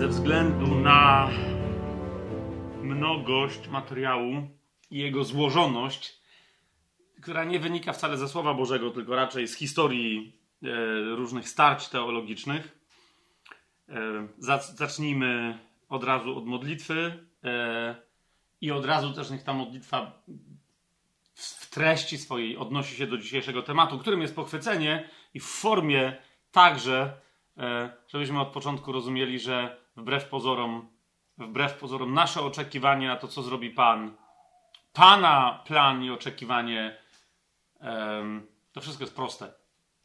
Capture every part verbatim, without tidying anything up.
ze względu na mnogość materiału i jego złożoność, która nie wynika wcale ze Słowa Bożego, tylko raczej z historii e, różnych starć teologicznych. E, zacznijmy od razu od modlitwy e, i od razu też niech ta modlitwa w, w treści swojej odnosi się do dzisiejszego tematu, którym jest pochwycenie, i w formie także, e, żebyśmy od początku rozumieli, że wbrew pozorom, wbrew pozorom nasze oczekiwanie na to, co zrobi Pan, Pana plan i oczekiwanie, e, to wszystko jest proste.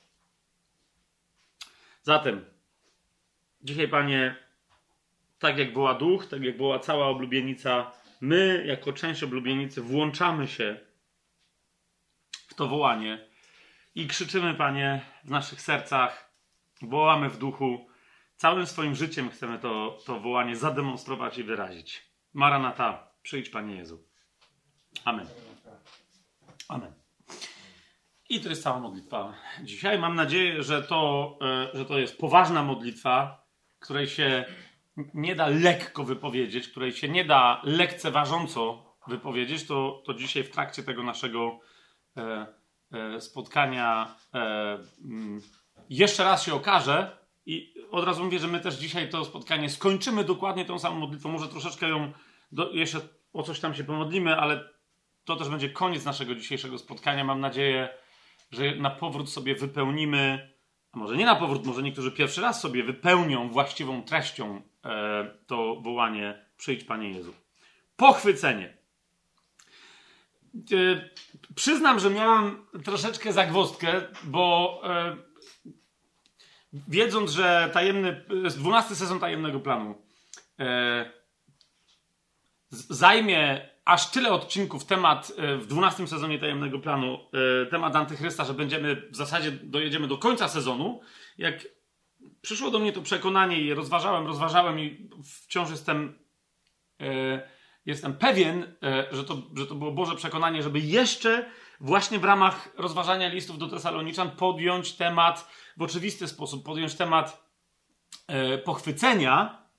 Zatem dzisiaj, Panie, tak jak woła Duch, tak jak woła cała oblubienica, my jako część oblubienicy włączamy się w to wołanie i krzyczymy, Panie, w naszych sercach, wołamy w duchu, całym swoim życiem chcemy to, to wołanie zademonstrować i wyrazić. Maranata, przyjdź, Panie Jezu. Amen. Amen. I to jest cała modlitwa dzisiaj. Mam nadzieję, że to, że to jest poważna modlitwa, której się nie da lekko wypowiedzieć, której się nie da lekceważąco wypowiedzieć. To, to dzisiaj w trakcie tego naszego e, e, spotkania e, m, jeszcze raz się okaże. I od razu mówię, że my też dzisiaj to spotkanie skończymy dokładnie tą samą modlitwą. Może troszeczkę ją do, jeszcze o coś tam się pomodlimy, ale to też będzie koniec naszego dzisiejszego spotkania. Mam nadzieję, że na powrót sobie wypełnimy, a może nie na powrót, może niektórzy pierwszy raz sobie wypełnią właściwą treścią e, to wołanie przyjdź, Panie Jezu. Pochwycenie. E, przyznam, że miałem troszeczkę zagwozdkę, bo e, wiedząc, że tajemny, dwunasty sezon Tajemnego Planu e, zajmie aż tyle odcinków temat w dwunastym sezonie Tajemnego Planu, temat Antychrysta, że będziemy w zasadzie dojedziemy do końca sezonu. Jak przyszło do mnie to przekonanie i rozważałem, rozważałem i wciąż jestem, jestem pewien, że to, że to było Boże przekonanie, żeby jeszcze właśnie w ramach rozważania listów do Tesaloniczan podjąć temat, w oczywisty sposób podjąć temat pochwycenia.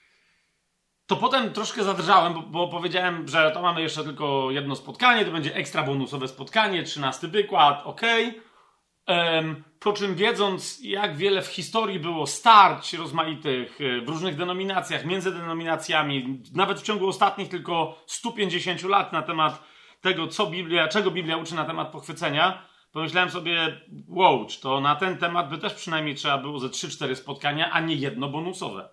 To potem troszkę zadrżałem, bo, bo powiedziałem, że to mamy jeszcze tylko jedno spotkanie, to będzie ekstra bonusowe spotkanie, trzynasty wykład, okej. Okay. Po czym wiedząc, jak wiele w historii było starć rozmaitych w różnych denominacjach, między denominacjami, nawet w ciągu ostatnich tylko stu pięćdziesięciu lat na temat tego, co Biblia, czego Biblia uczy na temat pochwycenia, pomyślałem sobie, wow, to na ten temat by też przynajmniej trzeba było ze trzy cztery spotkania, a nie jedno bonusowe.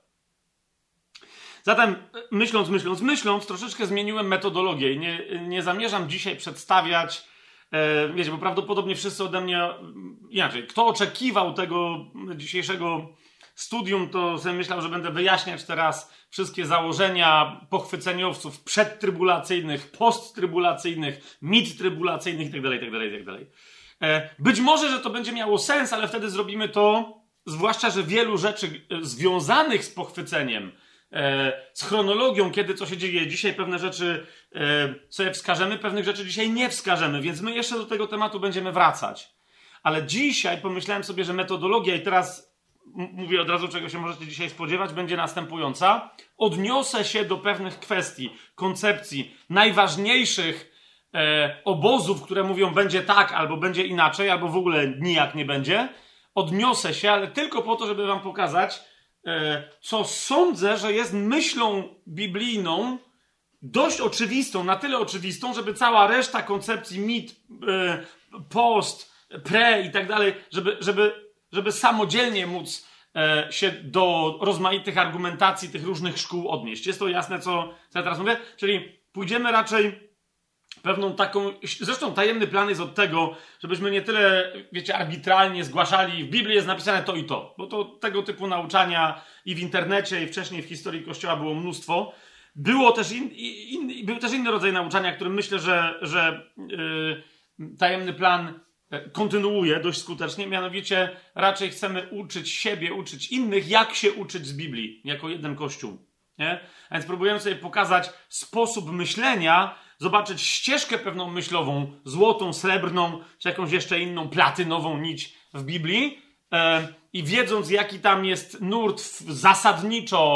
Zatem myśląc, myśląc, myśląc, troszeczkę zmieniłem metodologię i nie, nie zamierzam dzisiaj przedstawiać, e, wiecie, bo prawdopodobnie wszyscy ode mnie, inaczej, kto oczekiwał tego dzisiejszego studium, to sobie myślał, że będę wyjaśniać teraz wszystkie założenia pochwyceniowców przedtrybulacyjnych, posttrybulacyjnych, midtrybulacyjnych itd., itd., itd. E, być może, że to będzie miało sens, ale wtedy zrobimy to, zwłaszcza, że wielu rzeczy związanych z pochwyceniem, z chronologią, kiedy co się dzieje. Dzisiaj pewne rzeczy e, sobie wskażemy, pewnych rzeczy dzisiaj nie wskażemy, więc my jeszcze do tego tematu będziemy wracać. Ale dzisiaj pomyślałem sobie, że metodologia, i teraz m- mówię od razu, czego się możecie dzisiaj spodziewać, będzie następująca. Odniosę się do pewnych kwestii, koncepcji, najważniejszych e, obozów, które mówią będzie tak, albo będzie inaczej, albo w ogóle nijak nie będzie. Odniosę się, ale tylko po to, żeby wam pokazać, co sądzę, że jest myślą biblijną dość oczywistą, na tyle oczywistą, żeby cała reszta koncepcji mit, post, pre i tak dalej, żeby, żeby, żeby samodzielnie móc się do rozmaitych argumentacji tych różnych szkół odnieść. Jest to jasne, co, co ja teraz mówię? Czyli pójdziemy raczej pewną taką... Zresztą tajemny plan jest od tego, żebyśmy nie tyle, wiecie, arbitralnie zgłaszali, w Biblii jest napisane to i to, bo to tego typu nauczania i w internecie, i wcześniej w historii Kościoła było mnóstwo. Było też in, in, był też inny rodzaj nauczania, którym myślę, że, że yy, tajemny plan kontynuuje dość skutecznie, mianowicie raczej chcemy uczyć siebie, uczyć innych, jak się uczyć z Biblii, jako jeden Kościół. Nie? A więc próbujemy sobie pokazać sposób myślenia, zobaczyć ścieżkę pewną myślową, złotą, srebrną, czy jakąś jeszcze inną platynową nić w Biblii, e, i wiedząc, jaki tam jest nurt zasadniczo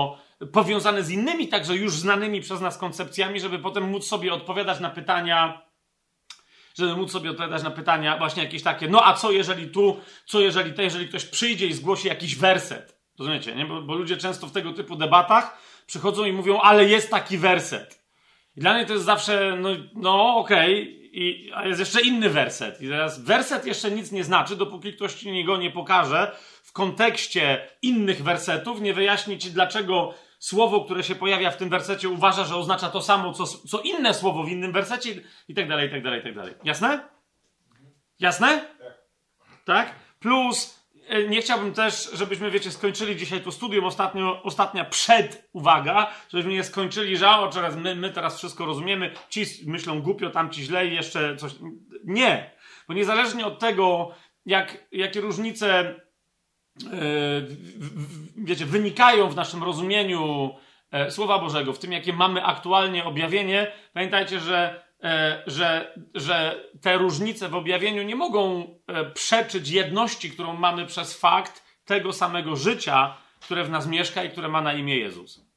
powiązane z innymi, także już znanymi przez nas koncepcjami, żeby potem móc sobie odpowiadać na pytania, żeby móc sobie odpowiadać na pytania właśnie jakieś takie, no a co jeżeli tu, co jeżeli to, jeżeli ktoś przyjdzie i zgłosi jakiś werset. Rozumiecie, nie? Bo, bo ludzie często w tego typu debatach przychodzą i mówią, ale jest taki werset. I dla mnie to jest zawsze, no, no okej, okay, a jest jeszcze inny werset. I teraz werset jeszcze nic nie znaczy, dopóki ktoś ci go nie pokaże w kontekście innych wersetów, nie wyjaśni ci, dlaczego słowo, które się pojawia w tym wersecie, uważa, że oznacza to samo, co, co inne słowo w innym wersecie i tak dalej, i tak dalej, i tak dalej. Jasne? Jasne? Tak? Plus nie chciałbym też, żebyśmy, wiecie, skończyli dzisiaj to studium, ostatnio, ostatnia przed, uwaga, żebyśmy nie skończyli, że o, teraz my, my teraz wszystko rozumiemy, ci myślą głupio, tamci źle i jeszcze coś. Nie. Bo niezależnie od tego, jak, jakie różnice yy, wiecie, wynikają w naszym rozumieniu e, Słowa Bożego, w tym, jakie mamy aktualnie objawienie, pamiętajcie, że Że, że te różnice w objawieniu nie mogą przeczyć jedności, którą mamy przez fakt tego samego życia, które w nas mieszka i które ma na imię Jezus.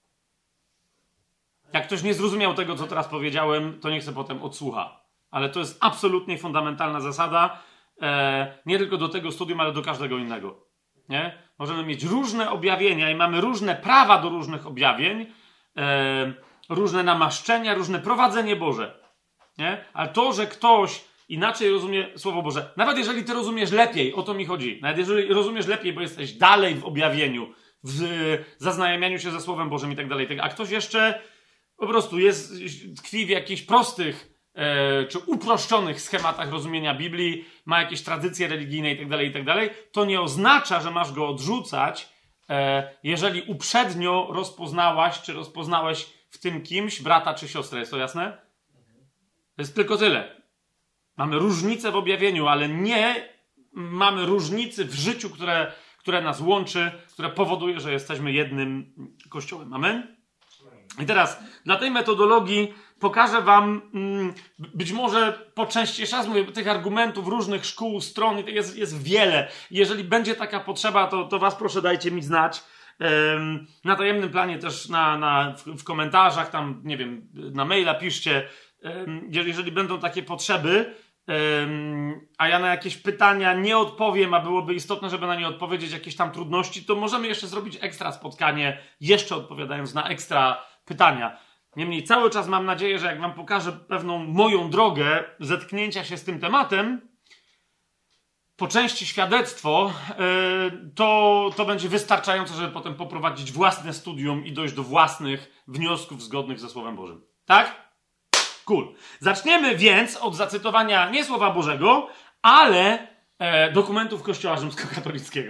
Jak ktoś nie zrozumiał tego, co teraz powiedziałem, to niech sobie potem odsłucha. Ale to jest absolutnie fundamentalna zasada, nie tylko do tego studium, ale do każdego innego. Nie? Możemy mieć różne objawienia i mamy różne prawa do różnych objawień, różne namaszczenia, różne prowadzenie Boże. Nie? Ale to, że ktoś inaczej rozumie Słowo Boże, nawet jeżeli ty rozumiesz lepiej, o to mi chodzi, nawet jeżeli rozumiesz lepiej, bo jesteś dalej w objawieniu, w zaznajamianiu się ze Słowem Bożym i tak dalej, a ktoś jeszcze po prostu jest, tkwi w jakichś prostych e, czy uproszczonych schematach rozumienia Biblii, ma jakieś tradycje religijne i tak dalej, i tak dalej, to nie oznacza, że masz go odrzucać, e, jeżeli uprzednio rozpoznałaś, czy rozpoznałeś w tym kimś brata czy siostrę. Jest to jasne? To jest tylko tyle. Mamy różnice w objawieniu, ale nie mamy różnicy w życiu, które, które nas łączy, które powoduje, że jesteśmy jednym Kościołem. Amen? I teraz dla tej metodologii pokażę wam mm, być może po części, jeszcze raz mówię, tych argumentów różnych szkół, stron, jest, jest wiele. Jeżeli będzie taka potrzeba, to, to was proszę dajcie mi znać. Ym, na tajemnym planie też na, na, w, w komentarzach, tam nie wiem, na maila piszcie, jeżeli będą takie potrzeby, a ja na jakieś pytania nie odpowiem, a byłoby istotne, żeby na nie odpowiedzieć, jakieś tam trudności, to możemy jeszcze zrobić ekstra spotkanie, jeszcze odpowiadając na ekstra pytania. Niemniej cały czas mam nadzieję, że jak wam pokażę pewną moją drogę zetknięcia się z tym tematem, po części świadectwo, to, to będzie wystarczające, żeby potem poprowadzić własne studium i dojść do własnych wniosków zgodnych ze Słowem Bożym. Tak? Cool. Zaczniemy więc od zacytowania nie Słowa Bożego, ale e, dokumentów Kościoła Rzymskokatolickiego.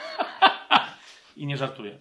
I nie żartuję.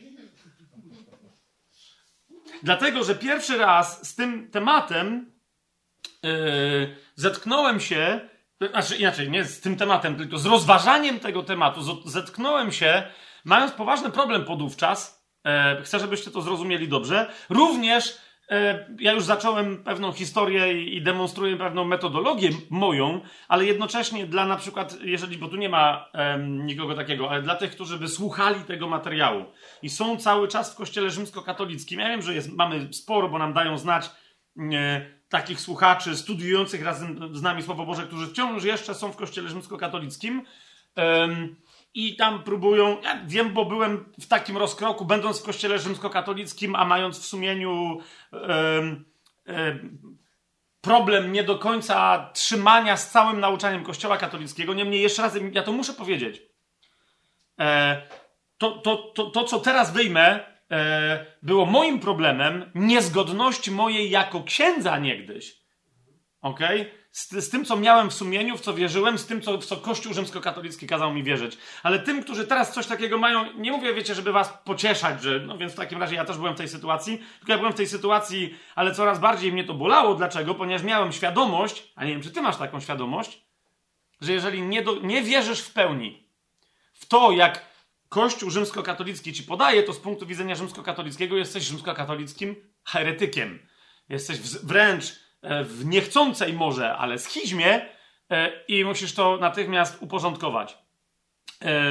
Dlatego, że pierwszy raz z tym tematem e, zetknąłem się, znaczy inaczej, nie z tym tematem, tylko z rozważaniem tego tematu z, zetknąłem się, mając poważny problem podówczas. E, chcę, żebyście to zrozumieli dobrze. Również ja już zacząłem pewną historię i demonstruję pewną metodologię moją, ale jednocześnie dla na przykład, jeżeli, bo tu nie ma um, nikogo takiego, ale dla tych, którzy by słuchali tego materiału i są cały czas w Kościele Rzymskokatolickim. Ja wiem, że jest, mamy sporo, bo nam dają znać e, takich słuchaczy studiujących razem z nami Słowo Boże, którzy wciąż jeszcze są w Kościele Rzymskokatolickim. Um, I tam próbują, ja wiem, bo byłem w takim rozkroku, będąc w Kościele Rzymskokatolickim, a mając w sumieniu um, um, problem nie do końca trzymania z całym nauczaniem Kościoła katolickiego. Niemniej jeszcze raz, ja to muszę powiedzieć. E, to, to, to, to, co teraz wyjmę, e, było moim problemem niezgodności mojej jako księdza niegdyś. Okej? Okay? Z, z tym, co miałem w sumieniu, w co wierzyłem, z tym, co, w co Kościół rzymskokatolicki kazał mi wierzyć. Ale tym, którzy teraz coś takiego mają, nie mówię, wiecie, żeby was pocieszać, że no więc w takim razie ja też byłem w tej sytuacji, tylko ja byłem w tej sytuacji, ale coraz bardziej mnie to bolało. Dlaczego? Ponieważ miałem świadomość, a nie wiem, czy ty masz taką świadomość, że jeżeli nie, do, nie wierzysz w pełni w to, jak Kościół rzymskokatolicki ci podaje, to z punktu widzenia rzymskokatolickiego jesteś rzymskokatolickim heretykiem. Jesteś w, wręcz w niechcącej może, ale schizmie e, i musisz to natychmiast uporządkować. E,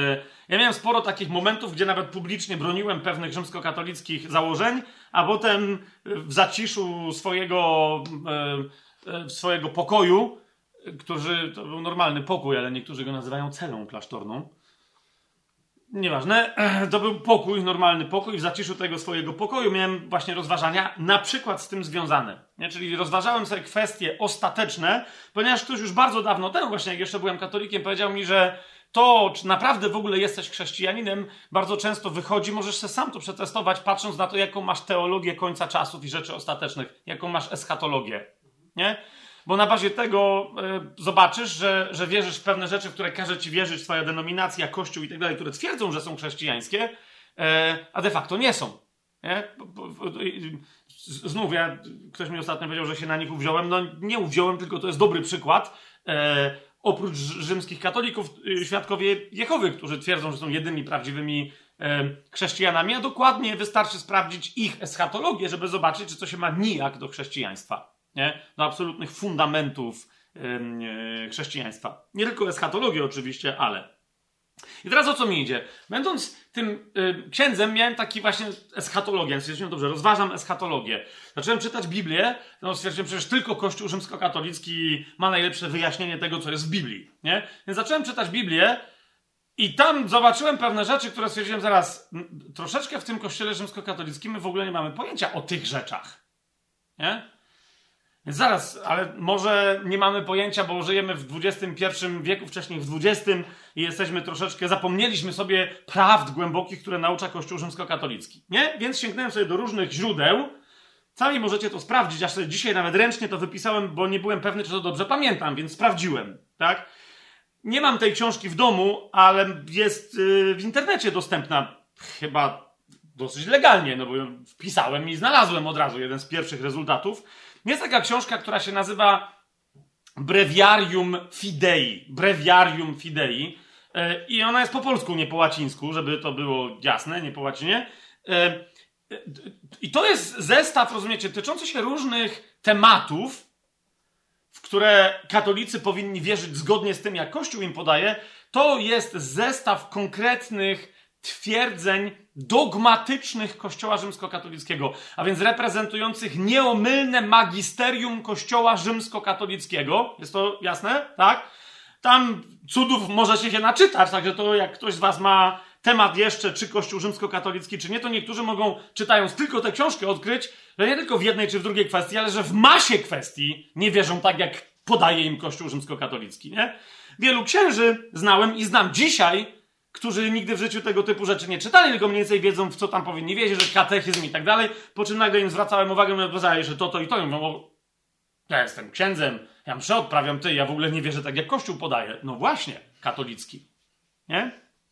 Ja miałem sporo takich momentów, gdzie nawet publicznie broniłem pewnych rzymskokatolickich założeń, a potem w zaciszu swojego, e, swojego pokoju, którzy, to był normalny pokój, ale niektórzy go nazywają celą klasztorną. Nieważne, to był pokój, normalny pokój. W zaciszu tego swojego pokoju miałem właśnie rozważania, na przykład z tym związane. Nie? Czyli rozważałem sobie kwestie ostateczne, ponieważ ktoś już bardzo dawno temu, właśnie jak jeszcze byłem katolikiem, powiedział mi, że to, czy naprawdę w ogóle jesteś chrześcijaninem, bardzo często wychodzi, możesz sobie sam to przetestować, patrząc na to, jaką masz teologię końca czasów i rzeczy ostatecznych, jaką masz eschatologię. Nie? Bo na bazie tego y, zobaczysz, że, że wierzysz w pewne rzeczy, w które każe ci wierzyć twoja denominacja, kościół i tak dalej, które twierdzą, że są chrześcijańskie, y, a de facto nie są. Nie? Znów, ja, ktoś mi ostatnio powiedział, że się na nich uwziąłem. No nie uwziąłem, tylko to jest dobry przykład. Y, oprócz rzymskich katolików, y, świadkowie Jehowy, którzy twierdzą, że są jedynymi prawdziwymi y, chrześcijanami, a dokładnie wystarczy sprawdzić ich eschatologię, żeby zobaczyć, czy to się ma nijak do chrześcijaństwa. Nie? Do absolutnych fundamentów yy, chrześcijaństwa. Nie tylko eschatologię oczywiście, ale. I teraz o co mi idzie? Będąc tym yy, księdzem, miałem taki właśnie eschatologię. Stwierdziłem, dobrze, rozważam eschatologię. Zacząłem czytać Biblię, no stwierdziłem, przecież tylko Kościół rzymskokatolicki ma najlepsze wyjaśnienie tego, co jest w Biblii. Nie? Więc zacząłem czytać Biblię i tam zobaczyłem pewne rzeczy, które stwierdziłem zaraz, m, troszeczkę w tym Kościele rzymskokatolickim my w ogóle nie mamy pojęcia o tych rzeczach. Nie? Więc zaraz, ale może nie mamy pojęcia, bo żyjemy w dwudziestym pierwszym wieku, wcześniej w dwudziestym i jesteśmy troszeczkę, zapomnieliśmy sobie prawd głębokich, które naucza Kościół rzymskokatolicki. Nie? Więc sięgnąłem sobie do różnych źródeł. Sami możecie to sprawdzić, aż sobie dzisiaj nawet ręcznie to wypisałem, bo nie byłem pewny, czy to dobrze pamiętam, więc sprawdziłem. Tak? Nie mam tej książki w domu, ale jest yy, w internecie dostępna chyba dosyć legalnie, no bo ją wpisałem i znalazłem od razu jeden z pierwszych rezultatów. Jest taka książka, która się nazywa Breviarium Fidei. Breviarium Fidei. I ona jest po polsku, nie po łacińsku, żeby to było jasne, nie po łacinie. I to jest zestaw, rozumiecie, tyczący się różnych tematów, w które katolicy powinni wierzyć zgodnie z tym, jak Kościół im podaje. To jest zestaw konkretnych twierdzeń dogmatycznych Kościoła rzymskokatolickiego, a więc reprezentujących nieomylne magisterium Kościoła rzymskokatolickiego. Jest to jasne? Tak? Tam cudów możecie się naczytać, także to jak ktoś z was ma temat jeszcze, czy Kościół rzymskokatolicki, czy nie, to niektórzy mogą, czytając tylko tę książkę, odkryć, że nie tylko w jednej czy w drugiej kwestii, ale że w masie kwestii nie wierzą tak, jak podaje im Kościół rzymskokatolicki, nie? Wielu księży znałem i znam dzisiaj, którzy nigdy w życiu tego typu rzeczy nie czytali, tylko mniej więcej wiedzą, w co tam powinni wiedzieć, że katechizm i tak dalej, po czym nagle im zwracałem uwagę, że poznaję, że to, to i to. I mówią, ja jestem księdzem, ja mszę odprawiam, ty, ja w ogóle nie wierzę tak, jak Kościół podaje. No właśnie, katolicki. Nie?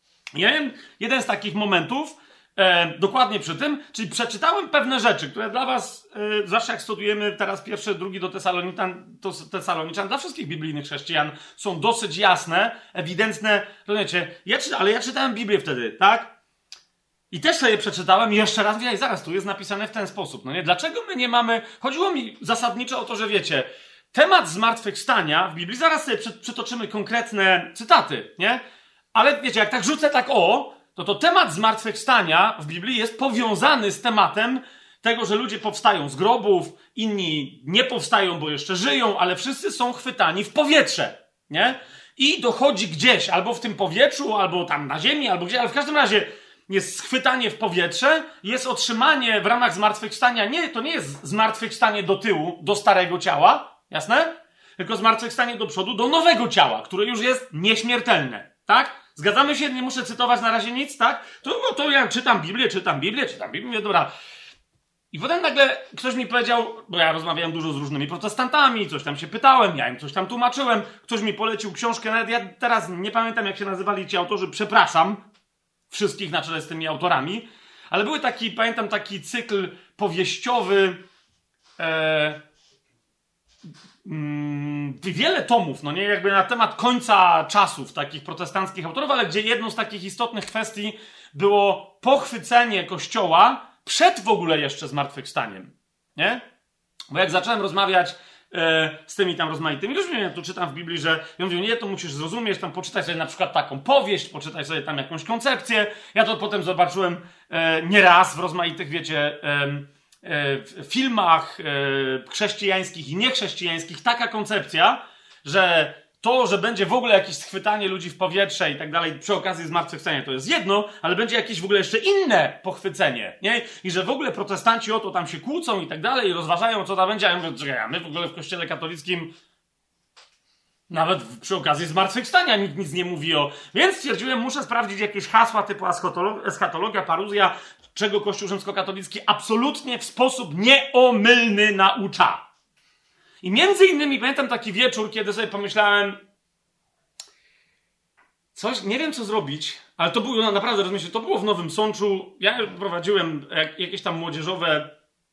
Ja miałem jeden z takich momentów, e, dokładnie przy tym, czyli przeczytałem pewne rzeczy, które dla was, e, zwłaszcza jak studujemy teraz pierwszy, drugi do Tesaloniczan, to Tesaloniczan, dla wszystkich biblijnych chrześcijan są dosyć jasne, ewidentne, rozumiecie, ja czy, ale ja czytałem Biblię wtedy, tak? I też sobie przeczytałem i jeszcze raz, wiecie, zaraz, tu jest napisane w ten sposób, no nie? Dlaczego my nie mamy, chodziło mi zasadniczo o to, że wiecie, temat zmartwychwstania w Biblii, zaraz sobie przy, przytoczymy konkretne cytaty, nie? Ale wiecie, jak tak rzucę tak o, to to temat zmartwychwstania w Biblii jest powiązany z tematem tego, że ludzie powstają z grobów, inni nie powstają, bo jeszcze żyją, ale wszyscy są chwytani w powietrze, nie? I dochodzi gdzieś, albo w tym powietrzu, albo tam na ziemi, albo gdzieś, ale w każdym razie jest schwytanie w powietrze, jest otrzymanie w ramach zmartwychwstania, nie, to nie jest zmartwychwstanie do tyłu, do starego ciała, jasne? Tylko zmartwychwstanie do przodu, do nowego ciała, które już jest nieśmiertelne, tak? Zgadzamy się? Nie muszę cytować na razie nic, tak? To, no, to ja czytam Biblię, czytam Biblię, czytam Biblię, mówię, dobra. I potem nagle ktoś mi powiedział, bo ja rozmawiałem dużo z różnymi protestantami, coś tam się pytałem, ja im coś tam tłumaczyłem, ktoś mi polecił książkę, nawet ja teraz nie pamiętam, jak się nazywali ci autorzy, przepraszam wszystkich na czele z tymi autorami, ale były taki, pamiętam taki cykl powieściowy, e, mm, wiele tomów, no nie, jakby na temat końca czasów takich protestanckich autorów, ale gdzie jedną z takich istotnych kwestii było pochwycenie Kościoła przed w ogóle jeszcze zmartwychwstaniem, nie? Bo jak zacząłem rozmawiać e, z tymi tam rozmaitymi ludźmi. Ja tu czytam w Biblii, że ja mówię, nie, to musisz zrozumieć, tam poczytaj sobie na przykład taką powieść, poczytaj sobie tam jakąś koncepcję. Ja to potem zobaczyłem e, nieraz w rozmaitych, wiecie, e, e, w filmach e, chrześcijańskich i niechrześcijańskich taka koncepcja, że to, że będzie w ogóle jakieś schwytanie ludzi w powietrze i tak dalej przy okazji zmartwychwstania, to jest jedno, ale będzie jakieś w ogóle jeszcze inne pochwycenie, nie? I że w ogóle protestanci o to tam się kłócą i tak dalej i rozważają, co tam będzie. A ja mówię, czekaj, a my w ogóle w kościele katolickim nawet przy okazji zmartwychwstania nikt nic nie mówi o... Więc stwierdziłem, muszę sprawdzić jakieś hasła typu eschatologia, paruzja, czego Kościół rzymskokatolicki absolutnie w sposób nieomylny naucza. I między innymi pamiętam taki wieczór, kiedy sobie pomyślałem, coś, nie wiem co zrobić, ale to było naprawdę, rozumiecie, to było w Nowym Sączu. Ja prowadziłem jak, jakieś tam młodzieżowe,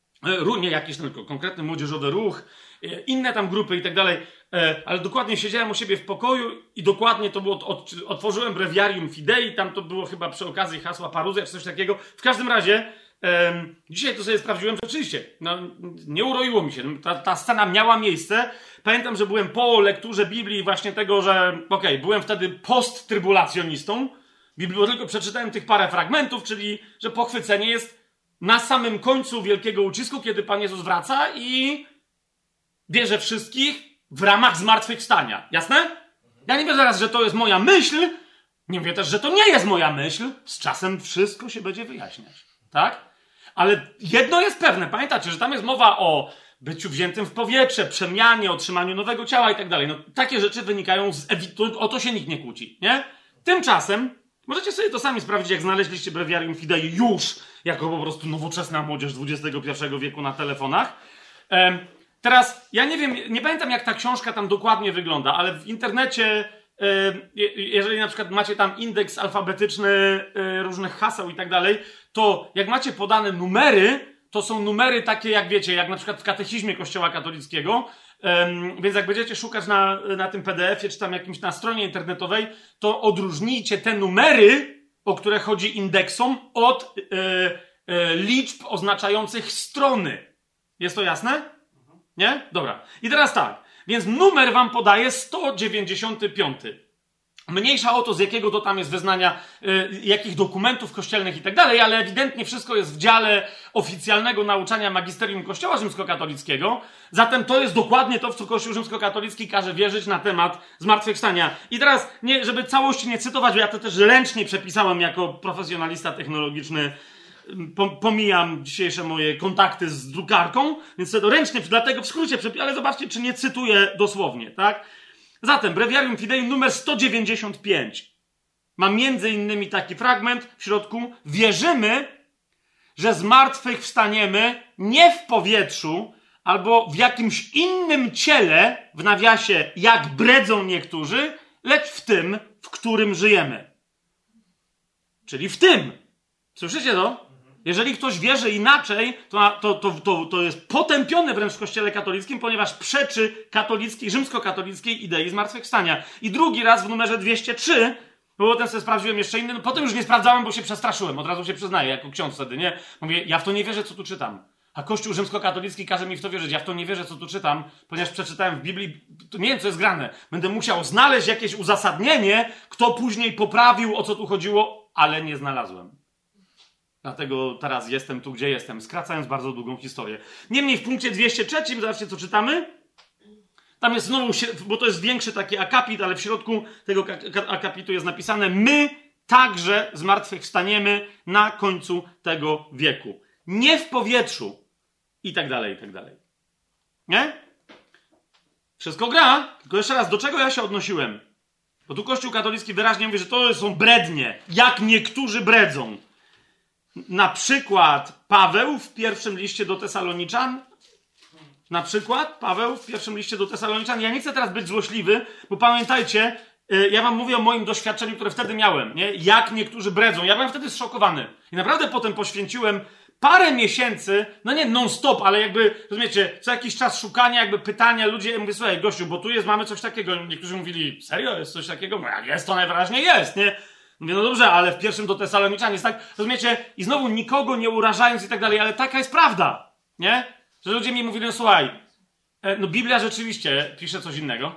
nie jakieś tylko konkretny młodzieżowy ruch, inne tam grupy i tak dalej, ale dokładnie siedziałem u siebie w pokoju i dokładnie to było, od, otworzyłem brewiarium Fidei, tam to było chyba przy okazji hasła paruzja czy coś takiego. W każdym razie Um, dzisiaj to sobie sprawdziłem, rzeczywiście, no, nie uroiło mi się, ta, ta scena miała miejsce. Pamiętam, że byłem po lekturze Biblii właśnie tego, że okej, okay, byłem wtedy posttrybulacjonistą. Biblię tylko przeczytałem tych parę fragmentów, czyli, że pochwycenie jest na samym końcu wielkiego ucisku, kiedy Pan Jezus wraca i bierze wszystkich w ramach zmartwychwstania. Jasne? Ja nie wiem zaraz, że to jest moja myśl, nie mówię też, że to nie jest moja myśl. Z czasem wszystko się będzie wyjaśniać. Tak? Ale jedno jest pewne, pamiętacie, że tam jest mowa o byciu wziętym w powietrze, przemianie, otrzymaniu nowego ciała i tak dalej. No, takie rzeczy wynikają z... O to się nikt nie kłóci, nie? Tymczasem, możecie sobie to sami sprawdzić, jak znaleźliście brewiarium Fidei już jako po prostu nowoczesna młodzież dwudziestego pierwszego wieku na telefonach. Ehm, teraz, ja nie wiem, nie pamiętam jak ta książka tam dokładnie wygląda, ale w internecie... Jeżeli na przykład macie tam indeks alfabetyczny różnych haseł i tak dalej, to jak macie podane numery, to są numery takie jak wiecie, jak na przykład w katechizmie Kościoła katolickiego, więc jak będziecie szukać na, na tym P D F-ie czy tam jakimś na stronie internetowej, to odróżnijcie te numery, o które chodzi indeksom, od e, e, liczb oznaczających strony. Jest to jasne? Nie? Dobra. I teraz tak. Więc numer wam podaje sto dziewięćdziesiąty piąty. Mniejsza o to, z jakiego to tam jest wyznania, y, jakich dokumentów kościelnych i tak dalej, ale ewidentnie wszystko jest w dziale oficjalnego nauczania magisterium Kościoła rzymskokatolickiego. Zatem to jest dokładnie to, w co Kościół rzymskokatolicki każe wierzyć na temat zmartwychwstania. I teraz, nie, żeby całości nie cytować, bo ja to też ręcznie przepisałem jako profesjonalista technologiczny, pomijam dzisiejsze moje kontakty z drukarką, więc to ręcznie, dlatego w skrócie, ale zobaczcie, czy nie cytuję dosłownie, tak? Zatem, brewiarium Fidei numer sto dziewięćdziesiąt pięć ma między innymi taki fragment w środku. Wierzymy, że zmartwychwstaniemy nie w powietrzu albo w jakimś innym ciele, w nawiasie, jak bredzą niektórzy, lecz w tym, w którym żyjemy. Czyli w tym. Słyszycie to? Jeżeli ktoś wierzy inaczej, to, to, to, to, to jest potępiony wręcz w Kościele katolickim, ponieważ przeczy katolickiej, rzymskokatolickiej idei zmartwychwstania. I drugi raz w numerze dwieście trzy, bo potem sobie sprawdziłem jeszcze inny, no potem już nie sprawdzałem, bo się przestraszyłem, od razu się przyznaję, jako ksiądz wtedy, nie? Mówię, ja w to nie wierzę, co tu czytam. A Kościół rzymskokatolicki każe mi w to wierzyć. Ja w to nie wierzę, co tu czytam, ponieważ przeczytałem w Biblii, to nie wiem, co jest grane. Będę musiał znaleźć jakieś uzasadnienie, kto później poprawił, o co tu chodziło, ale nie znalazłem. Dlatego teraz jestem tu, gdzie jestem, skracając bardzo długą historię. Niemniej w punkcie dwieście trzy, zobaczcie, co czytamy. Tam jest znowu, bo to jest większy taki akapit, ale w środku tego akapitu jest napisane: my także zmartwychwstaniemy na końcu tego wieku. Nie w powietrzu. I tak dalej, i tak dalej. Nie? Wszystko gra. Tylko jeszcze raz, do czego ja się odnosiłem? Bo tu Kościół katolicki wyraźnie mówi, że to są brednie. Jak niektórzy bredzą. Na przykład Paweł w pierwszym liście do Tesaloniczan. Na przykład Paweł w pierwszym liście do Tesaloniczan. Ja nie chcę teraz być złośliwy, bo pamiętajcie, ja wam mówię o moim doświadczeniu, które wtedy miałem. Nie? Jak niektórzy bredzą. Ja byłem wtedy zszokowany. I naprawdę potem poświęciłem parę miesięcy, no nie non-stop, ale jakby, rozumiecie, co jakiś czas szukania, jakby pytania, ludzie, ja mówię, słuchaj, gościu, bo tu jest, mamy coś takiego. Niektórzy mówili, serio, jest coś takiego? No jak jest, to najwyraźniej jest, nie? Mówię, no dobrze, ale w pierwszym do Tesaloniczan jest tak, rozumiecie, i znowu nikogo nie urażając i tak dalej, ale taka jest prawda, nie? Że ludzie mi mówili, no słuchaj, No Biblia rzeczywiście pisze coś innego,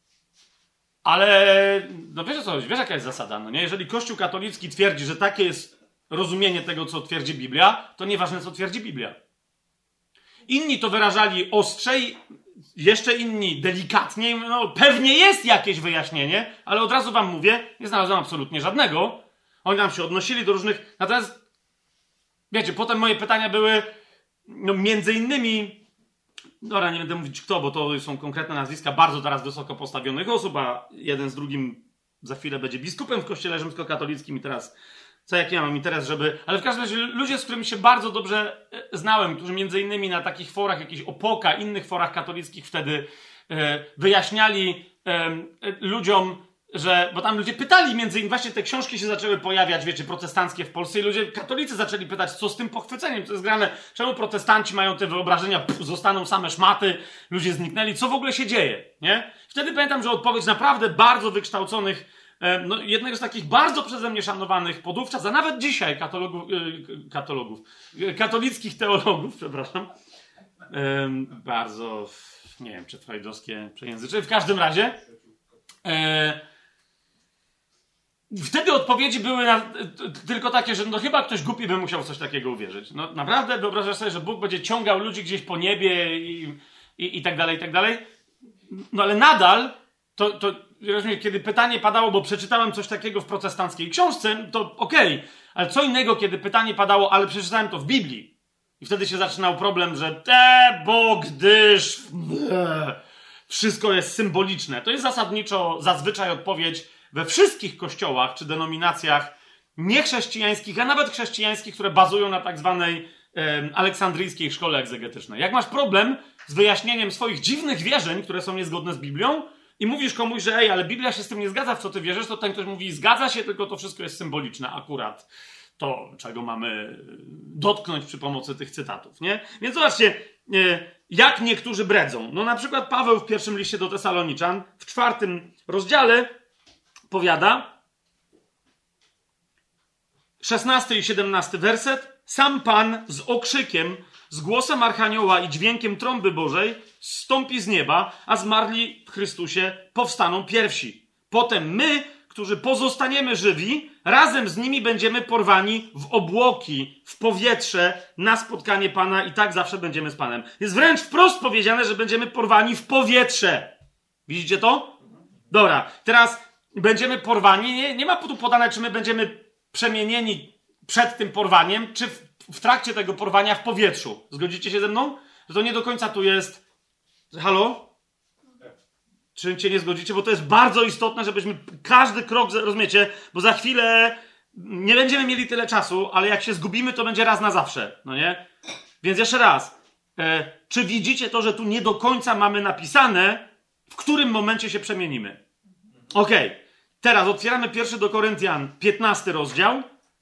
ale no wiesz co, wiesz jaka jest zasada, no nie? Jeżeli Kościół katolicki twierdzi, że takie jest rozumienie tego, co twierdzi Biblia, to nieważne, co twierdzi Biblia. Inni to wyrażali ostrzej, jeszcze inni delikatniej, no pewnie jest jakieś wyjaśnienie, ale od razu wam mówię, nie znalazłem absolutnie żadnego. Oni nam się odnosili do różnych, natomiast wiecie, potem moje pytania były, no między innymi, dobra, nie będę mówić kto, bo to są konkretne nazwiska bardzo teraz wysoko postawionych osób, a jeden z drugim za chwilę będzie biskupem w kościele rzymskokatolickim i teraz co jaki ja mam interes, żeby... Ale w każdym razie ludzie, z którymi się bardzo dobrze znałem, którzy między innymi na takich forach, jakichś Opoka, innych forach katolickich wtedy e, wyjaśniali e, ludziom, że... Bo tam ludzie pytali między innymi, właśnie te książki się zaczęły pojawiać, wiecie, protestanckie w Polsce i ludzie, katolicy zaczęli pytać, co z tym pochwyceniem, co jest grane, czemu protestanci mają te wyobrażenia, pff, zostaną same szmaty, ludzie zniknęli, co w ogóle się dzieje, nie? Wtedy pamiętam, że odpowiedź naprawdę bardzo wykształconych, no, jednego z takich bardzo przeze mnie szanowanych podówczas, a nawet dzisiaj katologów, yy, katologów, yy, katolickich teologów, przepraszam, yy, bardzo, nie wiem, czy freudowskie przejęzycze, w każdym razie, yy, wtedy odpowiedzi były na, yy, tylko takie, że no chyba ktoś głupi by musiał w coś takiego uwierzyć. No naprawdę wyobrażasz sobie, że Bóg będzie ciągał ludzi gdzieś po niebie i, i, i tak dalej, i tak dalej. No ale nadal to, to rozumiem, kiedy pytanie padało, bo przeczytałem coś takiego w protestanckiej książce, to okej, okay. Ale co innego, kiedy pytanie padało, ale przeczytałem to w Biblii. I wtedy się zaczynał problem, że te, bo gdyż e, wszystko jest symboliczne. To jest zasadniczo zazwyczaj odpowiedź we wszystkich kościołach czy denominacjach niechrześcijańskich, a nawet chrześcijańskich, które bazują na tak zwanej e, aleksandryjskiej szkole egzegetycznej. Jak masz problem z wyjaśnieniem swoich dziwnych wierzeń, które są niezgodne z Biblią, i mówisz komuś, że ej, ale Biblia się z tym nie zgadza, w co ty wierzysz, to ten ktoś mówi, zgadza się, tylko to wszystko jest symboliczne akurat. To, czego mamy dotknąć przy pomocy tych cytatów, nie? Więc zobaczcie, jak niektórzy bredzą. No na przykład Paweł w pierwszym liście do Tesaloniczan, w czwartym rozdziale powiada, szesnasty i siedemnasty werset, sam Pan z okrzykiem, z głosem Archanioła i dźwiękiem trąby Bożej zstąpi z nieba, a zmarli w Chrystusie powstaną pierwsi. Potem my, którzy pozostaniemy żywi, razem z nimi będziemy porwani w obłoki, w powietrze, na spotkanie Pana i tak zawsze będziemy z Panem. Jest wręcz wprost powiedziane, że będziemy porwani w powietrze. Widzicie to? Dobra, teraz będziemy porwani. Nie, nie ma tu podane, czy my będziemy przemienieni przed tym porwaniem, czy w, w trakcie tego porwania w powietrzu. Zgodzicie się ze mną? Że to nie do końca tu jest... Halo? Czy się nie zgodzicie? Bo to jest bardzo istotne, żebyśmy każdy krok, rozumiecie, bo za chwilę nie będziemy mieli tyle czasu, ale jak się zgubimy, to będzie raz na zawsze, no nie? Więc jeszcze raz, e, czy widzicie to, że tu nie do końca mamy napisane, w którym momencie się przemienimy? Okej, okay. Teraz otwieramy pierwszy do Koryntian, piętnasty rozdział.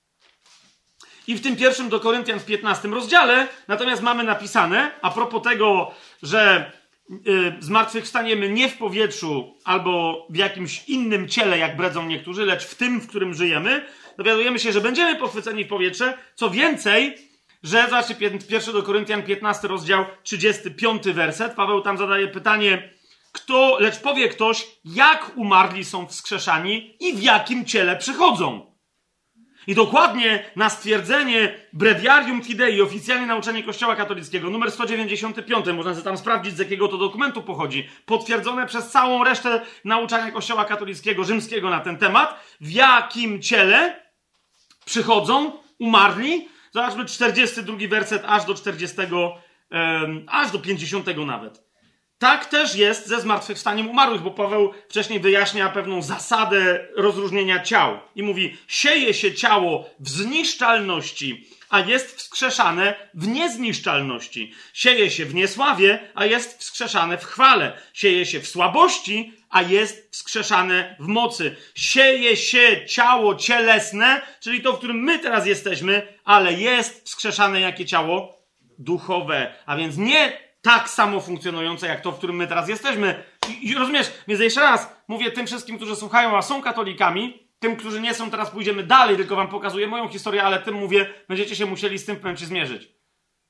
I w tym pierwszym do Koryntian w piętnastym rozdziale natomiast mamy napisane, a propos tego, że yy, zmartwychwstaniemy nie w powietrzu albo w jakimś innym ciele, jak bredzą niektórzy, lecz w tym, w którym żyjemy, dowiadujemy się, że będziemy pochwyceni w powietrze. Co więcej, że, zobaczcie, pierwszy do Koryntian, piętnasty rozdział, trzydziesty piąty werset, Paweł tam zadaje pytanie, kto, lecz powie ktoś, jak umarli są wskrzeszani i w jakim ciele przychodzą. I dokładnie na stwierdzenie Breviarium Fidei, oficjalne nauczanie Kościoła katolickiego, numer sto dziewięćdziesiąty piąty, można sobie tam sprawdzić, z jakiego to dokumentu pochodzi, potwierdzone przez całą resztę nauczania Kościoła katolickiego, rzymskiego na ten temat, w jakim ciele przychodzą umarli. Zobaczmy czterdziesty drugi werset aż do czterdziestego, um, aż do pięćdziesiątego nawet. Tak też jest ze zmartwychwstaniem umarłych, bo Paweł wcześniej wyjaśnia pewną zasadę rozróżnienia ciał. I mówi, sieje się ciało w zniszczalności, a jest wskrzeszane w niezniszczalności. Sieje się w niesławie, a jest wskrzeszane w chwale. Sieje się w słabości, a jest wskrzeszane w mocy. Sieje się ciało cielesne, czyli to, w którym my teraz jesteśmy, ale jest wskrzeszane jakie ciało? Duchowe. A więc nie tak samo funkcjonujące, jak to, w którym my teraz jesteśmy. I, i rozumiesz, więc jeszcze raz mówię tym wszystkim, którzy słuchają, a są katolikami, tym, którzy nie są, teraz pójdziemy dalej, tylko wam pokazuję moją historię, ale tym mówię, będziecie się musieli z tym w pewnym momencie zmierzyć.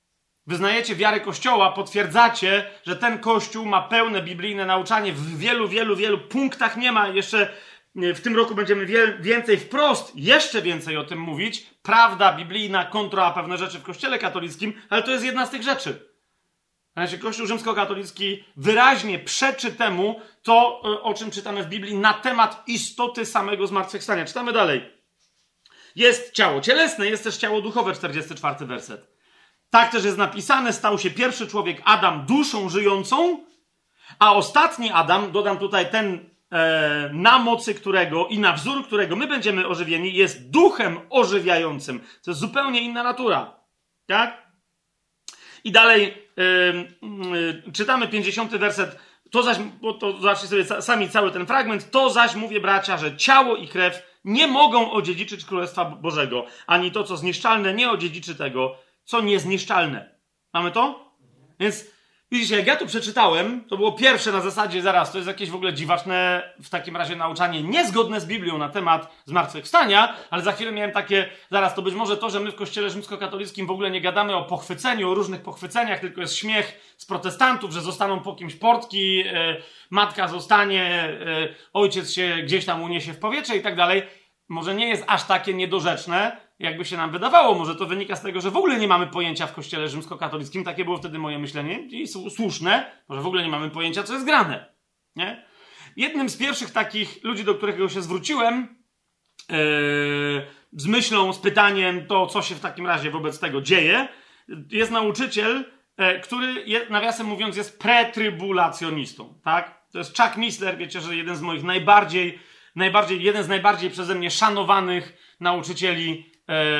wyznajecie wiarę Kościoła, potwierdzacie, że ten Kościół ma pełne biblijne nauczanie w wielu, wielu, wielu punktach. Nie ma jeszcze, w tym roku będziemy wie, więcej wprost, jeszcze więcej o tym mówić. Prawda biblijna kontra pewne rzeczy w Kościele katolickim, ale to jest jedna z tych rzeczy. Znaczy, Kościół rzymskokatolicki wyraźnie przeczy temu to, o czym czytamy w Biblii na temat istoty samego zmartwychwstania. Czytamy dalej. Jest ciało cielesne, jest też ciało duchowe, czterdziesty czwarty werset. Tak też jest napisane, stał się pierwszy człowiek Adam duszą żyjącą, a ostatni Adam, dodam tutaj ten, e, na mocy którego i na wzór którego my będziemy ożywieni, jest duchem ożywiającym. To jest zupełnie inna natura. Tak? I dalej yy, yy, czytamy pięćdziesiąty werset. To zaś, bo to zobaczcie sobie sami cały ten fragment. To zaś mówię, bracia, że ciało i krew nie mogą odziedziczyć Królestwa Bożego, ani to, co zniszczalne, nie odziedziczy tego, co niezniszczalne. Mamy to? Więc widzicie, jak ja tu przeczytałem, to było pierwsze na zasadzie, zaraz, to jest jakieś w ogóle dziwaczne w takim razie nauczanie niezgodne z Biblią na temat zmartwychwstania, ale za chwilę miałem takie, zaraz, to być może to, że my w Kościele rzymskokatolickim w ogóle nie gadamy o pochwyceniu, o różnych pochwyceniach, tylko jest śmiech z protestantów, że zostaną po kimś portki, yy, matka zostanie, yy, ojciec się gdzieś tam uniesie w powietrze i tak dalej. Może nie jest aż takie niedorzeczne, jakby się nam wydawało. Może to wynika z tego, że w ogóle nie mamy pojęcia w Kościele rzymskokatolickim. Takie było wtedy moje myślenie i słuszne. Może w ogóle nie mamy pojęcia, co jest grane. Nie? Jednym z pierwszych takich ludzi, do którego się zwróciłem yy, z myślą, z pytaniem, to co się w takim razie wobec tego dzieje, jest nauczyciel, yy, który, je, nawiasem mówiąc, jest pretrybulacjonistą. Tak? To jest Chuck Missler, wiecie, że jeden z moich najbardziej, najbardziej jeden z najbardziej przeze mnie szanowanych nauczycieli,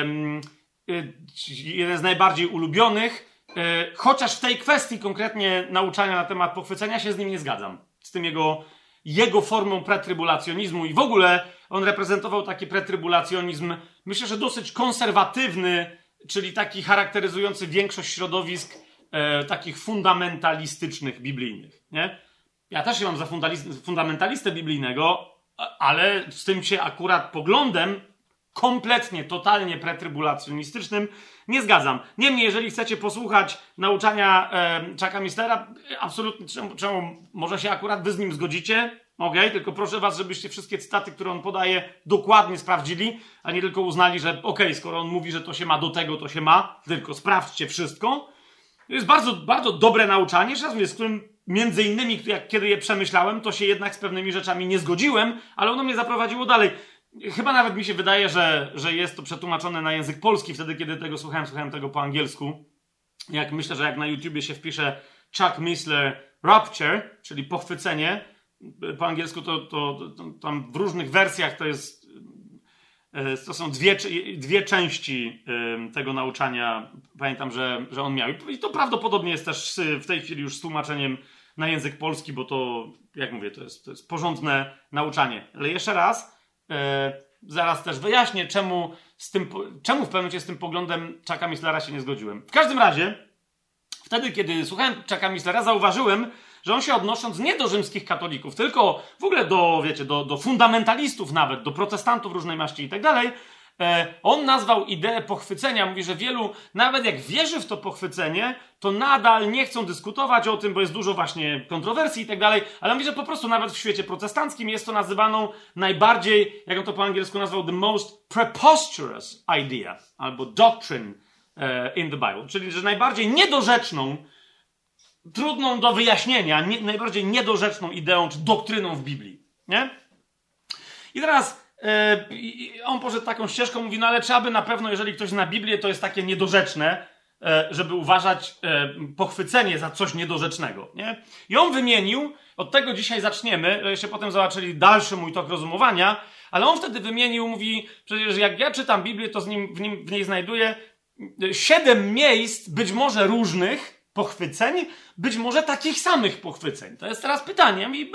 jeden z najbardziej ulubionych, chociaż w tej kwestii konkretnie nauczania na temat pochwycenia się z nim nie zgadzam. Z tym jego, jego formą pretrybulacjonizmu i w ogóle on reprezentował taki pretrybulacjonizm, myślę, że dosyć konserwatywny, czyli taki charakteryzujący większość środowisk e, takich fundamentalistycznych, biblijnych. Nie? Ja też się mam za fundamentalistę biblijnego, ale z tym się akurat poglądem kompletnie, totalnie pretrybulacjonistycznym nie zgadzam. Niemniej, jeżeli chcecie posłuchać nauczania e, Chucka Misslera, absolutnie, czemu, czemu może się akurat wy z nim zgodzicie, okej, tylko proszę was, żebyście wszystkie cytaty, które on podaje, dokładnie sprawdzili, a nie tylko uznali, że okej, skoro on mówi, że to się ma do tego, to się ma, tylko sprawdźcie wszystko. To jest bardzo, bardzo dobre nauczanie, jeszcze raz mówię, z którym między innymi, jak, kiedy je przemyślałem, to się jednak z pewnymi rzeczami nie zgodziłem, ale ono mnie zaprowadziło dalej. Chyba nawet mi się wydaje, że, że jest to przetłumaczone na język polski. Wtedy, kiedy tego słuchałem, słuchałem tego po angielsku. Jak myślę, że jak na YouTubie się wpisze Chuck Missler Rapture, czyli pochwycenie, po angielsku to, to, to, to tam w różnych wersjach to jest, to są dwie, dwie części tego nauczania. Pamiętam, że, że on miał. I to prawdopodobnie jest też w tej chwili już z tłumaczeniem na język polski, bo to, jak mówię, to jest, to jest porządne nauczanie. Ale jeszcze raz, Yy, zaraz też wyjaśnię, czemu, z tym, czemu w pewnym momencie z tym poglądem Chucka Misslera się nie zgodziłem. W każdym razie, wtedy, kiedy słuchałem Chucka Misslera, zauważyłem, że on się odnosząc nie do rzymskich katolików, tylko w ogóle do, wiecie, do, do fundamentalistów nawet, do protestantów różnej maści i tak dalej, on nazwał ideę pochwycenia, mówi, że wielu, nawet jak wierzy w to pochwycenie, to nadal nie chcą dyskutować o tym, bo jest dużo właśnie kontrowersji i tak dalej, ale mówi, że po prostu nawet w świecie protestanckim jest to nazywaną najbardziej, jak on to po angielsku nazwał, the most preposterous idea, albo doctrine in the Bible, czyli że najbardziej niedorzeczną, trudną do wyjaśnienia, nie, najbardziej niedorzeczną ideą czy doktryną w Biblii, nie? I teraz Yy, on poszedł taką ścieżką, mówi, no ale trzeba by na pewno, jeżeli ktoś zna Biblię, to jest takie niedorzeczne, yy, żeby uważać yy, pochwycenie za coś niedorzecznego, nie? I on wymienił, od tego dzisiaj zaczniemy, jeszcze potem zobaczyli dalszy mój tok rozumowania, ale on wtedy wymienił, mówi, przecież jak ja czytam Biblię, to z nim, w, nim, w niej znajduję siedem miejsc, być może różnych pochwyceń, być może takich samych pochwyceń. To jest teraz pytanie, i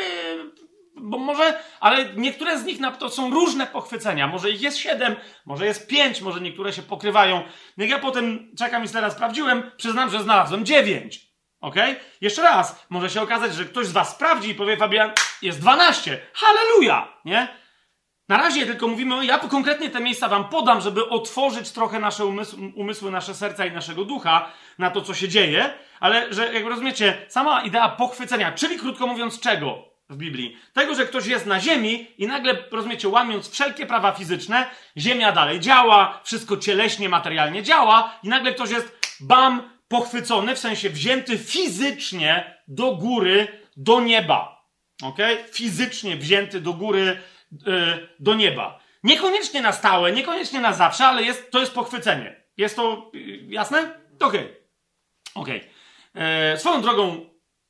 bo może, ale niektóre z nich to są różne pochwycenia. Może ich jest siedem, może jest pięć, może niektóre się pokrywają. Jak ja potem Chucka Misslera sprawdziłem, przyznam, że znalazłem dziewięć. Okej? Okay? Jeszcze raz, może się okazać, że ktoś z was sprawdzi i powie, Fabian, jest dwanaście. Halleluja! Nie? Na razie tylko mówimy, ja konkretnie te miejsca wam podam, żeby otworzyć trochę nasze umysły, umysły, nasze serca i naszego ducha na to, co się dzieje, ale że, jak rozumiecie, sama idea pochwycenia, czyli krótko mówiąc czego w Biblii? Tego, że ktoś jest na ziemi i nagle, rozumiecie, łamiąc wszelkie prawa fizyczne, ziemia dalej działa, wszystko cieleśnie, materialnie działa i nagle ktoś jest, bam, pochwycony, w sensie wzięty fizycznie do góry, do nieba. Okej? Okay? Fizycznie wzięty do góry, do nieba. Niekoniecznie na stałe, niekoniecznie na zawsze, ale jest, to jest pochwycenie. Jest to jasne? Okej. Okay. Okej. Okay. Swoją drogą,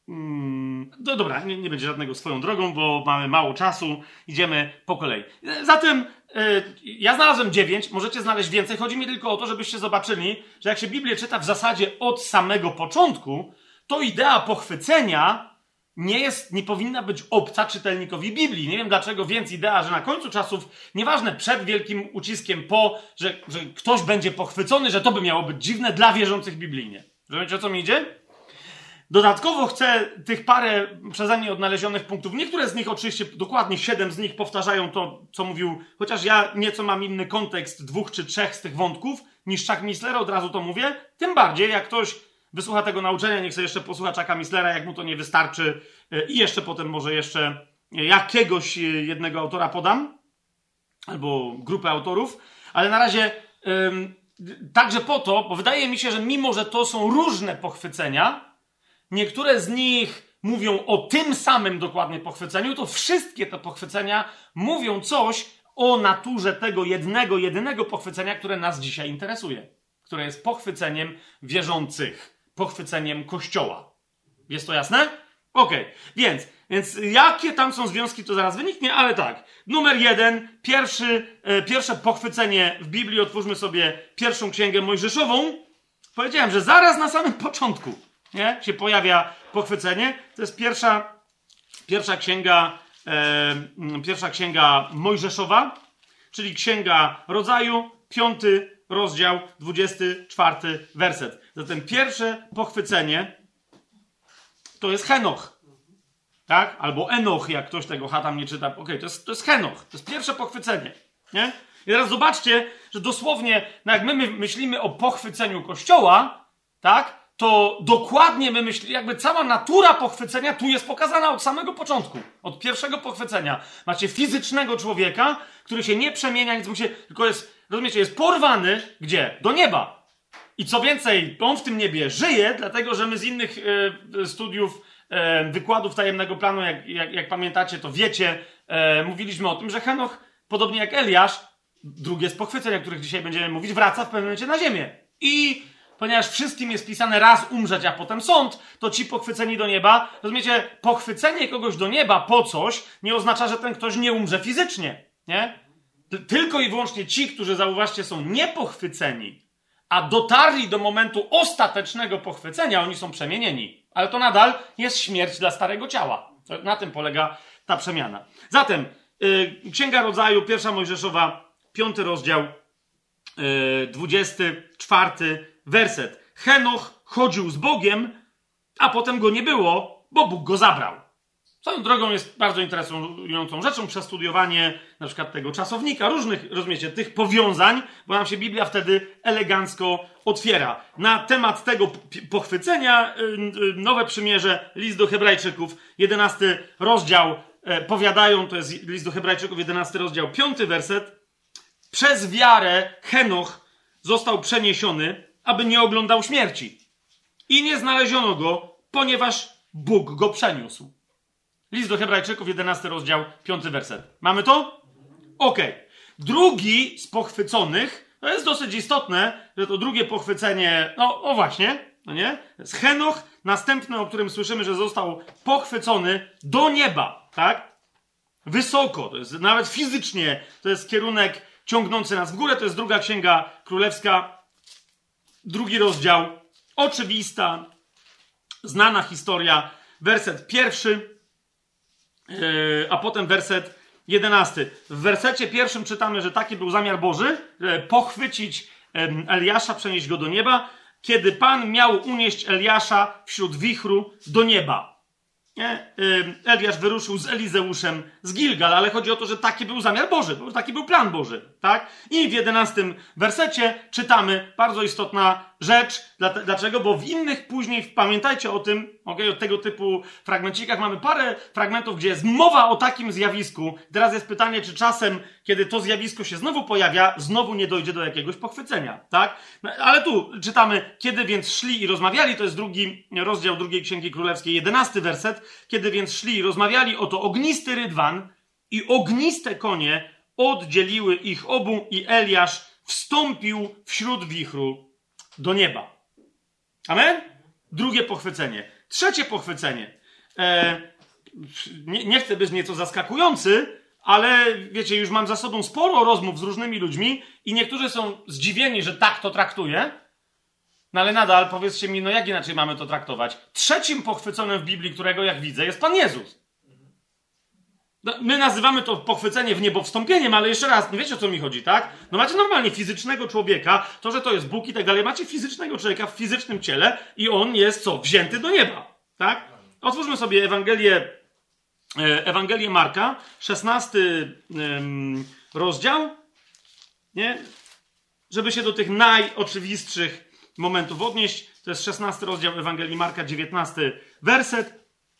mm, no dobra, nie, nie będzie żadnego swoją drogą, bo mamy mało czasu. Idziemy po kolei. Zatem e, ja znalazłem dziewięć, możecie znaleźć więcej. Chodzi mi tylko o to, żebyście zobaczyli, że jak się Biblię czyta w zasadzie od samego początku, to idea pochwycenia nie jest, nie powinna być obca czytelnikowi Biblii. Nie wiem dlaczego, więc idea, że na końcu czasów, nieważne przed wielkim uciskiem, po, że, że ktoś będzie pochwycony, że to by miało być dziwne dla wierzących biblijnie. Rozumiecie, o co mi idzie? Dodatkowo chcę tych parę przeze mnie odnalezionych punktów, niektóre z nich oczywiście, dokładnie siedem z nich powtarzają to, co mówił, chociaż ja nieco mam inny kontekst dwóch czy trzech z tych wątków niż Chuck Missler, od razu to mówię. Tym bardziej, jak ktoś wysłucha tego nauczenia, niech sobie jeszcze posłucha Chucka Misslera, jak mu to nie wystarczy i jeszcze potem może jeszcze jakiegoś jednego autora podam, albo grupę autorów, ale na razie ym, także po to, bo wydaje mi się, że mimo, że to są różne pochwycenia, niektóre z nich mówią o tym samym dokładnie pochwyceniu, to wszystkie te pochwycenia mówią coś o naturze tego jednego, jedynego pochwycenia, które nas dzisiaj interesuje, które jest pochwyceniem wierzących, pochwyceniem Kościoła. Jest to jasne? Okej, okay. więc, więc jakie tam są związki, to zaraz wyniknie, ale tak. Numer jeden, pierwszy, e, pierwsze pochwycenie w Biblii, otwórzmy sobie pierwszą księgę Mojżeszową. Powiedziałem, że zaraz na samym początku, nie, się pojawia pochwycenie. To jest pierwsza, pierwsza księga, e, pierwsza księga Mojżeszowa, czyli księga Rodzaju, piąty rozdział, dwudziesty czwarty werset. Zatem pierwsze pochwycenie to jest Henoch. Tak? Albo Enoch, jak ktoś tego ha tam nie czyta. Okej, okay, to, jest, to jest Henoch. To jest pierwsze pochwycenie. Nie? I teraz zobaczcie, że dosłownie, no jak my myślimy o pochwyceniu Kościoła, tak? To dokładnie my myślimy, jakby cała natura pochwycenia tu jest pokazana od samego początku. Od pierwszego pochwycenia. Macie fizycznego człowieka, który się nie przemienia, nic mu się, tylko jest, rozumiecie, jest porwany, gdzie? Do nieba. I co więcej, on w tym niebie żyje, dlatego że my z innych e, studiów, e, wykładów tajemnego planu, jak, jak, jak pamiętacie, to wiecie, e, mówiliśmy o tym, że Henoch, podobnie jak Eliasz, drugie z pochwyceń, o których dzisiaj będziemy mówić, wraca w pewnym momencie na ziemię. I ponieważ wszystkim jest pisane raz umrzeć, a potem sąd, to ci pochwyceni do nieba, rozumiecie, pochwycenie kogoś do nieba po coś nie oznacza, że ten ktoś nie umrze fizycznie, nie? Tylko i wyłącznie ci, którzy, zauważcie, są niepochwyceni, a dotarli do momentu ostatecznego pochwycenia, oni są przemienieni. Ale to nadal jest śmierć dla starego ciała. Na tym polega ta przemiana. Zatem, yy, Księga Rodzaju, pierwsza Mojżeszowa, piąty rozdział, yy, dwudziesty czwarty werset. Henoch chodził z Bogiem, a potem go nie było, bo Bóg go zabrał. Swoją drogą jest bardzo interesującą rzeczą przestudiowanie na przykład tego czasownika, różnych, rozumiecie, tych powiązań, bo nam się Biblia wtedy elegancko otwiera. Na temat tego pochwycenia Nowe Przymierze, list do Hebrajczyków, jedenasty rozdział, powiadają, to jest list do Hebrajczyków, jedenasty rozdział, piąty werset. Przez wiarę Henoch został przeniesiony, aby nie oglądał śmierci. I nie znaleziono go, ponieważ Bóg go przeniósł. List do Hebrajczyków, jedenasty rozdział, piąty werset. Mamy to? Okej. Okay. Drugi z pochwyconych, to jest dosyć istotne, że to drugie pochwycenie, no o właśnie, no nie? To jest Henoch, następny, o którym słyszymy, że został pochwycony do nieba, tak? Wysoko, to jest nawet fizycznie, to jest kierunek ciągnący nas w górę, to jest druga księga królewska, drugi rozdział, oczywista, znana historia, werset pierwszy, a potem werset jedenasty. W wersecie pierwszym czytamy, że taki był zamiar Boży, pochwycić Eliasza, przenieść go do nieba, kiedy Pan miał unieść Eliasza wśród wichru do nieba. Nie? Eliasz wyruszył z Elizeuszem z Gilgal, ale chodzi o to, że taki był zamiar Boży, taki był plan Boży, tak? I w jedenastym wersecie czytamy bardzo istotna rzecz. Dlaczego? Bo w innych później, pamiętajcie o tym, okay, o tego typu fragmencikach mamy parę fragmentów, gdzie jest mowa o takim zjawisku. Teraz jest pytanie, czy czasem, kiedy to zjawisko się znowu pojawia, znowu nie dojdzie do jakiegoś pochwycenia, tak? No, ale tu czytamy, kiedy więc szli i rozmawiali, to jest drugi rozdział drugiej Księgi Królewskiej, jedenasty werset, kiedy więc szli i rozmawiali, oto ognisty rydwan i ogniste konie oddzieliły ich obu i Eliasz wstąpił wśród wichru do nieba. Amen? Drugie pochwycenie. Trzecie pochwycenie. E, nie, nie chcę być nieco zaskakujący, ale wiecie, już mam za sobą sporo rozmów z różnymi ludźmi i niektórzy są zdziwieni, że tak to traktuje. No ale nadal powiedzcie mi, no jak inaczej mamy to traktować? Trzecim pochwyconym w Biblii, którego jak widzę, jest Pan Jezus. No, my nazywamy to pochwycenie w niebo wstąpieniem, ale jeszcze raz, nie wiecie o co mi chodzi, tak? No macie normalnie fizycznego człowieka, to, że to jest Bóg i tak dalej, macie fizycznego człowieka w fizycznym ciele i on jest co? Wzięty do nieba, tak? Otwórzmy sobie Ewangelię, Ewangelię Marka, szesnasty um, rozdział, nie? Żeby się do tych najoczywistszych momentów odnieść. To jest szesnasty rozdział Ewangelii Marka, dziewiętnasty werset.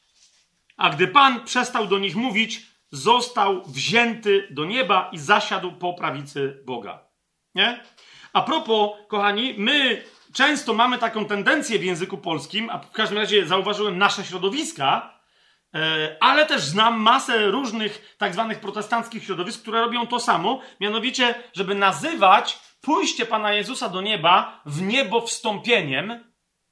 A gdy Pan przestał do nich mówić, został wzięty do nieba i zasiadł po prawicy Boga. Nie? A propos, kochani, my często mamy taką tendencję w języku polskim, a w każdym razie zauważyłem nasze środowiska, ale też znam masę różnych tak zwanych protestanckich środowisk, które robią to samo, mianowicie, żeby nazywać pójście Pana Jezusa do nieba w niebo wstąpieniem,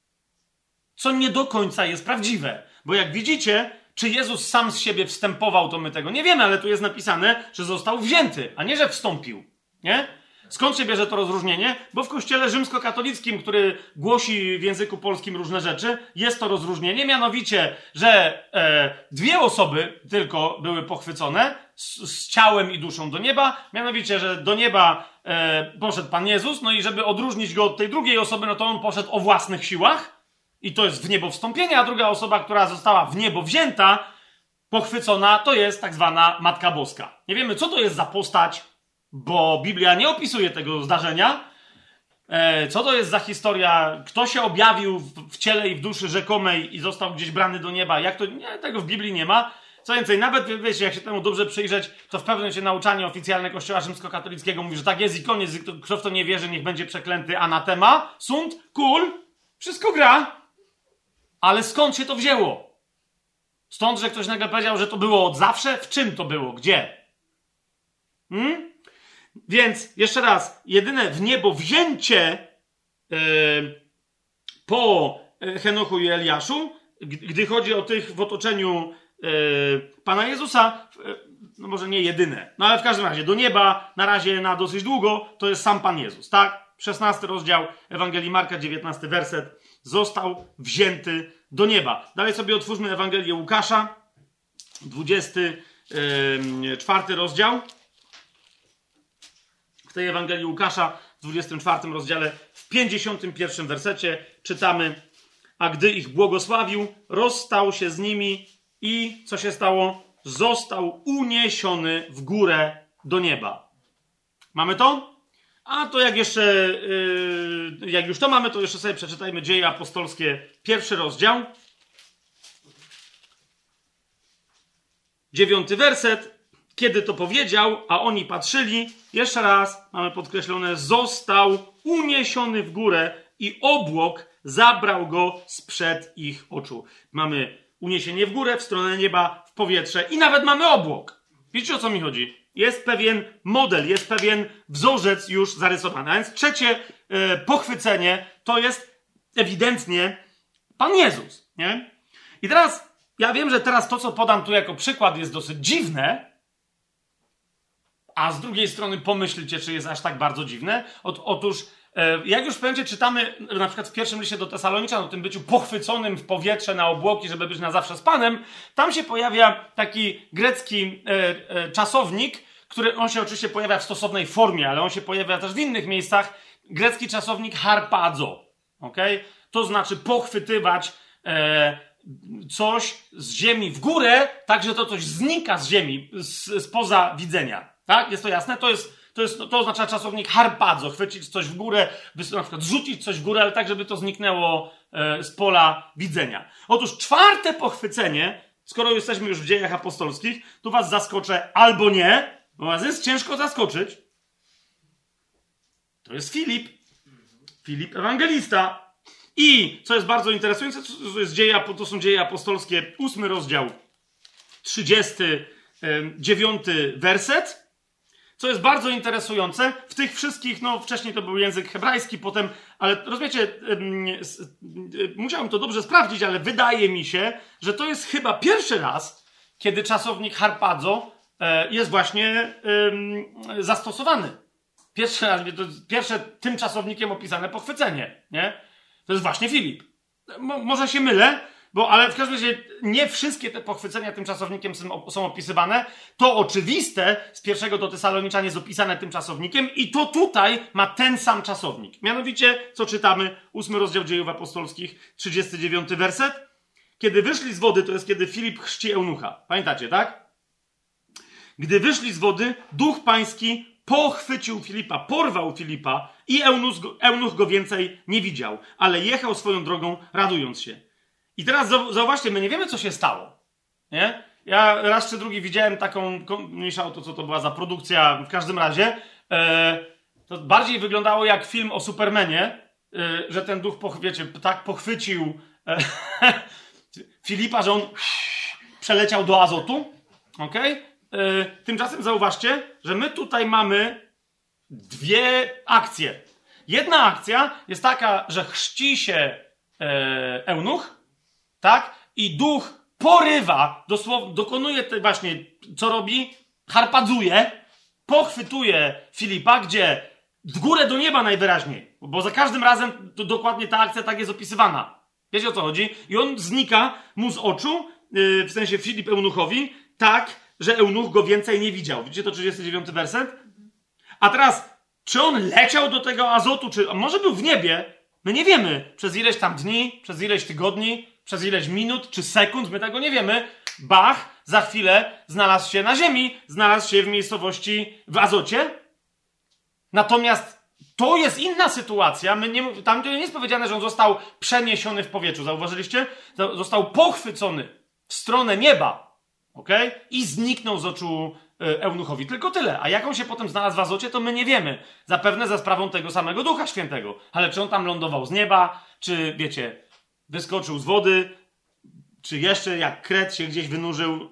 co nie do końca jest prawdziwe. Bo jak widzicie, czy Jezus sam z siebie wstępował, to my tego nie wiemy, ale tu jest napisane, że został wzięty, a nie, że wstąpił. Nie? Skąd się bierze to rozróżnienie? Bo w kościele rzymskokatolickim, który głosi w języku polskim różne rzeczy, jest to rozróżnienie, mianowicie, że e, dwie osoby tylko były pochwycone z, z ciałem i duszą do nieba, mianowicie, że do nieba e, poszedł Pan Jezus, no i żeby odróżnić go od tej drugiej osoby, no to on poszedł o własnych siłach i to jest w niebo wstąpienie, a druga osoba, która została w niebo wzięta, pochwycona, to jest tak zwana Matka Boska. Nie wiemy, co to jest za postać, bo Biblia nie opisuje tego zdarzenia. E, co to jest za historia? Kto się objawił w, w ciele i w duszy rzekomej i został gdzieś brany do nieba? Jak to? Nie, tego w Biblii nie ma. Co więcej, nawet wiecie, jak się temu dobrze przyjrzeć, to w pewnym momencie nauczanie oficjalne Kościoła rzymskokatolickiego mówi, że tak jest i koniec. Kto w to nie wierzy, niech będzie przeklęty, anatema. Sąd, cool, wszystko gra. Ale skąd się to wzięło? Stąd, że ktoś nagle powiedział, że to było od zawsze? W czym to było? Gdzie? Hmm? Więc, jeszcze raz, jedyne w niebo wzięcie yy, po Henochu i Eliaszu, gdy chodzi o tych w otoczeniu yy, Pana Jezusa, yy, no może nie jedyne, no ale w każdym razie do nieba, na razie na dosyć długo, to jest sam Pan Jezus, tak? szesnasty rozdział Ewangelii Marka, dziewiętnasty werset, został wzięty do nieba. Dalej sobie otwórzmy Ewangelię Łukasza, dwudziesty czwarty rozdział. W tej Ewangelii Łukasza, w dwudziestym czwartym rozdziale, w pięćdziesiątym pierwszym wersecie czytamy: a gdy ich błogosławił, rozstał się z nimi i co się stało? Został uniesiony w górę do nieba. Mamy to? A to jak jeszcze, yy, jak już to mamy, to jeszcze sobie przeczytajmy Dzieje Apostolskie, pierwszy rozdział. Dziewiąty werset. Kiedy to powiedział, a oni patrzyli, jeszcze raz mamy podkreślone, został uniesiony w górę i obłok zabrał go sprzed ich oczu. Mamy uniesienie w górę, w stronę nieba, w powietrze i nawet mamy obłok. Wiecie, o co mi chodzi? Jest pewien model, jest pewien wzorzec już zarysowany. A więc trzecie e, pochwycenie to jest ewidentnie Pan Jezus. Nie? I teraz, ja wiem, że teraz to, co podam tu jako przykład, jest dosyć dziwne, a z drugiej strony pomyślcie, czy jest aż tak bardzo dziwne. Ot, otóż, e, jak już pewnie czytamy, na przykład w pierwszym liście do Tesaloniczan, o tym byciu pochwyconym w powietrze na obłoki, żeby być na zawsze z Panem, tam się pojawia taki grecki e, e, czasownik, który, on się oczywiście pojawia w stosownej formie, ale on się pojawia też w innych miejscach. Grecki czasownik harpazo. Okay? To znaczy pochwytywać, e, coś z ziemi w górę, tak, że to coś znika z ziemi, z, spoza widzenia. Tak? Jest to jasne? To jest, to jest, to oznacza czasownik harpazo, chwycić coś w górę, na przykład zrzucić coś w górę, ale tak, żeby to zniknęło e, z pola widzenia. Otóż czwarte pochwycenie, skoro jesteśmy już w dziejach apostolskich, tu was zaskoczę albo nie, bo was jest ciężko zaskoczyć. To jest Filip. Filip Ewangelista. I, co jest bardzo interesujące, to, jest dzieje, to są dzieje apostolskie, ósmy rozdział, trzydziesty dziewiąty werset. Co jest bardzo interesujące, w tych wszystkich, no wcześniej to był język hebrajski, potem, ale rozumiecie, musiałem to dobrze sprawdzić, ale wydaje mi się, że to jest chyba pierwszy raz, kiedy czasownik harpazo jest właśnie zastosowany. Pierwszy raz, to pierwsze tym czasownikiem opisane pochwycenie, nie? To jest właśnie Filip. Mo, może się mylę, bo, ale w każdym razie nie wszystkie te pochwycenia tym czasownikiem są, są opisywane. To oczywiste z pierwszego do Tesaloniczan jest opisane tym czasownikiem i to tutaj ma ten sam czasownik. Mianowicie, co czytamy? Ósmy rozdział Dziejów Apostolskich, trzydziesty dziewiąty werset. Kiedy wyszli z wody, to jest kiedy Filip chrzci eunucha. Pamiętacie, tak? Gdy wyszli z wody, Duch Pański pochwycił Filipa, porwał Filipa i eunuch go, eunuch go więcej nie widział, ale jechał swoją drogą, radując się. I teraz zauważcie, my nie wiemy, co się stało. Nie? Ja raz czy drugi widziałem taką, mniejsza o to, co to była za produkcja, w każdym razie, e, to bardziej wyglądało jak film o Supermanie, e, że ten duch, poch, wiecie, tak pochwycił e, Filipa, że on przeleciał do azotu. Okej? Okay? Tymczasem zauważcie, że my tutaj mamy dwie akcje. Jedna akcja jest taka, że chrzci się e, eunuch, tak? I duch porywa, dosłownie dokonuje te właśnie, co robi? Harpadzuje, pochwytuje Filipa, gdzie w górę do nieba najwyraźniej, bo za każdym razem to dokładnie ta akcja tak jest opisywana. Wiecie, o co chodzi? I on znika mu z oczu, yy, w sensie Filip eunuchowi, tak, że eunuch go więcej nie widział. Widzicie to trzydziesty dziewiąty werset? A teraz, czy on leciał do tego azotu, czy może był w niebie? My nie wiemy. Przez ileś tam dni, przez ileś tygodni, przez ileś minut, czy sekund, my tego nie wiemy. Bach, za chwilę znalazł się na ziemi, znalazł się w miejscowości w azocie. Natomiast to jest inna sytuacja. My nie, tam nie jest powiedziane, że on został przeniesiony w powietrzu. Zauważyliście? Został pochwycony w stronę nieba. Okay? I zniknął z oczu e, eunuchowi. Tylko tyle. A jak on się potem znalazł w azocie, to my nie wiemy. Zapewne za sprawą tego samego Ducha Świętego. Ale czy on tam lądował z nieba, czy, wiecie, wyskoczył z wody, czy jeszcze jak kret się gdzieś wynurzył,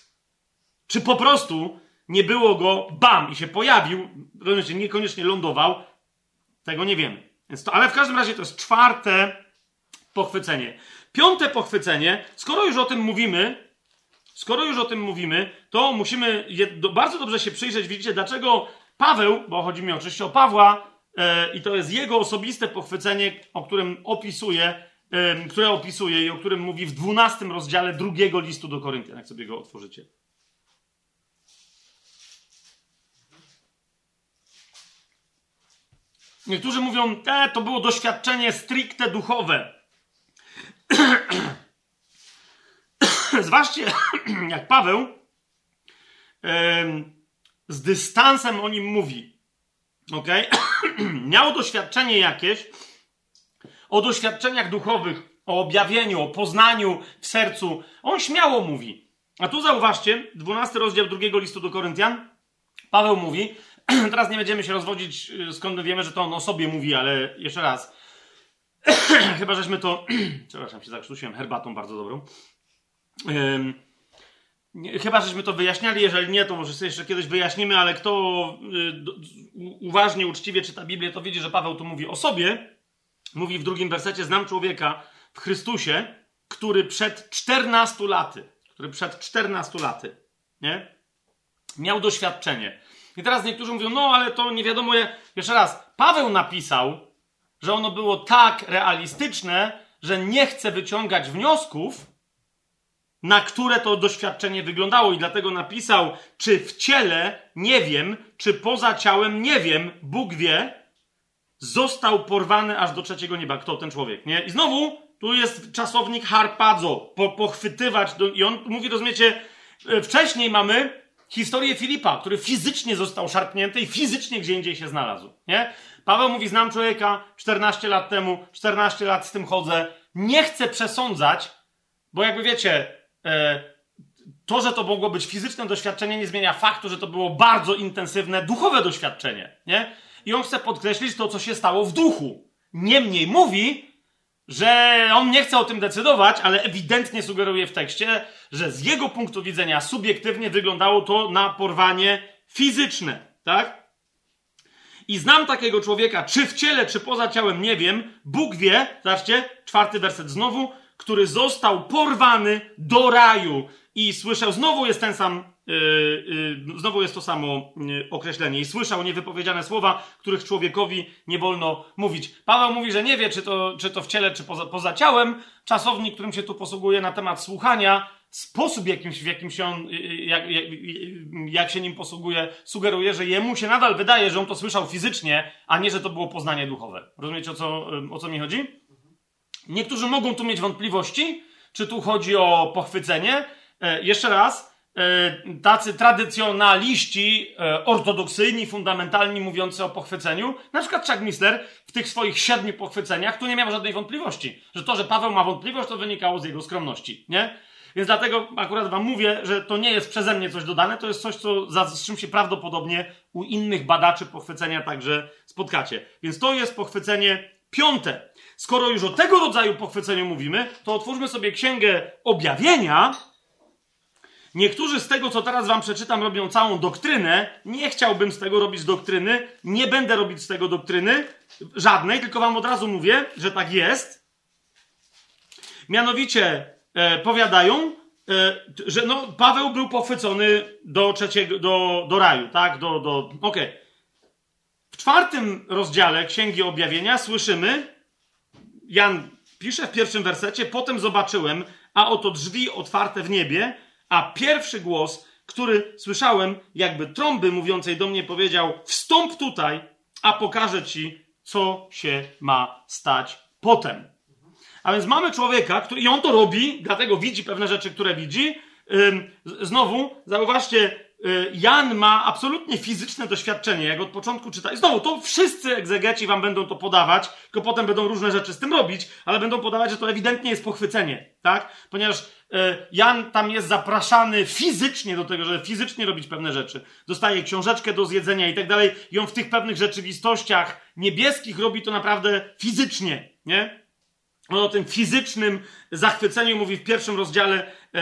czy po prostu nie było go, bam, i się pojawił, rozumiecie, niekoniecznie lądował, tego nie wiemy. Więc to, ale w każdym razie to jest czwarte pochwycenie. Piąte pochwycenie, skoro już o tym mówimy, Skoro już o tym mówimy, to musimy je, do, bardzo dobrze się przyjrzeć. Widzicie, dlaczego Paweł, bo chodzi mi oczywiście o Pawła, e, i to jest jego osobiste pochwycenie, o którym opisuje, e, które opisuje i o którym mówi w dwunastym rozdziale drugiego listu do Koryntian, jak sobie go otworzycie. Niektórzy mówią, e, to było doświadczenie stricte duchowe. Zważcie, jak Paweł yy, z dystansem o nim mówi. Okay? Miał doświadczenie jakieś o doświadczeniach duchowych, o objawieniu, o poznaniu w sercu. On śmiało mówi. A tu zauważcie, dwunasty rozdział drugiego listu do Koryntian. Paweł mówi, teraz nie będziemy się rozwodzić, skąd my wiemy, że to on o sobie mówi, ale jeszcze raz. Chyba żeśmy to... Przepraszam, się zakrztusiłem herbatą bardzo dobrą. Um, nie, chyba żeśmy to wyjaśniali, jeżeli nie, to może sobie jeszcze kiedyś wyjaśnimy, ale kto y, do, uważnie, uczciwie czyta Biblię, to widzi, że Paweł tu mówi o sobie. Mówi w drugim wersecie, znam człowieka w Chrystusie, który przed czternastu laty, który przed czternastu laty, nie? Miał doświadczenie. I teraz niektórzy mówią, no ale to nie wiadomo, jak... Jeszcze raz, Paweł napisał, że ono było tak realistyczne, że nie chce wyciągać wniosków, na które to doświadczenie wyglądało. I dlatego napisał, czy w ciele, nie wiem, czy poza ciałem, nie wiem, Bóg wie, został porwany aż do trzeciego nieba. Kto ten człowiek, nie? I znowu, Tu jest czasownik harpazo, po, pochwytywać. Do, I on mówi, rozumiecie, wcześniej mamy historię Filipa, który fizycznie został szarpnięty i fizycznie gdzie indziej się znalazł. Nie? Paweł mówi, znam człowieka czternaście lat temu, czternaście lat z tym chodzę. Nie chcę przesądzać, bo jakby wiecie, e, to, że to mogło być fizyczne doświadczenie, nie zmienia faktu, że to było bardzo intensywne, duchowe doświadczenie. Nie? I on chce podkreślić to, co się stało w duchu. Niemniej mówi, że on nie chce o tym decydować, ale ewidentnie sugeruje w tekście, że z jego punktu widzenia subiektywnie wyglądało to na porwanie fizyczne. Tak? I znam takiego człowieka, czy w ciele, czy poza ciałem, nie wiem. Bóg wie, zobaczcie, czwarty werset znowu, który został porwany do raju. I słyszał, znowu jest ten sam, yy, yy, znowu jest to samo yy, określenie. I słyszał niewypowiedziane słowa, których człowiekowi nie wolno mówić. Paweł mówi, że nie wie, czy to, czy to w ciele, czy poza, poza ciałem. Czasownik, którym się tu posługuje na temat słuchania, sposób, jakimś, w jakim się on, jak, jak, jak się nim posługuje, sugeruje, że jemu się nadal wydaje, że on to słyszał fizycznie, a nie, że to było poznanie duchowe. Rozumiecie, o co, o co mi chodzi? Niektórzy mogą tu mieć wątpliwości, czy tu chodzi o pochwycenie. E, jeszcze raz, e, tacy tradycjonaliści, e, ortodoksyjni, fundamentalni, mówiący o pochwyceniu, na przykład Chuck Missler w tych swoich siedmiu pochwyceniach, tu nie miał żadnej wątpliwości, że to, że Paweł ma wątpliwość, to wynikało z jego skromności, nie? Więc dlatego akurat wam mówię, że to nie jest przeze mnie coś dodane, to jest coś, co, za, z czym się prawdopodobnie u innych badaczy pochwycenia także spotkacie. Więc to jest pochwycenie piąte. Skoro już o tego rodzaju pochwyceniu mówimy, to otwórzmy sobie Księgę Objawienia. Niektórzy z tego, co teraz wam przeczytam, robią całą doktrynę. Nie chciałbym z tego robić doktryny. Nie będę robić z tego doktryny żadnej, tylko wam od razu mówię, że tak jest. Mianowicie e, powiadają, e, że no, Paweł był pochwycony do trzeciego, do, do raju, tak? Do, do, okej. Okay. W czwartym rozdziale Księgi Objawienia słyszymy, Jan pisze w pierwszym wersecie, potem zobaczyłem, a oto drzwi otwarte w niebie, a pierwszy głos, który słyszałem, jakby trąby mówiącej do mnie powiedział, wstąp tutaj, a pokażę ci, co się ma stać potem. A więc mamy człowieka, który, i on to robi, dlatego widzi pewne rzeczy, które widzi. Ym, znowu, zauważcie, Jan ma absolutnie fizyczne doświadczenie, jak od początku czyta. I znowu, to wszyscy egzegeci wam będą to podawać, tylko potem będą różne rzeczy z tym robić, ale będą podawać, że to ewidentnie jest pochwycenie, tak? Ponieważ y, Jan tam jest zapraszany fizycznie do tego, żeby fizycznie robić pewne rzeczy. Dostaje książeczkę do zjedzenia i tak dalej i on w tych pewnych rzeczywistościach niebieskich robi to naprawdę fizycznie, nie? On o tym fizycznym zachwyceniu mówi w pierwszym rozdziale y,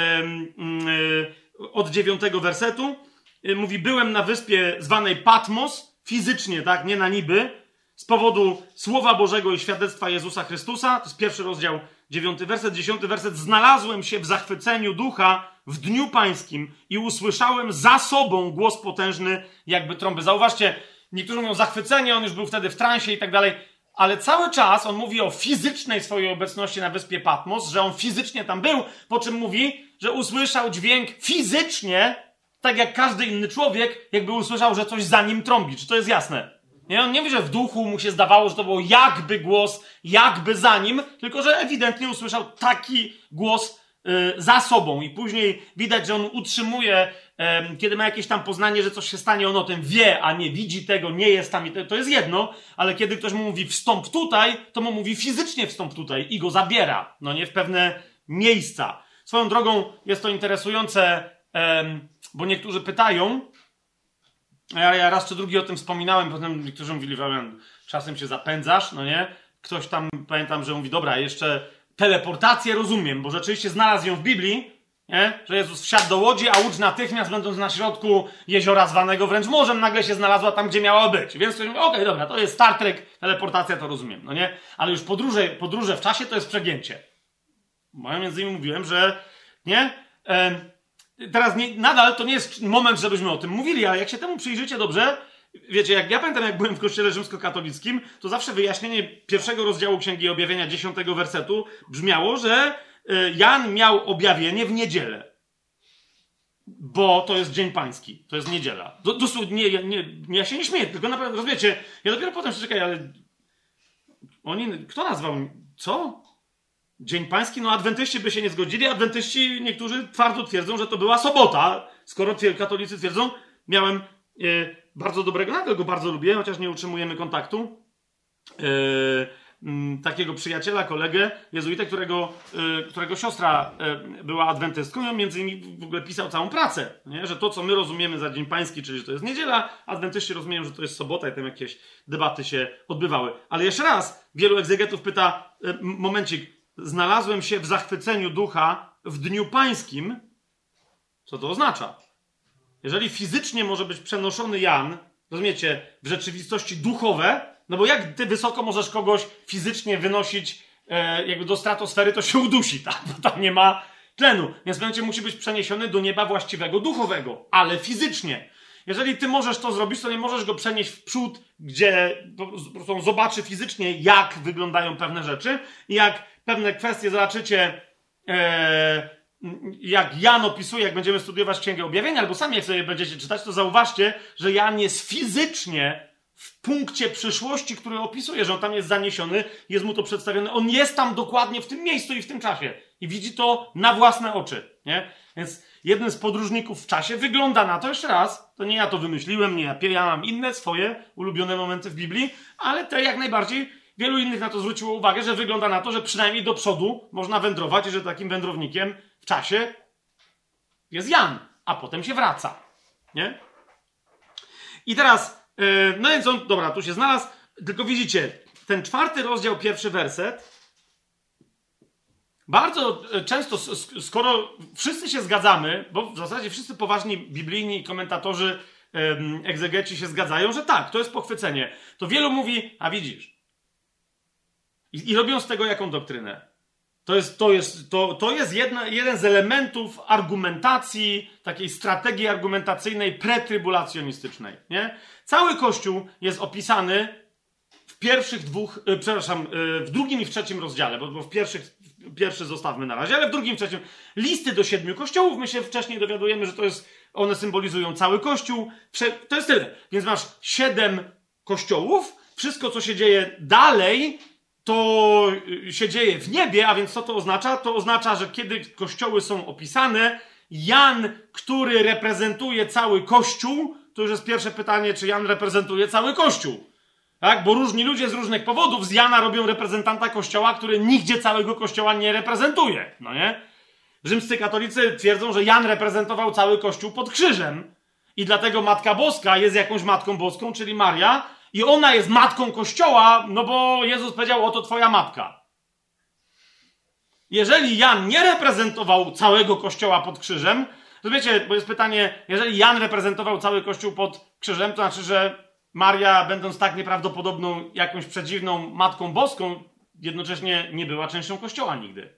y, od dziewiątego wersetu. Mówi, byłem na wyspie zwanej Patmos, fizycznie, tak, nie na niby, z powodu Słowa Bożego i świadectwa Jezusa Chrystusa. To jest pierwszy rozdział, dziewiąty werset, dziesiąty werset. Znalazłem się w zachwyceniu ducha w dniu pańskim i usłyszałem za sobą głos potężny, jakby trąby. Zauważcie, niektórzy mówią zachwycenie, on już był wtedy w transie i tak dalej, ale cały czas on mówi o fizycznej swojej obecności na wyspie Patmos, że on fizycznie tam był, po czym mówi, że usłyszał dźwięk fizycznie, tak jak każdy inny człowiek, jakby usłyszał, że coś za nim trąbi. Czy to jest jasne? Nie, on nie mówi, że w duchu mu się zdawało, że to było jakby głos, jakby za nim, tylko że ewidentnie usłyszał taki głos y, za sobą. I później widać, że on utrzymuje, y, kiedy ma jakieś tam poznanie, że coś się stanie, on o tym wie, a nie widzi tego, nie jest tam. I to, to jest jedno, ale kiedy ktoś mu mówi wstąp tutaj, to mu mówi fizycznie wstąp tutaj i go zabiera. No nie, w pewne miejsca. Swoją drogą jest to interesujące, y, bo niektórzy pytają, ja, ja raz czy drugi o tym wspominałem, potem niektórzy mówili, że czasem się zapędzasz, no nie? Ktoś tam, pamiętam, że mówi, dobra, jeszcze teleportację rozumiem, bo rzeczywiście znalazł ją w Biblii, nie? Że Jezus wsiadł do łodzi, a łódź natychmiast, będąc na środku jeziora zwanego wręcz morzem, nagle się znalazła tam, gdzie miała być. Więc ktoś mówi, okej, okay, dobra, to jest Star Trek, teleportacja, to rozumiem, no nie? Ale już podróże, podróże w czasie to jest przegięcie. Bo ja między innymi mówiłem, że, nie? Ehm, Teraz nie, nadal to nie jest moment, żebyśmy o tym mówili, ale jak się temu przyjrzycie dobrze, wiecie, jak ja pamiętam, jak byłem w kościele rzymskokatolickim, to zawsze wyjaśnienie pierwszego rozdziału Księgi Objawienia, dziesiątego wersetu, brzmiało, że Jan miał objawienie w niedzielę. Bo to jest Dzień Pański, to jest niedziela. Dosłownie, nie, nie, nie, ja się nie śmieję, tylko naprawdę, rozumiecie, ja dopiero potem się czekaj, ale oni, kto nazwał, co? Dzień Pański, no adwentyści by się nie zgodzili, adwentyści niektórzy twardo twierdzą, że to była sobota, skoro katolicy twierdzą, miałem e, bardzo dobrego, nawet go bardzo lubię, chociaż nie utrzymujemy kontaktu, e, m, takiego przyjaciela, kolegę, jezuitę, którego, e, którego siostra e, była adwentystką i on między innymi w ogóle pisał całą pracę, nie? Że to, co my rozumiemy za Dzień Pański, czyli że to jest niedziela, adwentyści rozumieją, że to jest sobota i tam jakieś debaty się odbywały. Ale jeszcze raz, wielu egzegetów pyta, e, momencik, znalazłem się w zachwyceniu ducha w dniu pańskim. Co to oznacza? Jeżeli fizycznie może być przenoszony Jan, rozumiecie, w rzeczywistości duchowe, no bo jak ty wysoko możesz kogoś fizycznie wynosić e, jakby do stratosfery, to się udusi, tak? Bo tam nie ma tlenu. Więc mianowicie musi być przeniesiony do nieba właściwego duchowego, ale fizycznie. Jeżeli ty możesz to zrobić, to nie możesz go przenieść w przód, gdzie po prostu on zobaczy fizycznie, jak wyglądają pewne rzeczy i jak pewne kwestie zobaczycie, e, jak Jan opisuje, jak będziemy studiować Księgę Objawienia, albo sami jak sobie będziecie czytać, to zauważcie, że Jan jest fizycznie w punkcie przyszłości, który opisuje, że on tam jest zaniesiony, jest mu to przedstawione. On jest tam dokładnie w tym miejscu i w tym czasie. I widzi to na własne oczy. Nie? Więc jeden z podróżników w czasie wygląda na to, jeszcze raz, to nie ja to wymyśliłem, nie ja, ja mam inne swoje ulubione momenty w Biblii, ale te jak najbardziej wielu innych na to zwróciło uwagę, że wygląda na to, że przynajmniej do przodu można wędrować i że takim wędrownikiem w czasie jest Jan, a potem się wraca. Nie? I teraz, yy, no więc on, dobra, tu się znalazł, tylko widzicie, ten czwarty rozdział, pierwszy werset, bardzo często, skoro wszyscy się zgadzamy, bo w zasadzie wszyscy poważni biblijni komentatorzy, yy, egzegeci się zgadzają, że tak, to jest pochwycenie, to wielu mówi, a widzisz, I, I robią z tego jaką doktrynę? To jest, to jest, to, to jest jedna, jeden z elementów argumentacji, takiej strategii argumentacyjnej pretrybulacjonistycznej. Nie? Cały Kościół jest opisany w pierwszych dwóch, e, przepraszam, e, w drugim i w trzecim rozdziale, bo, bo w pierwszych, pierwszy zostawmy na razie, ale w drugim i w trzecim. Listy do siedmiu kościołów, my się wcześniej dowiadujemy, że to jest, one symbolizują cały Kościół. Prze, to jest tyle. Więc masz siedem kościołów, wszystko co się dzieje dalej, to się dzieje w niebie, a więc co to oznacza? To oznacza, że kiedy kościoły są opisane, Jan, który reprezentuje cały Kościół, to już jest pierwsze pytanie, czy Jan reprezentuje cały Kościół. Tak? Bo różni ludzie z różnych powodów z Jana robią reprezentanta Kościoła, który nigdzie całego Kościoła nie reprezentuje. No nie? Rzymscy katolicy twierdzą, że Jan reprezentował cały Kościół pod krzyżem i dlatego Matka Boska jest jakąś Matką Boską, czyli Maria, i ona jest matką Kościoła, no bo Jezus powiedział, oto twoja matka. Jeżeli Jan nie reprezentował całego Kościoła pod krzyżem, to wiecie, bo jest pytanie, jeżeli Jan reprezentował cały Kościół pod krzyżem, to znaczy, że Maria, będąc tak nieprawdopodobną, jakąś przedziwną Matką Boską, jednocześnie nie była częścią Kościoła nigdy.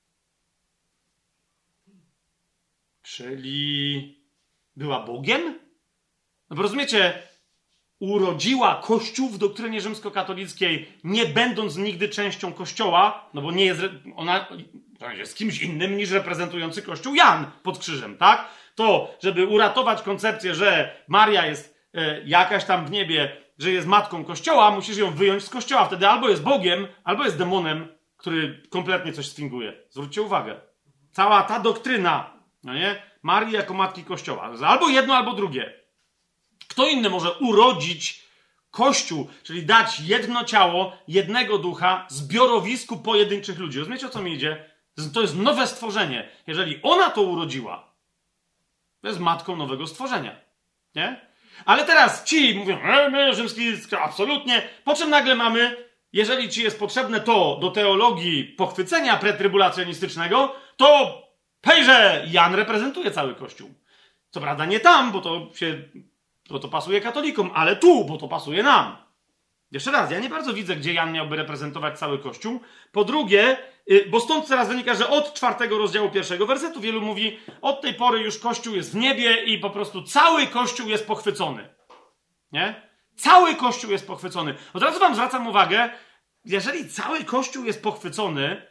Czyli była Bogiem? No bo rozumiecie, urodziła Kościół w doktrynie rzymskokatolickiej, nie będąc nigdy częścią Kościoła, no bo nie jest, ona jest kimś innym niż reprezentujący Kościół Jan pod krzyżem, tak? To, żeby uratować koncepcję, że Maria jest e, jakaś tam w niebie, że jest matką Kościoła, musisz ją wyjąć z Kościoła. Wtedy albo jest Bogiem, albo jest demonem, który kompletnie coś sfinguje. Zwróćcie uwagę. Cała ta doktryna, no nie? Marii jako matki Kościoła. Albo jedno, albo drugie. Kto inny może urodzić Kościół, czyli dać jedno ciało, jednego ducha zbiorowisku pojedynczych ludzi? Rozumiecie, o co mi idzie? To jest nowe stworzenie. Jeżeli ona to urodziła, to jest matką nowego stworzenia. Nie? Ale teraz ci mówią, e, my, rzymski, absolutnie. Po czym nagle mamy, jeżeli ci jest potrzebne to do teologii pochwycenia pretrybulacjonistycznego, to hejże, Jan reprezentuje cały Kościół. Co prawda nie tam, bo to się... bo to pasuje katolikom, ale tu, bo to pasuje nam. Jeszcze raz, ja nie bardzo widzę, gdzie Jan miałby reprezentować cały Kościół. Po drugie, bo stąd teraz wynika, że od czwartego rozdziału pierwszego wersetu wielu mówi, od tej pory już Kościół jest w niebie i po prostu cały Kościół jest pochwycony. Nie? Cały Kościół jest pochwycony. Od razu wam zwracam uwagę, jeżeli cały Kościół jest pochwycony,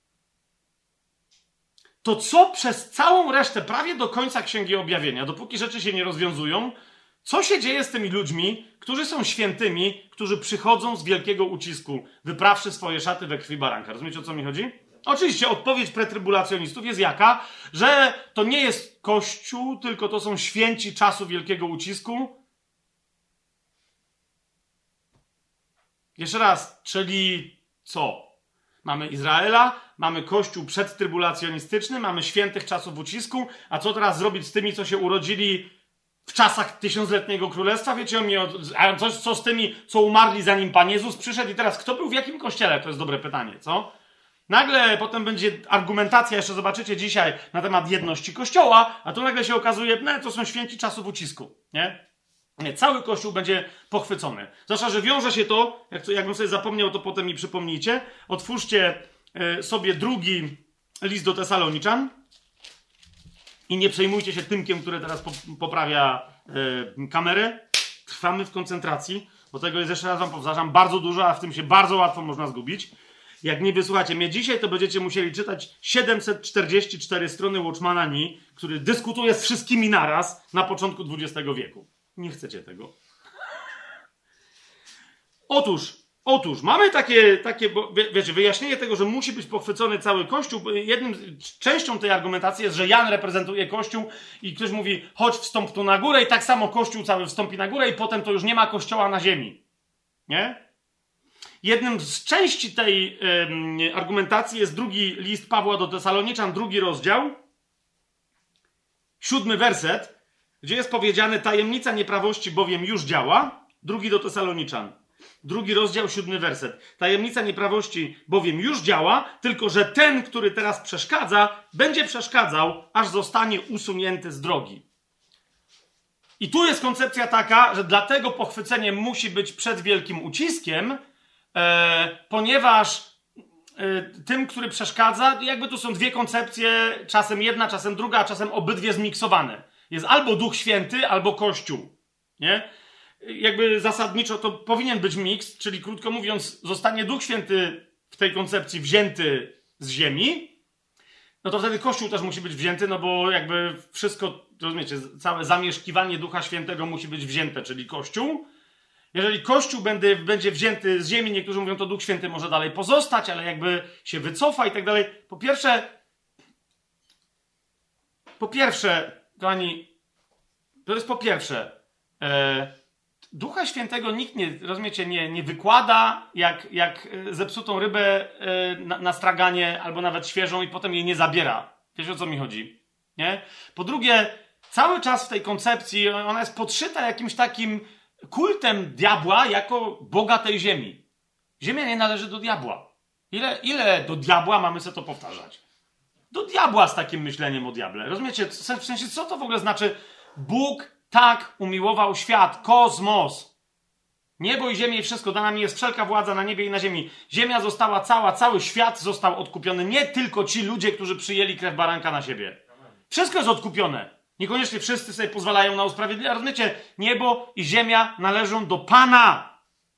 to co przez całą resztę, prawie do końca Księgi Objawienia, dopóki rzeczy się nie rozwiązują, co się dzieje z tymi ludźmi, którzy są świętymi, którzy przychodzą z wielkiego ucisku, wyprawszy swoje szaty we krwi baranka? Rozumiecie, o co mi chodzi? Oczywiście odpowiedź pretrybulacjonistów jest jaka? Że to nie jest Kościół, tylko to są święci czasu wielkiego ucisku. Jeszcze raz, czyli co? Mamy Izraela, mamy Kościół przedtrybulacjonistyczny, mamy świętych czasów ucisku, a co teraz zrobić z tymi, co się urodzili w czasach tysiącletniego królestwa? Wiecie o mnie, a co, co z tymi, co umarli zanim Pan Jezus przyszedł? I teraz kto był w jakim kościele? To jest dobre pytanie, co? Nagle potem będzie argumentacja, jeszcze zobaczycie dzisiaj, na temat jedności Kościoła, a tu nagle się okazuje, no to są święci czasów ucisku, nie? Nie, cały Kościół będzie pochwycony. Zwłaszcza, że wiąże się to, jak, jakbym sobie zapomniał, to potem mi przypomnijcie. Otwórzcie y, sobie drugi list do Tesaloniczan i nie przejmujcie się Tymkiem, który teraz po, poprawia y, kamerę. Trwamy w koncentracji, bo tego jest, jeszcze raz wam powtarzam, bardzo dużo, a w tym się bardzo łatwo można zgubić. Jak nie wysłuchacie mnie dzisiaj, to będziecie musieli czytać siedemset czterdzieści cztery strony Watchmana Nee, który dyskutuje z wszystkimi naraz na początku dwudziestego wieku. Nie chcecie tego. Otóż, otóż, mamy takie, takie bo, wie, wiecie, wyjaśnienie tego, że musi być pochwycony cały Kościół. Jednym, częścią tej argumentacji jest, że Jan reprezentuje Kościół i ktoś mówi, chodź wstąp tu na górę i tak samo Kościół cały wstąpi na górę i potem to już nie ma Kościoła na ziemi. Nie? Jednym z części tej ym, argumentacji jest drugi list Pawła do Tesaloniczan, drugi rozdział, siódmy werset, gdzie jest powiedziane, tajemnica nieprawości bowiem już działa. Drugi do Tesaloniczan. Drugi rozdział, siódmy werset. Tajemnica nieprawości bowiem już działa, tylko że ten, który teraz przeszkadza, będzie przeszkadzał, aż zostanie usunięty z drogi. I tu jest koncepcja taka, że dlatego pochwycenie musi być przed wielkim uciskiem, e, ponieważ e, tym, który przeszkadza, jakby tu są dwie koncepcje, czasem jedna, czasem druga, a czasem obydwie zmiksowane. Jest albo Duch Święty, albo Kościół. Nie? Jakby zasadniczo to powinien być miks, czyli krótko mówiąc, zostanie Duch Święty w tej koncepcji wzięty z ziemi, no to wtedy Kościół też musi być wzięty, no bo jakby wszystko, rozumiecie, całe zamieszkiwanie Ducha Świętego musi być wzięte, czyli Kościół. Jeżeli Kościół będzie, będzie wzięty z ziemi, niektórzy mówią, to Duch Święty może dalej pozostać, ale jakby się wycofa i tak dalej. Po pierwsze, po pierwsze, kochani, to jest po pierwsze, e, Ducha Świętego nikt nie, rozumiecie, nie, nie wykłada jak, jak zepsutą rybę e, na, na straganie, albo nawet świeżą i potem jej nie zabiera. Wiecie, o co mi chodzi? Nie? Po drugie, cały czas w tej koncepcji ona jest podszyta jakimś takim kultem diabła jako Boga tej ziemi. Ziemia nie należy do diabła. Ile, ile do diabła mamy sobie to powtarzać? Do diabła z takim myśleniem o diable. Rozumiecie? W sensie, co to w ogóle znaczy? Bóg tak umiłował świat, kosmos. Niebo i ziemię i wszystko, dana mi jest wszelka władza na niebie i na ziemi. Ziemia została cała, cały świat został odkupiony. Nie tylko ci ludzie, którzy przyjęli krew baranka na siebie. Wszystko jest odkupione. Niekoniecznie wszyscy sobie pozwalają na usprawiedliwienie. Rozumiecie? Niebo i ziemia należą do Pana.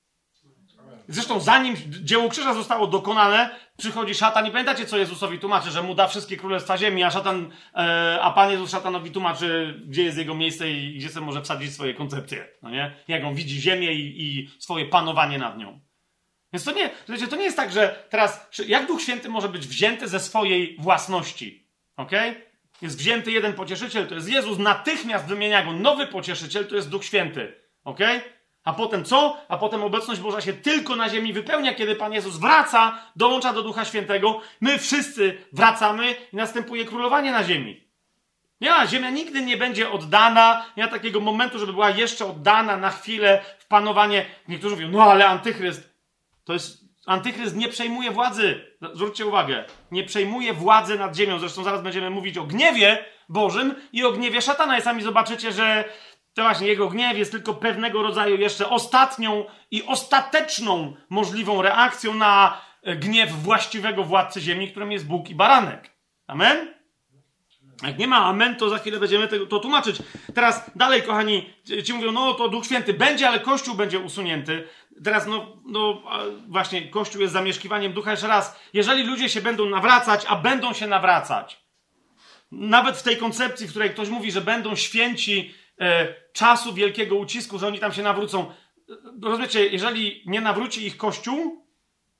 Zresztą zanim dzieło krzyża zostało dokonane, przychodzi szatan i pamiętacie, co Jezusowi tłumaczy, że mu da wszystkie królestwa ziemi, a szatan, e, a Pan Jezus szatanowi tłumaczy, gdzie jest jego miejsce i gdzie sobie może wsadzić swoje koncepcje, no nie? Jak on widzi ziemię i, i swoje panowanie nad nią. Więc to nie, wiecie, to nie jest tak, że teraz, jak Duch Święty może być wzięty ze swojej własności, okej? Okay? Jest wzięty jeden pocieszyciel, to jest Jezus, natychmiast wymienia go nowy pocieszyciel, to jest Duch Święty, okej? Okay? A potem co? A potem obecność Boża się tylko na ziemi wypełnia, kiedy Pan Jezus wraca, dołącza do Ducha Świętego. My wszyscy wracamy i następuje królowanie na ziemi. Nie ma, ziemia nigdy nie będzie oddana, nie ma takiego momentu, żeby była jeszcze oddana na chwilę w panowanie. Niektórzy mówią, no ale antychryst, to jest, antychryst nie przejmuje władzy. Zwróćcie uwagę, nie przejmuje władzy nad ziemią. Zresztą zaraz będziemy mówić o gniewie Bożym i o gniewie szatana. I sami zobaczycie, że to właśnie jego gniew jest tylko pewnego rodzaju jeszcze ostatnią i ostateczną możliwą reakcją na gniew właściwego władcy ziemi, którym jest Bóg i baranek. Amen? Jak nie ma amen, to za chwilę będziemy tego, to tłumaczyć. Teraz dalej, kochani, ci mówią, no to Duch Święty będzie, ale Kościół będzie usunięty. Teraz, no, no właśnie, Kościół jest zamieszkiwaniem Ducha. Jeszcze raz, jeżeli ludzie się będą nawracać, a będą się nawracać, nawet w tej koncepcji, w której ktoś mówi, że będą święci e, czasu wielkiego ucisku, że oni tam się nawrócą. Rozumiecie, jeżeli nie nawróci ich Kościół,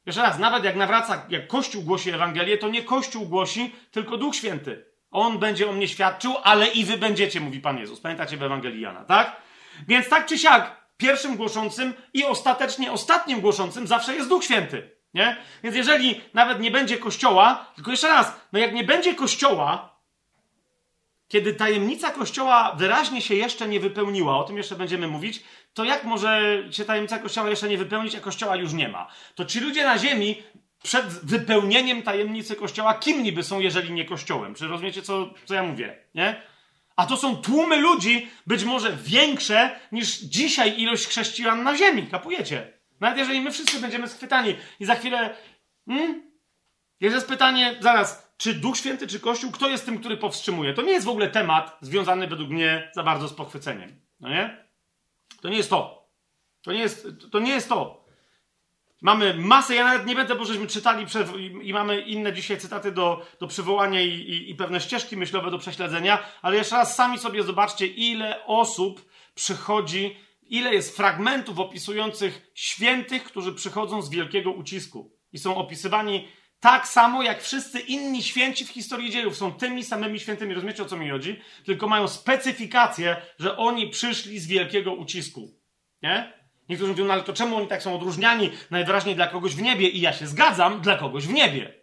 Jeszcze raz, nawet jak nawraca, jak Kościół głosi Ewangelię, to nie Kościół głosi, tylko Duch Święty. On będzie o mnie świadczył, ale i wy będziecie, mówi Pan Jezus. Pamiętacie w Ewangelii Jana, tak? Więc tak czy siak, pierwszym głoszącym i ostatecznie ostatnim głoszącym zawsze jest Duch Święty, nie? Więc jeżeli nawet nie będzie Kościoła, tylko jeszcze raz, no jak nie będzie Kościoła, kiedy tajemnica Kościoła wyraźnie się jeszcze nie wypełniła, o tym jeszcze będziemy mówić, to jak może się tajemnica Kościoła jeszcze nie wypełnić, a Kościoła już nie ma? To ci ludzie na ziemi przed wypełnieniem tajemnicy Kościoła kim niby są, jeżeli nie Kościołem? Czy rozumiecie, co, co ja mówię, nie? A to są tłumy ludzi, być może większe niż dzisiaj ilość chrześcijan na ziemi, kapujecie? Nawet jeżeli my wszyscy będziemy schwytani i za chwilę... Hmm? Jest pytanie, zaraz, czy Duch Święty, czy Kościół, kto jest tym, który powstrzymuje? To nie jest w ogóle temat związany według mnie za bardzo z pochwyceniem. No nie? To nie jest to. To nie jest to. Nie jest to. Mamy masę, ja nawet nie będę, bo żeśmy czytali przed, i, i mamy inne dzisiaj cytaty do, do przywołania i, i, i pewne ścieżki myślowe do prześledzenia, ale jeszcze raz sami sobie zobaczcie, ile osób przychodzi, ile jest fragmentów opisujących świętych, którzy przychodzą z wielkiego ucisku i są opisywani tak samo jak wszyscy inni święci w historii dziejów. Są tymi samymi świętymi. Rozumiecie, o co mi chodzi? Tylko mają specyfikację, że oni przyszli z wielkiego ucisku. Nie? Niektórzy mówią, no ale to czemu oni tak są odróżniani? Najwyraźniej dla kogoś w niebie. I ja się zgadzam, dla kogoś w niebie.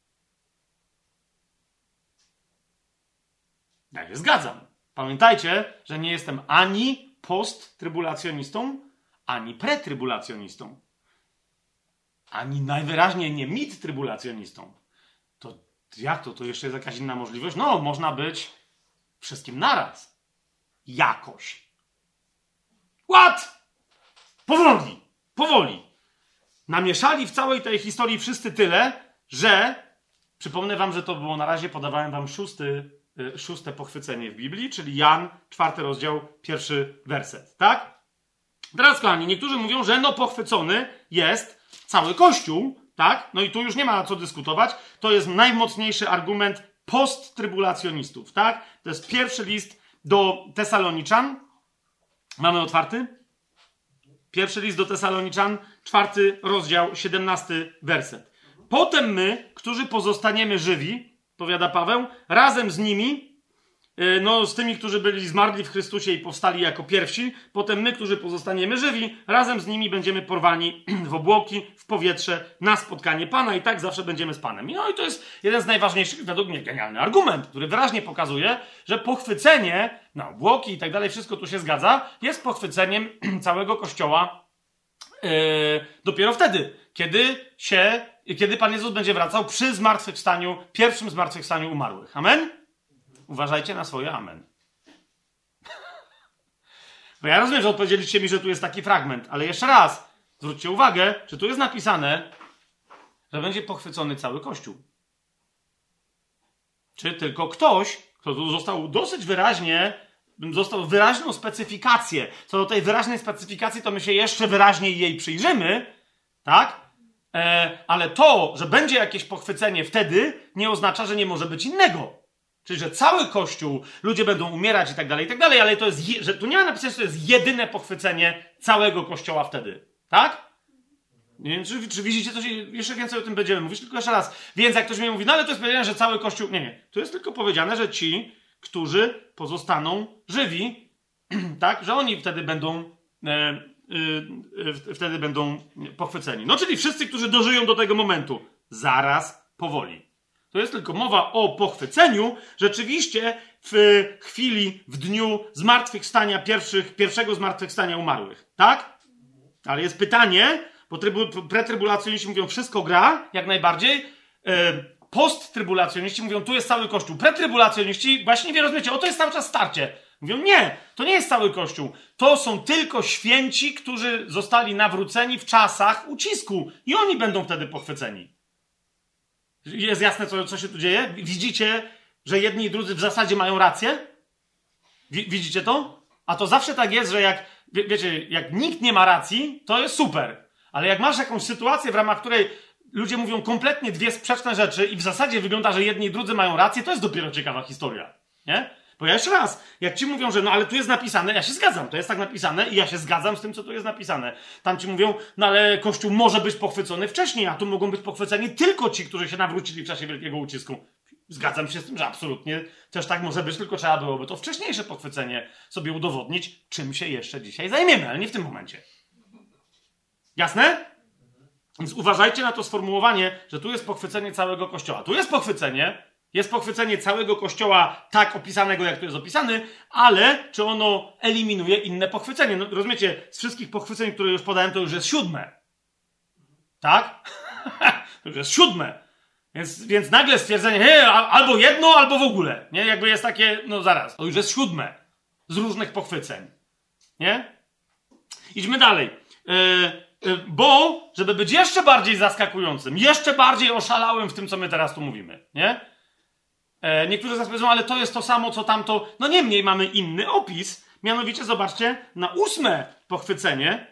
Ja się zgadzam. Pamiętajcie, że nie jestem ani posttrybulacjonistą, ani pretrybulacjonistą. Ani najwyraźniej nie mid-trybulacjonistą. To jak to? To jeszcze jest jakaś inna możliwość? No, można być wszystkim naraz. Jakoś. What? Powoli. Powoli. Namieszali w całej tej historii wszyscy tyle, że przypomnę wam, że to było na razie, podawałem wam szósty, y, szóste pochwycenie w Biblii, czyli Jan, czwarty rozdział, pierwszy werset. Tak? Teraz, kochani, niektórzy mówią, że no pochwycony jest cały Kościół, tak? No i tu już nie ma co dyskutować. To jest najmocniejszy argument posttrybulacjonistów, tak? To jest pierwszy list do Tesaloniczan. Mamy otwarty? Pierwszy list do Tesaloniczan, czwarty rozdział, siedemnasty werset. Potem my, którzy pozostaniemy żywi, powiada Paweł, razem z nimi, no z tymi, którzy byli zmarli w Chrystusie i powstali jako pierwsi, potem my, którzy pozostaniemy żywi, razem z nimi będziemy porwani w obłoki, w powietrze, na spotkanie Pana i tak zawsze będziemy z Panem. No i to jest jeden z najważniejszych, według mnie, genialny argument, który wyraźnie pokazuje, że pochwycenie na obłoki i tak dalej, wszystko tu się zgadza, jest pochwyceniem całego Kościoła yy, dopiero wtedy, kiedy się, kiedy Pan Jezus będzie wracał przy zmartwychwstaniu, pierwszym zmartwychwstaniu umarłych. Amen? Uważajcie na swoje amen. Bo ja rozumiem, że odpowiedzieliście mi, że tu jest taki fragment, ale jeszcze raz, zwróćcie uwagę, że tu jest napisane, że będzie pochwycony cały Kościół. Czy tylko ktoś, kto tu został dosyć wyraźnie, został wyraźną specyfikację. Co do tej wyraźnej specyfikacji, to my się jeszcze wyraźniej jej przyjrzymy, tak? E, ale to, że będzie jakieś pochwycenie wtedy, nie oznacza, że nie może być innego. Czyli, że cały Kościół, ludzie będą umierać i tak dalej, i tak dalej, ale to jest, je, że tu nie ma napisane, że to jest jedyne pochwycenie całego Kościoła wtedy. Tak? Nie wiem, czy, czy widzicie coś, jeszcze więcej o tym będziemy mówić, tylko jeszcze raz. Więc jak ktoś mi mówi, no ale to jest powiedziane, że cały Kościół... Nie, nie. Tu jest tylko powiedziane, że ci, którzy pozostaną żywi, tak, że oni wtedy będą... E, e, e, wtedy będą pochwyceni. No, czyli wszyscy, którzy dożyją do tego momentu. Zaraz, powoli. To jest tylko mowa o pochwyceniu. Rzeczywiście w chwili, w dniu zmartwychwstania pierwszych, pierwszego zmartwychwstania umarłych. Tak? Ale jest pytanie, bo trybu, pretrybulacjoniści mówią, wszystko gra, jak najbardziej. E, posttrybulacjoniści mówią, tu jest cały Kościół. Pretrybulacjoniści właśnie nie rozumiecie, o to jest cały czas starcie. Mówią, nie, to nie jest cały Kościół. To są tylko święci, którzy zostali nawróceni w czasach ucisku. I oni będą wtedy pochwyceni. Jest jasne, co, co się tu dzieje? Widzicie, że jedni i drudzy w zasadzie mają rację? Widzicie to? A to zawsze tak jest, że jak, wie, wiecie, jak nikt nie ma racji, to jest super. Ale jak masz jakąś sytuację, w ramach której ludzie mówią kompletnie dwie sprzeczne rzeczy i w zasadzie wygląda, że jedni i drudzy mają rację, to jest dopiero ciekawa historia. Nie? Bo ja jeszcze raz, jak ci mówią, że no ale tu jest napisane, ja się zgadzam, to jest tak napisane i ja się zgadzam z tym, co tu jest napisane. Tam ci mówią, no ale Kościół może być pochwycony wcześniej, a tu mogą być pochwyceni tylko ci, którzy się nawrócili w czasie Wielkiego Ucisku. Zgadzam się z tym, że absolutnie też tak może być, tylko trzeba byłoby to wcześniejsze pochwycenie sobie udowodnić, czym się jeszcze dzisiaj zajmiemy, ale nie w tym momencie. Jasne? Więc uważajcie na to sformułowanie, że tu jest pochwycenie całego Kościoła. Tu jest pochwycenie, jest pochwycenie całego Kościoła tak opisanego, jak tu jest opisany, ale czy ono eliminuje inne pochwycenie? No, rozumiecie, z wszystkich pochwyceń, które już podałem, to już jest siódme. Tak? To już jest siódme. Więc, więc nagle stwierdzenie, hej, albo jedno, albo w ogóle. Nie? Jakby jest takie, no zaraz, to już jest siódme z różnych pochwyceń. Nie? Idźmy dalej. Yy, yy, bo, żeby być jeszcze bardziej zaskakującym, jeszcze bardziej oszalałym w tym, co my teraz tu mówimy. Nie? Yy, niektórzy zaraz powiedzą, ale to jest to samo, co tamto. No niemniej mamy inny opis. Mianowicie, zobaczcie, na ósme pochwycenie.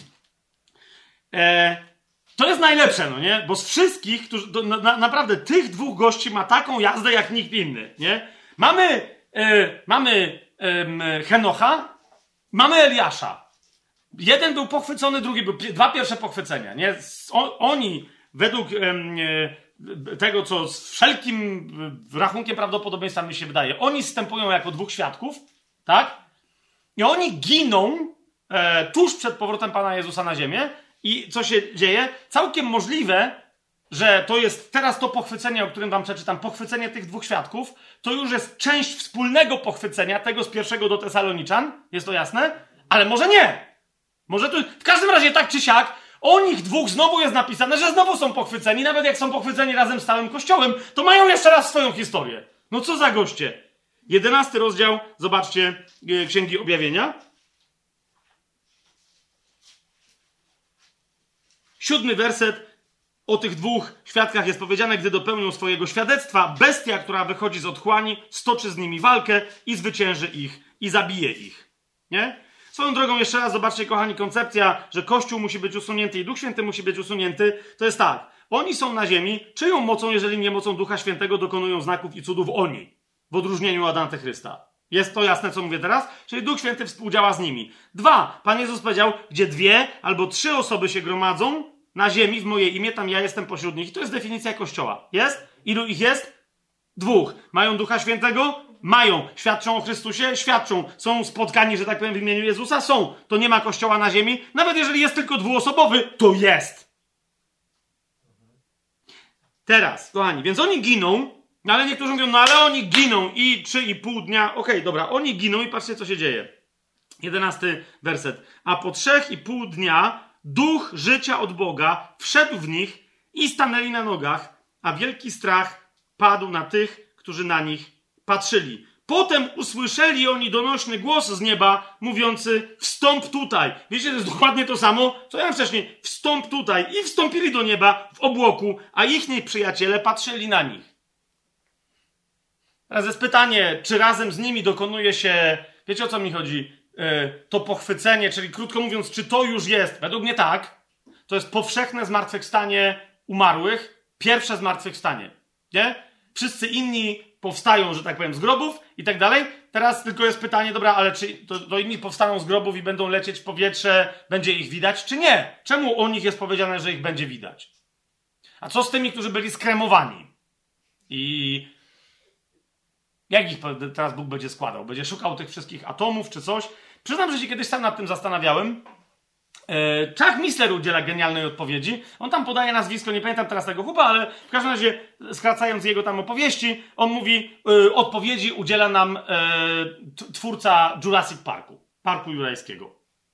Yy, To jest najlepsze, no nie? Bo z wszystkich, którzy, to, na, naprawdę tych dwóch gości ma taką jazdę jak nikt inny, nie? Mamy, e, mamy e, Henocha, mamy Eliasza. Jeden był pochwycony, drugi był, dwa pierwsze pochwycenia, nie? O, oni, według e, e, tego, co z wszelkim rachunkiem prawdopodobieństwa mi się wydaje, oni wstępują jako dwóch świadków, tak? I oni giną e, tuż przed powrotem Pana Jezusa na ziemię. I co się dzieje? Całkiem możliwe, że to jest teraz to pochwycenie, o którym wam przeczytam, pochwycenie tych dwóch świadków, to już jest część wspólnego pochwycenia, tego z pierwszego do Tesaloniczan, jest to jasne? Ale może nie. Może tu, w każdym razie tak czy siak, o nich dwóch znowu jest napisane, że znowu są pochwyceni, nawet jak są pochwyceni razem z całym Kościołem, to mają jeszcze raz swoją historię. No co za goście. Jedenasty rozdział, zobaczcie, Księgi Objawienia. Siódmy werset, o tych dwóch świadkach jest powiedziane, gdy dopełnią swojego świadectwa, bestia, która wychodzi z otchłani, stoczy z nimi walkę i zwycięży ich i zabije ich. Nie? Swoją drogą jeszcze raz zobaczcie, kochani, koncepcja, że Kościół musi być usunięty i Duch Święty musi być usunięty, to jest tak. Oni są na ziemi, czyją mocą, jeżeli nie mocą Ducha Świętego, dokonują znaków i cudów oni, w odróżnieniu od Antychrysta. Jest to jasne, co mówię teraz? Czyli Duch Święty współdziała z nimi. Dwa, Pan Jezus powiedział, gdzie dwie albo trzy osoby się gromadzą na ziemi w moje imię, tam ja jestem pośród nich. I to jest definicja Kościoła. Jest? Ilu ich jest? Dwóch. Mają Ducha Świętego? Mają. Świadczą o Chrystusie? Świadczą. Są spotkani, że tak powiem, w imieniu Jezusa? Są. To nie ma Kościoła na ziemi? Nawet jeżeli jest tylko dwuosobowy, to jest. Teraz, kochani, więc oni giną, no ale niektórzy mówią, no ale oni giną i trzy i pół dnia. Okej, okay, dobra, oni giną i patrzcie, co się dzieje. Jedenasty werset. A po trzech i pół dnia duch życia od Boga wszedł w nich i stanęli na nogach, a wielki strach padł na tych, którzy na nich patrzyli. Potem usłyszeli oni donośny głos z nieba, mówiący, wstąp tutaj. Wiecie, to jest dokładnie to samo, co ja wcześniej. Wstąp tutaj. I wstąpili do nieba w obłoku, a ich przyjaciele patrzyli na nich. Teraz jest pytanie, czy razem z nimi dokonuje się, wiecie, o co mi chodzi? To pochwycenie, czyli krótko mówiąc, czy to już jest? Według mnie tak. To jest powszechne zmartwychwstanie umarłych, pierwsze zmartwychwstanie. Nie? Wszyscy inni powstają, że tak powiem, z grobów i tak dalej. Teraz tylko jest pytanie, dobra, ale czy to, to inni powstaną z grobów i będą lecieć w powietrze, będzie ich widać, czy nie? Czemu o nich jest powiedziane, że ich będzie widać? A co z tymi, którzy byli skremowani? I jak ich teraz Bóg będzie składał? Będzie szukał tych wszystkich atomów czy coś? Przyznam, że się kiedyś sam nad tym zastanawiałem. Chuck Missler udziela genialnej odpowiedzi. On tam podaje nazwisko, nie pamiętam teraz tego chłopa, ale w każdym razie, skracając jego tam opowieści, on mówi, y, odpowiedzi udziela nam y, twórca Jurassic Parku, Parku Jurajskiego.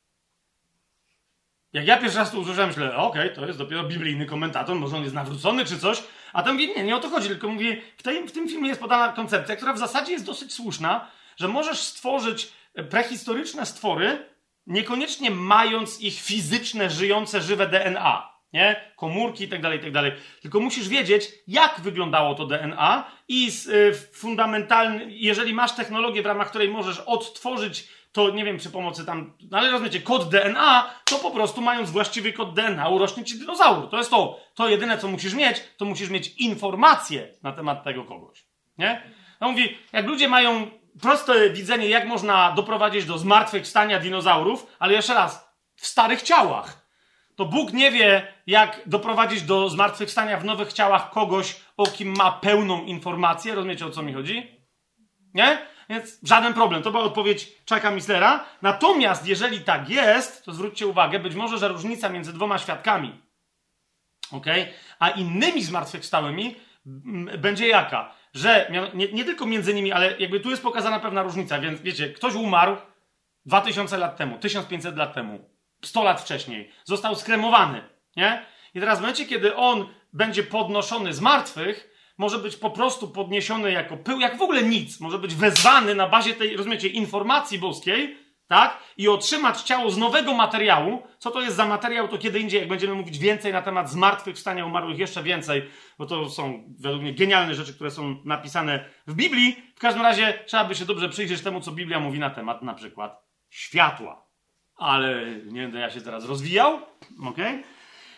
Jak ja pierwszy raz to usłyszałem, myślę, okej, okay, to jest dopiero biblijny komentator, może on jest nawrócony czy coś, a tam mówi, nie, nie o to chodzi, tylko mówi, w, tej, w tym filmie jest podana koncepcja, która w zasadzie jest dosyć słuszna, że możesz stworzyć prehistoryczne stwory, niekoniecznie mając ich fizyczne, żyjące, żywe D N A, nie? Komórki i tak dalej, i tak dalej. Tylko musisz wiedzieć, jak wyglądało to D N A i z, y, fundamentalny, jeżeli masz technologię, w ramach której możesz odtworzyć to, nie wiem, przy pomocy tam, no ale rozumiecie, kod D N A, to po prostu mając właściwy kod D N A urośnie ci dinozaur. To jest to. To jedyne, co musisz mieć, to musisz mieć informacje na temat tego kogoś, nie? No mówi, jak ludzie mają proste widzenie, jak można doprowadzić do zmartwychwstania dinozaurów, ale jeszcze raz, w starych ciałach. To Bóg nie wie, jak doprowadzić do zmartwychwstania w nowych ciałach kogoś, o kim ma pełną informację. Rozumiecie, o co mi chodzi? Nie? Więc żaden problem. To była odpowiedź Chucka Misslera. Natomiast jeżeli tak jest, to zwróćcie uwagę, być może, że różnica między dwoma świadkami, okay, a innymi zmartwychwstałymi m, będzie jaka? Że nie, nie tylko między nimi, ale jakby tu jest pokazana pewna różnica. Więc wiecie, ktoś umarł dwa tysiące lat temu, tysiąc pięćset lat temu, sto lat wcześniej. Został skremowany, nie? I teraz w momencie, kiedy on będzie podnoszony z martwych, może być po prostu podniesiony jako pył, jak w ogóle nic. Może być wezwany na bazie tej, rozumiecie, informacji boskiej, tak? I otrzymać ciało z nowego materiału. Co to jest za materiał, to kiedy indziej, jak będziemy mówić więcej na temat zmartwychwstania umarłych, jeszcze więcej, bo to są według mnie genialne rzeczy, które są napisane w Biblii. W każdym razie trzeba by się dobrze przyjrzeć temu, co Biblia mówi na temat na przykład światła. Ale nie będę ja się teraz rozwijał, okej? Okay?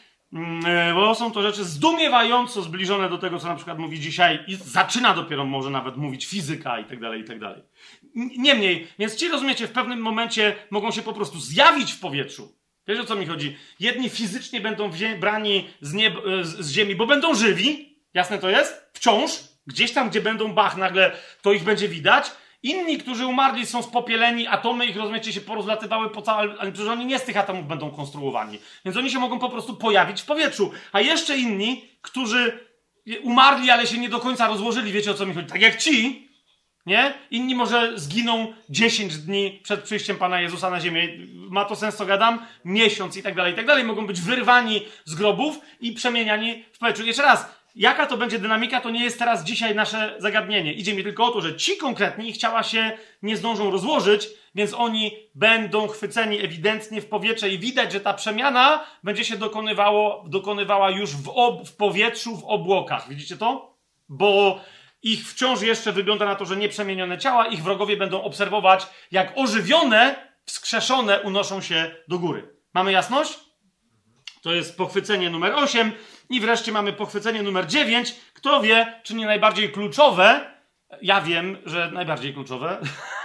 Bo są to rzeczy zdumiewająco zbliżone do tego, co na przykład mówi dzisiaj i zaczyna dopiero może nawet mówić fizyka i tak dalej, i tak dalej. Niemniej, więc ci, rozumiecie, w pewnym momencie mogą się po prostu zjawić w powietrzu. Wiesz, o co mi chodzi? Jedni fizycznie będą brani z, nieb- z ziemi, bo będą żywi, jasne to jest, wciąż, gdzieś tam, gdzie będą bach, nagle to ich będzie widać. Inni, którzy umarli, są spopieleni, atomy ich, rozumiecie, się porozlatywały po całym... Ale przecież oni nie z tych atomów będą konstruowani. Więc oni się mogą po prostu pojawić w powietrzu. A jeszcze inni, którzy umarli, ale się nie do końca rozłożyli, wiecie, o co mi chodzi. Tak jak ci, nie? Inni może zginą dziesięć dni przed przyjściem Pana Jezusa na ziemię. Ma to sens, co gadam? Miesiąc i tak dalej, i tak dalej. Mogą być wyrwani z grobów i przemieniani w powietrzu. Jeszcze raz. Jaka to będzie dynamika, to nie jest teraz dzisiaj nasze zagadnienie. Idzie mi tylko o to, że ci konkretni ich ciała się nie zdążą rozłożyć, więc oni będą chwyceni ewidentnie w powietrze i widać, że ta przemiana będzie się dokonywało, dokonywała już w, ob, w powietrzu, w obłokach. Widzicie to? Bo ich wciąż jeszcze wygląda na to, że nieprzemienione ciała, ich wrogowie będą obserwować, jak ożywione, wskrzeszone unoszą się do góry. Mamy jasność? To jest pochwycenie numer osiem. I wreszcie mamy pochwycenie numer dziewięć. Kto wie, czy nie najbardziej kluczowe? Ja wiem, że najbardziej kluczowe.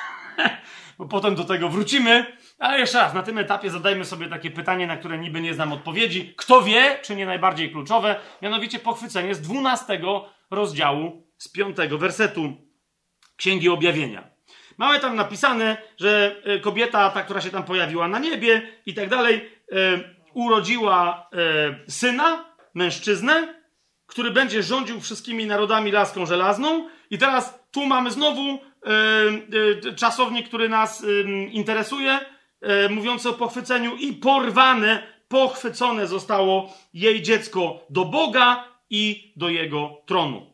Bo potem do tego wrócimy. Ale jeszcze raz, na tym etapie zadajmy sobie takie pytanie, na które niby nie znam odpowiedzi. Kto wie, czy nie najbardziej kluczowe? Mianowicie pochwycenie z dwunastego rozdziału, z piątego wersetu Księgi Objawienia. Mamy tam napisane, że kobieta, ta, która się tam pojawiła na niebie i tak dalej, urodziła syna, mężczyznę, który będzie rządził wszystkimi narodami laską żelazną. I teraz tu mamy znowu e, e, czasownik, który nas e, interesuje, e, mówiący o pochwyceniu. I porwane, pochwycone zostało jej dziecko do Boga i do Jego tronu.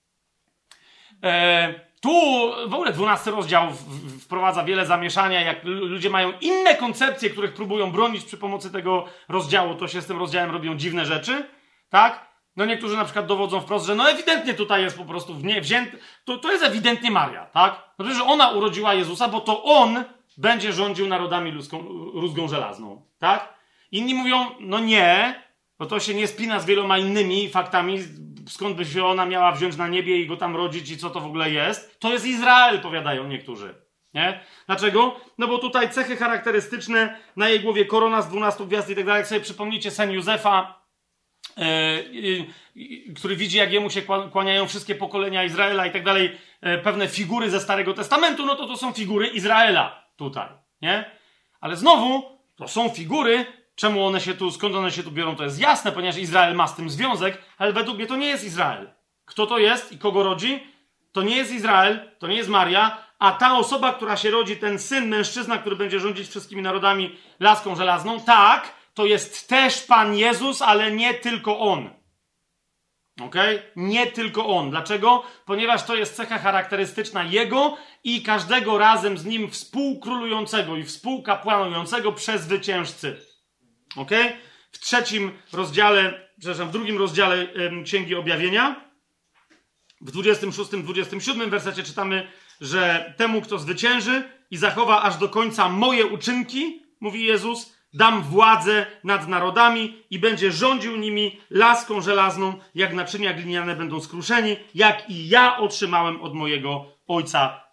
E, tu w ogóle dwunasty rozdział w, w, wprowadza wiele zamieszania, jak ludzie mają inne koncepcje, których próbują bronić przy pomocy tego rozdziału, to się z tym rozdziałem robią dziwne rzeczy. Tak? No niektórzy na przykład dowodzą wprost, że no ewidentnie tutaj jest po prostu wzięty, to, to jest ewidentnie Maria, tak? No to, że ona urodziła Jezusa, bo to on będzie rządził narodami ludzką, rózgą żelazną, tak? Inni mówią, no nie, bo to się nie spina z wieloma innymi faktami, skąd by się ona miała wziąć na niebie i go tam rodzić i co to w ogóle jest. To jest Izrael, powiadają niektórzy. Nie? Dlaczego? No bo tutaj cechy charakterystyczne, na jej głowie korona z dwunastu gwiazd i tak dalej. Jak sobie przypomnicie sen Józefa, Yy, yy, który widzi, jak jemu się kłaniają wszystkie pokolenia Izraela i tak dalej, yy, pewne figury ze Starego Testamentu, no to to są figury Izraela tutaj, nie? Ale znowu, to są figury, czemu one się tu, skąd one się tu biorą, to jest jasne, ponieważ Izrael ma z tym związek, ale według mnie to nie jest Izrael. Kto to jest i kogo rodzi? To nie jest Izrael, to nie jest Maria, a ta osoba, która się rodzi, ten syn, mężczyzna, który będzie rządzić wszystkimi narodami laską żelazną, tak, to jest też Pan Jezus, ale nie tylko On. Okej? Okay? Nie tylko On. Dlaczego? Ponieważ to jest cecha charakterystyczna Jego i każdego razem z Nim współkrólującego i współkapłanującego przez zwyciężcy. Okej? Okay? W trzecim rozdziale, przepraszam, w drugim rozdziale ym, Księgi Objawienia, w dwudziestym szóstym dwudziestym siódmym wersecie czytamy, że temu, kto zwycięży i zachowa aż do końca moje uczynki, mówi Jezus, dam władzę nad narodami i będzie rządził nimi laską żelazną, jak naczynia gliniane będą skruszeni, jak i ja otrzymałem od mojego Ojca.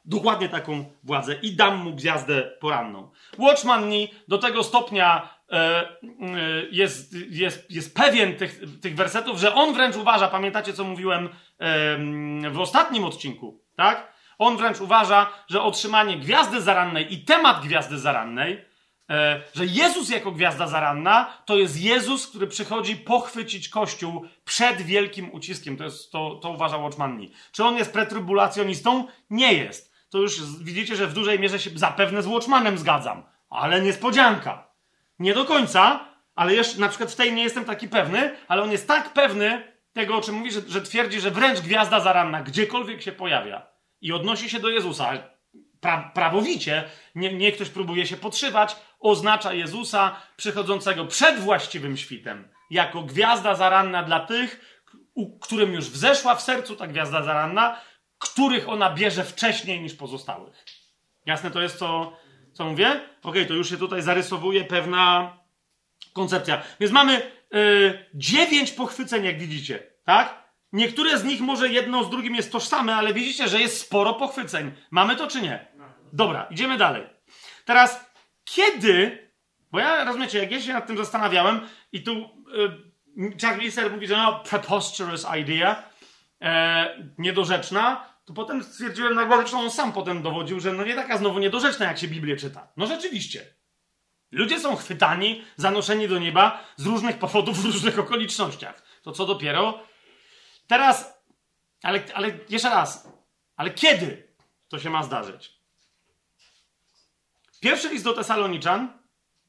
dokładnie taką władzę i dam mu gwiazdę poranną. Watchman do tego stopnia e, e, jest, jest, jest pewien tych, tych wersetów, że on wręcz uważa, pamiętacie co mówiłem e, w ostatnim odcinku, tak? On wręcz uważa, że otrzymanie gwiazdy zarannej i temat gwiazdy zarannej, e, że Jezus jako gwiazda zaranna, to jest Jezus, który przychodzi pochwycić Kościół przed wielkim uciskiem. To, jest, to, to uważa Watchman. Czy on jest pretrybulacjonistą? Nie jest. To już widzicie, że w dużej mierze się zapewne z Watchmanem zgadzam. Ale niespodzianka. Nie do końca, ale jeszcze na przykład w tej nie jestem taki pewny, ale on jest tak pewny tego, o czym mówi, że, że twierdzi, że wręcz gwiazda zaranna gdziekolwiek się pojawia i odnosi się do Jezusa pra, prawowicie, nie, nie ktoś próbuje się podszywać, oznacza Jezusa przychodzącego przed właściwym świtem, jako gwiazda zaranna dla tych, u, którym już wzeszła w sercu ta gwiazda zaranna, których ona bierze wcześniej niż pozostałych. Jasne to jest, co, co mówię? Okej, okay, to już się tutaj zarysowuje pewna koncepcja. Więc mamy yy, dziewięć pochwyceń, jak widzicie, tak? Niektóre z nich może jedno z drugim jest tożsame, ale widzicie, że jest sporo pochwyceń. Mamy to czy nie? Dobra, idziemy dalej. Teraz, kiedy, bo ja, rozumiecie, jak ja się nad tym zastanawiałem i tu yy, Chuck Lister mówi, że no, preposterous idea, e, niedorzeczna, to potem stwierdziłem na głowę, że on sam potem dowodził, że no nie taka znowu niedorzeczna, jak się Biblię czyta. No rzeczywiście. Ludzie są chwytani, zanoszeni do nieba z różnych powodów, w różnych okolicznościach. To co dopiero teraz, ale, ale jeszcze raz, ale kiedy to się ma zdarzyć? Pierwszy list do Tesaloniczan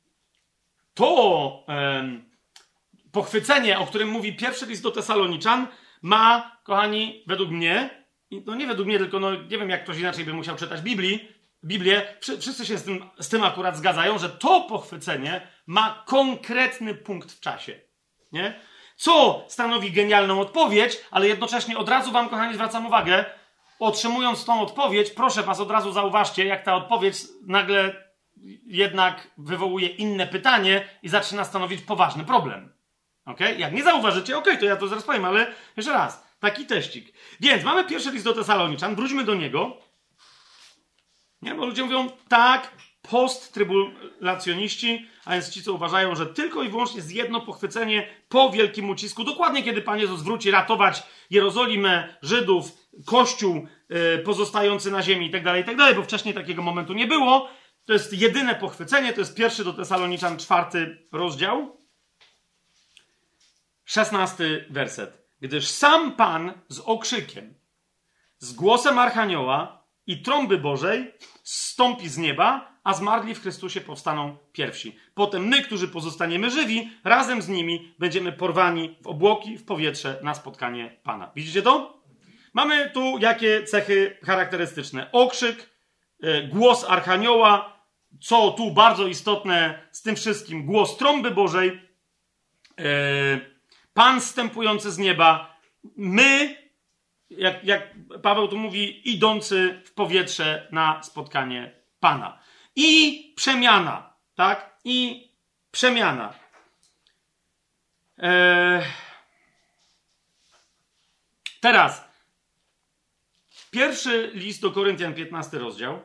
to em, pochwycenie, o którym mówi pierwszy list do Tesaloniczan, ma, kochani, według mnie, no nie według mnie, tylko no nie wiem, jak ktoś inaczej by musiał czytać Biblii, Biblię, wszyscy się z tym, z tym akurat zgadzają, że to pochwycenie ma konkretny punkt w czasie. Nie? Co stanowi genialną odpowiedź, ale jednocześnie od razu wam, kochani, zwracam uwagę, otrzymując tą odpowiedź, proszę was, od razu zauważcie, jak ta odpowiedź nagle jednak wywołuje inne pytanie i zaczyna stanowić poważny problem. Okay? Jak nie zauważycie, okej, okay, to ja to zaraz powiem, ale jeszcze raz, taki teścik. Więc mamy pierwszy list do Tesaloniczan, wróćmy do niego. Nie? Bo ludzie mówią, tak, posttrybulacjoniści, a więc ci, co uważają, że tylko i wyłącznie jest jedno pochwycenie po wielkim ucisku, dokładnie kiedy Pan Jezus wróci ratować Jerozolimę, Żydów, Kościół yy, pozostający na ziemi itd., itd., bo wcześniej takiego momentu nie było. To jest jedyne pochwycenie, to jest pierwszy do Tesaloniczan, czwarty rozdział, szesnasty werset. Gdyż sam Pan z okrzykiem, z głosem Archanioła i trąby Bożej zstąpi z nieba, a zmarli w Chrystusie powstaną pierwsi. Potem my, którzy pozostaniemy żywi, razem z nimi będziemy porwani w obłoki, w powietrze na spotkanie Pana. Widzicie to? Mamy tu jakie cechy charakterystyczne. Okrzyk, głos Archanioła, co tu bardzo istotne z tym wszystkim, głos trąby Bożej, Pan zstępujący z nieba, my, jak, jak Paweł tu mówi, idący w powietrze na spotkanie Pana. I przemiana, tak? I przemiana. Eee... Teraz, pierwszy list do Koryntian, piętnasty rozdział,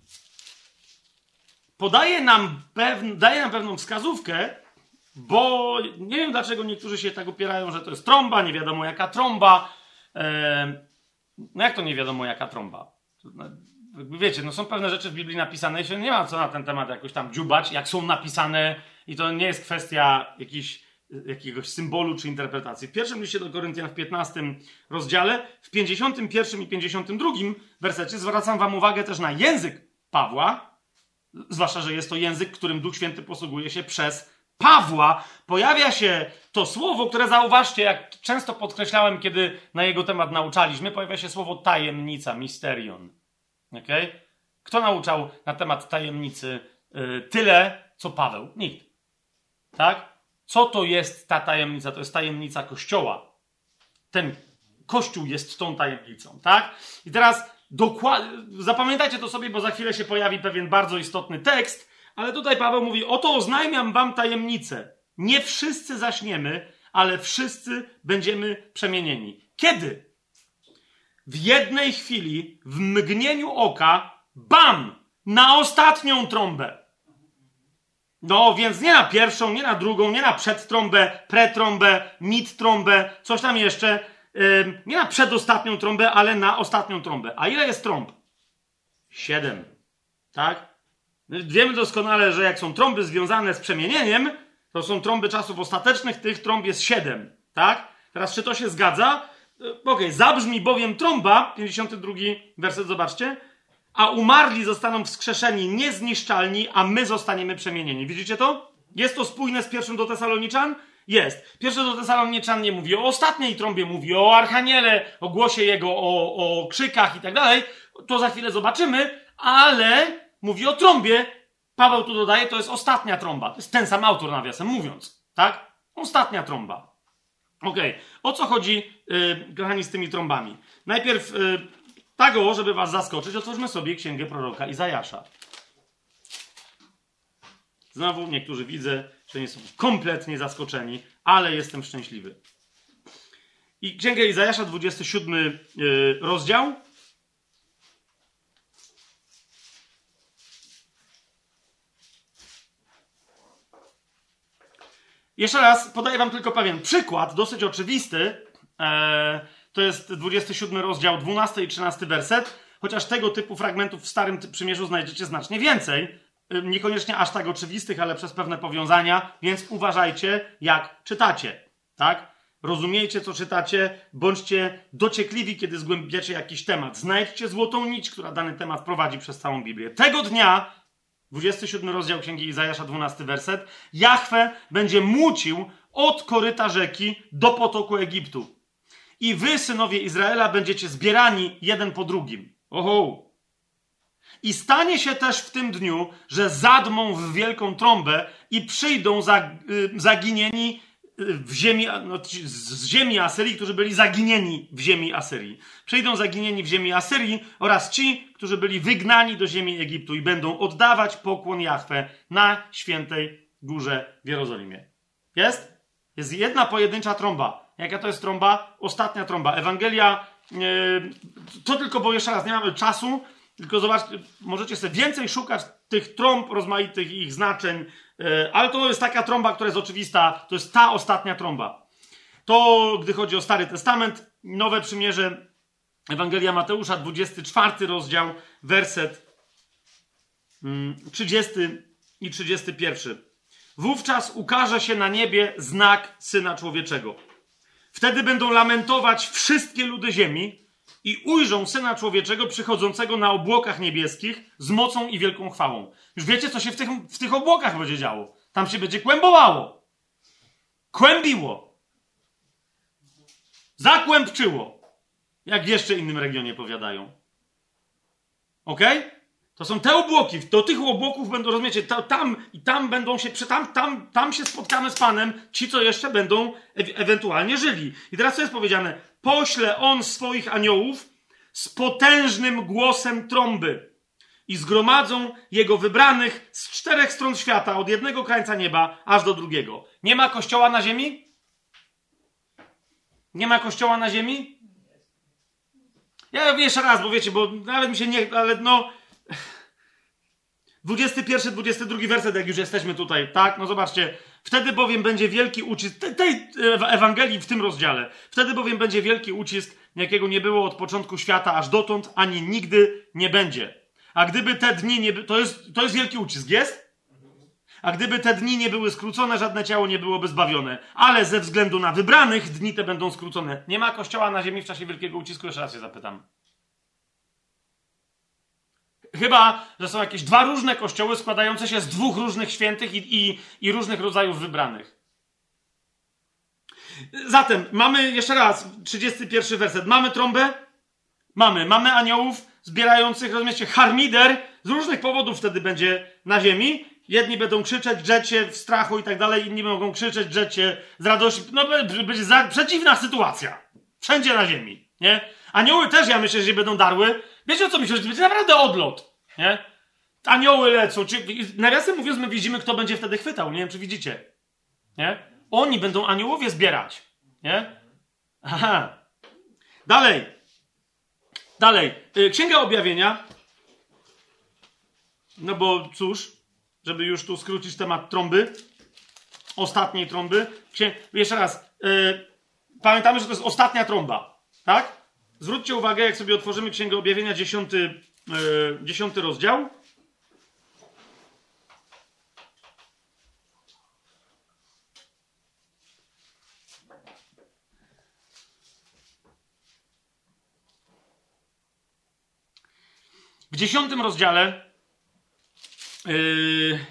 podaje nam, pewn, daje nam pewną wskazówkę, bo nie wiem, dlaczego niektórzy się tak opierają, że to jest trąba, nie wiadomo jaka trąba. Eee... No jak to nie wiadomo jaka trąba? Wiecie, no są pewne rzeczy w Biblii napisane i się nie ma co na ten temat jakoś tam dziubać, jak są napisane i to nie jest kwestia jakiś, jakiegoś symbolu czy interpretacji. W pierwszym liście do Koryntian w piętnastym rozdziale, w pięćdziesiątym pierwszym i pięćdziesiątym drugim wersecie zwracam wam uwagę też na język Pawła, zwłaszcza, że jest to język, którym Duch Święty posługuje się przez Pawła. Pojawia się to słowo, które zauważcie, jak często podkreślałem, kiedy na jego temat nauczaliśmy, pojawia się słowo tajemnica, mysterion. Okay? Kto nauczał na temat tajemnicy yy, tyle, co Paweł? Nikt. Tak? Co to jest ta tajemnica? To jest tajemnica Kościoła. Ten Kościół jest tą tajemnicą. Tak? I teraz dokładnie, zapamiętajcie to sobie, bo za chwilę się pojawi pewien bardzo istotny tekst, ale tutaj Paweł mówi, oto oznajmiam wam tajemnicę. Nie wszyscy zaśniemy, ale wszyscy będziemy przemienieni. Kiedy? w jednej chwili, w mgnieniu oka, bam! Na ostatnią trąbę. No, więc nie na pierwszą, nie na drugą, nie na przedtrąbę, pretrąbę, mid-trąbę, coś tam jeszcze. Yy, nie na przedostatnią trąbę, ale na ostatnią trąbę. A ile jest trąb? Siedem. Tak? Wiemy doskonale, że jak są trąby związane z przemienieniem, to są trąby czasów ostatecznych, tych trąb jest siedem. Tak? Teraz czy to się zgadza? Okej, okay. Zabrzmi bowiem trąba, pięćdziesiąty drugi werset, zobaczcie. A umarli zostaną wskrzeszeni niezniszczalni, a my zostaniemy przemienieni. Widzicie to? Jest to spójne z pierwszym do Tesaloniczan? Jest. Pierwszy do Tesaloniczan nie mówi o ostatniej trąbie, mówi o archaniele, o głosie jego, o, o krzykach i tak dalej. To za chwilę zobaczymy, ale mówi o trąbie. Paweł tu dodaje, to jest ostatnia trąba. To jest ten sam autor, nawiasem mówiąc. Tak? Ostatnia trąba. Okej. Okay. O co chodzi, yy, kochani, z tymi trąbami? Najpierw... Yy, Tak o, żeby was zaskoczyć, otwórzmy sobie księgę proroka Izajasza. Znowu niektórzy widzę, że nie są kompletnie zaskoczeni, ale jestem szczęśliwy. I księgę Izajasza, dwudziesty siódmy yy, rozdział. Jeszcze raz podaję wam tylko pewien przykład, dosyć oczywisty. Eee, To jest dwudziesty siódmy rozdział, dwunasty i trzynasty werset. Chociaż tego typu fragmentów w Starym Przymierzu znajdziecie znacznie więcej. Niekoniecznie aż tak oczywistych, ale przez pewne powiązania. Więc uważajcie, jak czytacie. Tak? Rozumiejcie, co czytacie. Bądźcie dociekliwi, kiedy zgłębiacie jakiś temat. Znajdźcie złotą nić, która dany temat prowadzi przez całą Biblię. Tego dnia, dwudziesty siódmy rozdział Księgi Izajasza, dwunasty werset, Jahwe będzie mucił od koryta rzeki do potoku Egiptu. I wy, synowie Izraela, będziecie zbierani jeden po drugim. Oho! I stanie się też w tym dniu, że zadmą w wielką trąbę i przyjdą za, y, zaginieni w ziemi, no, z ziemi Asyrii, którzy byli zaginieni w ziemi Asyrii. Przyjdą zaginieni w ziemi Asyrii oraz ci, którzy byli wygnani do ziemi Egiptu i będą oddawać pokłon Jahwe na świętej górze w Jerozolimie. Jest? Jest jedna pojedyncza trąba. Jaka to jest trąba? Ostatnia trąba. Ewangelia, yy, to tylko, bo jeszcze raz, nie mamy czasu, tylko zobaczcie, możecie sobie więcej szukać tych trąb rozmaitych i ich znaczeń, yy, ale to jest taka trąba, która jest oczywista, to jest ta ostatnia trąba. To, gdy chodzi o Stary Testament, Nowe Przymierze, Ewangelia Mateusza, dwudziesty czwarty rozdział, werset yy, trzydziesty i trzydziesty pierwszy. Wówczas ukaże się na niebie znak Syna Człowieczego. Wtedy będą lamentować wszystkie ludy ziemi i ujrzą Syna Człowieczego przychodzącego na obłokach niebieskich z mocą i wielką chwałą. Już wiecie, co się w tych, w tych obłokach będzie działo. Tam się będzie kłębowało. Kłębiło. Zakłębczyło. Jak w jeszcze innym regionie powiadają. Okej? Okay? To są te obłoki. Do tych obłoków będą, rozumiecie, to, tam i tam będą się, tam, tam, tam się spotkamy z Panem, ci, co jeszcze będą e- ewentualnie żyli. I teraz co jest powiedziane? Pośle On swoich aniołów z potężnym głosem trąby i zgromadzą Jego wybranych z czterech stron świata, od jednego krańca nieba aż do drugiego. Nie ma kościoła na ziemi? Nie ma kościoła na ziemi? Ja jeszcze raz, bo wiecie, bo nawet mi się nie, ale no... dwudziesty pierwszy, dwudziesty drugi werset, jak już jesteśmy tutaj, tak? No zobaczcie. Wtedy bowiem będzie wielki ucisk, tej, tej Ewangelii w tym rozdziale, wtedy bowiem będzie wielki ucisk, jakiego nie było od początku świata aż dotąd, ani nigdy nie będzie. A gdyby te dni nie były, to jest, to jest wielki ucisk, jest? A gdyby te dni nie były skrócone, żadne ciało nie byłoby zbawione. Ale ze względu na wybranych, dni te będą skrócone. Nie ma kościoła na ziemi w czasie wielkiego ucisku? Jeszcze raz się zapytam. Chyba, że są jakieś dwa różne kościoły składające się z dwóch różnych świętych i, i, i różnych rodzajów wybranych. Zatem, mamy jeszcze raz, trzydziesty pierwszy werset. Mamy trąbę? Mamy. Mamy aniołów zbierających, rozumiecie, harmider. Z różnych powodów wtedy będzie na ziemi. Jedni będą krzyczeć, drzeć się w strachu i tak dalej, inni mogą krzyczeć, drzeć się z radości. No, będzie za, przedziwna sytuacja. Wszędzie na ziemi, nie? Anioły też, ja myślę, że będą darły. Wiecie, o co myślę? Że będzie naprawdę odlot, nie? Anioły lecą. Czy, nawiasem mówiąc, my widzimy, kto będzie wtedy chwytał. Nie wiem, czy widzicie. Nie? Oni będą aniołowie zbierać. Nie? Aha. Dalej. Dalej. Księga Objawienia. No bo cóż, żeby już tu skrócić temat trąby. Ostatniej trąby. Księ... Jeszcze raz. Yy, pamiętamy, że to jest ostatnia trąba. Tak? Zwróćcie uwagę, jak sobie otworzymy Księgę Objawienia, dziesiąty, yy, dziesiąty rozdział. W dziesiątym rozdziale yy,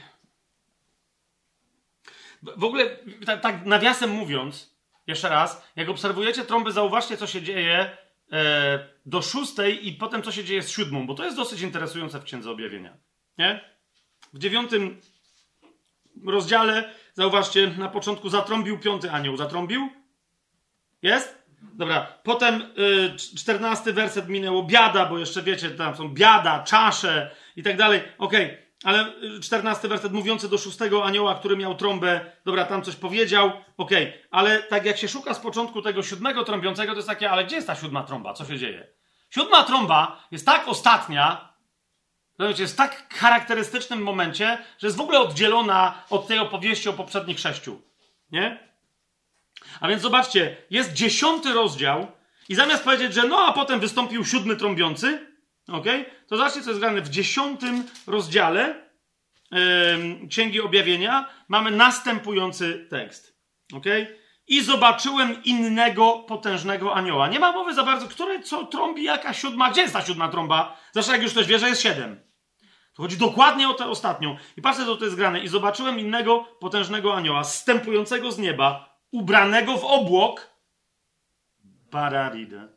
w ogóle tak, tak nawiasem mówiąc, jeszcze raz, jak obserwujecie trąby, zauważcie, co się dzieje yy, do szóstej i potem co się dzieje z siódmą, bo to jest dosyć interesujące w Księdze Objawienia. Nie? W dziewiątym rozdziale, zauważcie, na początku zatrąbił piąty anioł. Zatrąbił? Jest? Dobra, potem y, czternasty werset minęło biada, bo jeszcze wiecie, tam są biada, czasze i tak dalej. Okej, okay, ale czternasty werset mówiący do szóstego anioła, który miał trąbę, dobra, tam coś powiedział, okej, okay, ale tak jak się szuka z początku tego siódmego trąbiącego, to jest takie, ale gdzie jest ta siódma trąba? Co się dzieje? Siódma trąba jest tak ostatnia, wiecie, jest w tak charakterystycznym momencie, że jest w ogóle oddzielona od tej opowieści o poprzednich sześciu. Nie? A więc zobaczcie, jest dziesiąty rozdział i zamiast powiedzieć, że no a potem wystąpił siódmy trąbiący, okay, to zobaczcie, co jest grane w dziesiątym rozdziale yy, Księgi Objawienia. Mamy następujący tekst. Okay? I zobaczyłem innego potężnego anioła. Nie ma mowy za bardzo, które co trąbi, jaka siódma, gdzie jest ta siódma trąba? Zresztą jak już ktoś wie, że jest siedem. To chodzi dokładnie o tę ostatnią. I patrzcie, co to jest grane. I zobaczyłem innego potężnego anioła, zstępującego z nieba, ubranego w obłok. Pararida.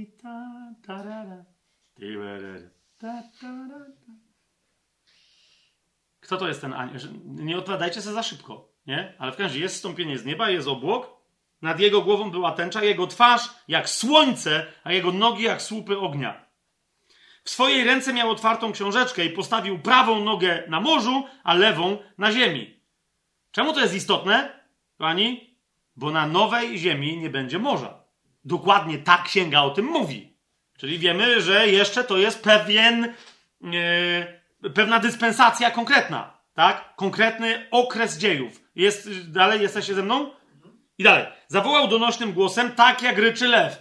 Kto to jest ten anioł? Nie odpowiadajcie sobie za szybko, nie? Ale w każdym razie jest zstąpienie z nieba, jest obłok. Nad jego głową była tęcza, jego twarz jak słońce, a jego nogi jak słupy ognia. W swojej ręce miał otwartą książeczkę i postawił prawą nogę na morzu, a lewą na ziemi. Czemu to jest istotne, kochani? Bo na nowej ziemi nie będzie morza. Dokładnie ta księga o tym mówi. Czyli wiemy, że jeszcze to jest pewien, yy, pewna dyspensacja konkretna. Tak? Konkretny okres dziejów. Jest, dalej jesteście ze mną? I dalej. Zawołał donośnym głosem, tak jak ryczy lew.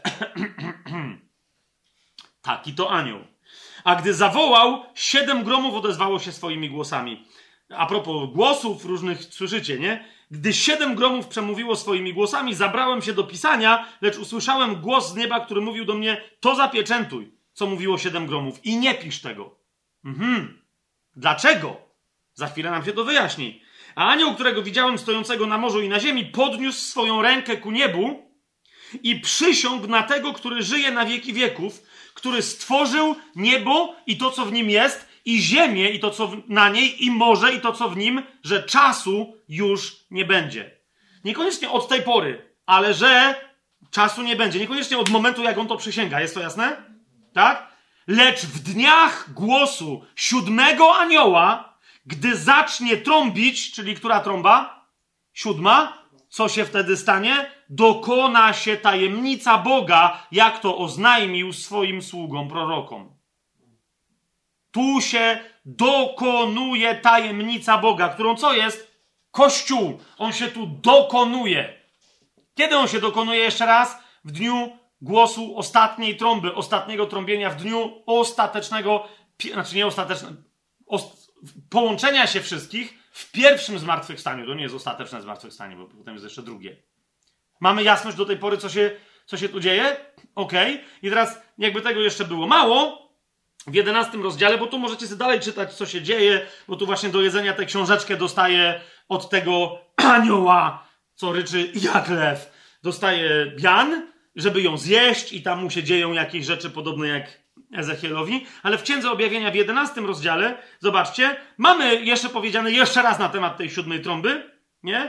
Taki to anioł. A gdy zawołał, siedem gromów odezwało się swoimi głosami. A propos głosów różnych, słyszycie, nie? Gdy siedem gromów przemówiło swoimi głosami, zabrałem się do pisania, lecz usłyszałem głos z nieba, który mówił do mnie, to zapieczętuj, co mówiło siedem gromów i nie pisz tego. Mhm. Dlaczego? Za chwilę nam się to wyjaśni. A anioł, którego widziałem stojącego na morzu i na ziemi, podniósł swoją rękę ku niebu i przysiągł na tego, który żyje na wieki wieków, który stworzył niebo i to, co w nim jest, i ziemię i to, co na niej, i morze i to, co w nim, że czasu już nie będzie. Niekoniecznie od tej pory, ale że czasu nie będzie. Niekoniecznie od momentu, jak on to przysięga. Jest to jasne? Tak? Lecz w dniach głosu siódmego anioła, gdy zacznie trąbić, czyli która trąba? Siódma. Co się wtedy stanie? Dokona się tajemnica Boga, jak to oznajmił swoim sługom prorokom. Tu się dokonuje tajemnica Boga, którą co jest? Kościół. On się tu dokonuje. Kiedy on się dokonuje jeszcze raz? W dniu głosu ostatniej trąby, ostatniego trąbienia, w dniu ostatecznego, znaczy nie ostatecznego, ost, połączenia się wszystkich w pierwszym zmartwychwstaniu. To nie jest ostateczne zmartwychwstanie, bo potem jest jeszcze drugie. Mamy jasność do tej pory, co się, co się tu dzieje? Okej. Okay. I teraz jakby tego jeszcze było mało, w jedenastym rozdziale, bo tu możecie sobie dalej czytać, co się dzieje, bo tu właśnie do jedzenia tę książeczkę dostaje od tego anioła, co ryczy jak lew. Dostaje bian, żeby ją zjeść i tam mu się dzieją jakieś rzeczy podobne jak Ezechielowi, ale w Księdze Objawienia w jedenastym rozdziale, zobaczcie, mamy jeszcze powiedziane jeszcze raz na temat tej siódmej trąby, nie?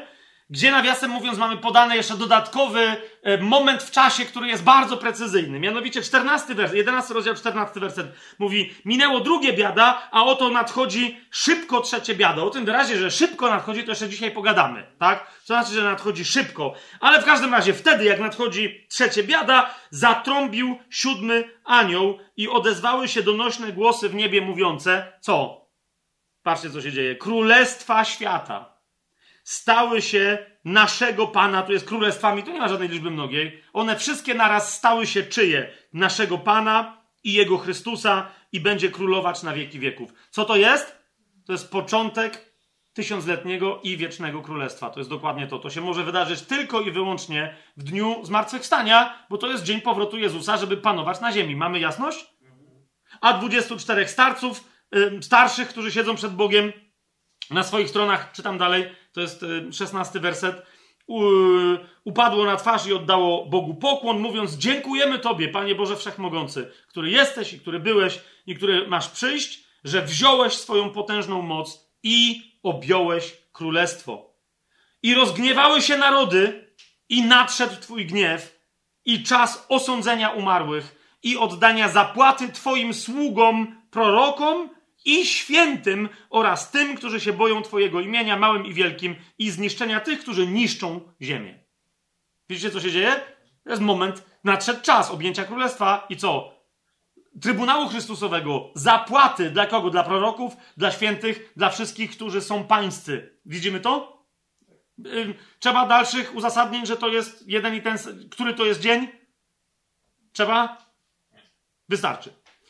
gdzie nawiasem mówiąc mamy podany jeszcze dodatkowy moment w czasie, który jest bardzo precyzyjny. Mianowicie czternasty werset, jedenasty rozdział, czternasty werset mówi: minęło drugie biada, a oto nadchodzi szybko trzecie biada. O tym wyrazie, że szybko nadchodzi, to jeszcze dzisiaj pogadamy, tak? To znaczy, że nadchodzi szybko. Ale w każdym razie wtedy, jak nadchodzi trzecie biada, zatrąbił siódmy anioł i odezwały się donośne głosy w niebie mówiące, co? Patrzcie, co się dzieje. Królestwa świata stały się naszego Pana, tu jest królestwami, tu nie ma żadnej liczby mnogiej. One wszystkie naraz stały się czyje? Naszego Pana i Jego Chrystusa i będzie królować na wieki wieków. Co to jest? To jest początek tysiącletniego i wiecznego królestwa. To jest dokładnie to. To się może wydarzyć tylko i wyłącznie w dniu zmartwychwstania, bo to jest dzień powrotu Jezusa, żeby panować na ziemi. Mamy jasność? A dwudziestu czterech starców, yy, starszych, którzy siedzą przed Bogiem na swoich stronach, czytam dalej, to jest szesnasty werset, upadło na twarz i oddało Bogu pokłon, mówiąc: dziękujemy Tobie, Panie Boże Wszechmogący, który jesteś i który byłeś i który masz przyjść, że wziąłeś swoją potężną moc i objąłeś królestwo. I rozgniewały się narody i nadszedł Twój gniew i czas osądzenia umarłych i oddania zapłaty Twoim sługom, prorokom i świętym oraz tym, którzy się boją Twojego imienia, małym i wielkim, i zniszczenia tych, którzy niszczą ziemię. Widzicie, co się dzieje? To jest moment, nadszedł czas objęcia królestwa i co? Trybunału Chrystusowego, zapłaty dla kogo? Dla proroków, dla świętych, dla wszystkich, którzy są pańscy. Widzimy to? Trzeba dalszych uzasadnień, że to jest jeden i ten... Który to jest dzień? Trzeba? Wystarczy.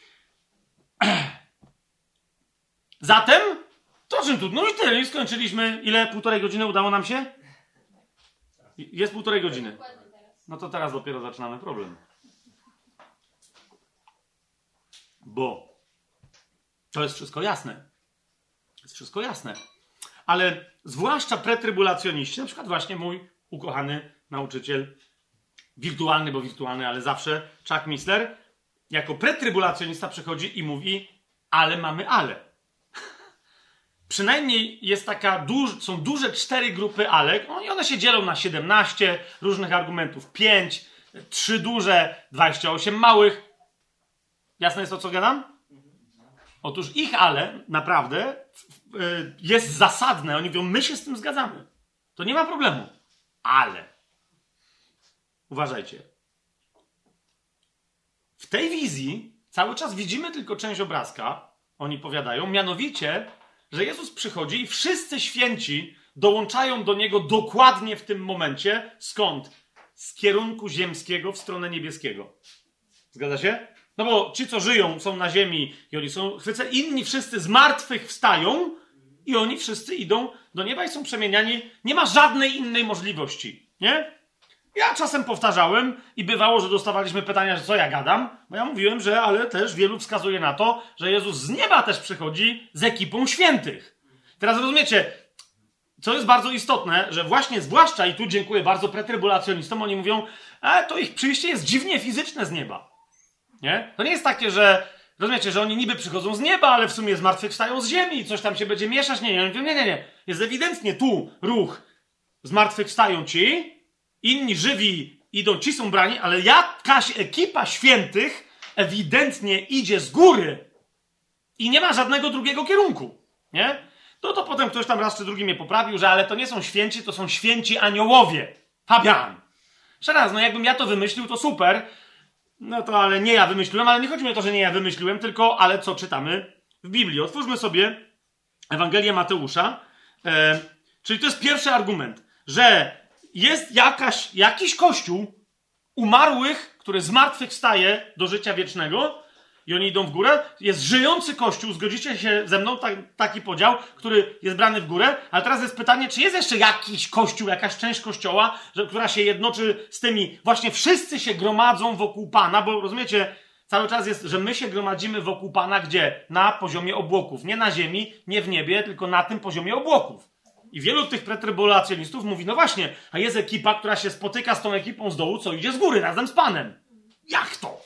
Zatem, to czym tu? No i tyle, i skończyliśmy. Ile? Półtorej godziny udało nam się? Jest półtorej godziny. No to teraz dopiero zaczynamy problem. Bo to jest wszystko jasne. Jest wszystko jasne. Ale zwłaszcza pretrybulacjoniści, na przykład właśnie mój ukochany nauczyciel, wirtualny, bo wirtualny, ale zawsze, Chuck Missler, jako pretrybulacjonista przychodzi i mówi: ale mamy ale. Przynajmniej jest taka, duż, są duże cztery grupy ale, no i one się dzielą na siedemnaście różnych argumentów, pięć, trzy duże, dwadzieścia osiem małych. Jasne jest, o co gadam? Otóż ich ale naprawdę jest zasadne. Oni mówią: my się z tym zgadzamy. To nie ma problemu. Ale uważajcie. W tej wizji cały czas widzimy tylko część obrazka. Oni powiadają, mianowicie, że Jezus przychodzi i wszyscy święci dołączają do Niego dokładnie w tym momencie. Skąd? Z kierunku ziemskiego w stronę niebieskiego. Zgadza się? No bo ci, co żyją, są na ziemi i oni są chwyce, inni wszyscy z martwych wstają i oni wszyscy idą do nieba i są przemieniani. Nie ma żadnej innej możliwości. Nie? Ja czasem powtarzałem i bywało, że dostawaliśmy pytania, że co ja gadam, bo ja mówiłem, że ale też wielu wskazuje na to, że Jezus z nieba też przychodzi z ekipą świętych. Teraz rozumiecie, co jest bardzo istotne, że właśnie zwłaszcza, i tu dziękuję bardzo pretrybulacjonistom, oni mówią, a to ich przyjście jest dziwnie fizyczne z nieba. Nie? To nie jest takie, że rozumiecie, że oni niby przychodzą z nieba, ale w sumie zmartwychwstają z ziemi i coś tam się będzie mieszać. Nie, nie, nie, nie, nie. Jest ewidentnie tu ruch. Zmartwychwstają ci, inni żywi idą, ci są brani, ale jakaś ekipa świętych ewidentnie idzie z góry i nie ma żadnego drugiego kierunku. Nie? No to potem ktoś tam raz czy drugi mnie poprawił, że ale to nie są święci, to są święci aniołowie. Fabian. Jeszcze raz, no jakbym ja to wymyślił, to super. No to ale nie ja wymyśliłem, ale nie chodzi mi o to, że nie ja wymyśliłem, tylko ale co czytamy w Biblii. Otwórzmy sobie Ewangelię Mateusza. E, czyli to jest pierwszy argument, że jest jakaś, jakiś kościół umarłych, który zmartwychwstaje do życia wiecznego i oni idą w górę. Jest żyjący kościół, zgodzicie się ze mną, tak, taki podział, który jest brany w górę. Ale teraz jest pytanie, czy jest jeszcze jakiś kościół, jakaś część kościoła, że, która się jednoczy z tymi, właśnie wszyscy się gromadzą wokół Pana, bo rozumiecie, cały czas jest, że my się gromadzimy wokół Pana, gdzie? Na poziomie obłoków. Nie na ziemi, nie w niebie, tylko na tym poziomie obłoków. I wielu tych pretrybulacjonistów mówi, no właśnie, a jest ekipa, która się spotyka z tą ekipą z dołu, co idzie z góry razem z Panem. Jak to?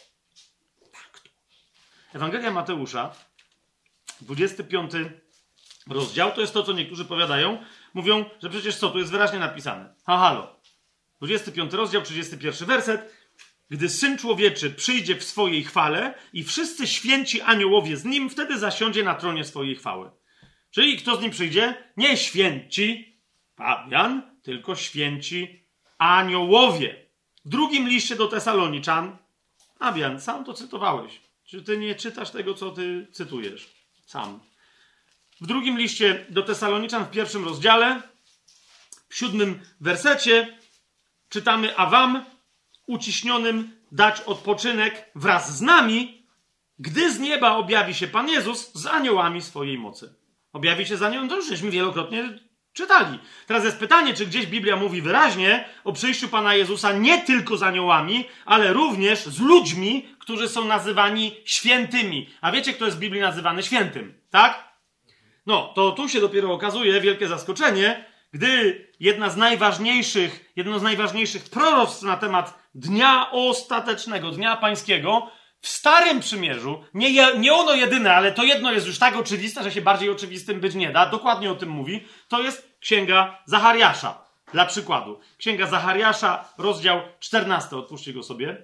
Jak to? Ewangelia Mateusza, dwudziesty piąty rozdział, to jest to, co niektórzy powiadają. mówią, że przecież co, tu jest wyraźnie napisane. Ha, halo. dwudziesty piąty rozdział, trzydziesty pierwszy werset. Gdy Syn Człowieczy przyjdzie w swojej chwale i wszyscy święci aniołowie z Nim, wtedy zasiądzie na tronie swojej chwały. Czyli kto z Nim przyjdzie? Nie święci, Fabian, tylko święci aniołowie. W drugim liście do Tesaloniczan, Fabian, sam to cytowałeś. Czy ty nie czytasz tego, co ty cytujesz? Sam. W drugim liście do Tesaloniczan, w pierwszym rozdziale, w siódmym wersecie czytamy: a wam, uciśnionym, dać odpoczynek wraz z nami, gdy z nieba objawi się Pan Jezus z aniołami swojej mocy. Objawi się z aniołem, to już żeśmy wielokrotnie czytali. Teraz jest pytanie, czy gdzieś Biblia mówi wyraźnie o przyjściu Pana Jezusa nie tylko z aniołami, ale również z ludźmi, którzy są nazywani świętymi. A wiecie, kto jest w Biblii nazywany świętym, tak? No, to tu się dopiero okazuje wielkie zaskoczenie, gdy jedna z najważniejszych, jedno z najważniejszych proroctw na temat dnia ostatecznego, dnia pańskiego, w Starym Przymierzu, nie, je, nie ono jedyne, ale to jedno jest już tak oczywiste, że się bardziej oczywistym być nie da, dokładnie o tym mówi, to jest Księga Zachariasza. Dla przykładu. Księga Zachariasza, rozdział czternasty, otwórzcie go sobie.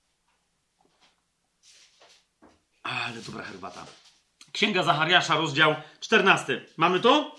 Ale dobra herbata. Księga Zachariasza, rozdział czternasty. Mamy to?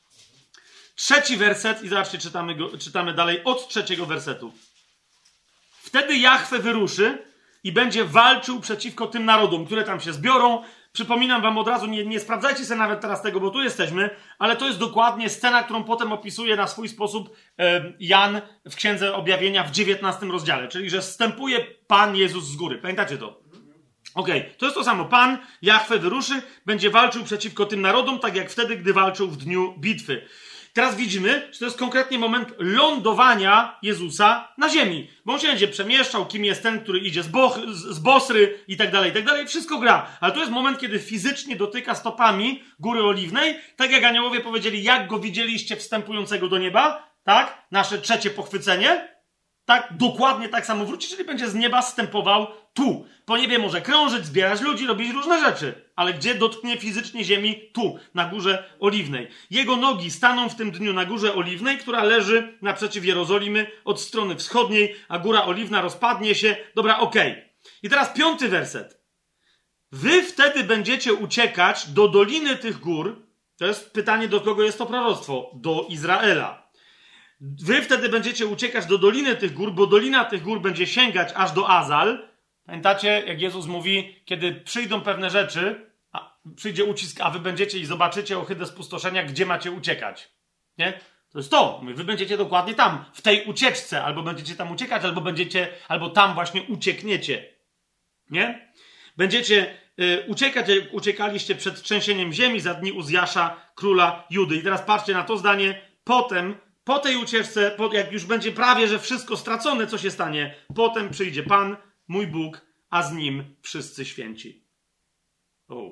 Trzeci werset i zobaczcie, czytamy, go, czytamy dalej od trzeciego wersetu. Wtedy Jahwe wyruszy i będzie walczył przeciwko tym narodom, które tam się zbiorą. Przypominam wam od razu, nie, nie sprawdzajcie sobie nawet teraz tego, bo tu jesteśmy, ale to jest dokładnie scena, którą potem opisuje na swój sposób e, Jan w Księdze Objawienia w dziewiętnastym rozdziale, czyli że zstępuje Pan Jezus z góry. Pamiętacie to? Okej, okay. To jest to samo. Pan, Jahwe wyruszy, będzie walczył przeciwko tym narodom, tak jak wtedy, gdy walczył w dniu bitwy. Teraz widzimy, że to jest konkretnie moment lądowania Jezusa na ziemi. Bo on się będzie przemieszczał, kim jest ten, który idzie z, Bo- z Bosry i tak dalej, i tak dalej. Wszystko gra. Ale to jest moment, kiedy fizycznie dotyka stopami Góry Oliwnej. Tak jak aniołowie powiedzieli, jak go widzieliście wstępującego do nieba. Tak? Nasze trzecie pochwycenie. Tak? Dokładnie tak samo wróci, czyli będzie z nieba zstępował tu. Po niebie może krążyć, zbierać ludzi, robić różne rzeczy. Ale gdzie dotknie fizycznie ziemi? Tu, na Górze Oliwnej. Jego nogi staną w tym dniu na Górze Oliwnej, która leży naprzeciw Jerozolimy od strony wschodniej, a Góra Oliwna rozpadnie się. Dobra, okej. Okay. I teraz piąty werset. Wy wtedy będziecie uciekać do doliny tych gór. To jest pytanie, do kogo jest to proroctwo? Do Izraela. Wy wtedy będziecie uciekać do doliny tych gór, bo dolina tych gór będzie sięgać aż do Azal. Pamiętacie, jak Jezus mówi, kiedy przyjdą pewne rzeczy, a przyjdzie ucisk, a wy będziecie i zobaczycie ohydę spustoszenia, gdzie macie uciekać. Nie? To jest to. Mówi, wy będziecie dokładnie tam, w tej ucieczce. Albo będziecie tam uciekać, albo będziecie, albo tam właśnie uciekniecie. Nie? Będziecie y, uciekać, jak uciekaliście przed trzęsieniem ziemi za dni Uzjasza, króla Judy. I teraz patrzcie na to zdanie. Potem, po tej ucieczce, po, jak już będzie prawie, że wszystko stracone, co się stanie? Potem przyjdzie Pan, mój Bóg, a z Nim wszyscy święci. O.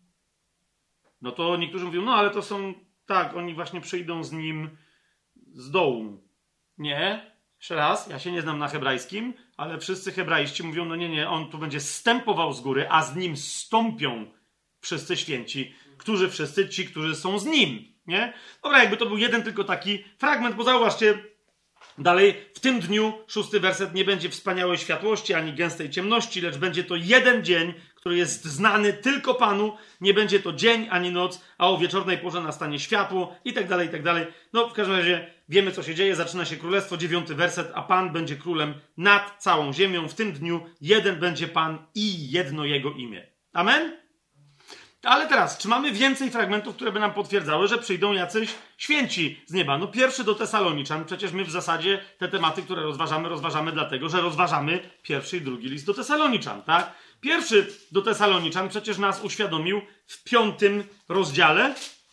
No to niektórzy mówią, no ale to są, tak, oni właśnie przyjdą z Nim z dołu. Nie. Jeszcze raz, ja się nie znam na hebrajskim, ale wszyscy hebraiści mówią, no nie, nie, on tu będzie zstępował z góry, a z Nim stąpią wszyscy święci. Którzy wszyscy? Ci, którzy są z Nim. Nie? Dobra, jakby to był jeden tylko taki fragment, bo zauważcie, dalej, w tym dniu, szósty werset, nie będzie wspaniałej światłości ani gęstej ciemności, lecz będzie to jeden dzień, który jest znany tylko Panu. Nie będzie to dzień ani noc, a o wieczornej porze nastanie światło i tak dalej, i tak dalej. No, w każdym razie wiemy, co się dzieje. Zaczyna się królestwo, dziewiąty werset, a Pan będzie królem nad całą ziemią. W tym dniu jeden będzie Pan i jedno Jego imię. Amen? Ale teraz, czy mamy więcej fragmentów, które by nam potwierdzały, że przyjdą jacyś święci z nieba? No pierwszy do Tesaloniczan. Przecież my w zasadzie te tematy, które rozważamy, rozważamy dlatego, że rozważamy pierwszy i drugi list do Tesaloniczan, tak? Pierwszy do Tesaloniczan przecież nas uświadomił w piątym rozdziale.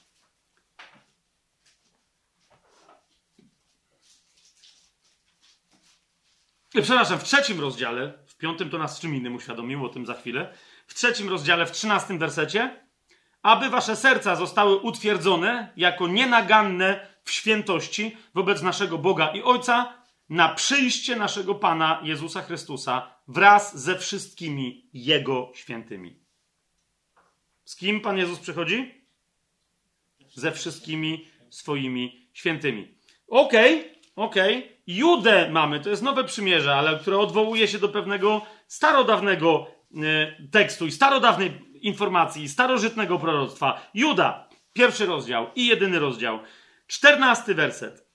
Przepraszam, w trzecim rozdziale. W piątym to nas czym innym uświadomił, o tym za chwilę. W trzecim rozdziale, w trzynastym wersecie, aby wasze serca zostały utwierdzone jako nienaganne w świętości wobec naszego Boga i Ojca na przyjście naszego Pana Jezusa Chrystusa wraz ze wszystkimi Jego świętymi. Z kim Pan Jezus przychodzi? Ze wszystkimi swoimi świętymi. Okej, okay, okej. Okay. Judę mamy, to jest nowe przymierze, ale które odwołuje się do pewnego starodawnego e, tekstu i starodawnej informacji, starożytnego proroctwa. Juda, pierwszy rozdział i jedyny rozdział. Czternasty werset.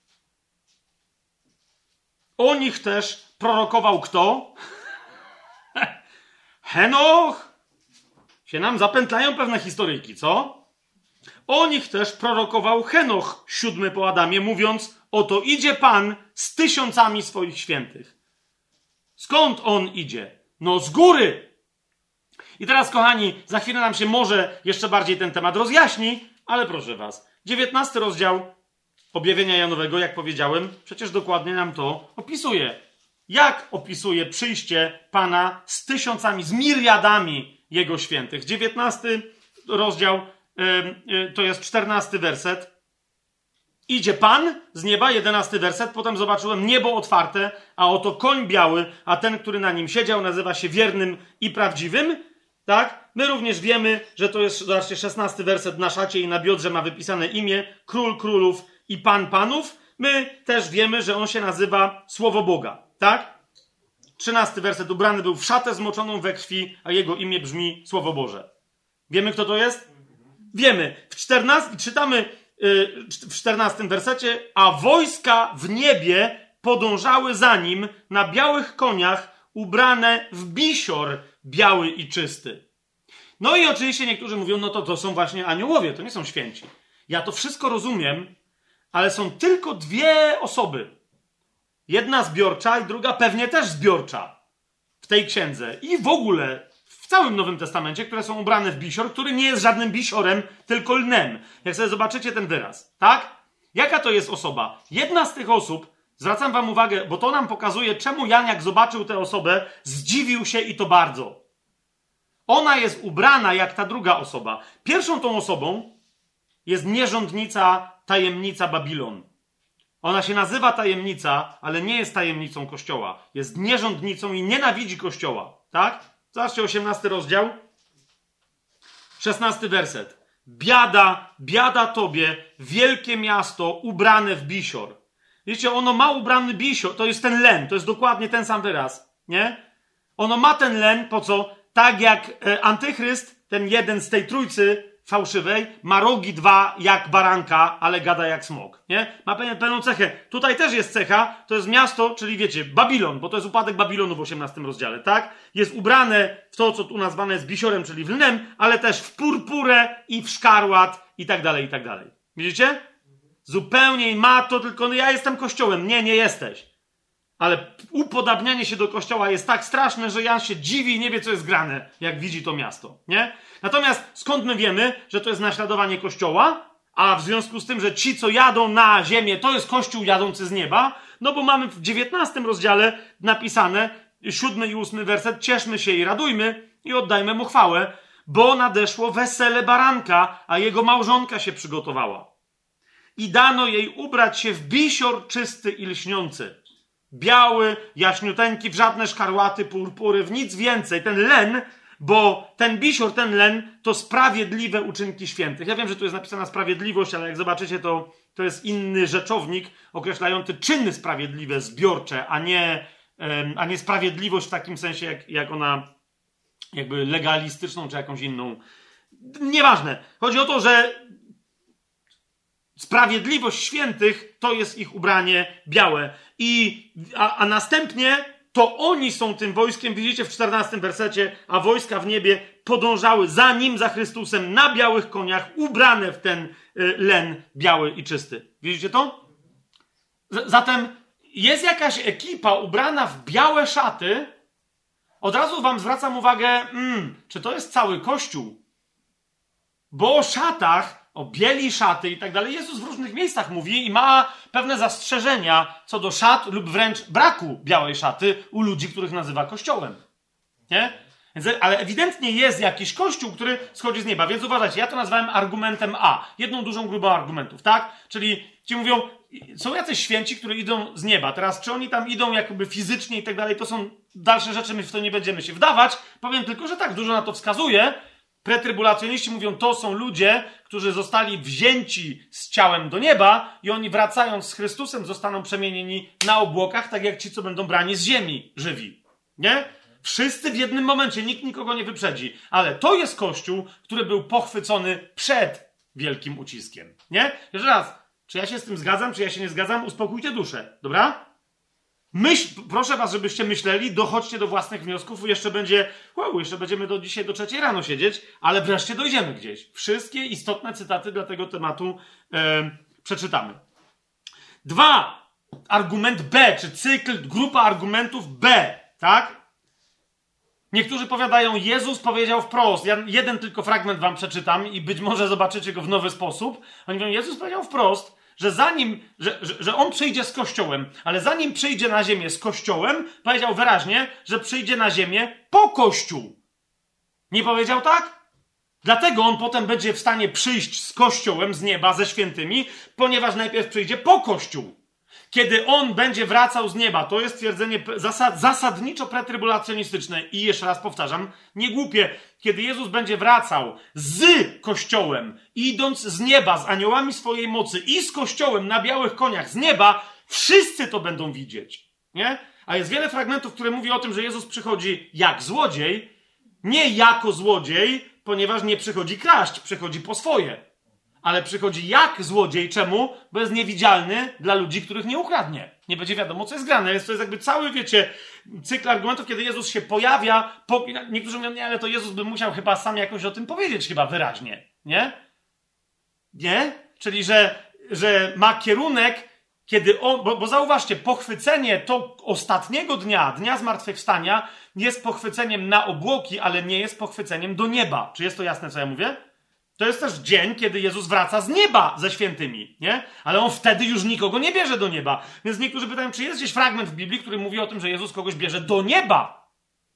O nich też prorokował kto? Henoch! Się nam zapętlają pewne historyjki, co? O nich też prorokował Henoch, siódmy po Adamie, mówiąc: oto idzie Pan z tysiącami swoich świętych. Skąd on idzie? No z góry! I teraz, kochani, za chwilę nam się może jeszcze bardziej ten temat rozjaśni, ale proszę was, dziewiętnasty rozdział Objawienia Janowego, jak powiedziałem, przecież dokładnie nam to opisuje. Jak opisuje przyjście Pana z tysiącami, z miriadami Jego świętych? dziewiętnasty rozdział, yy, yy, to jest czternasty werset. Idzie Pan z nieba, jedenasty werset, potem zobaczyłem niebo otwarte, a oto koń biały, a ten, który na nim siedział, nazywa się wiernym i prawdziwym. Tak? My również wiemy, że to jest, zobaczcie, szesnasty werset, na szacie i na biodrze ma wypisane imię, król królów i pan panów. My też wiemy, że on się nazywa Słowo Boga. Tak? trzynasty werset, ubrany był w szatę zmoczoną we krwi, a jego imię brzmi Słowo Boże. Wiemy, kto to jest? Wiemy. W czternastym, czytamy yy, w czternastym wersecie, a wojska w niebie podążały za nim na białych koniach, ubrane w bisior biały i czysty. No i oczywiście niektórzy mówią, no to to są właśnie aniołowie, to nie są święci. Ja to wszystko rozumiem, ale są tylko dwie osoby. Jedna zbiorcza i druga pewnie też zbiorcza w tej księdze. I w ogóle w całym Nowym Testamencie, które są ubrane w bisior, który nie jest żadnym bisiorem, tylko lnem. Jak sobie zobaczycie ten wyraz, tak? Jaka to jest osoba? Jedna z tych osób, zwracam wam uwagę, bo to nam pokazuje, czemu Jan, jak zobaczył tę osobę, zdziwił się i to bardzo. Ona jest ubrana jak ta druga osoba. Pierwszą tą osobą jest nierządnica, tajemnica Babilon. Ona się nazywa tajemnica, ale nie jest tajemnicą Kościoła. Jest nierządnicą i nienawidzi Kościoła. Tak? Zobaczcie, osiemnasty rozdział, szesnasty werset. Biada, biada tobie, wielkie miasto ubrane w bisior. Wiecie, ono ma ubrany bisior, to jest ten len, to jest dokładnie ten sam wyraz, nie? Ono ma ten len, po co? Tak jak e, antychryst, ten jeden z tej trójcy fałszywej, ma rogi dwa jak baranka, ale gada jak smok, nie? Ma pe- pewną cechę. Tutaj też jest cecha, to jest miasto, czyli wiecie, Babilon, bo to jest upadek Babilonu w osiemnastym rozdziale, tak? Jest ubrane w to, co tu nazwane jest bisiorem, czyli w lnem, ale też w purpurę i w szkarłat i tak dalej, i tak dalej. Widzicie? Zupełnie ma to tylko, no ja jestem Kościołem. Nie, nie jesteś. Ale upodabnianie się do Kościoła jest tak straszne, że Jan się dziwi i nie wie, co jest grane, jak widzi to miasto, nie? Natomiast skąd my wiemy, że to jest naśladowanie Kościoła? A w związku z tym, że ci, co jadą na ziemię, to jest Kościół jadący z nieba, no bo mamy w dziewiętnastym rozdziale napisane, siódmy i ósmy werset, cieszmy się i radujmy i oddajmy mu chwałę, bo nadeszło wesele baranka, a jego małżonka się przygotowała. I dano jej ubrać się w bisior czysty i lśniący. Biały, jaśniuteńki, w żadne szkarłaty, purpury, w nic więcej. Ten len, bo ten bisior, ten len, to sprawiedliwe uczynki świętych. Ja wiem, że tu jest napisana sprawiedliwość, ale jak zobaczycie, to, to jest inny rzeczownik określający czyny sprawiedliwe, zbiorcze, a nie, um, a nie sprawiedliwość w takim sensie, jak, jak ona jakby legalistyczną, czy jakąś inną. Nieważne. Chodzi o to, że sprawiedliwość świętych to jest ich ubranie białe. I, a, a następnie to oni są tym wojskiem, widzicie w czternastym wersecie, a wojska w niebie podążały za nim, za Chrystusem, na białych koniach, ubrane w ten y, len biały i czysty. Widzicie to? Z, zatem jest jakaś ekipa ubrana w białe szaty. Od razu wam zwracam uwagę, mm, czy to jest cały Kościół? Bo o szatach, o bieli szaty i tak dalej, Jezus w różnych miejscach mówi i ma pewne zastrzeżenia co do szat lub wręcz braku białej szaty u ludzi, których nazywa Kościołem. Nie? Więc, ale ewidentnie jest jakiś Kościół, który schodzi z nieba. Więc uważajcie, ja to nazwałem argumentem A. Jedną dużą grupą argumentów, tak? Czyli ci mówią, są jacyś święci, którzy idą z nieba. Teraz, czy oni tam idą jakby fizycznie i tak dalej, to są dalsze rzeczy, my w to nie będziemy się wdawać. Powiem tylko, że tak, dużo na to wskazuje. Pretrybulacjoniści mówią, to są ludzie, którzy zostali wzięci z ciałem do nieba i oni wracając z Chrystusem zostaną przemienieni na obłokach, tak jak ci, co będą brani z ziemi żywi. Nie? Wszyscy w jednym momencie, nikt nikogo nie wyprzedzi. Ale to jest Kościół, który był pochwycony przed wielkim uciskiem. Nie? Jeszcze raz, czy ja się z tym zgadzam, czy ja się nie zgadzam? Uspokójcie duszę. Dobra? Myśl, proszę was, żebyście myśleli, dochodźcie do własnych wniosków, jeszcze będzie, wow, jeszcze będziemy do dzisiaj do trzeciej rano siedzieć, ale wreszcie dojdziemy gdzieś. Wszystkie istotne cytaty dla tego tematu e, przeczytamy. Dwa. Argument B, czy cykl, grupa argumentów B, tak? Niektórzy powiadają, Jezus powiedział wprost, ja jeden tylko fragment wam przeczytam i być może zobaczycie go w nowy sposób. Oni mówią, Jezus powiedział wprost, że zanim, że, że, że On przyjdzie z Kościołem, ale zanim przyjdzie na ziemię z Kościołem, powiedział wyraźnie, że przyjdzie na ziemię po Kościół. Nie powiedział tak? Dlatego On potem będzie w stanie przyjść z Kościołem z nieba, ze świętymi, ponieważ najpierw przyjdzie po Kościół. Kiedy On będzie wracał z nieba, to jest twierdzenie zasad, zasadniczo pretrybulacjonistyczne i jeszcze raz powtarzam, nie głupie. Kiedy Jezus będzie wracał z Kościołem, idąc z nieba, z aniołami swojej mocy i z Kościołem na białych koniach z nieba, wszyscy to będą widzieć. Nie? A jest wiele fragmentów, które mówi o tym, że Jezus przychodzi jak złodziej, nie jako złodziej, ponieważ nie przychodzi kraść, przychodzi po swoje. Ale przychodzi jak złodziej. Czemu? Bo jest niewidzialny dla ludzi, których nie ukradnie. Nie będzie wiadomo, co jest grane. Jest to jest jakby cały, wiecie, cykl argumentów, kiedy Jezus się pojawia. Po... Niektórzy mówią, nie, ale to Jezus by musiał chyba sam jakoś o tym powiedzieć, chyba wyraźnie. Nie? Nie? Czyli, że, że ma kierunek, kiedy on... Bo, bo zauważcie, pochwycenie to ostatniego dnia, dnia zmartwychwstania, jest pochwyceniem na obłoki, ale nie jest pochwyceniem do nieba. Czy jest to jasne, co ja mówię? To jest też dzień, kiedy Jezus wraca z nieba ze świętymi, nie? Ale On wtedy już nikogo nie bierze do nieba. Więc niektórzy pytają, czy jest gdzieś fragment w Biblii, który mówi o tym, że Jezus kogoś bierze do nieba.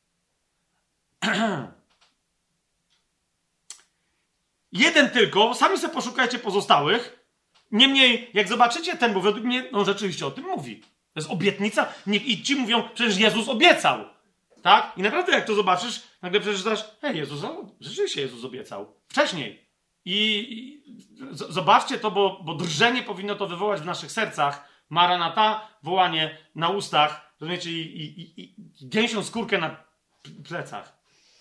Jeden tylko, sami sobie poszukajcie pozostałych. Niemniej, jak zobaczycie ten, bo według mnie on rzeczywiście o tym mówi. To jest obietnica. Nie, i ci mówią, przecież Jezus obiecał. Tak? I naprawdę jak to zobaczysz, nagle przeczytasz, hej, Jezus, rzeczywiście Jezus obiecał. Wcześniej. I, i z, zobaczcie to, bo, bo drżenie powinno to wywołać w naszych sercach. Maranata, wołanie na ustach, rozumiecie, i, i, i, i gęsią skórkę na plecach.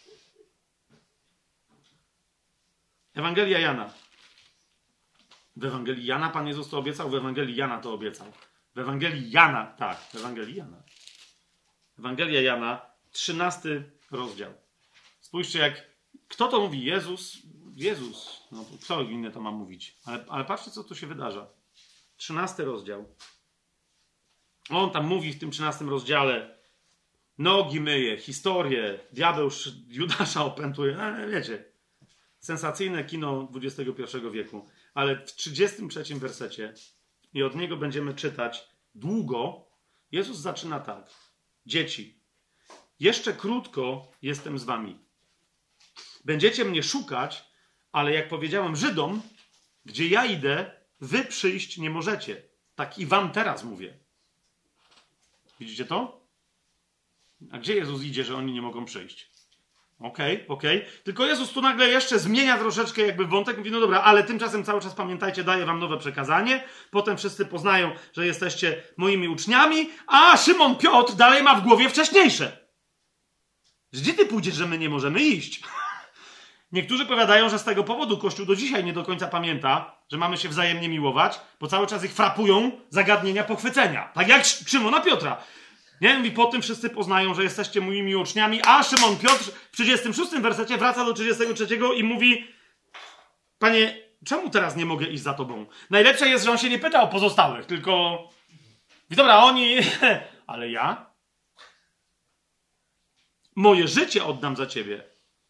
Ewangelia Jana. W Ewangelii Jana Pan Jezus to obiecał, w Ewangelii Jana to obiecał. W Ewangelii Jana, tak, w Ewangelii Jana. Ewangelia Jana, trzynasty rozdział. Spójrzcie, jak kto to mówi? Jezus, Jezus. No to kto inny to ma mówić? Ale, ale patrzcie, co tu się wydarza. trzynasty rozdział. On tam mówi w tym trzynastym rozdziale, nogi myje, historię, diabeł Judasza opętuje. Ale wiecie, sensacyjne kino dwudziestego pierwszego wieku. Ale w trzydziestym trzecim wersecie, i od niego będziemy czytać długo, Jezus zaczyna tak. Dzieci, jeszcze krótko jestem z wami. Będziecie mnie szukać, ale jak powiedziałem Żydom, gdzie ja idę, wy przyjść nie możecie. Tak i wam teraz mówię. Widzicie to? A gdzie Jezus idzie, że oni nie mogą przyjść? Okej, okay, okej. Okay. Tylko Jezus tu nagle jeszcze zmienia troszeczkę jakby wątek. Mówi, no dobra, ale tymczasem cały czas pamiętajcie, daję wam nowe przekazanie. Potem wszyscy poznają, że jesteście moimi uczniami, a Szymon Piotr dalej ma w głowie wcześniejsze. Gdzie ty pójdziesz, że my nie możemy iść? Niektórzy powiadają, że z tego powodu Kościół do dzisiaj nie do końca pamięta, że mamy się wzajemnie miłować, bo cały czas ich frapują zagadnienia pochwycenia. Tak jak Szymona Piotra. Nie? I po tym wszyscy poznają, że jesteście moimi uczniami, a Szymon Piotr w trzydziestym szóstym wersecie wraca do trzydziestego trzeciego i mówi, Panie, czemu teraz nie mogę iść za tobą? Najlepsze jest, że on się nie pyta o pozostałych, tylko i dobra, oni, ale ja? Moje życie oddam za ciebie.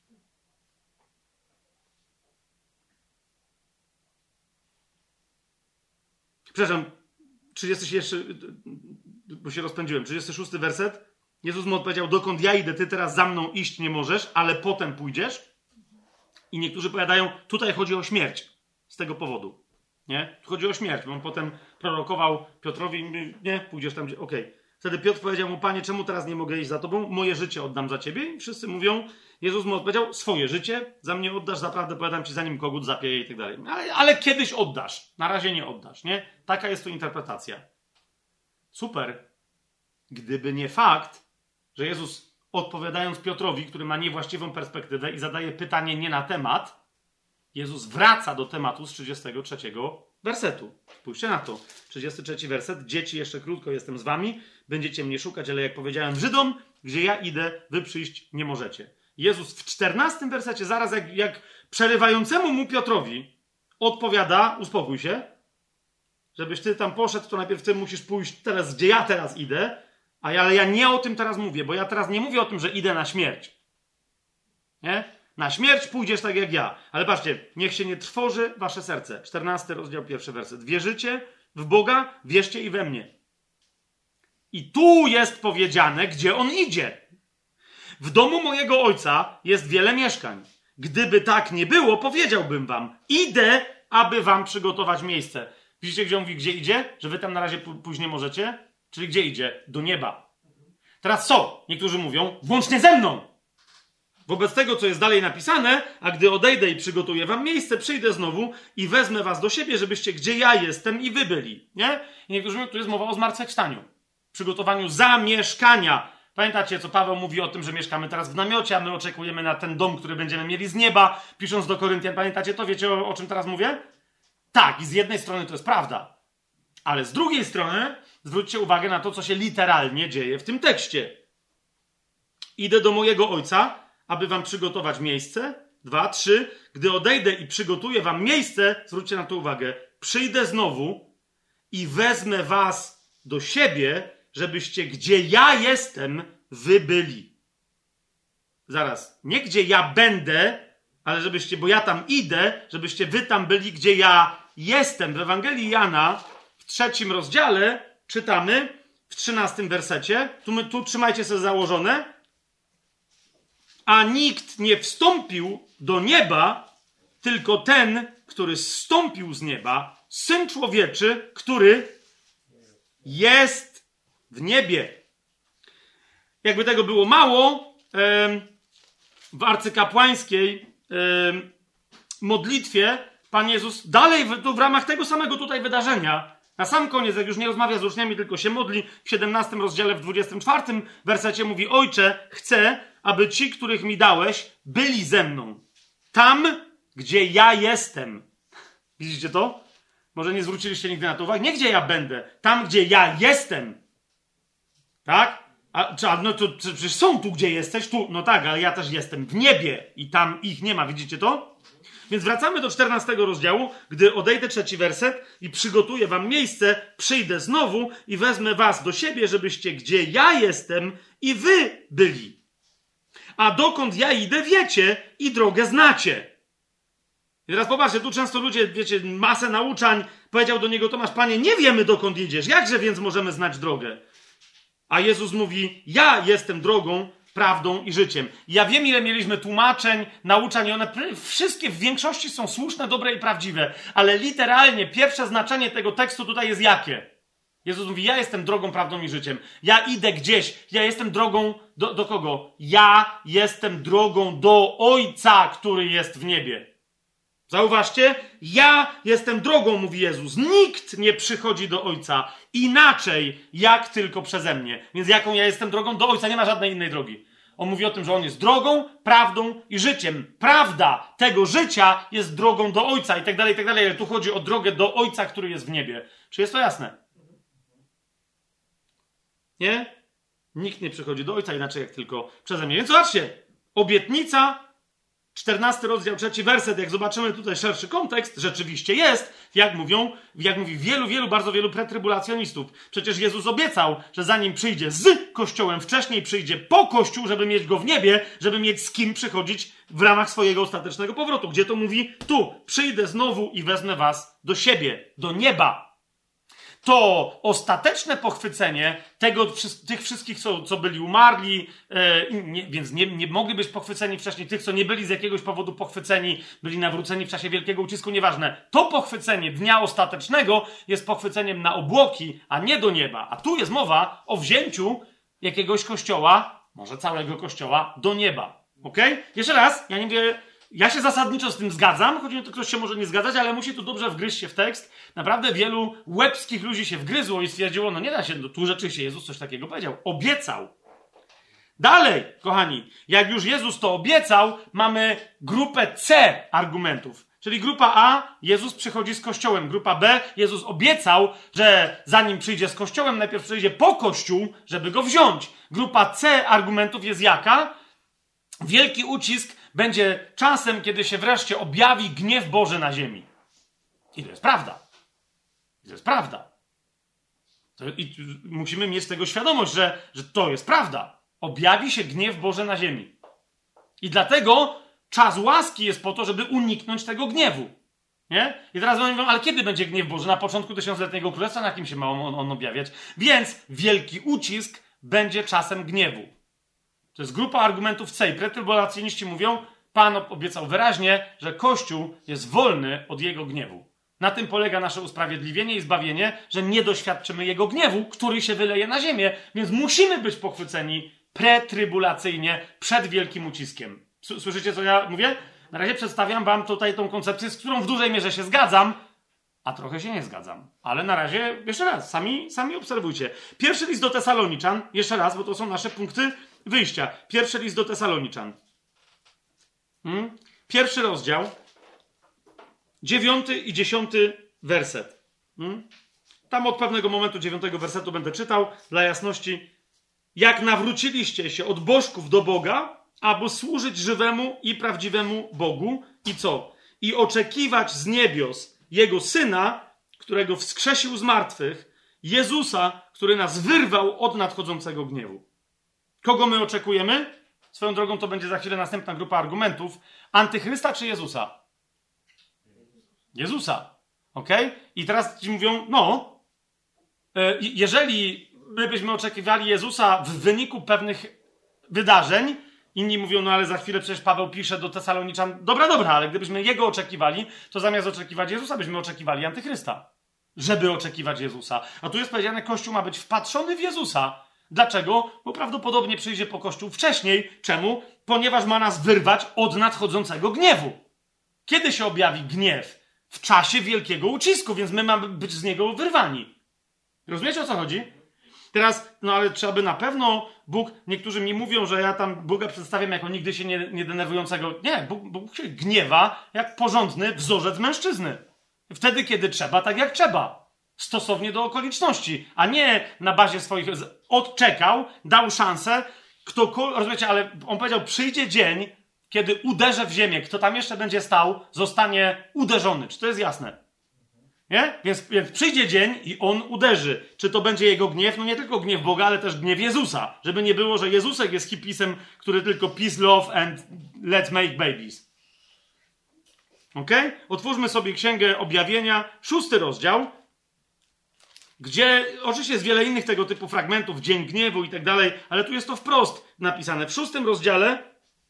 Przepraszam, trzydziesty jeszcze, bo się rozpędziłem, trzydziesty szósty werset. Jezus mu odpowiedział, dokąd ja idę, ty teraz za mną iść nie możesz, ale potem pójdziesz. I niektórzy powiadają, tutaj chodzi o śmierć z tego powodu. Nie? Chodzi o śmierć, bo on potem prorokował Piotrowi, nie, pójdziesz tam, gdzie... Okej. Okay. Wtedy Piotr powiedział mu, Panie, czemu teraz nie mogę iść za tobą? Moje życie oddam za ciebie. I wszyscy mówią, Jezus mu odpowiedział, swoje życie za mnie oddasz, zaprawdę powiadam ci, zanim kogut zapieje i tak dalej. Ale, ale kiedyś oddasz. Na razie nie oddasz, nie? Taka jest tu interpretacja. Super. Gdyby nie fakt, że Jezus odpowiadając Piotrowi, który ma niewłaściwą perspektywę i zadaje pytanie nie na temat, Jezus wraca do tematu z trzydziestego trzeciego wersetu. Spójrzcie na to. trzydziesty trzeci werset. Dzieci, jeszcze krótko jestem z wami. Będziecie mnie szukać, ale jak powiedziałem Żydom, gdzie ja idę, wy przyjść nie możecie. Jezus w czternastym wersecie, zaraz jak, jak przerywającemu mu Piotrowi odpowiada, uspokój się, żebyś ty tam poszedł, to najpierw ty musisz pójść teraz, gdzie ja teraz idę, a ja, ale ja nie o tym teraz mówię, bo ja teraz nie mówię o tym, że idę na śmierć. Nie? Na śmierć pójdziesz tak jak ja. Ale patrzcie, niech się nie trwoży wasze serce. czternasty rozdział, pierwszy werset. Wierzycie w Boga, wierzcie i we mnie. I tu jest powiedziane, gdzie On idzie. W domu mojego Ojca jest wiele mieszkań. Gdyby tak nie było, powiedziałbym wam, idę, aby wam przygotować miejsce. Widzicie, gdzie on mówi, gdzie idzie? Że wy tam na razie pójść nie możecie? Czyli gdzie idzie? Do nieba. Teraz co? Niektórzy mówią, włącznie ze mną. Wobec tego, co jest dalej napisane, a gdy odejdę i przygotuję wam miejsce, przyjdę znowu i wezmę was do siebie, żebyście gdzie ja jestem i wy byli. Nie? I niektórzy mówią, tu jest mowa o zmartwychwstaniu. Przygotowaniu zamieszkania. Pamiętacie, co Paweł mówi o tym, że mieszkamy teraz w namiocie, a my oczekujemy na ten dom, który będziemy mieli z nieba, pisząc do Koryntian. Pamiętacie to? Wiecie, o, o czym teraz mówię? Tak, i z jednej strony to jest prawda. Ale z drugiej strony zwróćcie uwagę na to, co się literalnie dzieje w tym tekście. Idę do mojego Ojca, aby wam przygotować miejsce. Dwa, trzy. Gdy odejdę i przygotuję wam miejsce, zwróćcie na to uwagę, przyjdę znowu i wezmę was do siebie, żebyście gdzie ja jestem, wy byli. Zaraz. Nie gdzie ja będę, ale żebyście, bo ja tam idę, żebyście wy tam byli, gdzie ja jestem. W Ewangelii Jana w trzecim rozdziale czytamy w trzynastym wersecie. Tu, my, tu trzymajcie sobie założone. A nikt nie wstąpił do nieba, tylko ten, który zstąpił z nieba, Syn Człowieczy, który jest w niebie. Jakby tego było mało, w arcykapłańskiej modlitwie Pan Jezus dalej w, w ramach tego samego tutaj wydarzenia, na sam koniec, jak już nie rozmawia z uczniami, tylko się modli, w siedemnastym rozdziale, w dwudziestym czwartym wersecie mówi: Ojcze, chcę, aby ci, których mi dałeś, byli ze mną. Tam, gdzie ja jestem. Widzicie to? Może nie zwróciliście nigdy na to uwagi? Nie gdzie ja będę. Tam, gdzie ja jestem. Tak? A, czy, no to, to przecież są tu, gdzie jesteś. Tu, no tak, ale ja też jestem w niebie. I tam ich nie ma. Widzicie to? Więc wracamy do czternastego rozdziału. Gdy odejdę, trzeci werset, i przygotuję wam miejsce, przyjdę znowu i wezmę was do siebie, żebyście gdzie ja jestem i wy byli. A dokąd ja idę, wiecie i drogę znacie. I teraz popatrzcie, tu często ludzie, wiecie, masę nauczań. Powiedział do niego Tomasz: Panie, nie wiemy, dokąd idziesz. Jakże więc możemy znać drogę? A Jezus mówi: ja jestem drogą, prawdą i życiem. Ja wiem, ile mieliśmy tłumaczeń, nauczań i one wszystkie w większości są słuszne, dobre i prawdziwe. Ale literalnie pierwsze znaczenie tego tekstu tutaj jest jakie? Jezus mówi: ja jestem drogą, prawdą i życiem. Ja idę gdzieś. Ja jestem drogą do, do kogo? Ja jestem drogą do Ojca, który jest w niebie. Zauważcie? Ja jestem drogą, mówi Jezus. Nikt nie przychodzi do Ojca inaczej, jak tylko przeze mnie. Więc jaką ja jestem drogą do Ojca? Nie ma żadnej innej drogi. On mówi o tym, że On jest drogą, prawdą i życiem. Prawda tego życia jest drogą do Ojca i tak dalej, i tak dalej. Ale tu chodzi o drogę do Ojca, który jest w niebie. Czy jest to jasne? Nie? Nikt nie przychodzi do Ojca inaczej, jak tylko przeze mnie. Więc zobaczcie, obietnica, czternasty rozdział, trzeci werset, jak zobaczymy tutaj szerszy kontekst, rzeczywiście jest, jak mówią, jak mówi wielu, wielu, bardzo wielu pretrybulacjonistów. Przecież Jezus obiecał, że zanim przyjdzie z Kościołem, wcześniej przyjdzie po Kościół, żeby mieć go w niebie, żeby mieć z kim przychodzić w ramach swojego ostatecznego powrotu. Gdzie to mówi? Tu, przyjdę znowu i wezmę was do siebie, do nieba. to ostateczne pochwycenie tego, tych wszystkich, co, co byli umarli, e, nie, więc nie, nie mogli być pochwyceni wcześniej, tych, co nie byli z jakiegoś powodu pochwyceni, byli nawróceni w czasie wielkiego ucisku, nieważne. To pochwycenie dnia ostatecznego jest pochwyceniem na obłoki, a nie do nieba. A tu jest mowa o wzięciu jakiegoś kościoła, może całego kościoła, do nieba. Okej? Okay? Jeszcze raz, ja nie mówię... Ja się zasadniczo z tym zgadzam, choć to ktoś się może nie zgadzać, ale musi tu dobrze wgryźć się w tekst. Naprawdę wielu łebskich ludzi się wgryzło i stwierdziło, no nie da się, no tu rzeczywiście Jezus coś takiego powiedział. Obiecał. Dalej, kochani, jak już Jezus to obiecał, mamy grupę C argumentów. Czyli grupa A, Jezus przychodzi z Kościołem. Grupa B, Jezus obiecał, że zanim przyjdzie z Kościołem, najpierw przyjdzie po Kościół, żeby go wziąć. Grupa C argumentów jest jaka? Wielki ucisk będzie czasem, kiedy się wreszcie objawi gniew Boży na ziemi. I to jest prawda. I to jest prawda. To, I musimy mieć z tego świadomość, że, że to jest prawda. Objawi się gniew Boży na ziemi. I dlatego czas łaski jest po to, żeby uniknąć tego gniewu. Nie? I teraz oni mówią, ale kiedy będzie gniew Boży? Na początku tysiącletniego królestwa? Na kim się ma on, on objawiać? Więc wielki ucisk będzie czasem gniewu. To jest grupa argumentów C. I pretrybulacjoniści mówią, Pan obiecał wyraźnie, że Kościół jest wolny od jego gniewu. Na tym polega nasze usprawiedliwienie i zbawienie, że nie doświadczymy jego gniewu, który się wyleje na ziemię, więc musimy być pochwyceni pretrybulacyjnie przed wielkim uciskiem. Słyszycie, co ja mówię? Na razie przedstawiam wam tutaj tą koncepcję, z którą w dużej mierze się zgadzam, a trochę się nie zgadzam. Ale na razie, jeszcze raz, sami, sami obserwujcie. Pierwszy list do Tesaloniczan, jeszcze raz, bo to są nasze punkty wyjścia. Pierwszy list do Tesaloniczan. Hmm? Pierwszy rozdział, dziewiąty i dziesiąty werset. Hmm? Tam od pewnego momentu dziewiątego wersetu będę czytał dla jasności. Jak nawróciliście się od bożków do Boga, aby służyć żywemu i prawdziwemu Bogu i co? I oczekiwać z niebios Jego Syna, którego wskrzesił z martwych, Jezusa, który nas wyrwał od nadchodzącego gniewu. Kogo my oczekujemy? Swoją drogą to będzie za chwilę następna grupa argumentów. Antychrysta czy Jezusa? Jezusa. Okej? Okay? I teraz ci mówią, no, jeżeli my byśmy oczekiwali Jezusa w wyniku pewnych wydarzeń, inni mówią, no ale za chwilę przecież Paweł pisze do Tesaloniczan, dobra, dobra, ale gdybyśmy Jego oczekiwali, to zamiast oczekiwać Jezusa, byśmy oczekiwali Antychrysta. Żeby oczekiwać Jezusa. A tu jest powiedziane, Kościół ma być wpatrzony w Jezusa. Dlaczego? Bo prawdopodobnie przyjdzie po Kościół wcześniej. Czemu? Ponieważ ma nas wyrwać od nadchodzącego gniewu. Kiedy się objawi gniew? W czasie wielkiego ucisku, więc my mamy być z niego wyrwani. Rozumiecie, o co chodzi? Teraz, no ale trzeba by na pewno Bóg, niektórzy mi mówią, że ja tam Boga przedstawiam jako nigdy się nie, nie denerwującego. Nie, Bóg, Bóg się gniewa jak porządny wzorzec mężczyzny. Wtedy, kiedy trzeba, tak jak trzeba. Stosownie do okoliczności, a nie na bazie swoich... Odczekał, dał szansę, ktokolwiek... Rozumiecie, ale on powiedział, przyjdzie dzień, kiedy uderzę w ziemię. Kto tam jeszcze będzie stał, zostanie uderzony. Czy to jest jasne? Nie? Więc, więc przyjdzie dzień i on uderzy. Czy to będzie jego gniew? No nie tylko gniew Boga, ale też gniew Jezusa. Żeby nie było, że Jezusek jest hipisem, który tylko peace, love and let's make babies. Okej? Okay? Otwórzmy sobie Księgę Objawienia, szósty rozdział, gdzie oczywiście jest wiele innych tego typu fragmentów, dzień gniewu i tak dalej, ale tu jest to wprost napisane. W szóstym rozdziale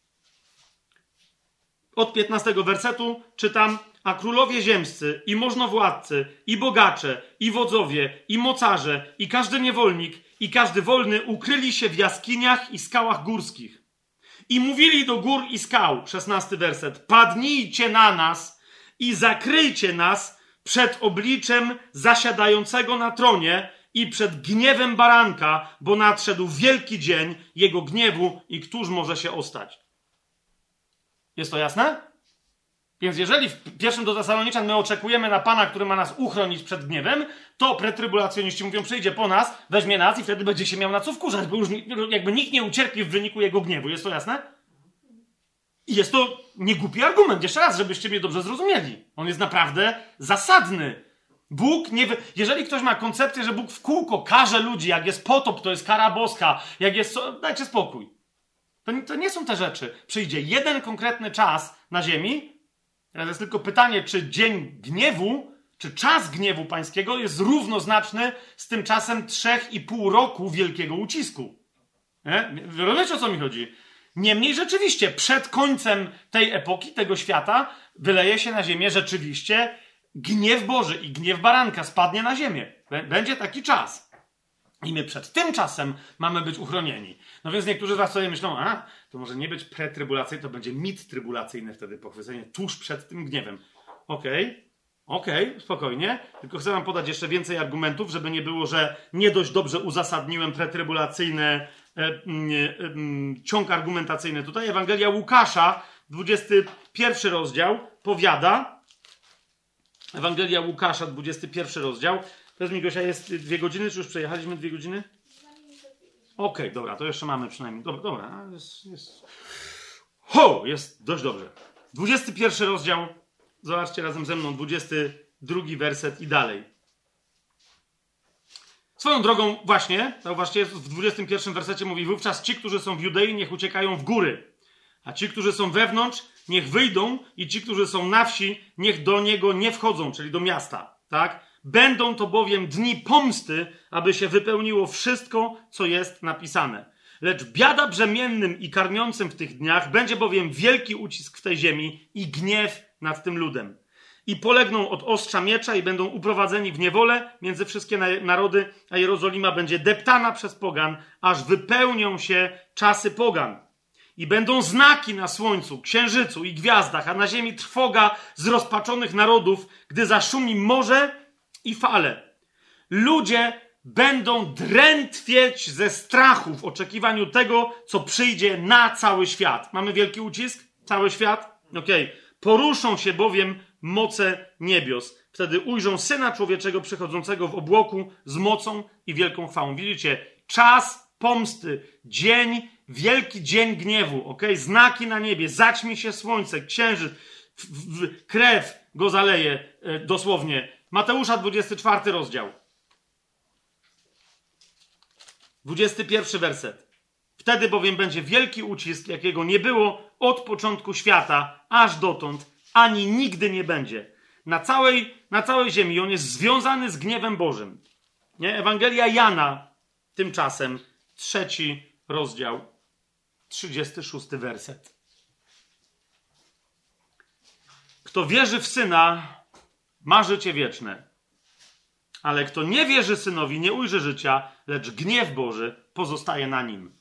od piętnastego wersetu czytam: a królowie ziemscy, i możnowładcy, i bogacze, i wodzowie, i mocarze, i każdy niewolnik, i każdy wolny ukryli się w jaskiniach i skałach górskich. I mówili do gór i skał, szesnasty werset, padnijcie na nas i zakryjcie nas przed obliczem zasiadającego na tronie i przed gniewem baranka, bo nadszedł wielki dzień jego gniewu i któż może się ostać. Jest to jasne? Więc jeżeli w pierwszym do Tesaloniczan my oczekujemy na Pana, który ma nas uchronić przed gniewem, to pretrybulacjoniści mówią, przyjdzie po nas, weźmie nas i wtedy będzie się miał na co wkurzać, bo już jakby nikt nie ucierpi w wyniku jego gniewu. Jest to jasne? I jest to niegłupi argument. Jeszcze raz, żebyście mnie dobrze zrozumieli. On jest naprawdę zasadny. Bóg nie... Wy... Jeżeli ktoś ma koncepcję, że Bóg w kółko karze ludzi, jak jest potop, to jest kara boska, jak jest... Dajcie spokój. To nie, to nie są te rzeczy. Przyjdzie jeden konkretny czas na ziemi. Teraz jest tylko pytanie, czy dzień gniewu, czy czas gniewu pańskiego jest równoznaczny z tym czasem trzech i pół roku wielkiego ucisku. Nie? Rozumiecie, o co mi chodzi? Niemniej rzeczywiście przed końcem tej epoki, tego świata, wyleje się na ziemię rzeczywiście gniew Boży i gniew baranka spadnie na ziemię. Będzie taki czas. I my przed tym czasem mamy być uchronieni. No więc niektórzy z was sobie myślą, a, to może nie być pretrybulacyjny, to będzie mit trybulacyjny wtedy, pochwycenie tuż przed tym gniewem. Okej, okay, okej, okay, spokojnie. Tylko chcę wam podać jeszcze więcej argumentów, żeby nie było, że nie dość dobrze uzasadniłem pretrybulacyjny e, e, e, ciąg argumentacyjny. Tutaj Ewangelia Łukasza, dwudziesty pierwszy rozdział, powiada, Ewangelia Łukasza, dwudziesty pierwszy rozdział, powiedz mi, Gosia, jest dwie godziny, czy już przejechaliśmy dwie godziny? Okej, okay, dobra, to jeszcze mamy przynajmniej. Dobra, dobra, jest, jest. Ho, jest dość dobrze. dwudziesty pierwszy rozdział, zobaczcie razem ze mną, dwudziesty drugi werset i dalej. Swoją drogą, właśnie, zauważcie, w dwudziestym pierwszym wersecie mówi, wówczas ci, którzy są w Judei, niech uciekają w góry, a ci, którzy są wewnątrz, niech wyjdą i ci, którzy są na wsi, niech do niego nie wchodzą, czyli do miasta, tak? Będą to bowiem dni pomsty, aby się wypełniło wszystko, co jest napisane. Lecz biada brzemiennym i karmiącym w tych dniach, będzie bowiem wielki ucisk w tej ziemi i gniew nad tym ludem. I polegną od ostrza miecza i będą uprowadzeni w niewolę między wszystkie narody, a Jerozolima będzie deptana przez pogan, aż wypełnią się czasy pogan. I będą znaki na słońcu, księżycu i gwiazdach, a na ziemi trwoga zrozpaczonych narodów, gdy zaszumi morze i fale. Ludzie będą drętwieć ze strachu w oczekiwaniu tego, co przyjdzie na cały świat. Mamy wielki ucisk? Cały świat? Okej. Okay. Poruszą się bowiem moce niebios. Wtedy ujrzą Syna Człowieczego przychodzącego w obłoku z mocą i wielką chwałą. Widzicie? Czas pomsty. Dzień, wielki dzień gniewu. Okay? Znaki na niebie. Zaćmi się słońce, księżyc. W, w, krew go zaleje e, dosłownie. Mateusza, dwudziesty czwarty rozdział. dwudziesty pierwszy werset. Wtedy bowiem będzie wielki ucisk, jakiego nie było od początku świata, aż dotąd, ani nigdy nie będzie. Na całej, na całej ziemi on jest związany z gniewem Bożym. Nie? Ewangelia Jana, tymczasem, trzeci rozdział, trzydziesty szósty werset. Kto wierzy w Syna, ma życie wieczne. Ale kto nie wierzy Synowi, nie ujrzy życia, lecz gniew Boży pozostaje na nim.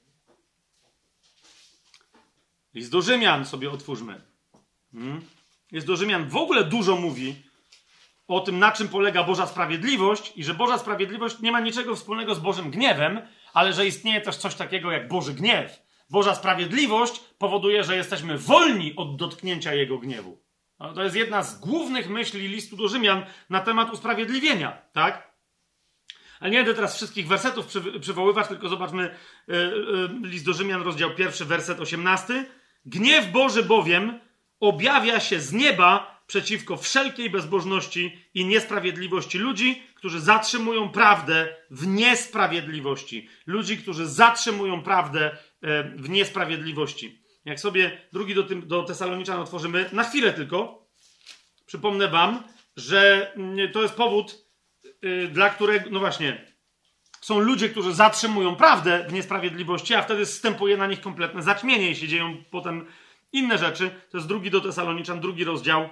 List do Rzymian sobie otwórzmy. Hmm? List do Rzymian w ogóle dużo mówi o tym, na czym polega Boża sprawiedliwość i że Boża sprawiedliwość nie ma niczego wspólnego z Bożym gniewem, ale że istnieje też coś takiego jak Boży gniew. Boża sprawiedliwość powoduje, że jesteśmy wolni od dotknięcia Jego gniewu. To jest jedna z głównych myśli listu do Rzymian na temat usprawiedliwienia, tak? Ale nie będę teraz wszystkich wersetów przy, przywoływać, tylko zobaczmy yy, yy, list do Rzymian, rozdział pierwszy, werset osiemnasty. Gniew Boży bowiem objawia się z nieba przeciwko wszelkiej bezbożności i niesprawiedliwości ludzi, którzy zatrzymują prawdę w niesprawiedliwości. Ludzi, którzy zatrzymują prawdę yy, w niesprawiedliwości. Jak sobie drugi do, tym, do Tesaloniczan otworzymy, na chwilę tylko, przypomnę wam, że to jest powód, yy, dla którego, no właśnie, są ludzie, którzy zatrzymują prawdę w niesprawiedliwości, a wtedy zstępuje na nich kompletne zaćmienie i się dzieją potem inne rzeczy. To jest drugi do Tesaloniczan, drugi rozdział,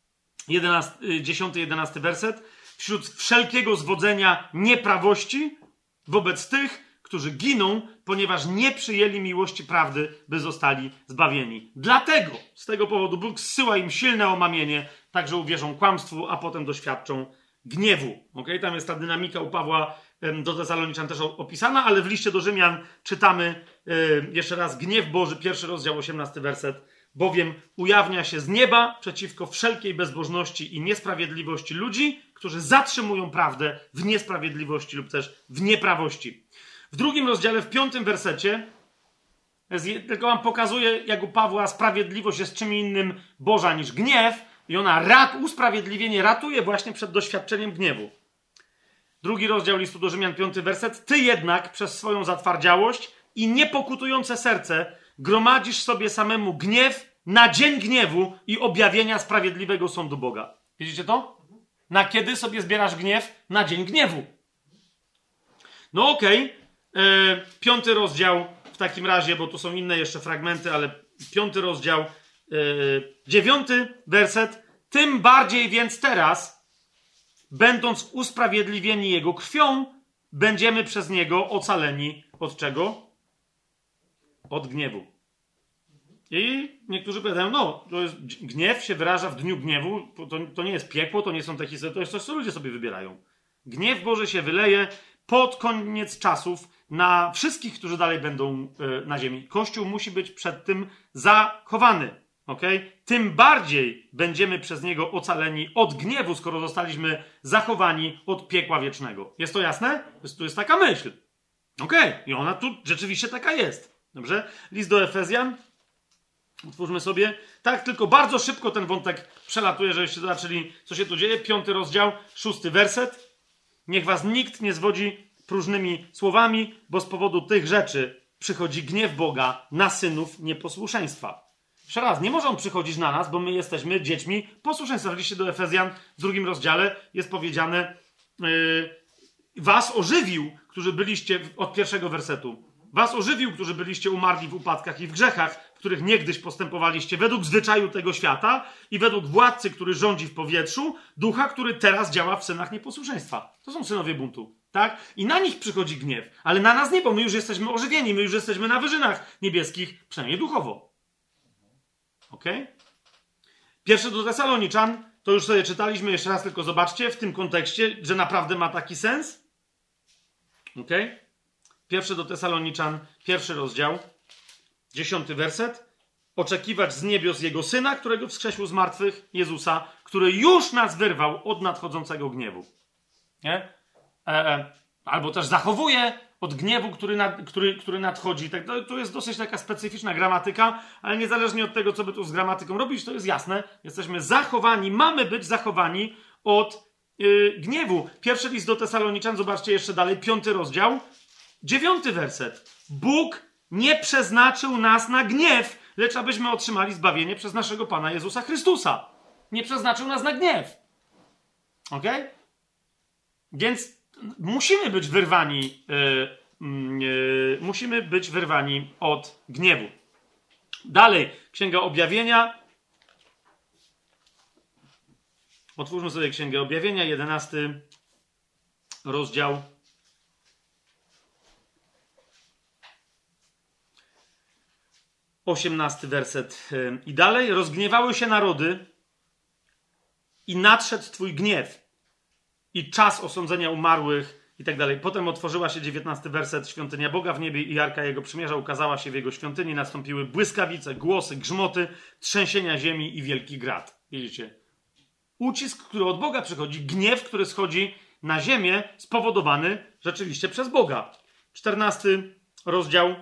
dziesiąty, jedenasty werset. Wśród wszelkiego zwodzenia nieprawości wobec tych, którzy giną, ponieważ nie przyjęli miłości prawdy, by zostali zbawieni. Dlatego, z tego powodu Bóg zsyła im silne omamienie, tak że uwierzą kłamstwu, a potem doświadczą gniewu. Okay? Tam jest ta dynamika u Pawła do Tesaloniczan też opisana, ale w liście do Rzymian czytamy yy, jeszcze raz gniew Boży, pierwszy rozdział, osiemnasty werset. Bowiem ujawnia się z nieba przeciwko wszelkiej bezbożności i niesprawiedliwości ludzi, którzy zatrzymują prawdę w niesprawiedliwości lub też w nieprawości. W drugim rozdziale, w piątym wersecie, tylko wam pokazuję, jak u Pawła sprawiedliwość jest czym innym Boża niż gniew i ona rat, usprawiedliwienie ratuje właśnie przed doświadczeniem gniewu. Drugi rozdział listu do Rzymian, piąty werset. Ty jednak przez swoją zatwardziałość i niepokutujące serce gromadzisz sobie samemu gniew na dzień gniewu i objawienia sprawiedliwego sądu Boga. Widzicie to? Na kiedy sobie zbierasz gniew? Na dzień gniewu. No okej. Okay. Piąty rozdział w takim razie, bo tu są inne jeszcze fragmenty, ale piąty rozdział, yy, dziewiąty werset. Tym bardziej więc teraz, będąc usprawiedliwieni Jego krwią, będziemy przez Niego ocaleni od czego? Od gniewu. I niektórzy powiadają, no, to jest, gniew się wyraża w dniu gniewu, to, to nie jest piekło, to nie są te historie, to jest coś, co ludzie sobie wybierają. Gniew Boży się wyleje pod koniec czasów na wszystkich, którzy dalej będą y, na ziemi. Kościół musi być przed tym zachowany. Okay? Tym bardziej będziemy przez Niego ocaleni od gniewu, skoro zostaliśmy zachowani od piekła wiecznego. Jest to jasne? Jest, to jest taka myśl. Okej. Okay. I ona tu rzeczywiście taka jest. Dobrze? List do Efezjan. Otwórzmy sobie. Tak, tylko bardzo szybko ten wątek przelatuje, żebyście zobaczyli, co się tu dzieje. Piąty rozdział, szósty werset. Niech was nikt nie zwodzi próżnymi słowami, bo z powodu tych rzeczy przychodzi gniew Boga na synów nieposłuszeństwa. Jeszcze raz, nie może on przychodzić na nas, bo my jesteśmy dziećmi posłuszeństwa. W liście do Efezjan w drugim rozdziale jest powiedziane yy, was ożywił, którzy byliście, od pierwszego wersetu, was ożywił, którzy byliście umarli w upadkach i w grzechach, w których niegdyś postępowaliście według zwyczaju tego świata i według władcy, który rządzi w powietrzu, ducha, który teraz działa w synach nieposłuszeństwa. To są synowie buntu, tak? I na nich przychodzi gniew, ale na nas nie, bo my już jesteśmy ożywieni, my już jesteśmy na wyżynach niebieskich, przynajmniej duchowo. Okej? Okay? Pierwszy do Tesaloniczan, to już sobie czytaliśmy, jeszcze raz tylko zobaczcie, w tym kontekście, że naprawdę ma taki sens. Okej? Okay? Pierwszy do Tesaloniczan, pierwszy rozdział, dziesiąty werset. Oczekiwać z niebios Jego Syna, którego wskrzesił z martwych, Jezusa, który już nas wyrwał od nadchodzącego gniewu. Nie? E, e, albo też zachowuje od gniewu, który, nad, który, który nadchodzi. Tak, to, to jest dosyć taka specyficzna gramatyka, ale niezależnie od tego, co by tu z gramatyką robić, to jest jasne. Jesteśmy zachowani, mamy być zachowani od yy, gniewu. Pierwszy list do Tesaloniczan, zobaczcie jeszcze dalej, piąty rozdział, dziewiąty werset. Bóg nie przeznaczył nas na gniew, lecz abyśmy otrzymali zbawienie przez naszego Pana Jezusa Chrystusa. Nie przeznaczył nas na gniew. Okej? Okay? Więc musimy być wyrwani, yy, yy, musimy być wyrwani od gniewu. Dalej, Księga Objawienia. Otwórzmy sobie Księgę Objawienia, jedenasty rozdział. osiemnasty werset. Yy, I dalej, rozgniewały się narody i nadszedł Twój gniew i czas osądzenia umarłych i tak dalej. Potem otworzyła się dziewiętnasty werset. Świątynia Boga w niebie i Arka Jego Przymierza ukazała się w Jego świątyni. Nastąpiły błyskawice, głosy, grzmoty, trzęsienia ziemi i wielki grad. Widzicie? Ucisk, który od Boga przychodzi, gniew, który schodzi na ziemię, spowodowany rzeczywiście przez Boga. czternasty rozdział,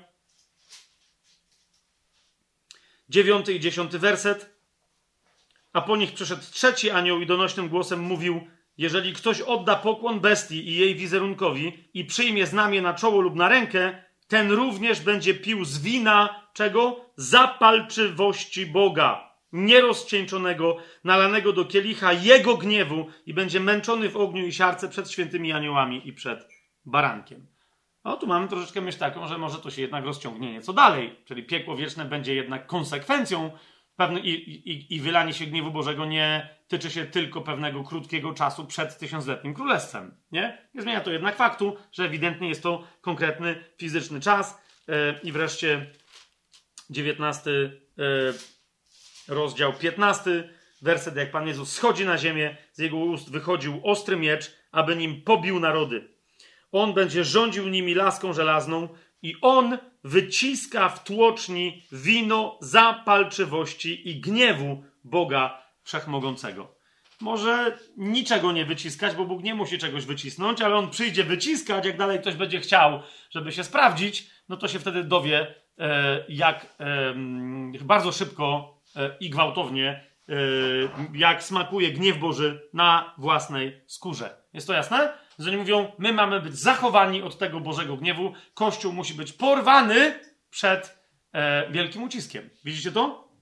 dziewiąty i dziesiąty werset. A po nich przyszedł trzeci anioł i donośnym głosem mówił: jeżeli ktoś odda pokłon bestii i jej wizerunkowi i przyjmie znamię na czoło lub na rękę, ten również będzie pił z wina, czego? Zapalczywości Boga, nierozcieńczonego, nalanego do kielicha Jego gniewu i będzie męczony w ogniu i siarce przed świętymi aniołami i przed barankiem. No tu mamy troszeczkę myśl taką, że może to się jednak rozciągnie nieco dalej, czyli piekło wieczne będzie jednak konsekwencją pewne, i, i, i wylanie się gniewu Bożego nie tyczy się tylko pewnego krótkiego czasu przed tysiącletnim królestwem. Nie? Nie zmienia to jednak faktu, że ewidentnie jest to konkretny fizyczny czas. Yy, I wreszcie dziewiętnasty yy, rozdział, piętnasty werset, jak Pan Jezus schodzi na ziemię, z Jego ust wychodził ostry miecz, aby nim pobił narody. On będzie rządził nimi laską żelazną i On wyciska w tłoczni wino zapalczywości i gniewu Boga Wszechmogącego. Może niczego nie wyciskać, bo Bóg nie musi czegoś wycisnąć, ale On przyjdzie wyciskać, jak dalej ktoś będzie chciał, żeby się sprawdzić, no to się wtedy dowie, e, jak e, bardzo szybko e, i gwałtownie, e, jak smakuje gniew Boży na własnej skórze. Jest to jasne? Że oni mówią, my mamy być zachowani od tego Bożego gniewu, Kościół musi być porwany przed e, wielkim uciskiem. Widzicie to?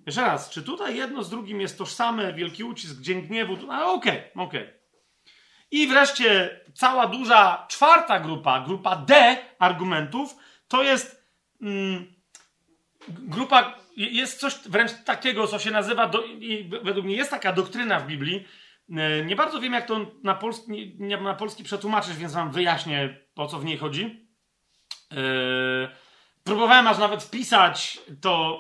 Jeszcze raz, czy tutaj jedno z drugim jest tożsame, wielki ucisk, dzień gniewu? No okej, okay, okej. Okay. I wreszcie cała duża czwarta grupa, grupa D argumentów, to jest mm, grupa, jest coś wręcz takiego, co się nazywa, do, i według mnie jest taka doktryna w Biblii. Nie bardzo wiem, jak to na polski, nie, na polski przetłumaczyć, więc wam wyjaśnię, o co w niej chodzi. Yy, próbowałem aż nawet wpisać to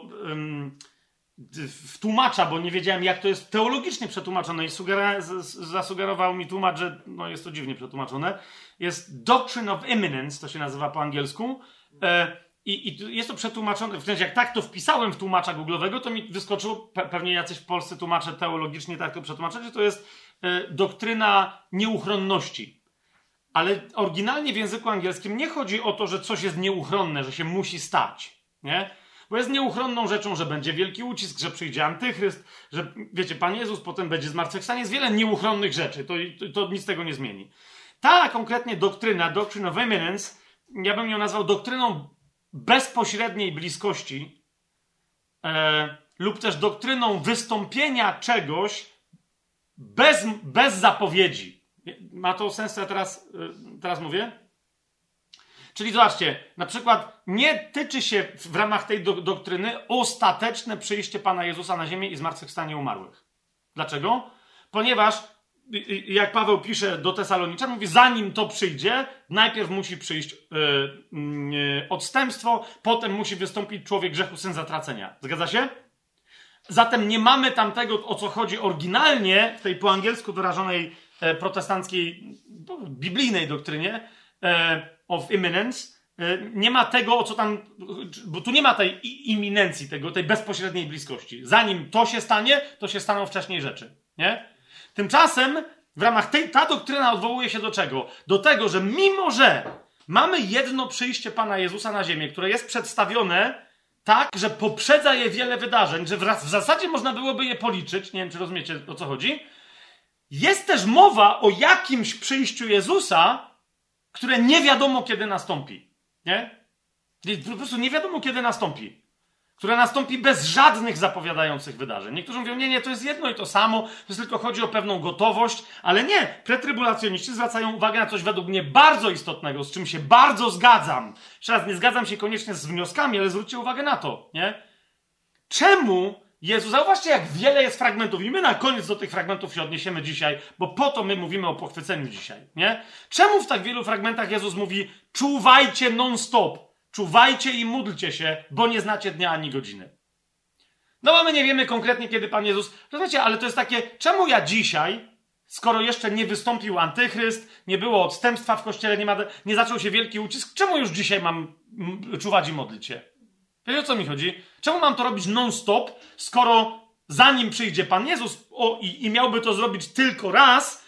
yy, w tłumacza, bo nie wiedziałem, jak to jest teologicznie przetłumaczone i sugera, z, zasugerował mi tłumacz, że no, jest to dziwnie przetłumaczone. Jest Doctrine of Imminence, to się nazywa po angielsku. Yy, i, I jest to przetłumaczone, w sensie jak tak to wpisałem w tłumacza googlowego, to mi wyskoczyło, pe, pewnie jacyś polscy tłumacze teologicznie tak to przetłumaczyli, że to jest yy, doktryna nieuchronności. Ale oryginalnie w języku angielskim nie chodzi o to, że coś jest nieuchronne, że się musi stać, nie? Bo jest nieuchronną rzeczą, że będzie wielki ucisk, że przyjdzie antychryst, że, wiecie, Pan Jezus potem będzie zmartwychwstanie. Jest wiele nieuchronnych rzeczy, to, to, to nic tego nie zmieni. Ta konkretnie doktryna, Doctrine of Imminence, ja bym ją nazwał doktryną bezpośredniej bliskości e, lub też doktryną wystąpienia czegoś bez, bez zapowiedzi. Ma to sens, co ja teraz, teraz mówię? Czyli zobaczcie, na przykład nie tyczy się w ramach tej do, doktryny ostateczne przyjście Pana Jezusa na ziemię i zmartwychwstanie umarłych. Dlaczego? Ponieważ, jak Paweł pisze do Tesaloniczan, mówi, zanim to przyjdzie, najpierw musi przyjść yy, yy, odstępstwo, potem musi wystąpić człowiek grzechu, syn zatracenia. Zgadza się? Zatem nie mamy tam tego, o co chodzi oryginalnie w tej po angielsku wyrażonej e, protestanckiej, biblijnej doktrynie e, of imminence. E, nie ma tego, o co tam, bo tu nie ma tej iminencji, tego, tej bezpośredniej bliskości. Zanim to się stanie, to się staną wcześniej rzeczy. Nie? Tymczasem w ramach tej, ta doktryna odwołuje się do czego? Do tego, że mimo, że mamy jedno przyjście Pana Jezusa na ziemię, które jest przedstawione tak, że poprzedza je wiele wydarzeń, że w zasadzie można byłoby je policzyć, nie wiem, czy rozumiecie, o co chodzi. Jest też mowa o jakimś przyjściu Jezusa, które nie wiadomo, kiedy nastąpi. Nie? Po prostu nie wiadomo, kiedy nastąpi. Które nastąpi bez żadnych zapowiadających wydarzeń. Niektórzy mówią, nie, nie, to jest jedno i to samo, to jest tylko chodzi o pewną gotowość, ale nie. Pretrybulacjoniści zwracają uwagę na coś według mnie bardzo istotnego, z czym się bardzo zgadzam. Jeszcze raz, nie zgadzam się koniecznie z wnioskami, ale zwróćcie uwagę na to, nie? Czemu Jezus, zauważcie, jak wiele jest fragmentów i my na koniec do tych fragmentów się odniesiemy dzisiaj, bo po to my mówimy o pochwyceniu dzisiaj, nie? Czemu w tak wielu fragmentach Jezus mówi, czuwajcie non-stop, czuwajcie i módlcie się, bo nie znacie dnia ani godziny. No bo my nie wiemy konkretnie, kiedy Pan Jezus... Rozumiecie, ale to jest takie, czemu ja dzisiaj, skoro jeszcze nie wystąpił antychryst, nie było odstępstwa w kościele, nie, ma, nie zaczął się wielki ucisk, czemu już dzisiaj mam czuwać i modlić się? Wiecie, o co mi chodzi? Czemu mam to robić non-stop, skoro zanim przyjdzie Pan Jezus o, i, i miałby to zrobić tylko raz,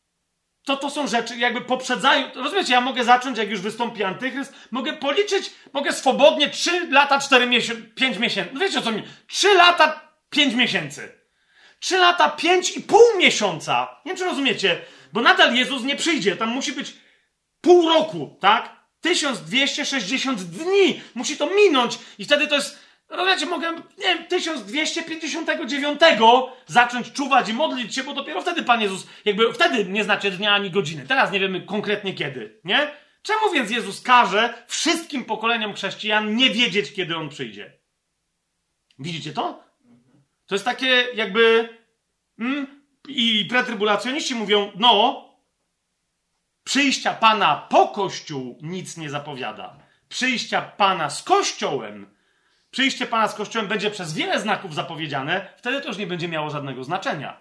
to to są rzeczy, jakby poprzedzają... Rozumiecie, ja mogę zacząć, jak już wystąpi antychryst, mogę policzyć, mogę swobodnie trzy lata, cztery miesiące, pięć miesięcy. No wiecie, o co mi... trzy lata, pięć miesięcy. trzy lata, pięć i pół miesiąca. Nie wiem, czy rozumiecie, bo nadal Jezus nie przyjdzie. Tam musi być pół roku, tak? tysiąc dwieście sześćdziesiąt dni. Musi to minąć i wtedy to jest... Rozumiecie, mogę, nie wiem, tysiąc dwieście pięćdziesiątego dziewiątego zacząć czuwać i modlić się, bo dopiero wtedy Pan Jezus, jakby wtedy nie znacie dnia ani godziny. Teraz nie wiemy konkretnie kiedy, nie? Czemu więc Jezus każe wszystkim pokoleniom chrześcijan nie wiedzieć, kiedy On przyjdzie? Widzicie to? To jest takie jakby... Mm, i pretrybulacjoniści mówią, no, przyjścia Pana po Kościół nic nie zapowiada. Przyjścia Pana z Kościołem Przyjście Pana z Kościołem będzie przez wiele znaków zapowiedziane, wtedy to już nie będzie miało żadnego znaczenia.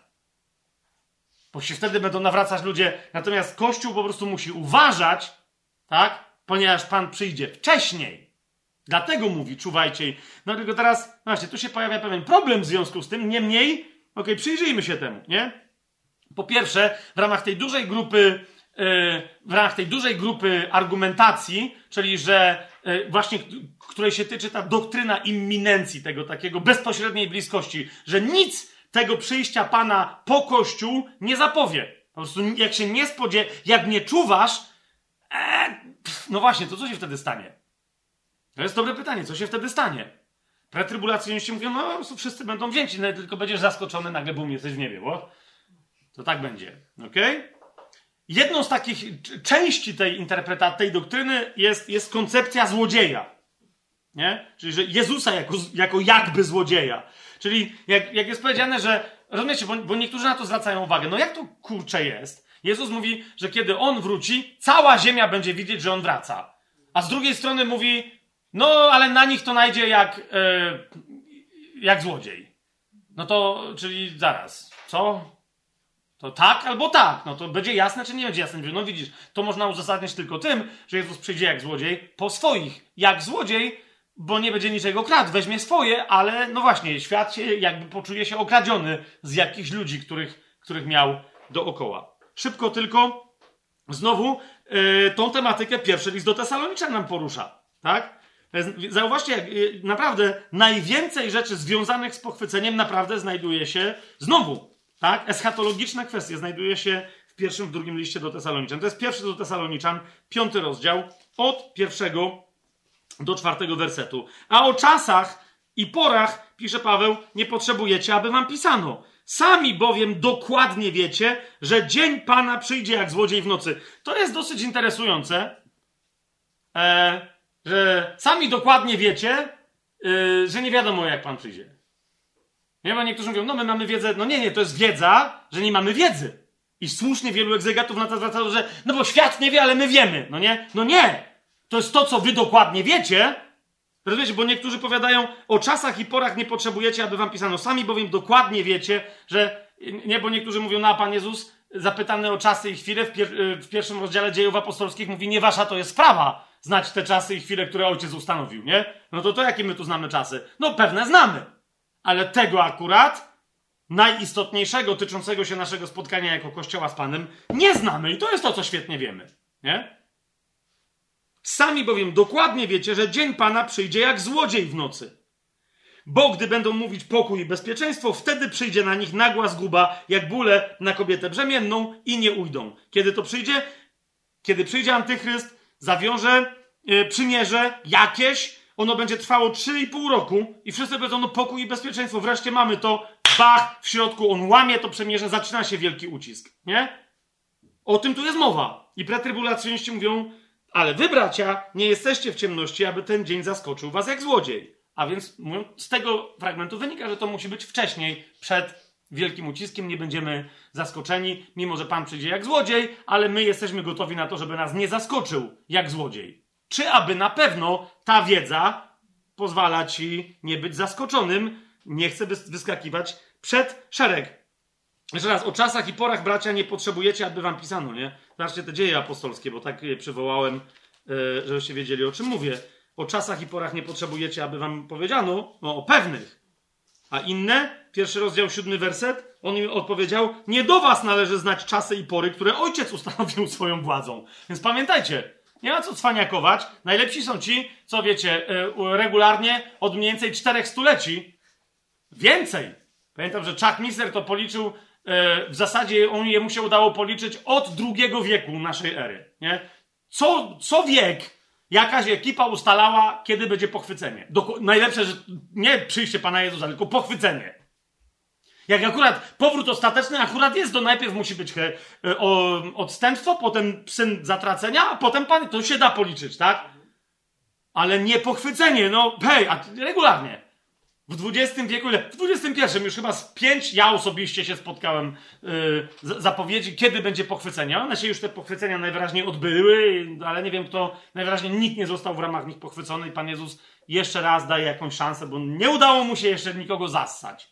Bo się wtedy będą nawracać ludzie, natomiast Kościół po prostu musi uważać, tak? Ponieważ Pan przyjdzie wcześniej. Dlatego mówi, czuwajcie. No tylko teraz, no właśnie, tu się pojawia pewien problem w związku z tym, niemniej, okej, okay, przyjrzyjmy się temu, nie? Po pierwsze, w ramach tej dużej grupy, yy, w ramach tej dużej grupy argumentacji, czyli że yy, właśnie, której się tyczy ta doktryna imminencji, tego takiego bezpośredniej bliskości, że nic tego przyjścia Pana po Kościół nie zapowie. Po prostu jak się nie spodzie, jak nie czuwasz, ee, pff, no właśnie, to co się wtedy stanie? To jest dobre pytanie, co się wtedy stanie? Pretrybulacjoniści mówią, no po prostu wszyscy będą wzięci, no, tylko będziesz zaskoczony, nagle bum, jesteś w niebie, bo to tak będzie, okej? Okay? Jedną z takich części tej interpretacji, tej doktryny jest, jest koncepcja złodzieja, nie? Czyli, że Jezusa jako, jako jakby złodzieja. Czyli jak, jak jest powiedziane, że, rozumiecie, bo, bo niektórzy na to zwracają uwagę, no jak to kurcze jest? Jezus mówi, że kiedy On wróci, cała ziemia będzie widzieć, że On wraca. A z drugiej strony mówi, no ale na nich to najdzie jak, yy, jak złodziej. No to, czyli zaraz, co? To tak albo tak. No to będzie jasne, czy nie będzie jasne? No widzisz, to można uzasadniać tylko tym, że Jezus przyjdzie jak złodziej po swoich. Jak złodziej, bo nie będzie niczego kradł. Weźmie swoje, ale no właśnie, świat się jakby poczuje się okradziony z jakichś ludzi, których, których miał dookoła. Szybko tylko, znowu yy, tą tematykę pierwszy list do Tesaloniczan nam porusza. Tak? Zauważcie, jak yy, naprawdę najwięcej rzeczy związanych z pochwyceniem naprawdę znajduje się znowu. Tak? Eschatologiczne kwestie znajduje się w pierwszym, w drugim liście do Tesaloniczan. To jest pierwszy do Tesaloniczan, piąty rozdział, od pierwszego do czwartego wersetu. A o czasach i porach, pisze Paweł, nie potrzebujecie, aby wam pisano. Sami bowiem dokładnie wiecie, że dzień Pana przyjdzie jak złodziej w nocy. To jest dosyć interesujące, e, że sami dokładnie wiecie, e, że nie wiadomo, jak Pan przyjdzie. Nie, bo niektórzy mówią, no my mamy wiedzę, no nie, nie, to jest wiedza, że nie mamy wiedzy. I słusznie wielu egzegetów na to zwracało, że no bo świat nie wie, ale my wiemy. No nie, no nie. To jest to, co wy dokładnie wiecie. Rozumiecie, bo niektórzy powiadają, o czasach i porach nie potrzebujecie, aby wam pisano. Sami bowiem dokładnie wiecie, że, nie, bo niektórzy mówią, no a Pan Jezus, zapytany o czasy i chwile, w, pier- w pierwszym rozdziale Dziejów Apostolskich mówi, nie wasza to jest sprawa, znać te czasy i chwile, które Ojciec ustanowił, nie? No to to jakie my tu znamy czasy? No pewne znamy. Ale tego akurat, najistotniejszego, tyczącego się naszego spotkania jako Kościoła z Panem, nie znamy. I to jest to, co świetnie wiemy. Nie? Sami bowiem dokładnie wiecie, że dzień Pana przyjdzie jak złodziej w nocy. Bo gdy będą mówić pokój i bezpieczeństwo, wtedy przyjdzie na nich nagła zguba, jak bóle na kobietę brzemienną i nie ujdą. Kiedy to przyjdzie? Kiedy przyjdzie Antychryst, zawiąże yy, przymierze jakieś, ono będzie trwało trzy i pół roku i wszyscy powiedzą, no pokój i bezpieczeństwo. Wreszcie mamy to, bach, w środku on łamie to przemierze, zaczyna się wielki ucisk. Nie? O tym tu jest mowa. I pretrybulacjoniści mówią, ale wy, bracia, nie jesteście w ciemności, aby ten dzień zaskoczył was jak złodziej. A więc mówią, z tego fragmentu wynika, że to musi być wcześniej, przed wielkim uciskiem. Nie będziemy zaskoczeni, mimo że Pan przyjdzie jak złodziej, ale my jesteśmy gotowi na to, żeby nas nie zaskoczył jak złodziej. Czy aby na pewno ta wiedza pozwala ci nie być zaskoczonym, nie chce wyskakiwać przed szereg. Jeszcze raz, o czasach i porach, bracia, nie potrzebujecie, aby wam pisano, nie? Zobaczcie te dzieje apostolskie, bo tak je przywołałem, yy, żebyście wiedzieli, o czym mówię. O czasach i porach nie potrzebujecie, aby wam powiedziano, no o pewnych. A inne, pierwszy rozdział, siódmy werset, on im odpowiedział, nie do was należy znać czasy i pory, które Ojciec ustanowił swoją władzą. Więc pamiętajcie, nie ma co cwaniakować. Najlepsi są ci, co wiecie, yy, regularnie od mniej więcej czterech stuleci. Więcej. Pamiętam, że Chuck Missler to policzył, yy, w zasadzie on, jemu się udało policzyć od drugiego wieku naszej ery. Nie? Co, co wiek jakaś ekipa ustalała, kiedy będzie pochwycenie. Dok- najlepsze, że nie przyjście Pana Jezusa, tylko pochwycenie. Jak akurat powrót ostateczny akurat jest, to najpierw musi być he, o, odstępstwo, potem syn zatracenia, a potem Pan, to się da policzyć, tak? Ale nie pochwycenie, no hej, a regularnie. W dwudziestym wieku, ile? W dwudziestym pierwszym już chyba z pięć, ja osobiście się spotkałem yy, zapowiedzi, kiedy będzie pochwycenie. One się już, te pochwycenia najwyraźniej odbyły, ale nie wiem kto, najwyraźniej nikt nie został w ramach nich pochwycony i Pan Jezus jeszcze raz daje jakąś szansę, bo nie udało mu się jeszcze nikogo zassać.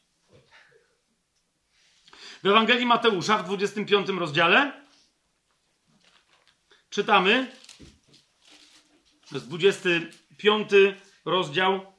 W Ewangelii Mateusza w dwudziestym piątym rozdziale czytamy, to jest dwudziesty piąty rozdział,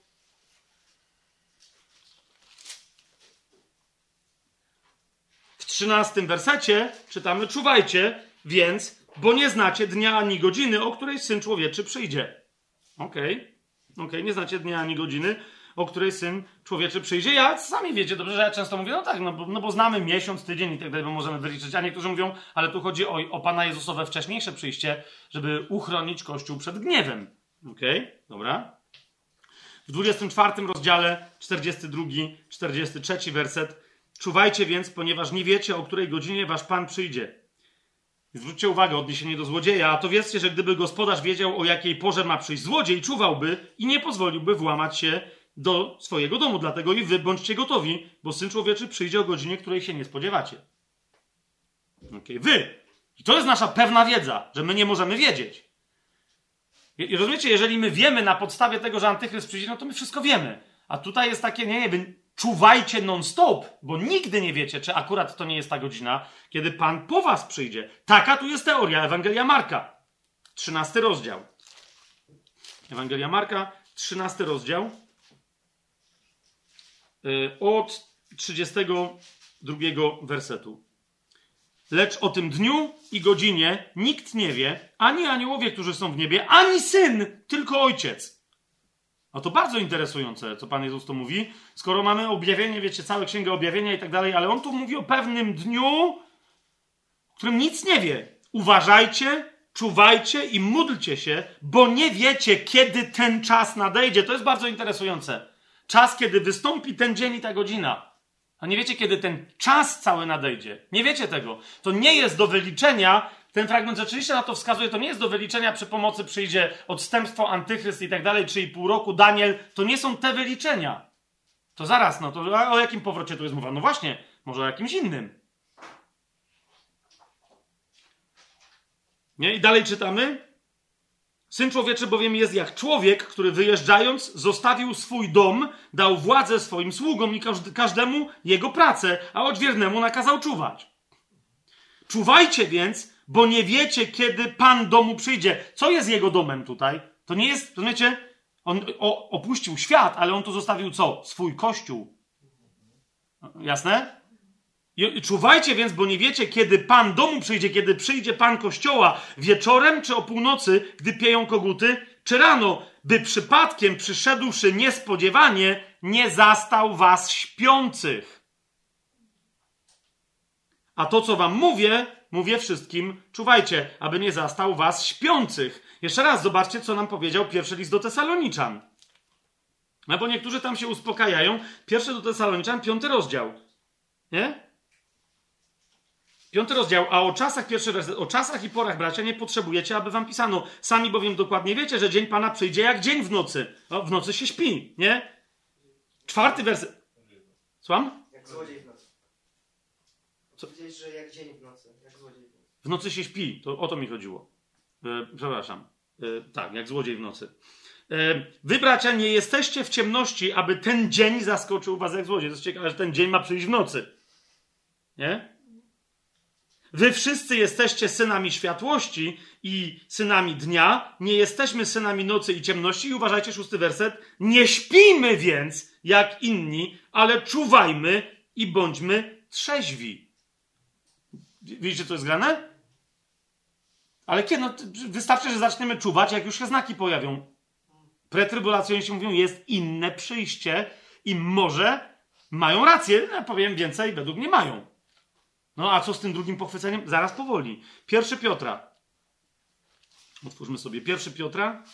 w trzynastym wersecie czytamy, czuwajcie więc, bo nie znacie dnia ani godziny, o której Syn Człowieczy przyjdzie. Okej, okay. okej, okay. Nie znacie dnia ani godziny, o której Syn Człowieczy przyjdzie. Ja sami wiecie dobrze, że ja często mówię, no tak, no bo, no bo znamy miesiąc, tydzień i tak dalej, bo możemy wyliczyć. A niektórzy mówią, ale tu chodzi o, o Pana Jezusowe wcześniejsze przyjście, żeby uchronić Kościół przed gniewem. Okej, okay. Dobra. w dwudziestym czwartym rozdziale, czterdziesty drugi, czterdziesty trzeci werset. Czuwajcie więc, ponieważ nie wiecie, o której godzinie wasz Pan przyjdzie. I zwróćcie uwagę, odniesienie do złodzieja, a to wiedzcie, że gdyby gospodarz wiedział, o jakiej porze ma przyjść złodziej, czuwałby i nie pozwoliłby włamać się do swojego domu. Dlatego i wy bądźcie gotowi, bo Syn Człowieczy przyjdzie o godzinie, której się nie spodziewacie. Okej, okay, wy. I to jest nasza pewna wiedza, że my nie możemy wiedzieć. I, I rozumiecie, jeżeli my wiemy na podstawie tego, że Antychryst przyjdzie, no to my wszystko wiemy. A tutaj jest takie, nie, nie, wy czuwajcie non-stop, bo nigdy nie wiecie, czy akurat to nie jest ta godzina, kiedy Pan po was przyjdzie. Taka tu jest teoria. Ewangelia Marka, trzynasty rozdział. Ewangelia Marka, trzynasty rozdział. Yy, od trzydziestego drugiego wersetu. Lecz o tym dniu i godzinie nikt nie wie, ani aniołowie, którzy są w niebie, ani Syn, tylko Ojciec. No to bardzo interesujące, co Pan Jezus to mówi. Skoro mamy objawienie, wiecie, całe Księgę Objawienia i tak dalej, ale On tu mówi o pewnym dniu, w którym nic nie wie. Uważajcie, czuwajcie i módlcie się, bo nie wiecie, kiedy ten czas nadejdzie. To jest bardzo interesujące. Czas, kiedy wystąpi ten dzień i ta godzina. A nie wiecie, kiedy ten czas cały nadejdzie. Nie wiecie tego. To nie jest do wyliczenia. Ten fragment rzeczywiście na to wskazuje. To nie jest do wyliczenia przy pomocy przyjdzie odstępstwo, antychryst i tak dalej, trzy i pół roku, Daniel. To nie są te wyliczenia. To zaraz, no to o jakim powrocie tu jest mowa? No właśnie, może o jakimś innym. Nie? I dalej czytamy. Syn Człowieczy bowiem jest jak człowiek, który wyjeżdżając zostawił swój dom, dał władzę swoim sługom i każdemu jego pracę, a odźwiernemu nakazał czuwać. Czuwajcie więc, bo nie wiecie, kiedy Pan domu przyjdzie. Co jest jego domem tutaj? To nie jest, rozumiecie, on o, opuścił świat, ale on tu zostawił co? Swój kościół. Jasne? I czuwajcie więc, bo nie wiecie, kiedy Pan domu przyjdzie, kiedy przyjdzie Pan kościoła, wieczorem czy o północy, gdy pieją koguty, czy rano, by przypadkiem przyszedłszy niespodziewanie, nie zastał was śpiących. A to, co wam mówię, mówię wszystkim, czuwajcie, aby nie zastał was śpiących. Jeszcze raz zobaczcie, co nam powiedział pierwszy list do Tesaloniczan. No bo niektórzy tam się uspokajają. Pierwszy do Tesaloniczan, piąty rozdział. Nie? Piąty rozdział, a o czasach, pierwszy werset, o czasach i porach, bracia, nie potrzebujecie, aby wam pisano. Sami bowiem dokładnie wiecie, że dzień Pana przyjdzie jak dzień w nocy. O, w nocy się śpi, nie? Czwarty werset. Słucham? Jak złodziej w nocy. Co? Powiedziałeś, że jak dzień w nocy, jak złodziej w nocy. W nocy się śpi, to o to mi chodziło. E, przepraszam. E, tak, jak złodziej w nocy. E, wy, bracia, nie jesteście w ciemności, aby ten dzień zaskoczył was jak złodziej. To jest ciekawe, że ten dzień ma przyjść w nocy. Nie? Wy wszyscy jesteście synami światłości i synami dnia, nie jesteśmy synami nocy i ciemności. I uważajcie, szósty werset. Nie śpimy więc jak inni, ale czuwajmy i bądźmy trzeźwi. Widzicie, co jest grane? Ale kiedy? No, wystarczy, że zaczniemy czuwać, jak już się znaki pojawią. Pretrybulacjoniści mówią, jest inne przyjście i może mają rację. Ja powiem więcej, według mnie mają. No a co z tym drugim pochwyceniem? Zaraz powoli. Pierwszy Piotra. Otwórzmy sobie pierwszy Piotra.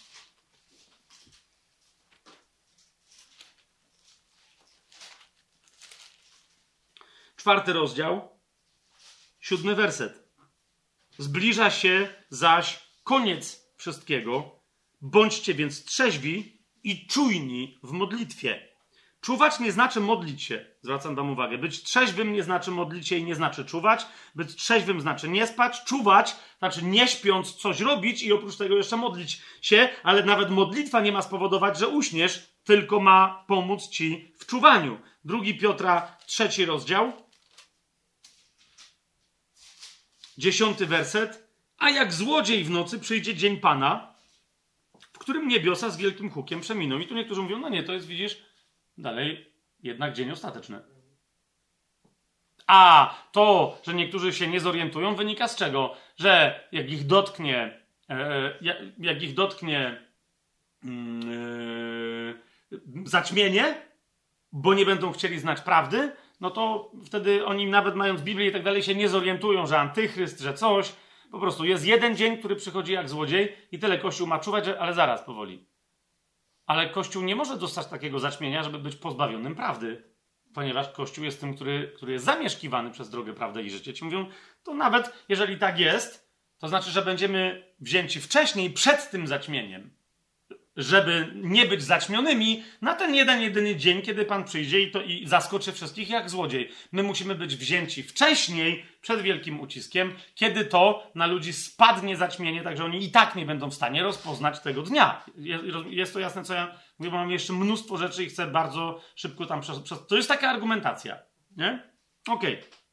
Czwarty rozdział. Siódmy werset. Zbliża się zaś koniec wszystkiego. Bądźcie więc trzeźwi i czujni w modlitwie. Czuwać nie znaczy modlić się. Zwracam wam uwagę. Być trzeźwym nie znaczy modlić się i nie znaczy czuwać. Być trzeźwym znaczy nie spać. Czuwać znaczy nie śpiąc coś robić i oprócz tego jeszcze modlić się. Ale nawet modlitwa nie ma spowodować, że uśniesz, tylko ma pomóc ci w czuwaniu. Drugi Piotra, trzeci rozdział. Dziesiąty werset. A jak złodziej w nocy przyjdzie dzień Pana, w którym niebiosa z wielkim hukiem przeminą. I tu niektórzy mówią, no nie, to jest, widzisz, dalej jednak dzień ostateczny. A to, że niektórzy się nie zorientują, wynika z czego? Że jak ich dotknie, e, jak, jak ich dotknie e, zaćmienie, bo nie będą chcieli znać prawdy, no to wtedy oni nawet mając Biblię i tak dalej się nie zorientują, że antychryst, że coś. Po prostu jest jeden dzień, który przychodzi jak złodziej i tyle Kościół ma czuwać, ale zaraz powoli. Ale Kościół nie może dostać takiego zaćmienia, żeby być pozbawionym prawdy. Ponieważ Kościół jest tym, który, który jest zamieszkiwany przez drogę, prawdę i życie. Ci mówią, to nawet jeżeli tak jest, to znaczy, że będziemy wzięci wcześniej, przed tym zaćmieniem, żeby nie być zaćmionymi na ten jeden, jedyny dzień, kiedy Pan przyjdzie i, to, i zaskoczy wszystkich jak złodziej. My musimy być wzięci wcześniej, przed wielkim uciskiem, kiedy to na ludzi spadnie zaćmienie, tak że oni i tak nie będą w stanie rozpoznać tego dnia. Jest, jest to jasne, co ja mówię, bo mam jeszcze mnóstwo rzeczy i chcę bardzo szybko tam przez... przez... To jest taka argumentacja, nie? Okej.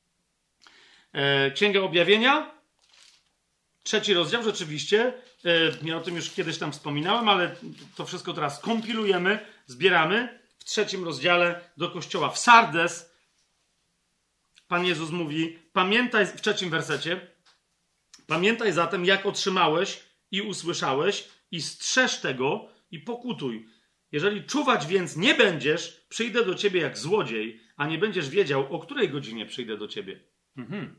Okay. Księga Objawienia, trzeci rozdział, rzeczywiście. Ja o tym już kiedyś tam wspominałem, ale to wszystko teraz kompilujemy, zbieramy. W trzecim rozdziale do kościoła w Sardes Pan Jezus mówi, pamiętaj, w trzecim wersecie, pamiętaj zatem, jak otrzymałeś i usłyszałeś i strzeż tego i pokutuj. Jeżeli czuwać więc nie będziesz, przyjdę do ciebie jak złodziej, a nie będziesz wiedział, o której godzinie przyjdę do ciebie. Mhm.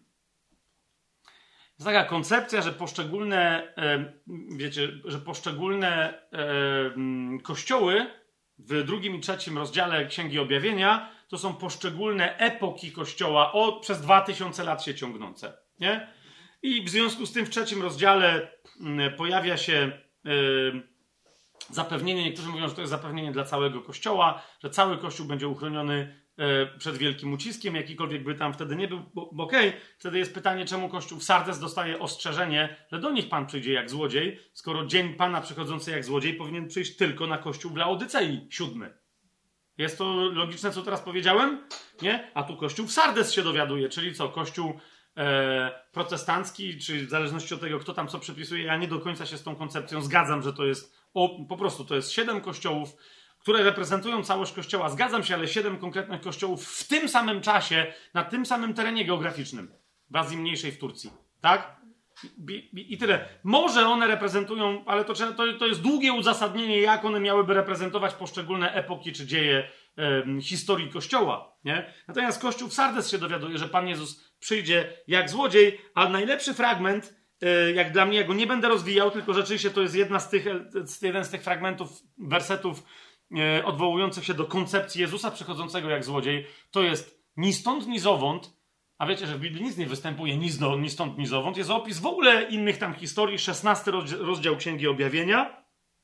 Jest taka koncepcja, że poszczególne, e, wiecie, że poszczególne e, kościoły w drugim i trzecim rozdziale Księgi Objawienia to są poszczególne epoki Kościoła o, przez dwa tysiące lat się ciągnące. Nie? I w związku z tym w trzecim rozdziale m, pojawia się e, zapewnienie, niektórzy mówią, że to jest zapewnienie dla całego Kościoła, że cały Kościół będzie uchroniony przed wielkim uciskiem, jakikolwiek by tam wtedy nie był, bo, bo okej, okay, wtedy jest pytanie, czemu Kościół w Sardes dostaje ostrzeżenie, że do nich Pan przyjdzie jak złodziej, skoro dzień Pana przychodzący jak złodziej powinien przyjść tylko na Kościół w Laodycei, siódmy. Jest to logiczne, co teraz powiedziałem? Nie? A tu Kościół w Sardes się dowiaduje, czyli co? Kościół e, protestancki, czy w zależności od tego, kto tam co przypisuje, ja nie do końca się z tą koncepcją zgadzam, że to jest, o, po prostu to jest siedem kościołów, które reprezentują całość Kościoła. Zgadzam się, ale siedem konkretnych kościołów w tym samym czasie, na tym samym terenie geograficznym. W Azji Mniejszej, w Turcji. Tak? I, i, i tyle. Może one reprezentują, ale to, to, to jest długie uzasadnienie, jak one miałyby reprezentować poszczególne epoki czy dzieje e, historii Kościoła. Nie? Natomiast Kościół w Sardes się dowiaduje, że Pan Jezus przyjdzie jak złodziej, a najlepszy fragment, e, jak dla mnie, ja go nie będę rozwijał, tylko rzeczywiście to jest jedna z tych, jeden z tych fragmentów, wersetów, odwołujących się do koncepcji Jezusa przychodzącego jak złodziej, to jest ni stąd, ni zowąd, a wiecie, że w Biblii nic nie występuje ni, zdo, ni stąd, ni zowąd, jest opis w ogóle innych tam historii, szesnasty rozdział Księgi Objawienia.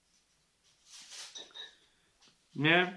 Nie?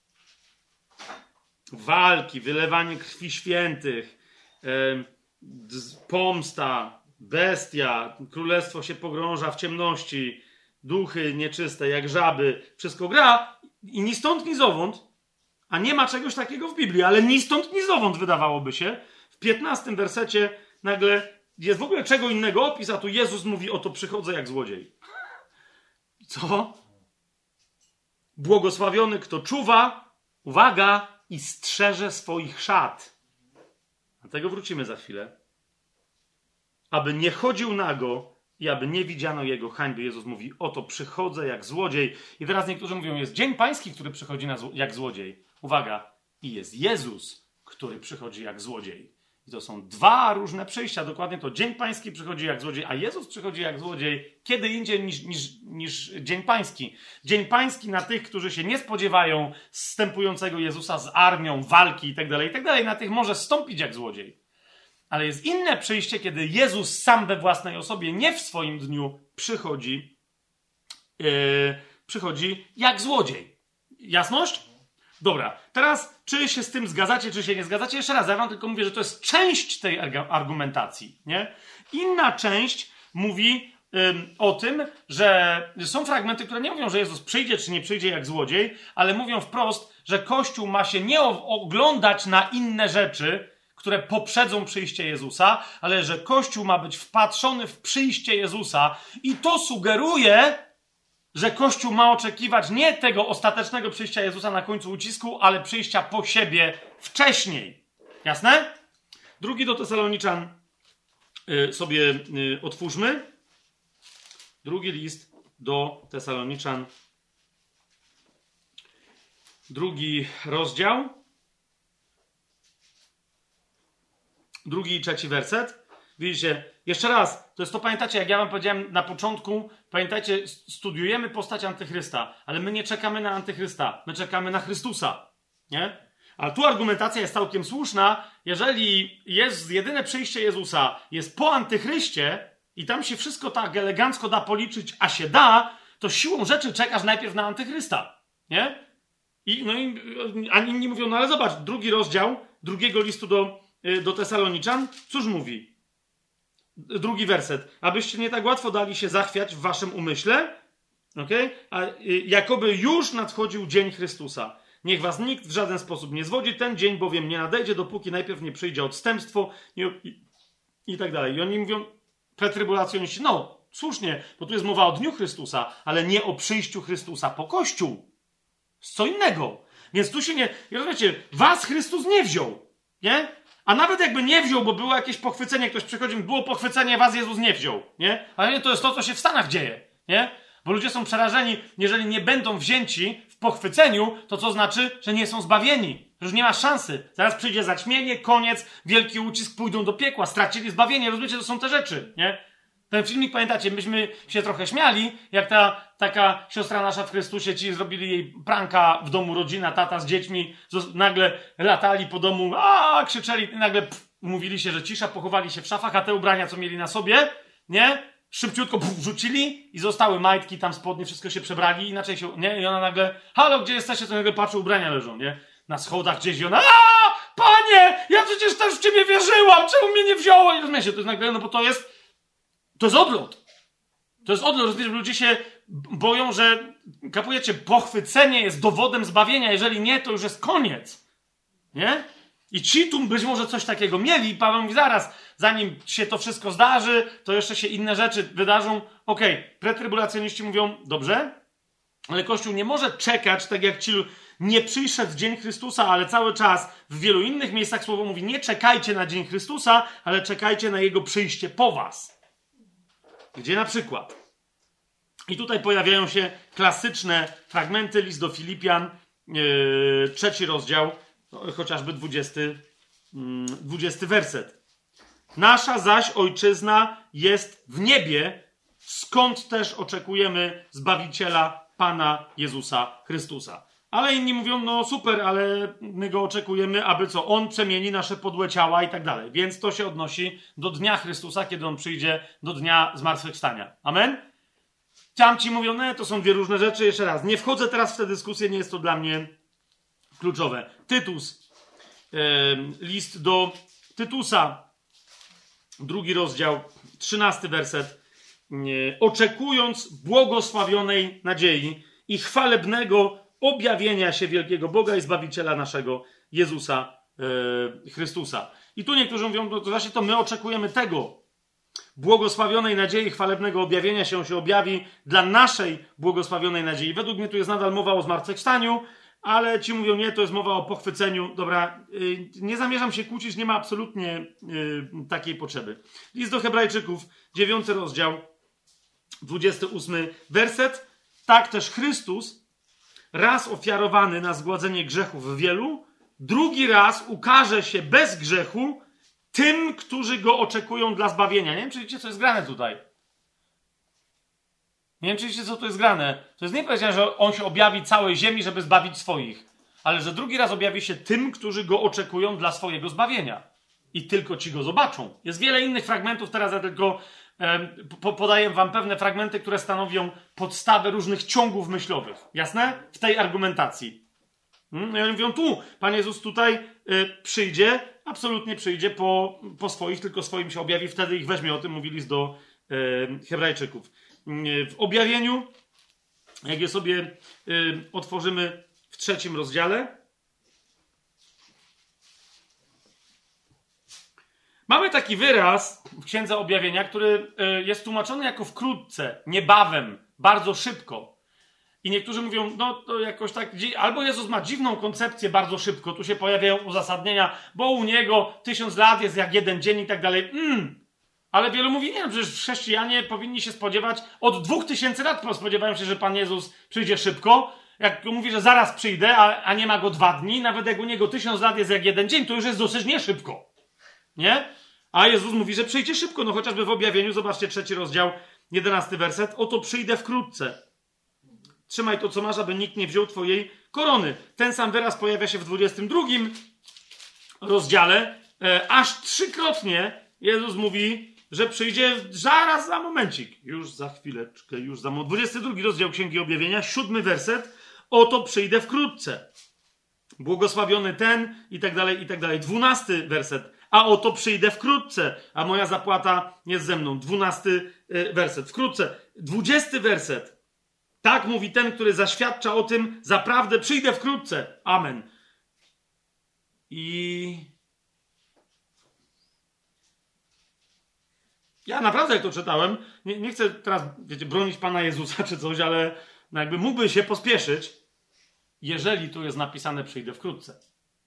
Walki, wylewanie krwi świętych, e, pomsta, bestia, królestwo się pogrąża w ciemności, duchy nieczyste, jak żaby, wszystko gra i ni stąd, ni zowąd, a nie ma czegoś takiego w Biblii, ale ni stąd, ni zowąd wydawałoby się. W piętnastym wersecie nagle jest w ogóle czego innego opis, a tu Jezus mówi, oto przychodzę jak złodziej. Co? Błogosławiony, kto czuwa, uwaga, i strzeże swoich szat. Do tego wrócimy za chwilę. Aby nie chodził nago i aby nie widziano jego hańby. Jezus mówi, oto przychodzę jak złodziej. I teraz niektórzy mówią, jest dzień pański, który przychodzi na zło- jak złodziej. Uwaga, i jest Jezus, który przychodzi jak złodziej. I to są dwa różne przyjścia. Dokładnie to dzień pański przychodzi jak złodziej, a Jezus przychodzi jak złodziej kiedy indziej niż, niż, niż dzień pański. Dzień pański na tych, którzy się nie spodziewają zstępującego Jezusa z armią, walki itd., itd. Na tych może stąpić jak złodziej. Ale jest inne przyjście, kiedy Jezus sam we własnej osobie, nie w swoim dniu, przychodzi, yy, przychodzi jak złodziej. Jasność? Dobra, teraz czy się z tym zgadzacie, czy się nie zgadzacie? Jeszcze raz, ja wam tylko mówię, że to jest część tej argumentacji. Nie? Inna część mówi ym, o tym, że są fragmenty, które nie mówią, że Jezus przyjdzie, czy nie przyjdzie jak złodziej, ale mówią wprost, że Kościół ma się nie oglądać na inne rzeczy, które poprzedzą przyjście Jezusa, ale że Kościół ma być wpatrzony w przyjście Jezusa i to sugeruje, że Kościół ma oczekiwać nie tego ostatecznego przyjścia Jezusa na końcu ucisku, ale przyjścia po siebie wcześniej. Jasne? Drugi do Tesaloniczan y, sobie y, otwórzmy. Drugi list do Tesaloniczan. Drugi rozdział. Drugi i trzeci werset. Widzicie? Jeszcze raz, to jest to, pamiętacie, jak ja wam powiedziałem na początku, pamiętajcie, studiujemy postać Antychrysta, ale my nie czekamy na Antychrysta, my czekamy na Chrystusa, nie? Ale tu argumentacja jest całkiem słuszna, jeżeli jest jedyne przyjście Jezusa, jest po Antychryście i tam się wszystko tak elegancko da policzyć, a się da, to siłą rzeczy czekasz najpierw na Antychrysta, nie? I, no i, a inni mówią, no ale zobacz, drugi rozdział drugiego listu do, do Tesaloniczan, cóż mówi? Drugi werset. Abyście nie tak łatwo dali się zachwiać w waszym umyśle, okay? A jakoby już nadchodził dzień Chrystusa. Niech was nikt w żaden sposób nie zwodzi, ten dzień bowiem nie nadejdzie, dopóki najpierw nie przyjdzie odstępstwo i, i, i tak dalej. I oni mówią, pretrybulacjoniści, no słusznie, bo tu jest mowa o dniu Chrystusa, ale nie o przyjściu Chrystusa po Kościół. Z co innego. Więc tu się nie... Rozumiecie, was Chrystus nie wziął, nie? A nawet jakby nie wziął, bo było jakieś pochwycenie, ktoś przychodził, było pochwycenie, was Jezus nie wziął, nie? Ale to jest to, co się w Stanach dzieje, nie? Bo ludzie są przerażeni, jeżeli nie będą wzięci w pochwyceniu, to co znaczy, że nie są zbawieni. Że już nie ma szansy. Zaraz przyjdzie zaćmienie, koniec, wielki ucisk, pójdą do piekła, stracili zbawienie. Rozumiecie, to są te rzeczy, nie? Ten filmik, pamiętacie, myśmy się trochę śmiali, jak ta taka siostra nasza w Chrystusie, ci zrobili jej pranka w domu, rodzina, tata z dziećmi, nagle latali po domu, a krzyczeli, nagle pff, mówili się, że cisza, pochowali się w szafach, a te ubrania, co mieli na sobie, nie? Szybciutko pff, rzucili i zostały majtki, tam spodnie, wszystko się przebrali, inaczej się, nie? I ona nagle, halo, gdzie jesteście? To nagle patrzy, ubrania leżą, nie? Na schodach gdzieś i ona, a panie, ja przecież też w ciebie wierzyłam, czemu mnie nie wziąłeś? I rozumiecie, to jest nagle, no bo to jest To jest odlot. To jest odlot. Rozumiecie, ludzie się boją, że, kapujecie, pochwycenie jest dowodem zbawienia. Jeżeli nie, to już jest koniec. Nie? I ci tu być może coś takiego mieli. Paweł mówi, zaraz, zanim się to wszystko zdarzy, to jeszcze się inne rzeczy wydarzą. Okej, okay. Pretrybulacjoniści mówią, dobrze, ale Kościół nie może czekać, tak jak ci nie przyszedł dzień Chrystusa, ale cały czas w wielu innych miejscach Słowo mówi, nie czekajcie na dzień Chrystusa, ale czekajcie na Jego przyjście po was. Gdzie na przykład, i tutaj pojawiają się klasyczne fragmenty, list do Filipian, yy, trzeci rozdział, no, chociażby dwudziesty, yy, dwudziesty werset. Nasza zaś ojczyzna jest w niebie, skąd też oczekujemy Zbawiciela Pana Jezusa Chrystusa. Ale inni mówią, no super, ale my go oczekujemy, aby co? On przemieni nasze podłe ciała i tak dalej. Więc to się odnosi do dnia Chrystusa, kiedy on przyjdzie, do dnia zmartwychwstania. Amen? Tamci mówią, no to są dwie różne rzeczy. Jeszcze raz, nie wchodzę teraz w tę dyskusję, nie jest to dla mnie kluczowe. Tytus, yy, list do Tytusa, drugi rozdział, trzynasty werset. Yy, oczekując błogosławionej nadziei i chwalebnego objawienia się wielkiego Boga i Zbawiciela naszego Jezusa yy, Chrystusa. I tu niektórzy mówią, no to właśnie to my oczekujemy tego błogosławionej nadziei, chwalebnego objawienia się, on się objawi dla naszej błogosławionej nadziei. Według mnie tu jest nadal mowa o zmartwychwstaniu, ale ci mówią, nie, to jest mowa o pochwyceniu. Dobra, yy, nie zamierzam się kłócić, nie ma absolutnie yy, takiej potrzeby. List do Hebrajczyków, dziewiąty rozdział, dwudziesty ósmy werset. Tak też Chrystus, raz ofiarowany na zgładzenie grzechów wielu, drugi raz ukaże się bez grzechu tym, którzy go oczekują dla zbawienia. Nie wiem, czy wiecie, co jest grane tutaj. Nie wiem, czy wiecie, co tu jest grane. To jest nie powiedziane, że on się objawi całej ziemi, żeby zbawić swoich, ale że drugi raz objawi się tym, którzy go oczekują dla swojego zbawienia. I tylko ci go zobaczą. Jest wiele innych fragmentów, teraz ja tylko e, po, podaję wam pewne fragmenty, które stanowią podstawę różnych ciągów myślowych. Jasne? W tej argumentacji. Hmm? I oni mówią, tu, Pan Jezus tutaj e, przyjdzie, absolutnie przyjdzie po, po swoich, tylko swoim się objawi, wtedy ich weźmie. O tym mówili do e, Hebrajczyków. W objawieniu, jak je sobie y, otworzymy w trzecim rozdziale, mamy taki wyraz w Księdze Objawienia, który y, jest tłumaczony jako wkrótce, niebawem, bardzo szybko. I niektórzy mówią, no to jakoś tak, albo Jezus ma dziwną koncepcję bardzo szybko, tu się pojawiają uzasadnienia, bo u Niego tysiąc lat jest jak jeden dzień i tak dalej. Mm. Ale wielu mówi, nie, przecież chrześcijanie powinni się spodziewać, od dwóch tysięcy lat spodziewają się, że Pan Jezus przyjdzie szybko. Jak mówi, że zaraz przyjdę, a, a nie ma go dwa dni, nawet jak u Niego tysiąc lat jest jak jeden dzień, to już jest dosyć nie szybko. Nie? A Jezus mówi, że przyjdzie szybko, no chociażby w objawieniu, zobaczcie trzeci rozdział, jedenasty werset. Oto przyjdę wkrótce. Trzymaj to, co masz, aby nikt nie wziął twojej korony. Ten sam wyraz pojawia się w dwudziestym drugim rozdziale. E, aż trzykrotnie Jezus mówi, że przyjdzie zaraz za momencik. Już za chwileczkę, już za moment. dwudziesty drugi rozdział Księgi Objawienia, siódmy werset. Oto przyjdę wkrótce. Błogosławiony ten i tak dalej, i tak dalej. Dwunasty werset. A oto przyjdę wkrótce, a moja zapłata jest ze mną. Dwunasty werset. Wkrótce. Dwudziesty werset. Tak mówi ten, który zaświadcza o tym, zaprawdę przyjdę wkrótce. Amen. I ja naprawdę, jak to czytałem, nie, nie chcę teraz, wiecie, bronić Pana Jezusa czy coś, ale no jakby mógłby się pospieszyć, jeżeli tu jest napisane przyjdę wkrótce.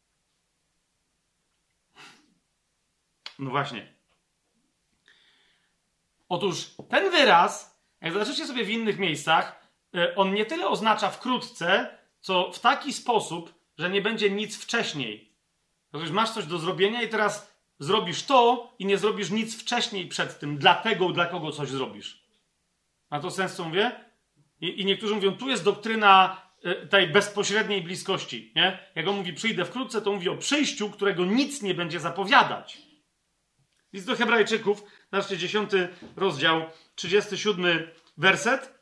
No właśnie. Otóż ten wyraz, jak zobaczycie sobie w innych miejscach, on nie tyle oznacza wkrótce, co w taki sposób, że nie będzie nic wcześniej. Otóż masz coś do zrobienia i teraz zrobisz to i nie zrobisz nic wcześniej przed tym, dla tego, dla kogo coś zrobisz. Ma to sens, co mówię? I, i niektórzy mówią, tu jest doktryna y, tej bezpośredniej bliskości. Nie? Jak on mówi przyjdę wkrótce, to mówi o przyjściu, którego nic nie będzie zapowiadać. List do Hebrajczyków, zobaczcie, dziesiąty rozdział, trzydziesty siódmy werset.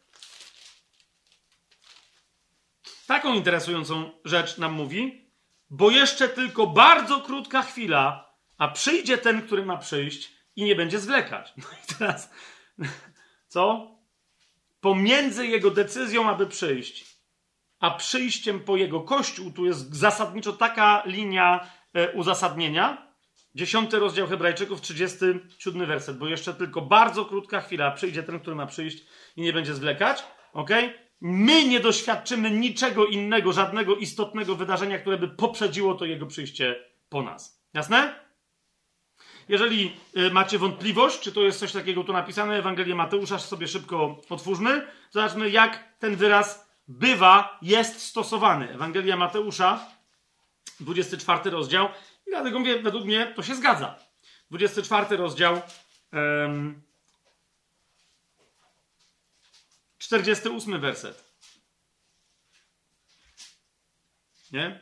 Taką interesującą rzecz nam mówi, bo jeszcze tylko bardzo krótka chwila, a przyjdzie ten, który ma przyjść i nie będzie zwlekać. No i teraz, co? Pomiędzy jego decyzją, aby przyjść, a przyjściem po jego Kościół, tu jest zasadniczo taka linia e, uzasadnienia. Dziesiąty rozdział Hebrajczyków, trzydziesty siódmy werset, bo jeszcze tylko bardzo krótka chwila, a przyjdzie ten, który ma przyjść i nie będzie zwlekać. Okej? Okay? My nie doświadczymy niczego innego, żadnego istotnego wydarzenia, które by poprzedziło to jego przyjście po nas. Jasne? Jeżeli y, macie wątpliwość, czy to jest coś takiego tu napisane, Ewangelię Mateusza sobie szybko otwórzmy. Zobaczmy, jak ten wyraz bywa, jest stosowany. Ewangelia Mateusza, dwudziesty czwarty rozdział. I dlatego mówię, według mnie to się zgadza. dwudziesty czwarty rozdział, um, czterdziesty ósmy werset. Nie?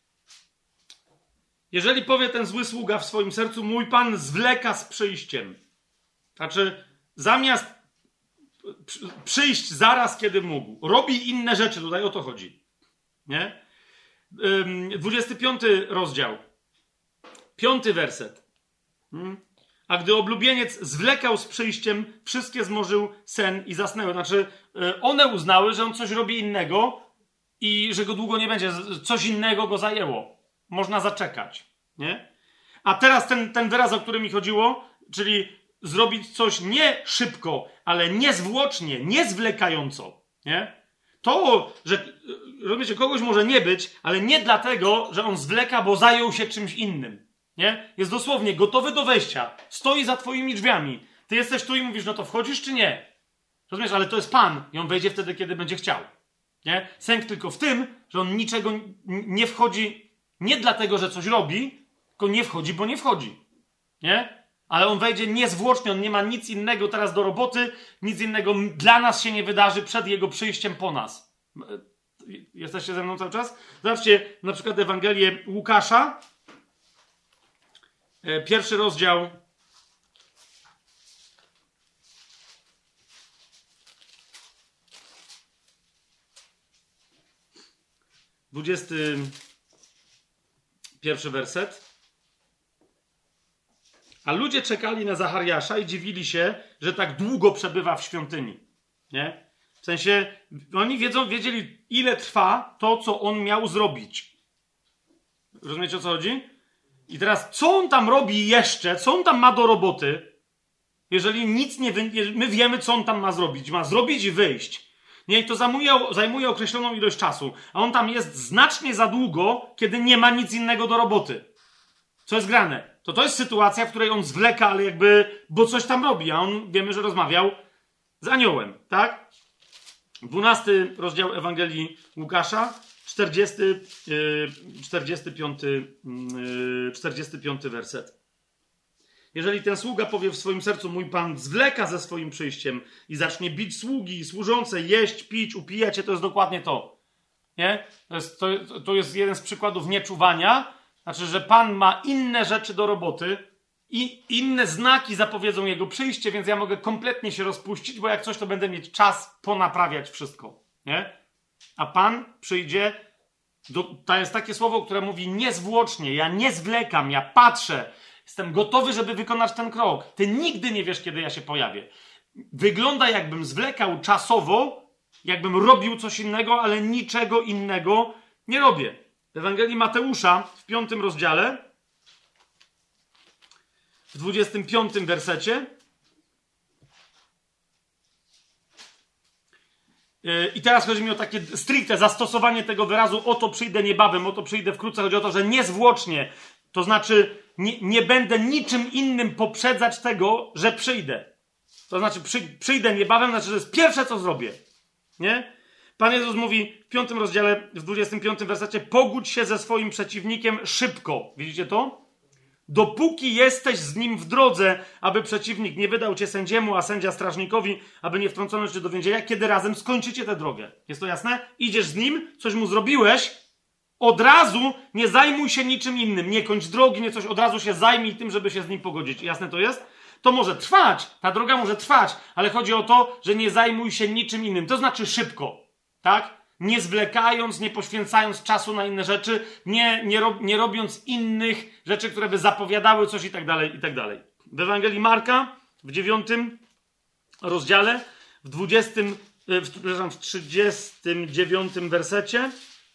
Jeżeli powie ten zły sługa w swoim sercu, mój Pan zwleka z przyjściem. Znaczy, zamiast przyjść zaraz, kiedy mógł, robi inne rzeczy. Tutaj o to chodzi. Nie? dwudziesty piąty rozdział. Piąty werset. Hmm? A gdy oblubieniec zwlekał z przyjściem, wszystkie zmorzył sen i zasnęły. Znaczy, one uznały, że on coś robi innego i że go długo nie będzie. Coś innego go zajęło. Można zaczekać. Nie? A teraz ten, ten wyraz, o którym mi chodziło, czyli zrobić coś nie szybko, ale niezwłocznie, niezwlekająco. Nie? To, że rozumiecie, kogoś może nie być, ale nie dlatego, że on zwleka, bo zajął się czymś innym. Nie? Jest dosłownie gotowy do wejścia. Stoi za twoimi drzwiami. Ty jesteś tu i mówisz, no to wchodzisz czy nie? Rozumiesz, ale to jest Pan i on wejdzie wtedy, kiedy będzie chciał. Nie? Sęk tylko w tym, że on niczego nie wchodzi nie dlatego, że coś robi, tylko nie wchodzi, bo nie wchodzi. Nie? Ale on wejdzie niezwłocznie, on nie ma nic innego teraz do roboty, nic innego dla nas się nie wydarzy przed jego przyjściem po nas. Jesteście ze mną cały czas? Zobaczcie na przykład Ewangelię Łukasza, pierwszy rozdział, dwudziesty pierwszy werset. A ludzie czekali na Zachariasza i dziwili się, że tak długo przebywa w świątyni. Nie? W sensie, oni wiedzą, wiedzieli, ile trwa to, co on miał zrobić. Rozumiecie, o co chodzi? I teraz, co on tam robi jeszcze, co on tam ma do roboty, jeżeli nic nie... Wy... My wiemy, co on tam ma zrobić. Ma zrobić i wyjść. Nie, i to zajmuje, zajmuje określoną ilość czasu. A on tam jest znacznie za długo, kiedy nie ma nic innego do roboty. Co jest grane? To to jest sytuacja, w której on zwleka, ale jakby, bo coś tam robi, a on, wiemy, że rozmawiał z aniołem, tak? dwunasty rozdział Ewangelii Łukasza, czterdziesty, czterdziesty piąty, czterdziesty piąty werset. Jeżeli ten sługa powie w swoim sercu, mój Pan zwleka ze swoim przyjściem i zacznie bić sługi i służące, jeść, pić, upijać się, to jest dokładnie to. Nie? To jest, to, to jest jeden z przykładów nieczuwania. Znaczy, że Pan ma inne rzeczy do roboty i inne znaki zapowiedzą Jego przyjście, więc ja mogę kompletnie się rozpuścić, bo jak coś, to będę mieć czas ponaprawiać wszystko. Nie? A Pan przyjdzie, do, to jest takie słowo, które mówi niezwłocznie, ja nie zwlekam, ja patrzę, jestem gotowy, żeby wykonać ten krok. Ty nigdy nie wiesz, kiedy ja się pojawię. Wygląda, jakbym zwlekał czasowo, jakbym robił coś innego, ale niczego innego nie robię. W Ewangelii Mateusza w piątym rozdziale, w dwudziestym piątym wersecie, i teraz chodzi mi o takie stricte zastosowanie tego wyrazu oto przyjdę niebawem, oto przyjdę wkrótce. Chodzi o to, że niezwłocznie, to znaczy nie, nie będę niczym innym poprzedzać tego, że przyjdę. To znaczy przy, przyjdę niebawem, znaczy, że jest pierwsze, co zrobię. Nie? Pan Jezus mówi w piątym rozdziale, w dwudziestym piątym wersecie, pogódź się ze swoim przeciwnikiem szybko. Widzicie to? Dopóki jesteś z nim w drodze, aby przeciwnik nie wydał cię sędziemu, a sędzia strażnikowi, aby nie wtrącono cię do więzienia, kiedy razem skończycie tę drogę. Jest to jasne? Idziesz z nim, coś mu zrobiłeś, od razu nie zajmuj się niczym innym. Nie kończ drogi, nie coś, od razu się zajmij tym, żeby się z nim pogodzić. Jasne to jest? To może trwać, ta droga może trwać, ale chodzi o to, że nie zajmuj się niczym innym. To znaczy szybko, tak? Nie zwlekając, nie poświęcając czasu na inne rzeczy, nie, nie, rob, nie robiąc innych rzeczy, które by zapowiadały coś i tak dalej, i tak dalej. W Ewangelii Marka, w dziewiątym rozdziale, w dwudziestym, w, przepraszam, w trzydziestym dziewiątym wersecie,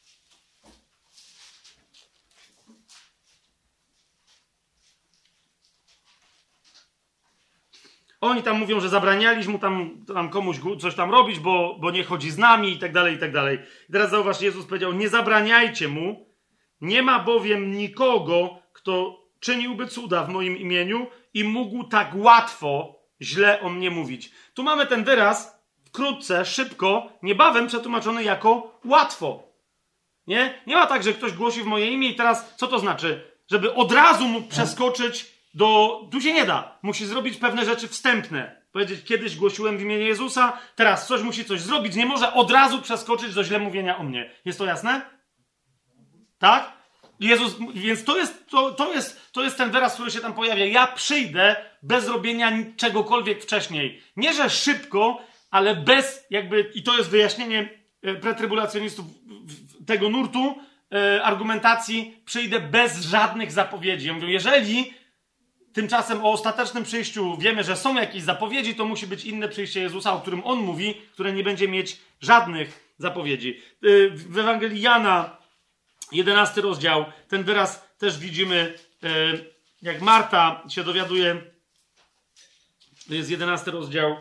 oni tam mówią, że zabranialiśmy mu tam, tam komuś coś tam robić, bo, bo nie chodzi z nami i tak dalej, i tak dalej. I teraz zauważ, Jezus powiedział, nie zabraniajcie mu, nie ma bowiem nikogo, kto czyniłby cuda w moim imieniu i mógł tak łatwo źle o mnie mówić. Tu mamy ten wyraz, wkrótce, szybko, niebawem przetłumaczony jako łatwo. Nie? Nie ma tak, że ktoś głosi w moje imię i teraz, co to znaczy? Żeby od razu mógł przeskoczyć do... Tu się nie da. Musi zrobić pewne rzeczy wstępne. Powiedzieć, kiedyś głosiłem w imieniu Jezusa, teraz coś musi coś zrobić. Nie może od razu przeskoczyć do źle mówienia o mnie. Jest to jasne? Tak? Jezus, więc to jest, to, to jest, to jest ten wyraz, który się tam pojawia. Ja przyjdę bez robienia czegokolwiek wcześniej. Nie, że szybko, ale bez jakby... I to jest wyjaśnienie pretrybulacjonistów tego nurtu argumentacji. Przyjdę bez żadnych zapowiedzi. Ja mówię, jeżeli... Tymczasem o ostatecznym przyjściu wiemy, że są jakieś zapowiedzi, to musi być inne przyjście Jezusa, o którym On mówi, które nie będzie mieć żadnych zapowiedzi. W Ewangelii Jana, jedenasty rozdział, ten wyraz też widzimy, jak Marta się dowiaduje, to jest jedenasty rozdział,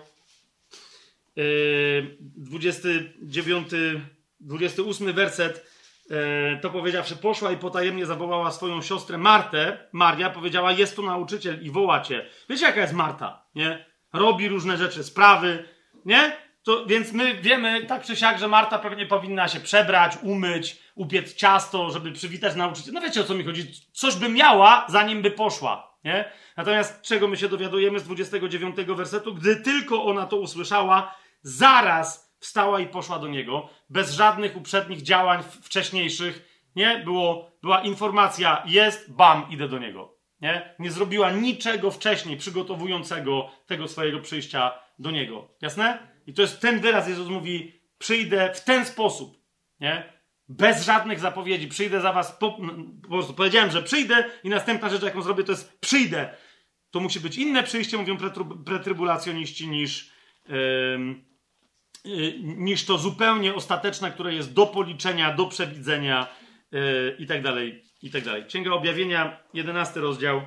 dwudziesty dziewiąty, dwudziesty ósmy werset, to powiedziawszy, poszła i potajemnie zawołała swoją siostrę Martę. Maria powiedziała, jest tu nauczyciel i woła cię. Wiecie, jaka jest Marta, nie? Robi różne rzeczy, sprawy, nie? To, więc my wiemy tak czy siak, że Marta pewnie powinna się przebrać, umyć, upiec ciasto, żeby przywitać nauczyciela. No wiecie, o co mi chodzi? Coś by miała, zanim by poszła, nie? Natomiast czego my się dowiadujemy z dwudziestego dziewiątego wersetu? Gdy tylko ona to usłyszała, zaraz wstała i poszła do niego, bez żadnych uprzednich działań wcześniejszych, nie? Było, była informacja, jest, bam, idę do niego, nie? Nie zrobiła niczego wcześniej przygotowującego tego swojego przyjścia do niego. Jasne? I to jest ten wyraz, Jezus mówi, przyjdę w ten sposób, nie? Bez żadnych zapowiedzi, przyjdę za was, po, po prostu powiedziałem, że przyjdę i następna rzecz, jaką zrobię, to jest przyjdę. To musi być inne przyjście, mówią pretrybulacjoniści, niż... Yy, niż to zupełnie ostateczne, które jest do policzenia, do przewidzenia yy, i tak dalej, i tak dalej. Księga Objawienia, jedenasty rozdział.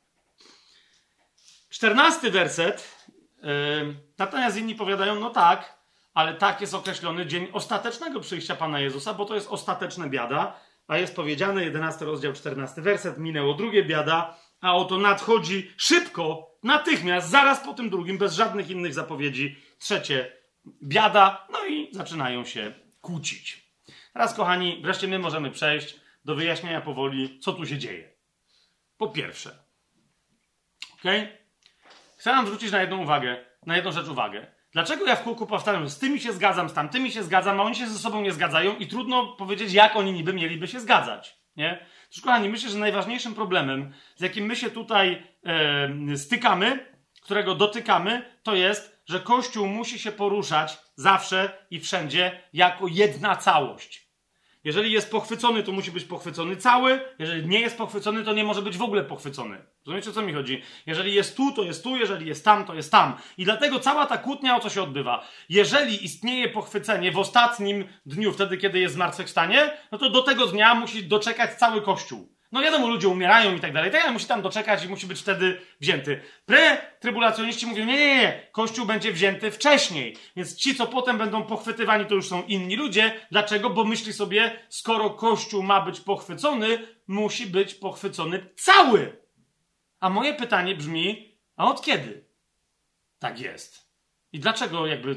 czternasty werset. Yy, natomiast inni powiadają, no tak, ale tak jest określony dzień ostatecznego przyjścia Pana Jezusa, bo to jest ostateczne biada, a jest powiedziane, jedenasty rozdział, czternasty werset, minęło drugie biada, a oto nadchodzi szybko, natychmiast, zaraz po tym drugim, bez żadnych innych zapowiedzi, trzecie biada, no i zaczynają się kłócić. Teraz, kochani, wreszcie my możemy przejść do wyjaśnienia powoli, co tu się dzieje. Po pierwsze, Okej? Okay? Chcę nam zwrócić na jedną uwagę, na jedną rzecz uwagę. Dlaczego ja w kółku powtarzam, że z tymi się zgadzam, z tamtymi się zgadzam, a oni się ze sobą nie zgadzają i trudno powiedzieć, jak oni niby mieliby się zgadzać, nie? Cóż, kochani, myślę, że najważniejszym problemem, z jakim my się tutaj e, stykamy, którego dotykamy, to jest, że Kościół musi się poruszać zawsze i wszędzie jako jedna całość. Jeżeli jest pochwycony, to musi być pochwycony cały. Jeżeli nie jest pochwycony, to nie może być w ogóle pochwycony. Rozumiecie, o co mi chodzi? Jeżeli jest tu, to jest tu. Jeżeli jest tam, to jest tam. I dlatego cała ta kłótnia, o co się odbywa? Jeżeli istnieje pochwycenie w ostatnim dniu, wtedy, kiedy jest zmartwychwstanie, no to do tego dnia musi doczekać cały Kościół. No wiadomo, ludzie umierają i tak dalej, tak, ale musi tam doczekać i musi być wtedy wzięty. Pre-trybulacjoniści mówią, nie, nie, nie, Kościół będzie wzięty wcześniej. Więc ci, co potem będą pochwytywani, to już są inni ludzie. Dlaczego? Bo myśli sobie, skoro Kościół ma być pochwycony, musi być pochwycony cały. A moje pytanie brzmi, a od kiedy tak jest? I dlaczego jakby...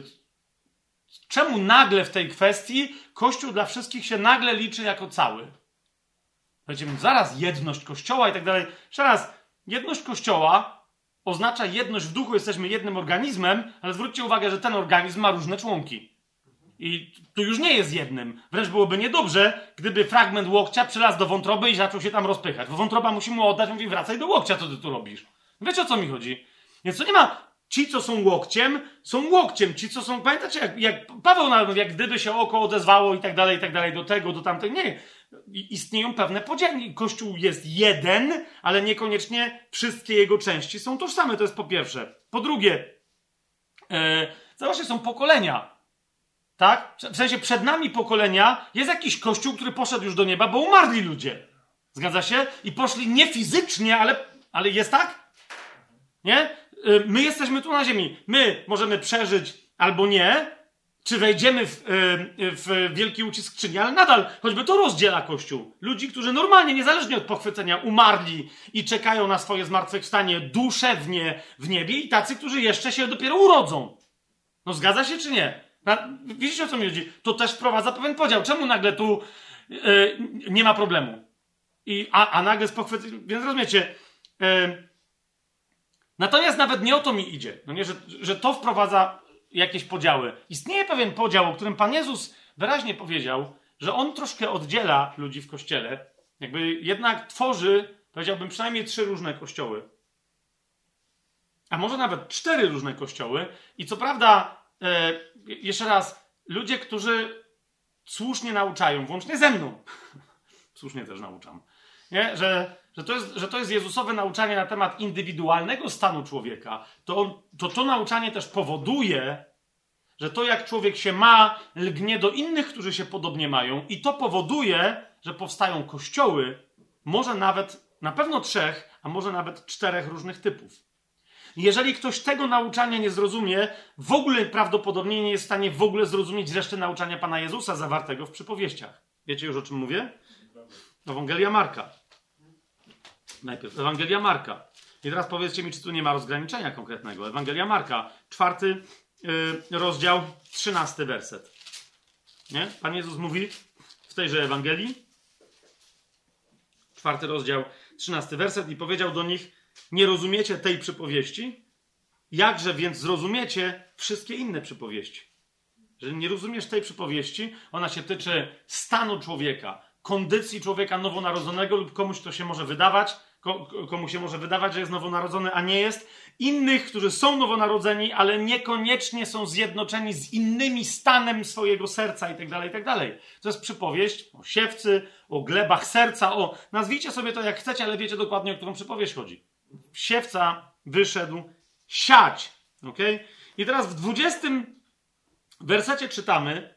Czemu nagle w tej kwestii Kościół dla wszystkich się nagle liczy jako cały? Powiecie mi, zaraz jedność Kościoła i tak dalej. Jeszcze raz, jedność Kościoła oznacza jedność w duchu, jesteśmy jednym organizmem, ale zwróćcie uwagę, że ten organizm ma różne członki. I tu już nie jest jednym. Wręcz byłoby niedobrze, gdyby fragment łokcia przylazł do wątroby i zaczął się tam rozpychać. Bo wątroba musi mu oddać, mówi, wracaj do łokcia, co ty tu robisz. Wiecie, o co mi chodzi? Więc to nie ma... Ci, co są łokciem, są łokciem. Ci, co są... Pamiętacie, jak, jak Paweł nawet, jak gdyby się oko odezwało i tak dalej, i tak dalej, do tego, do tamtego. Nie. Istnieją pewne podziały. Kościół jest jeden, ale niekoniecznie wszystkie jego części są tożsame. To jest po pierwsze. Po drugie, e, zobaczcie, są pokolenia. Tak? W sensie przed nami pokolenia jest jakiś kościół, który poszedł już do nieba, bo umarli ludzie. Zgadza się? I poszli nie fizycznie, ale, ale jest tak? Nie? My jesteśmy tu na ziemi. My możemy przeżyć albo nie, czy wejdziemy w, w wielki ucisk skrzyni, ale nadal, choćby to rozdziela Kościół. Ludzi, którzy normalnie, niezależnie od pochwycenia, umarli i czekają na swoje zmartwychwstanie duszewnie w niebie i tacy, którzy jeszcze się dopiero urodzą. No zgadza się czy nie? Widzicie, o co mi chodzi? To też wprowadza pewien podział. Czemu nagle tu yy, nie ma problemu? I, a, a nagle z pochwyceniem... Więc rozumiecie... Yy, Natomiast nawet nie o to mi idzie, no nie, że, że to wprowadza jakieś podziały. Istnieje pewien podział, o którym Pan Jezus wyraźnie powiedział, że On troszkę oddziela ludzi w Kościele, jakby jednak tworzy, powiedziałbym, przynajmniej trzy różne kościoły. A może nawet cztery różne kościoły. I co prawda, e, jeszcze raz, ludzie, którzy słusznie nauczają, włącznie ze mną, słusznie też nauczam, nie? Że, że, to jest, że to jest Jezusowe nauczanie na temat indywidualnego stanu człowieka, to, on, to to nauczanie też powoduje, że to jak człowiek się ma, lgnie do innych, którzy się podobnie mają, i to powoduje, że powstają kościoły, może nawet, na pewno trzech, a może nawet czterech różnych typów. Jeżeli ktoś tego nauczania nie zrozumie, w ogóle prawdopodobnie nie jest w stanie w ogóle zrozumieć reszty nauczania Pana Jezusa zawartego w przypowieściach. Wiecie już, o czym mówię? Ewangelia Marka. Najpierw Ewangelia Marka. I teraz powiedzcie mi, czy tu nie ma rozgraniczenia konkretnego. Ewangelia Marka, czwarty yy, rozdział, trzynasty werset. Nie? Pan Jezus mówi w tejże Ewangelii, czwarty rozdział, trzynasty werset, i powiedział do nich: nie rozumiecie tej przypowieści? Jakże więc zrozumiecie wszystkie inne przypowieści? Jeżeli nie rozumiesz tej przypowieści, ona się tyczy stanu człowieka, kondycji człowieka nowonarodzonego, lub komuś to się może wydawać, komu się może wydawać, że jest nowonarodzony, a nie jest. Innych, którzy są nowonarodzeni, ale niekoniecznie są zjednoczeni z innymi stanem swojego serca i tak dalej, i tak dalej. To jest przypowieść o siewcy, o glebach serca, o... Nazwijcie sobie to jak chcecie, ale wiecie dokładnie, o którą przypowieść chodzi. Siewca wyszedł siać. Okay? I teraz w dwudziestym wersecie czytamy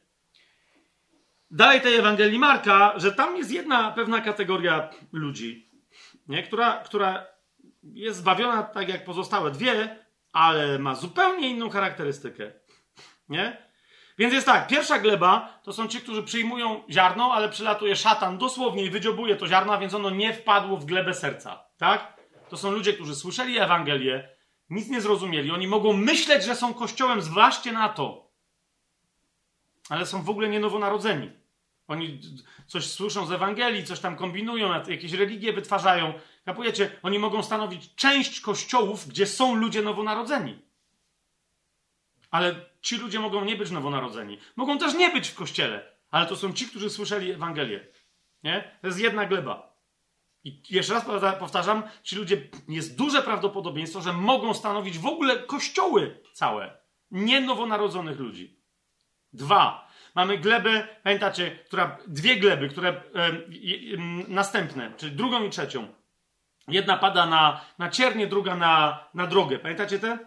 dalej tej Ewangelii Marka, że tam jest jedna pewna kategoria ludzi, nie? Która, która jest zbawiona tak jak pozostałe dwie, ale ma zupełnie inną charakterystykę. Nie? Więc jest tak, pierwsza gleba to są ci, którzy przyjmują ziarno, ale przylatuje szatan dosłownie i wydziobuje to ziarno, a więc ono nie wpadło w glebę serca. Tak? To są ludzie, którzy słyszeli Ewangelię, nic nie zrozumieli. Oni mogą myśleć, że są kościołem, zwłaszcza na to, ale są w ogóle nie nowonarodzeni. Oni coś słyszą z Ewangelii, coś tam kombinują, jakieś religie wytwarzają. Kapujecie? Oni mogą stanowić część kościołów, gdzie są ludzie nowonarodzeni. Ale ci ludzie mogą nie być nowonarodzeni. Mogą też nie być w kościele, ale to są ci, którzy słyszeli Ewangelię. Nie? To jest jedna gleba. I jeszcze raz powtarzam, ci ludzie, jest duże prawdopodobieństwo, że mogą stanowić w ogóle kościoły całe. Nie nowonarodzonych ludzi. Dwa. Mamy glebę, pamiętacie, która, dwie gleby, które e, e, e, następne, czyli drugą i trzecią. Jedna pada na, na ciernie, druga na, na drogę. Pamiętacie te?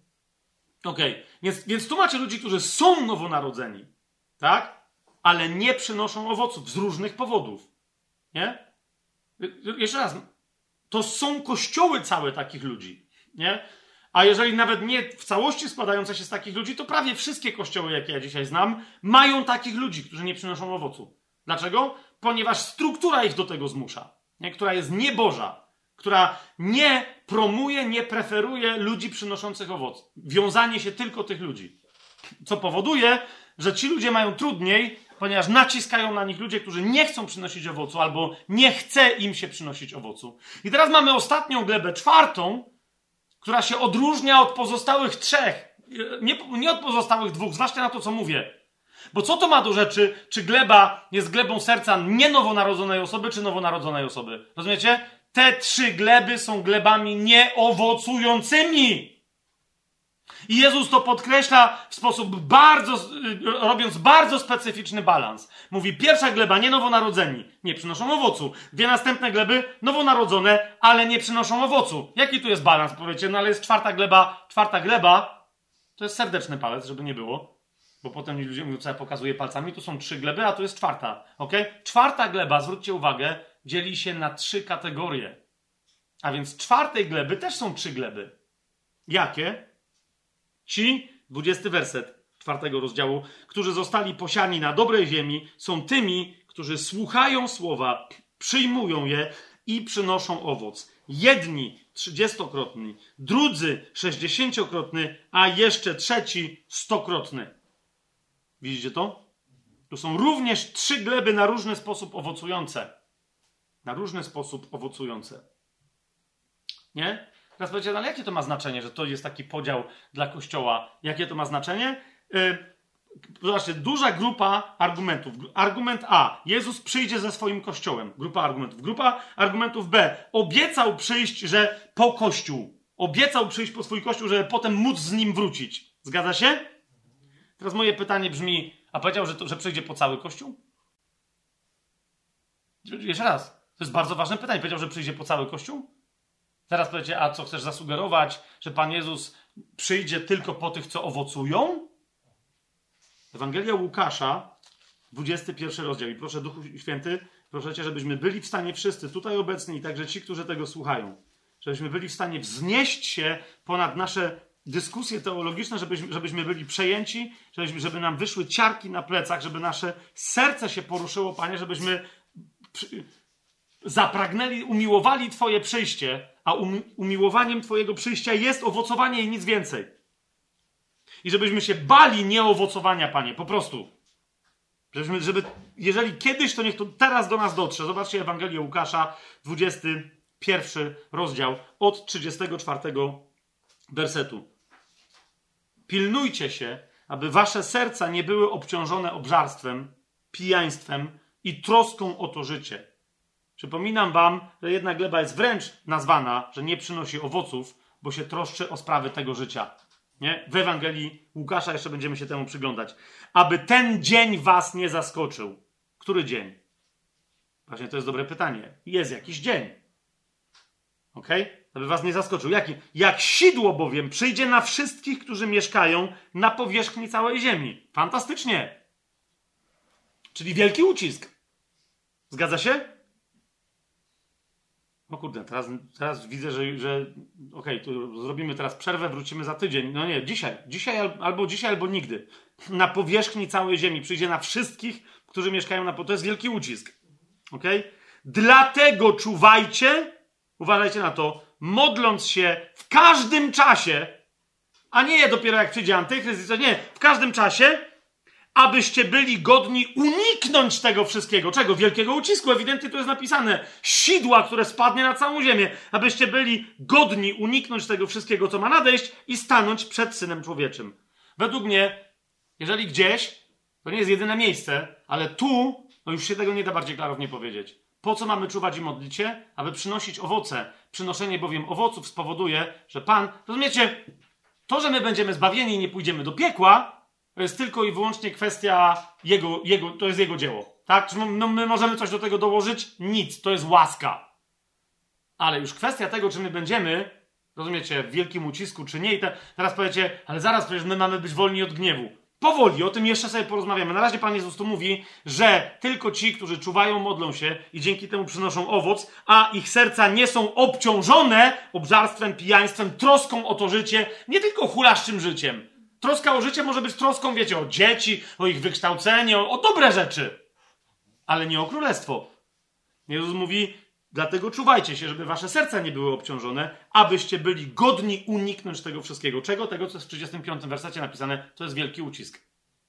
Okej. Okay. Więc, więc tu macie ludzi, którzy są nowonarodzeni, tak? Ale nie przynoszą owoców z różnych powodów. Nie? Jeszcze raz. To są kościoły całe takich ludzi. Nie? A jeżeli nawet nie w całości składające się z takich ludzi, to prawie wszystkie kościoły, jakie ja dzisiaj znam, mają takich ludzi, którzy nie przynoszą owocu. Dlaczego? Ponieważ struktura ich do tego zmusza, nie? Która jest nieboża, która nie promuje, nie preferuje ludzi przynoszących owoc. Wiązanie się tylko tych ludzi. Co powoduje, że ci ludzie mają trudniej, ponieważ naciskają na nich ludzie, którzy nie chcą przynosić owocu, albo nie chce im się przynosić owocu. I teraz mamy ostatnią glebę, czwartą, która się odróżnia od pozostałych trzech. Nie, nie od pozostałych dwóch, zwłaszcza na to, co mówię. Bo co to ma do rzeczy, czy gleba jest glebą serca nie nowonarodzonej osoby, czy nowonarodzonej osoby? Rozumiecie? Te trzy gleby są glebami nieowocującymi. I Jezus to podkreśla w sposób bardzo, robiąc bardzo specyficzny balans. Mówi, pierwsza gleba, nie nowonarodzeni, nie przynoszą owocu. Dwie następne gleby, nowonarodzone, ale nie przynoszą owocu. Jaki tu jest balans, powiecie? No ale jest czwarta gleba, czwarta gleba, to jest serdeczny palec, żeby nie było. Bo potem ludzie mówią, co ja pokazuję palcami, tu są trzy gleby, a tu jest czwarta. Okay? Czwarta gleba, zwróćcie uwagę, dzieli się na trzy kategorie. A więc czwartej gleby też są trzy gleby. Jakie? Ci, dwudziesty werset czwartego rozdziału, którzy zostali posiani na dobrej ziemi, są tymi, którzy słuchają słowa, przyjmują je i przynoszą owoc. Jedni trzydziestokrotny, drudzy sześćdziesięciokrotny, a jeszcze trzeci stokrotny. Widzicie to? Tu są również trzy gleby na różny sposób owocujące. Na różny sposób owocujące. Nie? Teraz powiecie, ale jakie to ma znaczenie, że to jest taki podział dla Kościoła? Jakie to ma znaczenie? Yy, zobaczcie, duża grupa argumentów. Argument A. Jezus przyjdzie ze swoim Kościołem. Grupa argumentów. Grupa argumentów B. Obiecał przyjść, że po Kościół. Obiecał przyjść po swój Kościół, żeby potem móc z nim wrócić. Zgadza się? Teraz moje pytanie brzmi, a powiedział, że, to, że przyjdzie po cały Kościół? Jeszcze raz. To jest bardzo ważne pytanie. Powiedział, że przyjdzie po cały Kościół? Teraz powiecie, a co chcesz zasugerować, że Pan Jezus przyjdzie tylko po tych, co owocują? Ewangelia Łukasza, dwudziesty pierwszy rozdział. I proszę, Duchu Święty, proszę Cię, żebyśmy byli w stanie wszyscy tutaj obecni i także ci, którzy tego słuchają, żebyśmy byli w stanie wznieść się ponad nasze dyskusje teologiczne, żebyśmy, żebyśmy byli przejęci, żebyśmy, żeby nam wyszły ciarki na plecach, żeby nasze serce się poruszyło, Panie, żebyśmy przy, zapragnęli, umiłowali Twoje przyjście, a um, umiłowaniem Twojego przyjścia jest owocowanie i nic więcej. I żebyśmy się bali nieowocowania, Panie, po prostu. Żebyśmy, żeby, jeżeli kiedyś, to niech to teraz do nas dotrze. Zobaczcie Ewangelię Łukasza, dwudziesty pierwszy rozdział, od trzydziestego czwartego wersetu. Pilnujcie się, aby wasze serca nie były obciążone obżarstwem, pijaństwem i troską o to życie. Przypominam wam, że jedna gleba jest wręcz nazwana, że nie przynosi owoców, bo się troszczy o sprawy tego życia. Nie? W Ewangelii Łukasza jeszcze będziemy się temu przyglądać. Aby ten dzień was nie zaskoczył. Który dzień? Właśnie to jest dobre pytanie. Jest jakiś dzień. Okej? Okay? Aby was nie zaskoczył. Jaki? Jak sidło bowiem przyjdzie na wszystkich, którzy mieszkają na powierzchni całej ziemi. Fantastycznie. Czyli wielki ucisk. Zgadza się? No kurde, teraz, teraz widzę, że, że okej, okay, to zrobimy teraz przerwę, wrócimy za tydzień. No nie, dzisiaj. Dzisiaj albo dzisiaj, albo nigdy. Na powierzchni całej ziemi przyjdzie na wszystkich, którzy mieszkają na... To jest wielki ucisk. Okej? Okay? Dlatego czuwajcie, uważajcie na to, modląc się w każdym czasie, a nie dopiero jak przyjdzie antychryst, nie, w każdym czasie, abyście byli godni uniknąć tego wszystkiego. Czego? Wielkiego ucisku. Ewidentnie tu jest napisane. Sidła, które spadnie na całą ziemię. Abyście byli godni uniknąć tego wszystkiego, co ma nadejść i stanąć przed Synem Człowieczym. Według mnie, jeżeli gdzieś, to nie jest jedyne miejsce, ale tu, no już się tego nie da bardziej klarownie powiedzieć. Po co mamy czuwać i modlić się? Aby przynosić owoce. Przynoszenie bowiem owoców spowoduje, że Pan... Rozumiecie? To, że my będziemy zbawieni i nie pójdziemy do piekła, to jest tylko i wyłącznie kwestia Jego, jego to jest Jego dzieło. Tak? Czy no, my możemy coś do tego dołożyć? Nic. To jest łaska. Ale już kwestia tego, czy my będziemy, rozumiecie, w wielkim ucisku, czy nie. I te, teraz powiecie, ale zaraz przecież my mamy być wolni od gniewu. Powoli, o tym jeszcze sobie porozmawiamy. Na razie Pan Jezus tu mówi, że tylko ci, którzy czuwają, modlą się i dzięki temu przynoszą owoc, a ich serca nie są obciążone obżarstwem, pijaństwem, troską o to życie, nie tylko hulaszczym życiem. Troska o życie może być troską, wiecie, o dzieci, o ich wykształcenie, o, o dobre rzeczy, ale nie o królestwo. Jezus mówi, dlatego czuwajcie się, żeby wasze serca nie były obciążone, abyście byli godni uniknąć tego wszystkiego. Czego? Tego, co jest w trzydziestym piątym wersecie napisane, to jest wielki ucisk.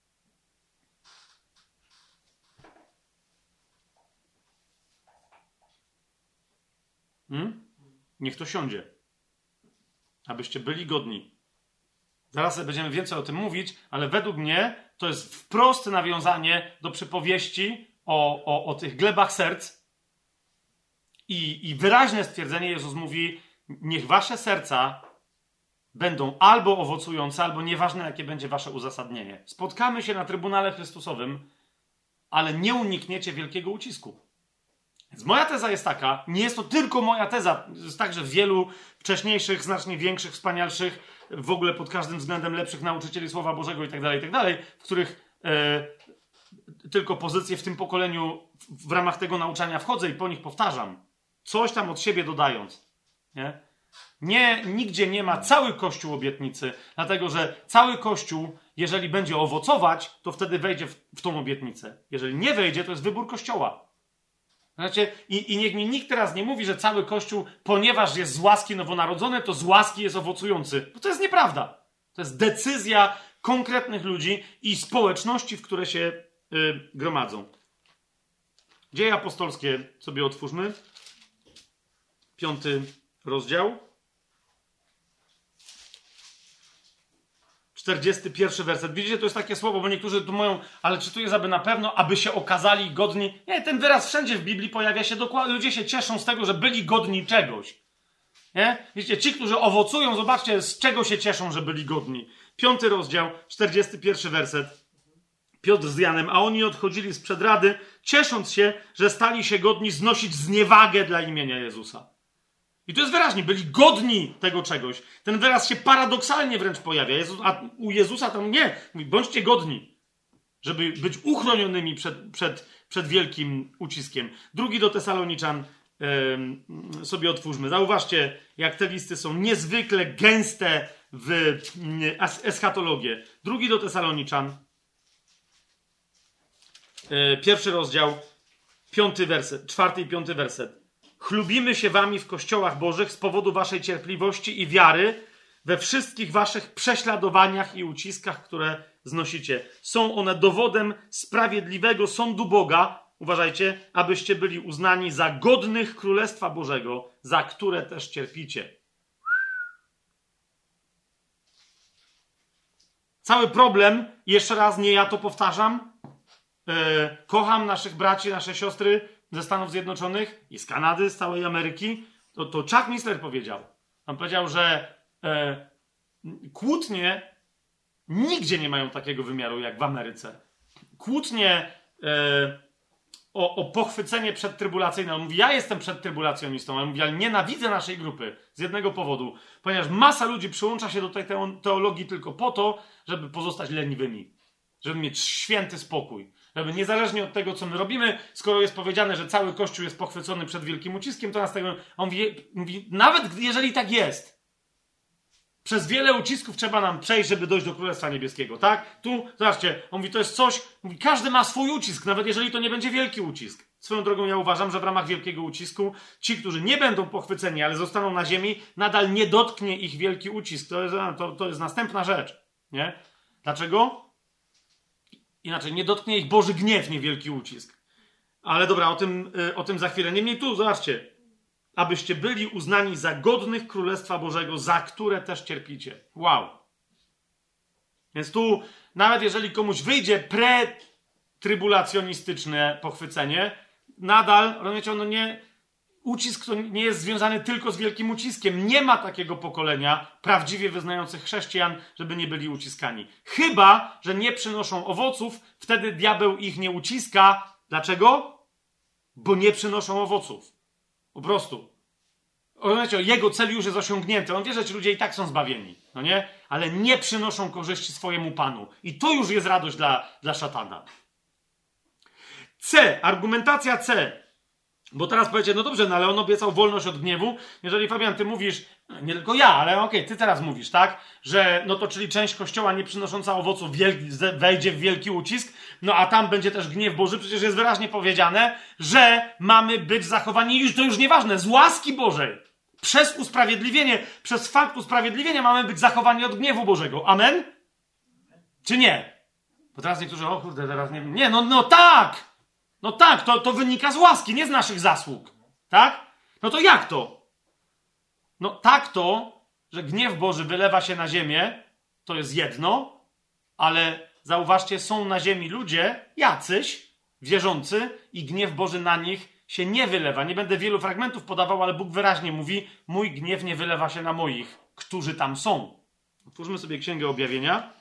Hmm? Niech to siądzie. Abyście byli godni. Zaraz będziemy więcej o tym mówić, ale według mnie to jest wprost nawiązanie do przypowieści o, o, o tych glebach serc. I, I wyraźne stwierdzenie, Jezus mówi, niech wasze serca będą albo owocujące, albo nieważne, jakie będzie wasze uzasadnienie. Spotkamy się na Trybunale Chrystusowym, ale nie unikniecie wielkiego ucisku. Więc moja teza jest taka, nie jest to tylko moja teza, jest także wielu wcześniejszych, znacznie większych, wspanialszych, w ogóle pod każdym względem lepszych nauczycieli Słowa Bożego i tak dalej, i tak dalej, w których e, tylko pozycje w tym pokoleniu w, w ramach tego nauczania wchodzę i po nich powtarzam. Coś tam od siebie dodając. Nie? Nie, nigdzie nie ma cały Kościół obietnicy, dlatego że cały Kościół, jeżeli będzie owocować, to wtedy wejdzie w, w tą obietnicę. Jeżeli nie wejdzie, to jest wybór Kościoła. Znaczy, i, I niech mi nikt teraz nie mówi, że cały Kościół, ponieważ jest z łaski nowonarodzony, to z łaski jest owocujący. Bo to jest nieprawda. To jest decyzja konkretnych ludzi i społeczności, w które się y, gromadzą. Dzieje apostolskie sobie otwórzmy. Piąty rozdział. czterdziesty pierwszy werset. Widzicie, to jest takie słowo, bo niektórzy tu mówią, ale czy tu jest aby na pewno, aby się okazali godni? Nie, ten wyraz wszędzie w Biblii pojawia się dokładnie. Ludzie się cieszą z tego, że byli godni czegoś. Nie? Widzicie, ci, którzy owocują, zobaczcie, z czego się cieszą, że byli godni. Piąty rozdział, czterdziesty pierwszy werset. Piotr z Janem, a oni odchodzili sprzed rady, ciesząc się, że stali się godni znosić zniewagę dla imienia Jezusa. I to jest wyraźnie, byli godni tego czegoś. Ten wyraz się paradoksalnie wręcz pojawia. Jezus, a u Jezusa tam nie. Mówi, bądźcie godni, żeby być uchronionymi przed, przed, przed wielkim uciskiem. Drugi do Tesaloniczan yy, sobie otwórzmy. Zauważcie, jak te listy są niezwykle gęste w yy, eschatologię. Drugi do Tesaloniczan. Yy, pierwszy rozdział, piąty werset, czwarty i piąty werset. Chlubimy się wami w kościołach bożych z powodu waszej cierpliwości i wiary we wszystkich waszych prześladowaniach i uciskach, które znosicie. Są one dowodem sprawiedliwego sądu Boga, uważajcie, abyście byli uznani za godnych Królestwa Bożego, za które też cierpicie. Cały problem, jeszcze raz nie ja to powtarzam, yy, kocham naszych braci, nasze siostry ze Stanów Zjednoczonych i z Kanady, z całej Ameryki, to, to Chuck Missler powiedział. On powiedział, że e, kłótnie nigdzie nie mają takiego wymiaru jak w Ameryce. Kłótnie e, o, o pochwycenie przedtrybulacyjne. On mówi, ja jestem przedtrybulacjonistą, ale mówi, ale nienawidzę naszej grupy z jednego powodu, ponieważ masa ludzi przyłącza się do tej teologii tylko po to, żeby pozostać leniwymi, żeby mieć święty spokój. Żeby niezależnie od tego, co my robimy, skoro jest powiedziane, że cały Kościół jest pochwycony przed wielkim uciskiem, to nas tego... On mówi, mówi, nawet jeżeli tak jest, przez wiele ucisków trzeba nam przejść, żeby dojść do Królestwa Niebieskiego, tak? Tu, zobaczcie, on mówi, to jest coś... Mówi, każdy ma swój ucisk, nawet jeżeli to nie będzie wielki ucisk. Swoją drogą ja uważam, że w ramach wielkiego ucisku ci, którzy nie będą pochwyceni, ale zostaną na ziemi, nadal nie dotknie ich wielki ucisk. To jest, to, to jest następna rzecz, nie? Dlaczego? Inaczej, nie dotknie ich Boży gniew, nie wielki ucisk. Ale dobra, o tym, o tym za chwilę. Niemniej tu, zobaczcie. Abyście byli uznani za godnych Królestwa Bożego, za które też cierpicie. Wow. Więc tu, nawet jeżeli komuś wyjdzie pretrybulacjonistyczne pochwycenie, nadal, rozumiecie, ono nie, ucisk to nie jest związany tylko z wielkim uciskiem. Nie ma takiego pokolenia prawdziwie wyznających chrześcijan, żeby nie byli uciskani. Chyba, że nie przynoszą owoców, wtedy diabeł ich nie uciska. Dlaczego? Bo nie przynoszą owoców. Po prostu. Rozumiecie, jego cel już jest osiągnięty. On wie, że ci ludzie i tak są zbawieni. No nie? Ale nie przynoszą korzyści swojemu Panu. I to już jest radość dla, dla szatana. C. Argumentacja C. Bo teraz powiecie, no dobrze, no ale on obiecał wolność od gniewu. Jeżeli, Fabian, ty mówisz, nie tylko ja, ale okej, okay, ty teraz mówisz, tak? Że no to czyli część Kościoła nie przynosząca owoców wiel- wejdzie w wielki ucisk, no a tam będzie też gniew Boży. Przecież jest wyraźnie powiedziane, że mamy być zachowani, już to już nieważne, z łaski Bożej. Przez usprawiedliwienie, przez fakt usprawiedliwienia mamy być zachowani od gniewu Bożego. Amen? Czy nie? Bo teraz niektórzy, o kurde, teraz nie wiem. Nie, no, no tak! No tak, to, to wynika z łaski, nie z naszych zasług. Tak? No to jak to? No tak to, że gniew Boży wylewa się na ziemię, to jest jedno, ale zauważcie, są na ziemi ludzie, jacyś, wierzący i gniew Boży na nich się nie wylewa. Nie będę wielu fragmentów podawał, ale Bóg wyraźnie mówi, mój gniew nie wylewa się na moich, którzy tam są. Otwórzmy sobie Księgę Objawienia.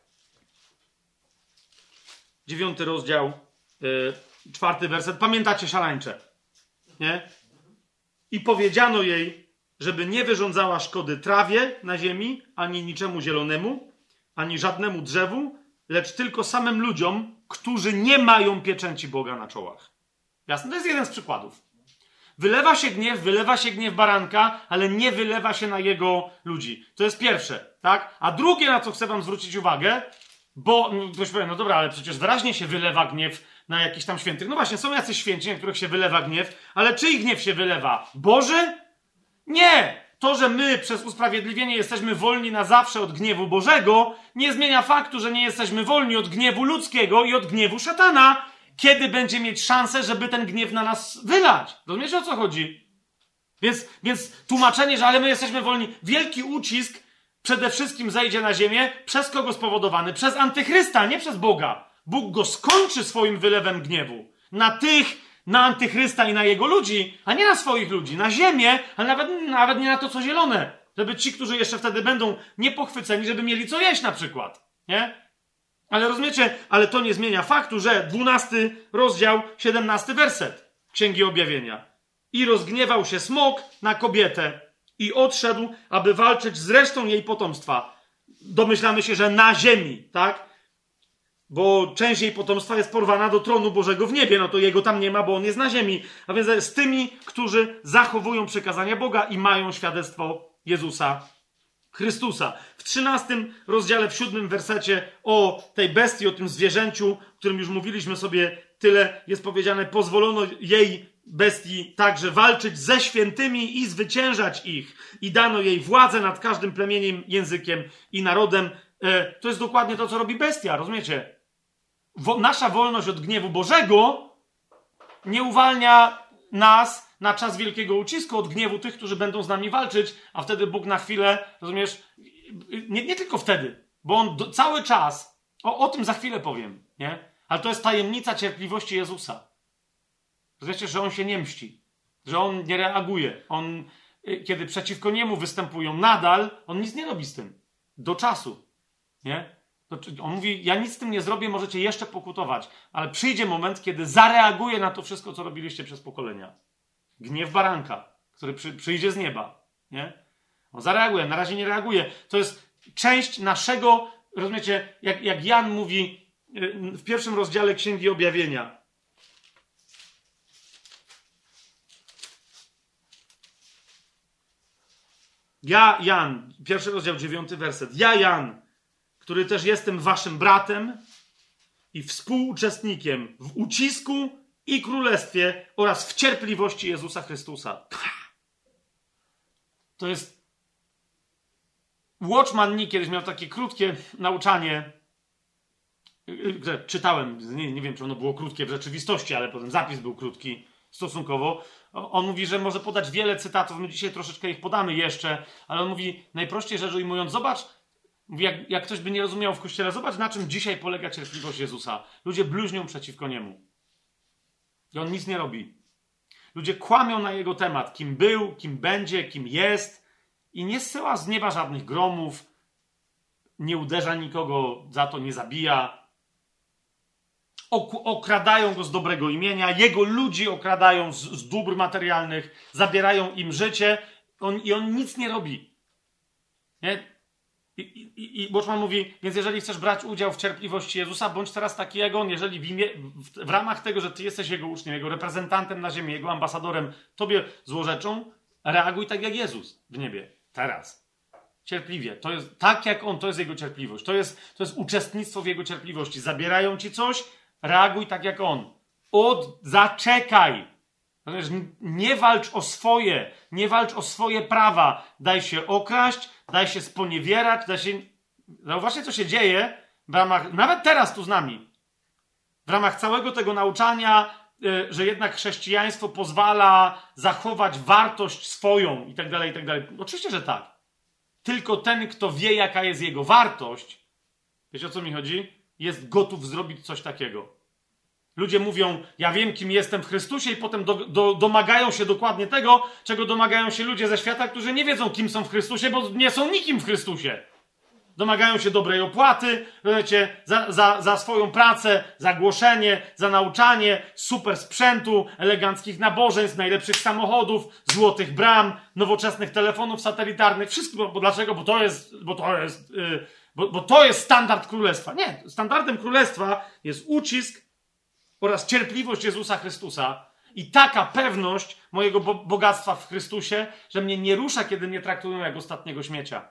Dziewiąty rozdział, yy, czwarty werset. Pamiętacie szarańcze? Nie? I powiedziano jej, żeby nie wyrządzała szkody trawie na ziemi, ani niczemu zielonemu, ani żadnemu drzewu, lecz tylko samym ludziom, którzy nie mają pieczęci Boga na czołach. Jasne? To jest jeden z przykładów. Wylewa się gniew, wylewa się gniew baranka, ale nie wylewa się na jego ludzi. To jest pierwsze, tak? A drugie, na co chcę wam zwrócić uwagę, bo ktoś powie, no dobra, ale przecież wyraźnie się wylewa gniew na jakichś tam świętych. No właśnie, są jacyś święci, na których się wylewa gniew, ale czyj gniew się wylewa? Boży? Nie! To, że my przez usprawiedliwienie jesteśmy wolni na zawsze od gniewu Bożego, nie zmienia faktu, że nie jesteśmy wolni od gniewu ludzkiego i od gniewu szatana, kiedy będzie mieć szansę, żeby ten gniew na nas wylać. Rozumiecie, o co chodzi? Więc, więc tłumaczenie, że ale my jesteśmy wolni, wielki ucisk przede wszystkim zejdzie na ziemię, przez kogo spowodowany? Przez antychrysta, nie przez Boga. Bóg go skończy swoim wylewem gniewu. Na tych, na antychrysta i na jego ludzi, a nie na swoich ludzi. Na ziemię, ale nawet, nawet nie na to, co zielone. Żeby ci, którzy jeszcze wtedy będą niepochwyceni, żeby mieli co jeść na przykład. Nie? Ale rozumiecie, ale to nie zmienia faktu, że dwunasty rozdział, siedemnasty werset Księgi Objawienia. I rozgniewał się smok na kobietę i odszedł, aby walczyć z resztą jej potomstwa. Domyślamy się, że na ziemi, tak? Bo część jej potomstwa jest porwana do tronu Bożego w niebie, no to jego tam nie ma, bo on jest na ziemi. A więc z tymi, którzy zachowują przykazania Boga i mają świadectwo Jezusa Chrystusa. W trzynastym rozdziale, w siódmym wersecie o tej bestii, o tym zwierzęciu, o którym już mówiliśmy sobie tyle, jest powiedziane, pozwolono jej bestii także walczyć ze świętymi i zwyciężać ich. I dano jej władzę nad każdym plemieniem, językiem i narodem. E, to jest dokładnie to, co robi bestia, rozumiecie? Wo- nasza wolność od gniewu Bożego nie uwalnia nas na czas wielkiego ucisku od gniewu tych, którzy będą z nami walczyć, a wtedy Bóg na chwilę, rozumiesz, nie, nie tylko wtedy, bo On do, cały czas, o, o tym za chwilę powiem, nie? Ale to jest tajemnica cierpliwości Jezusa. Rozumiecie, że On się nie mści, że On nie reaguje. On, kiedy przeciwko Niemu występują nadal, On nic nie robi z tym. Do czasu, nie? On mówi, ja nic z tym nie zrobię, możecie jeszcze pokutować, ale przyjdzie moment, kiedy zareaguje na to wszystko, co robiliście przez pokolenia. Gniew baranka, który przy, przyjdzie z nieba, nie? On zareaguje, na razie nie reaguje. To jest część naszego, rozumiecie, jak, jak Jan mówi w pierwszym rozdziale Księgi Objawienia. Ja, Jan, pierwszy rozdział, dziewiąty werset. Ja, Jan, który też jestem waszym bratem i współuczestnikiem w ucisku i królestwie oraz w cierpliwości Jezusa Chrystusa. To jest... Watchman Nee kiedyś miał takie krótkie nauczanie Że czytałem, nie, nie wiem, czy ono było krótkie w rzeczywistości, ale potem zapis był krótki stosunkowo. On mówi, że może podać wiele cytatów, my dzisiaj troszeczkę ich podamy jeszcze, ale on mówi, najprościej rzecz ujmując, zobacz, mówi, jak, jak ktoś by nie rozumiał w Kościele, zobacz, na czym dzisiaj polega cierpliwość Jezusa. Ludzie bluźnią przeciwko Niemu. I On nic nie robi. Ludzie kłamią na Jego temat, kim był, kim będzie, kim jest i nie zsyła z nieba żadnych gromów, nie uderza nikogo, za to nie zabija. Okradają go z dobrego imienia, jego ludzi okradają z, z dóbr materialnych, zabierają im życie on, i on nic nie robi. Nie? I, i, i Watchman mówi, więc jeżeli chcesz brać udział w cierpliwości Jezusa, bądź teraz taki jak On, jeżeli w, imię, w, w ramach tego, że ty jesteś Jego uczniem, Jego reprezentantem na ziemi, Jego ambasadorem, tobie złorzeczą, reaguj tak jak Jezus w niebie. Teraz. Cierpliwie. To jest tak jak On, to jest Jego cierpliwość. To jest, to jest uczestnictwo w Jego cierpliwości. Zabierają ci coś, reaguj tak jak On. Od, zaczekaj. Nie walcz o swoje, nie walcz o swoje prawa. Daj się okraść, daj się sponiewierać, daj się... Zauważcie, co się dzieje w ramach, nawet teraz tu z nami, w ramach całego tego nauczania, yy, że jednak chrześcijaństwo pozwala zachować wartość swoją i tak dalej, i tak dalej. Oczywiście, że tak. Tylko ten, kto wie, jaka jest jego wartość, wiecie, o co mi chodzi? Jest gotów zrobić coś takiego. Ludzie mówią, ja wiem, kim jestem w Chrystusie i potem do, do, domagają się dokładnie tego, czego domagają się ludzie ze świata, którzy nie wiedzą, kim są w Chrystusie, bo nie są nikim w Chrystusie. Domagają się dobrej opłaty, wiecie, za, za, za swoją pracę, za głoszenie, za nauczanie, super sprzętu, eleganckich nabożeństw, najlepszych samochodów, złotych bram, nowoczesnych telefonów satelitarnych, wszystko, bo dlaczego? Bo to jest, bo to jest, yy, bo, bo to jest standard królestwa. Nie, standardem królestwa jest ucisk oraz cierpliwość Jezusa Chrystusa i taka pewność mojego bo- bogactwa w Chrystusie, że mnie nie rusza, kiedy mnie traktują jak ostatniego śmiecia.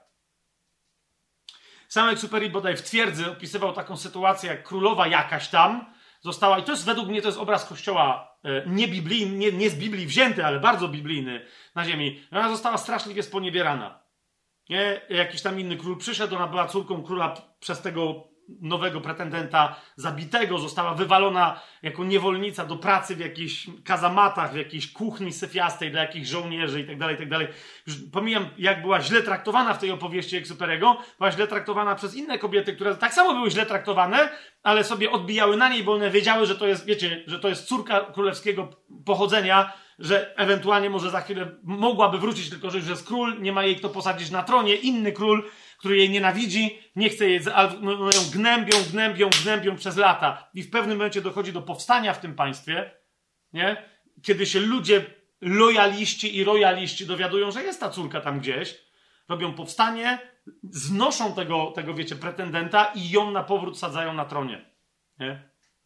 Saint-Exupéry bodaj w Twierdzy opisywał taką sytuację, jak królowa jakaś tam została, i to jest według mnie to jest obraz Kościoła e, nie biblijny, nie, nie z Biblii wzięty, ale bardzo biblijny na ziemi. Ona została straszliwie sponiewierana. Nie? Jakiś tam inny król przyszedł, ona była córką króla przez tego nowego pretendenta zabitego, została wywalona jako niewolnica do pracy w jakichś kazamatach, w jakiejś kuchni syfiastej dla jakichś żołnierzy i tak dalej, i tak dalej. Już pomijam, jak była źle traktowana w tej opowieści Exupéry'ego, była źle traktowana przez inne kobiety, które tak samo były źle traktowane, ale sobie odbijały na niej, bo one wiedziały, że to jest, wiecie, że to jest córka królewskiego pochodzenia, że ewentualnie może za chwilę mogłaby wrócić, tylko że już jest król, nie ma jej kto posadzić na tronie, inny król, który jej nienawidzi, nie chce jej, ale ją gnębią, gnębią, gnębią przez lata. I w pewnym momencie dochodzi do powstania w tym państwie, nie? Kiedy się ludzie, lojaliści i rojaliści dowiadują, że jest ta córka tam gdzieś, robią powstanie, znoszą tego, tego wiecie, pretendenta i ją na powrót sadzają na tronie. Nie?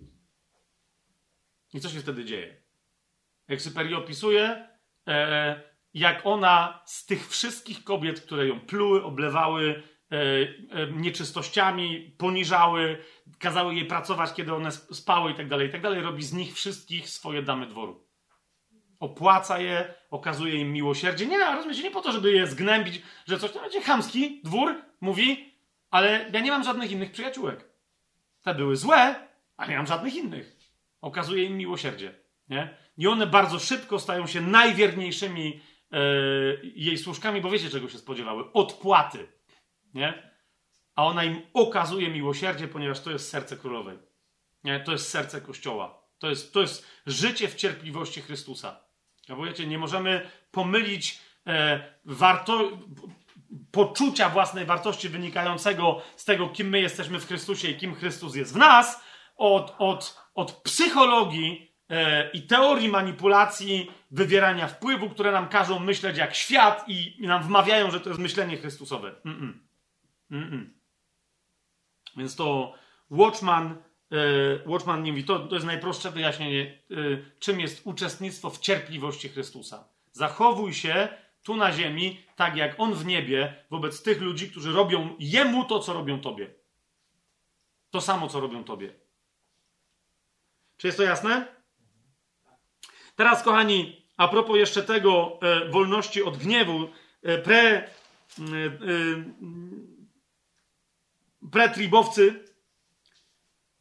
I co się wtedy dzieje? Exupéry opisuje, e, jak ona z tych wszystkich kobiet, które ją pluły, oblewały e, e, nieczystościami, poniżały, kazały jej pracować, kiedy one spały i tak dalej, i tak dalej, robi z nich wszystkich swoje damy dworu. Opłaca je, okazuje im miłosierdzie. Nie, rozumiecie, nie po to, żeby je zgnębić, że coś tam będzie chamski, dwór mówi, ale ja nie mam żadnych innych przyjaciółek. Te były złe, a nie mam żadnych innych. Okazuje im miłosierdzie. Nie? I one bardzo szybko stają się najwierniejszymi e, jej służkami, bo wiecie, czego się spodziewały? Odpłaty. Nie? A ona im okazuje miłosierdzie, ponieważ to jest serce królowej. Nie? To jest serce Kościoła. To jest, to jest życie w cierpliwości Chrystusa. A bo wiecie, nie możemy pomylić e, warto, poczucia własnej wartości wynikającego z tego, kim my jesteśmy w Chrystusie i kim Chrystus jest w nas, od, od, od psychologii i teorii manipulacji, wywierania wpływu, które nam każą myśleć jak świat i, i nam wmawiają, że to jest myślenie chrystusowe. Mm-mm. Mm-mm. Więc to Watchman, e, Watchman nie mówi, to, to jest najprostsze wyjaśnienie, e, czym jest uczestnictwo w cierpliwości Chrystusa. Zachowuj się tu na ziemi, tak jak On w niebie, wobec tych ludzi, którzy robią Jemu to, co robią Tobie. To samo, co robią Tobie. Czy jest to jasne? Teraz, kochani, a propos jeszcze tego e, wolności od gniewu, e, pre, e, e, pretribowcy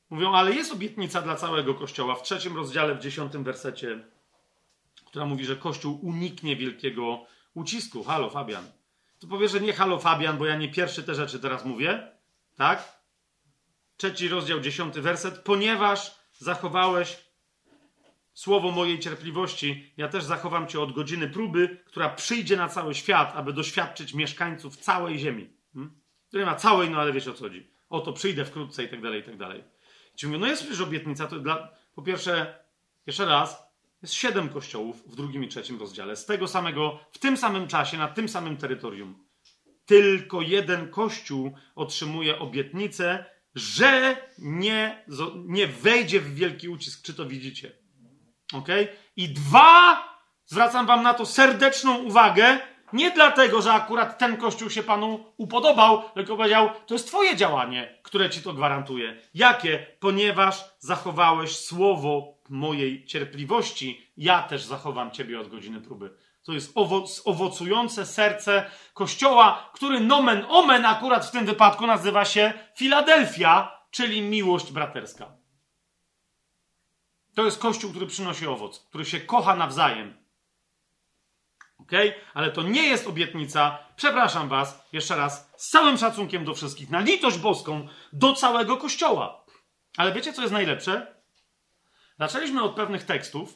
Mówią, ale jest obietnica dla całego Kościoła. W trzecim rozdziale, w dziesiątym wersecie, która mówi, że Kościół uniknie wielkiego ucisku. Halo, Fabian. To powie, że nie halo, Fabian, bo ja nie pierwszy te rzeczy teraz mówię. Tak? Trzeci rozdział, dziesiąty werset. Ponieważ zachowałeś słowo mojej cierpliwości, ja też zachowam cię od godziny próby, która przyjdzie na cały świat, aby doświadczyć mieszkańców całej ziemi. Hmm? To nie ma całej, no ale wiecie o co chodzi. Oto przyjdę wkrótce i tak dalej, i tak dalej. Ci mówią, no jest przecież obietnica, to dla... Po pierwsze, jeszcze raz, jest siedem kościołów w drugim i trzecim rozdziale. Z tego samego, w tym samym czasie, na tym samym terytorium. Tylko jeden kościół otrzymuje obietnicę, że nie, nie wejdzie w wielki ucisk. Czy to widzicie? Okay? I dwa, zwracam wam na to serdeczną uwagę, nie dlatego, że akurat ten kościół się panu upodobał, tylko powiedział, to jest twoje działanie, które ci to gwarantuje. Jakie? Ponieważ zachowałeś słowo mojej cierpliwości, ja też zachowam ciebie od godziny próby. To jest owoc, owocujące serce Kościoła, który nomen omen akurat w tym wypadku nazywa się Filadelfia, czyli miłość braterska. To jest Kościół, który przynosi owoc, który się kocha nawzajem. Okej? Okay? Ale to nie jest obietnica, przepraszam was, jeszcze raz, z całym szacunkiem do wszystkich, na litość boską, do całego Kościoła. Ale wiecie, co jest najlepsze? Zaczęliśmy od pewnych tekstów.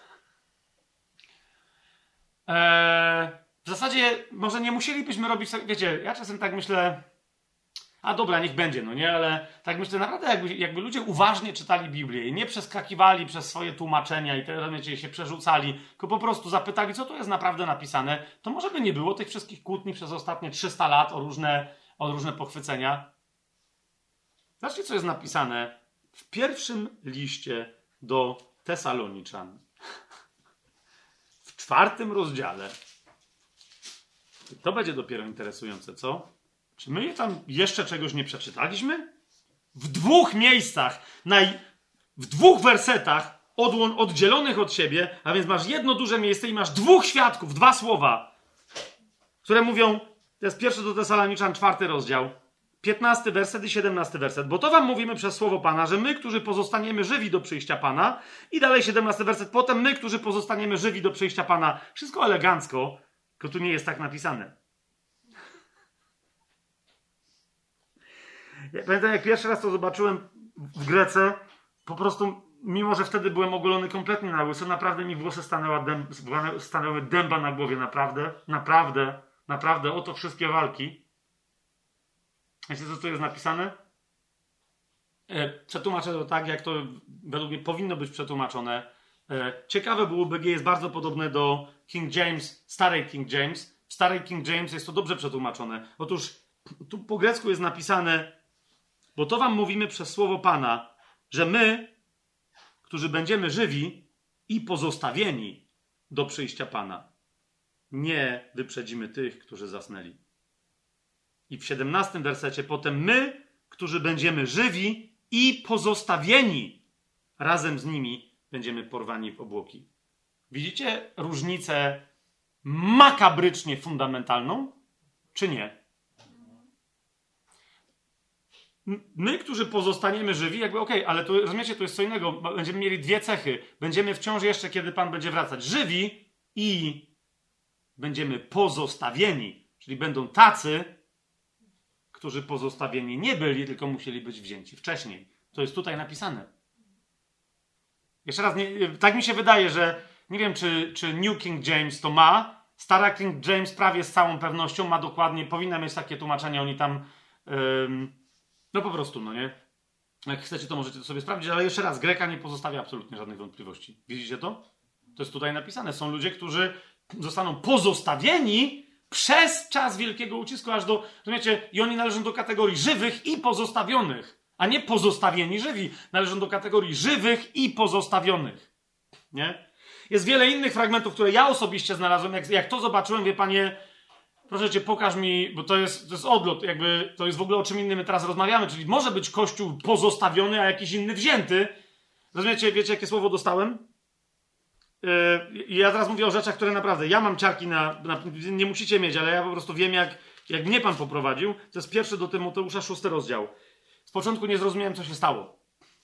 Eee, w zasadzie może nie musielibyśmy robić, wiecie, ja czasem tak myślę, a dobra, niech będzie, no nie, ale tak myślę, naprawdę jakby, jakby ludzie uważnie czytali Biblię i nie przeskakiwali przez swoje tłumaczenia i te, wiecie, się przerzucali, tylko po prostu zapytali, co tu jest naprawdę napisane, to może by nie było tych wszystkich kłótni przez ostatnie trzysta lat o różne, o różne pochwycenia. Zobaczcie, co jest napisane w pierwszym liście do Tesaloniczan. W czwartym rozdziale. To będzie dopiero interesujące, co? Czy my tam jeszcze czegoś nie przeczytaliśmy? W dwóch miejscach, naj... w dwóch wersetach odłą... oddzielonych od siebie, a więc masz jedno duże miejsce i masz dwóch świadków, dwa słowa, które mówią, to jest pierwszy do Tesaloniczan, czwarty rozdział, piętnasty werset i siedemnasty werset. Bo to wam mówimy przez słowo Pana, że my, którzy pozostaniemy żywi do przyjścia Pana, i dalej siedemnasty werset, potem my, którzy pozostaniemy żywi do przyjścia Pana. Wszystko elegancko, tylko tu nie jest tak napisane. Ja pamiętam, jak pierwszy raz to zobaczyłem w Grece, po prostu, mimo że wtedy byłem ogolony kompletnie na łyso, naprawdę mi włosy stanęła dęb, stanęły dęba na głowie, naprawdę, naprawdę, naprawdę, oto wszystkie walki. Wiecie, co tu jest napisane? E, przetłumaczę to tak, jak to według mnie powinno być przetłumaczone. E, ciekawe byłoby, jest bardzo podobne do King James, starej King James. W starej King James jest to dobrze przetłumaczone. Otóż tu po grecku jest napisane, bo to wam mówimy przez słowo Pana, że my, którzy będziemy żywi i pozostawieni do przyjścia Pana, nie wyprzedzimy tych, którzy zasnęli. I w siedemnastym wersecie, potem my, którzy będziemy żywi i pozostawieni, razem z nimi będziemy porwani w obłoki. Widzicie różnicę makabrycznie fundamentalną, czy nie? My, którzy pozostaniemy żywi, jakby okej, okay, ale to, rozumiecie, to jest co innego. Będziemy mieli dwie cechy. Będziemy wciąż jeszcze, kiedy Pan będzie wracać, żywi i będziemy pozostawieni. Czyli będą tacy, którzy pozostawieni nie byli, tylko musieli być wzięci wcześniej. To jest tutaj napisane. Jeszcze raz, nie, tak mi się wydaje, że nie wiem, czy, czy New King James to ma. Stara King James prawie z całą pewnością ma dokładnie, powinna mieć takie tłumaczenie, oni tam ym, no po prostu, no nie? Jak chcecie, to możecie to sobie sprawdzić, ale jeszcze raz, Greka nie pozostawia absolutnie żadnych wątpliwości. Widzicie to? To jest tutaj napisane. Są ludzie, którzy zostaną pozostawieni przez czas wielkiego ucisku, aż do, rozumiecie, i oni należą do kategorii żywych i pozostawionych, a nie pozostawieni żywi. Należą do kategorii żywych i pozostawionych. Nie? Jest wiele innych fragmentów, które ja osobiście znalazłem. Jak, jak to zobaczyłem, wie panie, proszę cię, pokaż mi, bo to jest, to jest odlot, jakby to jest w ogóle o czym innym my teraz rozmawiamy, czyli może być Kościół pozostawiony, a jakiś inny wzięty. Rozumiecie, wiecie, jakie słowo dostałem? Yy, ja teraz mówię o rzeczach, które naprawdę, ja mam ciarki na, na, nie musicie mieć, ale ja po prostu wiem, jak, jak mnie Pan poprowadził. To jest pierwszy do Tymoteusza, szósty rozdział. Z początku nie zrozumiałem, co się stało.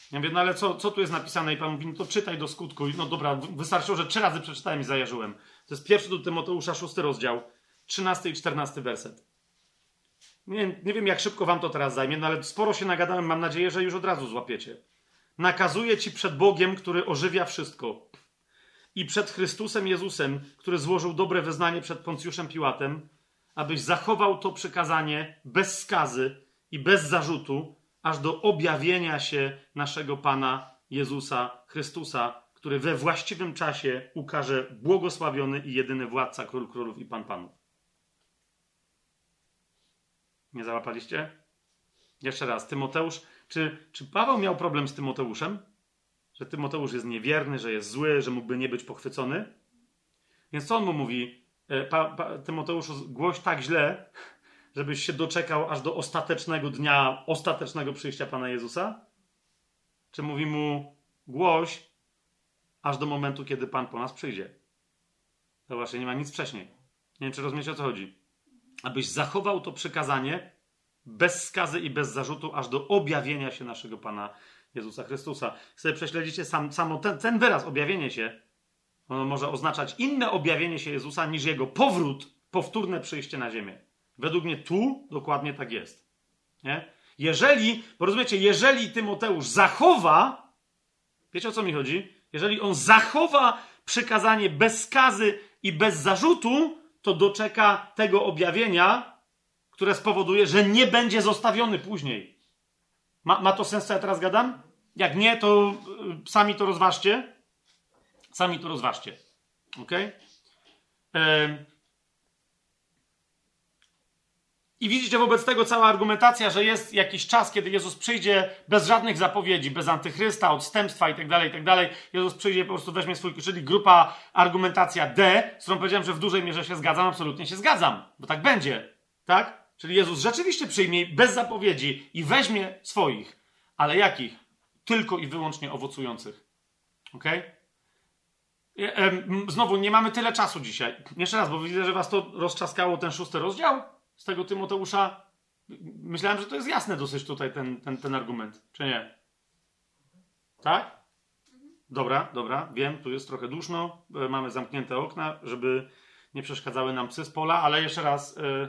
Ja mówię, no ale co, co tu jest napisane? I Pan mówi, no to czytaj do skutku. No dobra, wystarczyło, że trzy razy przeczytałem i zajarzyłem. To jest pierwszy do Tymoteusza, szósty rozdział, trzynasty i czternasty werset. Nie, nie wiem, jak szybko wam to teraz zajmie, no ale sporo się nagadałem, mam nadzieję, że już od razu złapiecie. Nakazuję ci przed Bogiem, który ożywia wszystko, i przed Chrystusem Jezusem, który złożył dobre wyznanie przed Poncjuszem Piłatem, abyś zachował to przykazanie bez skazy i bez zarzutu, aż do objawienia się naszego Pana Jezusa Chrystusa, który we właściwym czasie ukaże błogosławiony i jedyny władca, król królów i pan panów. Nie załapaliście? Jeszcze raz, Tymoteusz. Czy, czy Paweł miał problem z Tymoteuszem? Że Tymoteusz jest niewierny, że jest zły, że mógłby nie być pochwycony? Więc co on mu mówi? Pa, pa, Tymoteuszu, głoś tak źle, żebyś się doczekał aż do ostatecznego dnia, ostatecznego przyjścia Pana Jezusa? Czy mówi mu, głoś aż do momentu, kiedy Pan po nas przyjdzie? To właśnie nie ma nic wcześniej. Nie wiem, czy rozumiecie, o co chodzi. Abyś zachował to przykazanie bez skazy i bez zarzutu, aż do objawienia się naszego Pana Jezusa Chrystusa. Sobie prześledzicie sam, samo ten, ten wyraz, objawienie się, ono może oznaczać inne objawienie się Jezusa niż Jego powrót, powtórne przyjście na ziemię. Według mnie tu dokładnie tak jest. Nie? Jeżeli, bo rozumiecie, jeżeli Tymoteusz zachowa, wiecie, o co mi chodzi? Jeżeli on zachowa przykazanie bez skazy i bez zarzutu, to doczeka tego objawienia, które spowoduje, że nie będzie zostawiony później. Ma, ma to sens, co ja teraz gadam? Jak nie, to y, sami to rozważcie. Sami to rozważcie. Okej? Okay? I widzicie wobec tego cała argumentacja, że jest jakiś czas, kiedy Jezus przyjdzie bez żadnych zapowiedzi, bez antychrysta, odstępstwa itd., itd. Jezus przyjdzie, po prostu weźmie swój, czyli grupa argumentacja D, z którą powiedziałem, że w dużej mierze się zgadzam, absolutnie się zgadzam, bo tak będzie. Tak? Czyli Jezus rzeczywiście przyjmie bez zapowiedzi i weźmie swoich. Ale jakich? Tylko i wyłącznie owocujących. Okej? Okay? Znowu, nie mamy tyle czasu dzisiaj. Jeszcze raz, bo widzę, że was to rozczaskało, ten szósty rozdział z tego Tymoteusza. Myślałem, że to jest jasne dosyć tutaj ten, ten, ten argument. Czy nie? Tak? Dobra, dobra. Wiem, tu jest trochę duszno. Mamy zamknięte okna, żeby nie przeszkadzały nam psy z pola, ale jeszcze raz... Yy...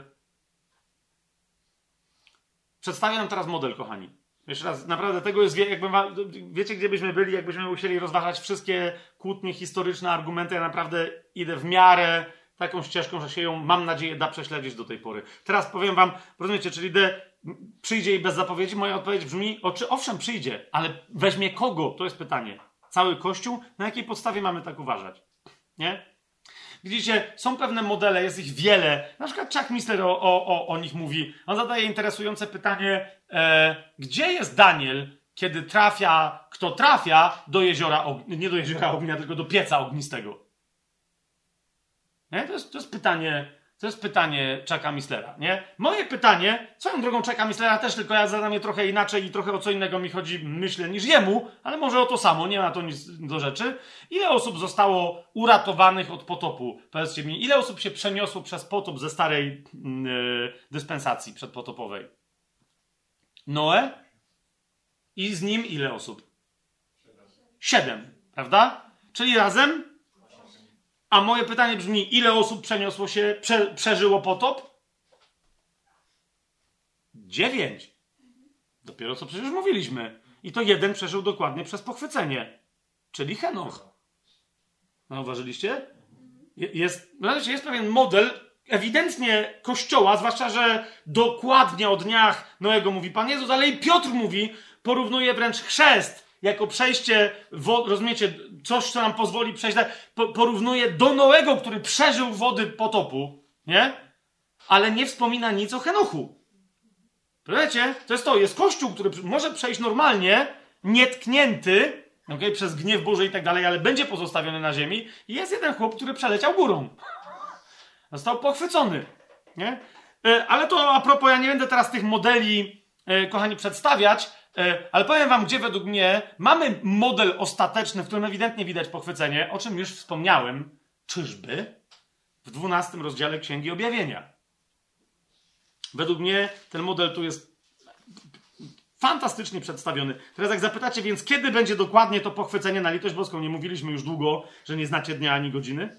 Przedstawię nam teraz model, kochani. Jeszcze raz, naprawdę tego jest... Jakby, wiecie, gdzie byśmy byli, jakbyśmy musieli rozważać wszystkie kłótnie historyczne, argumenty. Ja naprawdę idę w miarę taką ścieżką, że się ją, mam nadzieję, da prześledzić do tej pory. Teraz powiem wam, rozumiecie, czyli idę, przyjdzie i bez zapowiedzi. Moja odpowiedź brzmi, o, czy owszem przyjdzie, ale weźmie kogo? To jest pytanie. Cały Kościół? Na jakiej podstawie mamy tak uważać? Nie? Widzicie, są pewne modele, jest ich wiele. Na przykład Chuck Missler o, o, o, o nich mówi. On zadaje interesujące pytanie, e, gdzie jest Daniel, kiedy trafia, kto trafia do jeziora, nie do jeziora ognia, tylko do pieca ognistego. Nie? To jest, to jest pytanie, to jest pytanie Chucka Misslera, nie? Moje pytanie, swoją drogą Chucka Misslera też, tylko ja zadam je trochę inaczej i trochę o co innego mi chodzi, myślę, niż jemu, ale może o to samo, nie ma to nic do rzeczy. Ile osób zostało uratowanych od potopu? Powiedzcie mi, ile osób się przeniosło przez potop ze starej yy, dyspensacji przedpotopowej? Noe? I z nim ile osób? Siedem, prawda? Czyli razem? A moje pytanie brzmi, ile osób przeniosło się, prze, przeżyło potop? Dziewięć. Dopiero co przecież mówiliśmy. I to jeden przeżył dokładnie przez pochwycenie. Czyli Henoch. Zauważyliście? Jest, jest pewien model ewidentnie Kościoła, zwłaszcza, że dokładnie o dniach Noego mówi Pan Jezus, ale i Piotr mówi, porównuje wręcz chrzest jako przejście, rozumiecie, coś, co nam pozwoli przejść, po, porównuje do Noego, który przeżył wody potopu, nie? Ale nie wspomina nic o Henochu. Wiecie? To jest to, jest Kościół, który może przejść normalnie, nietknięty, okay, przez gniew Boży i tak dalej, ale będzie pozostawiony na ziemi. I jest jeden chłop, który przeleciał górą. Został pochwycony, nie? Ale to a propos, ja nie będę teraz tych modeli, kochani, przedstawiać, ale powiem wam, gdzie według mnie mamy model ostateczny, w którym ewidentnie widać pochwycenie, o czym już wspomniałem, czyżby w dwunastym rozdziale Księgi Objawienia. Według mnie ten model tu jest fantastycznie przedstawiony. Teraz jak zapytacie, więc kiedy będzie dokładnie to pochwycenie na litość boską? Nie mówiliśmy już długo, że nie znacie dnia ani godziny?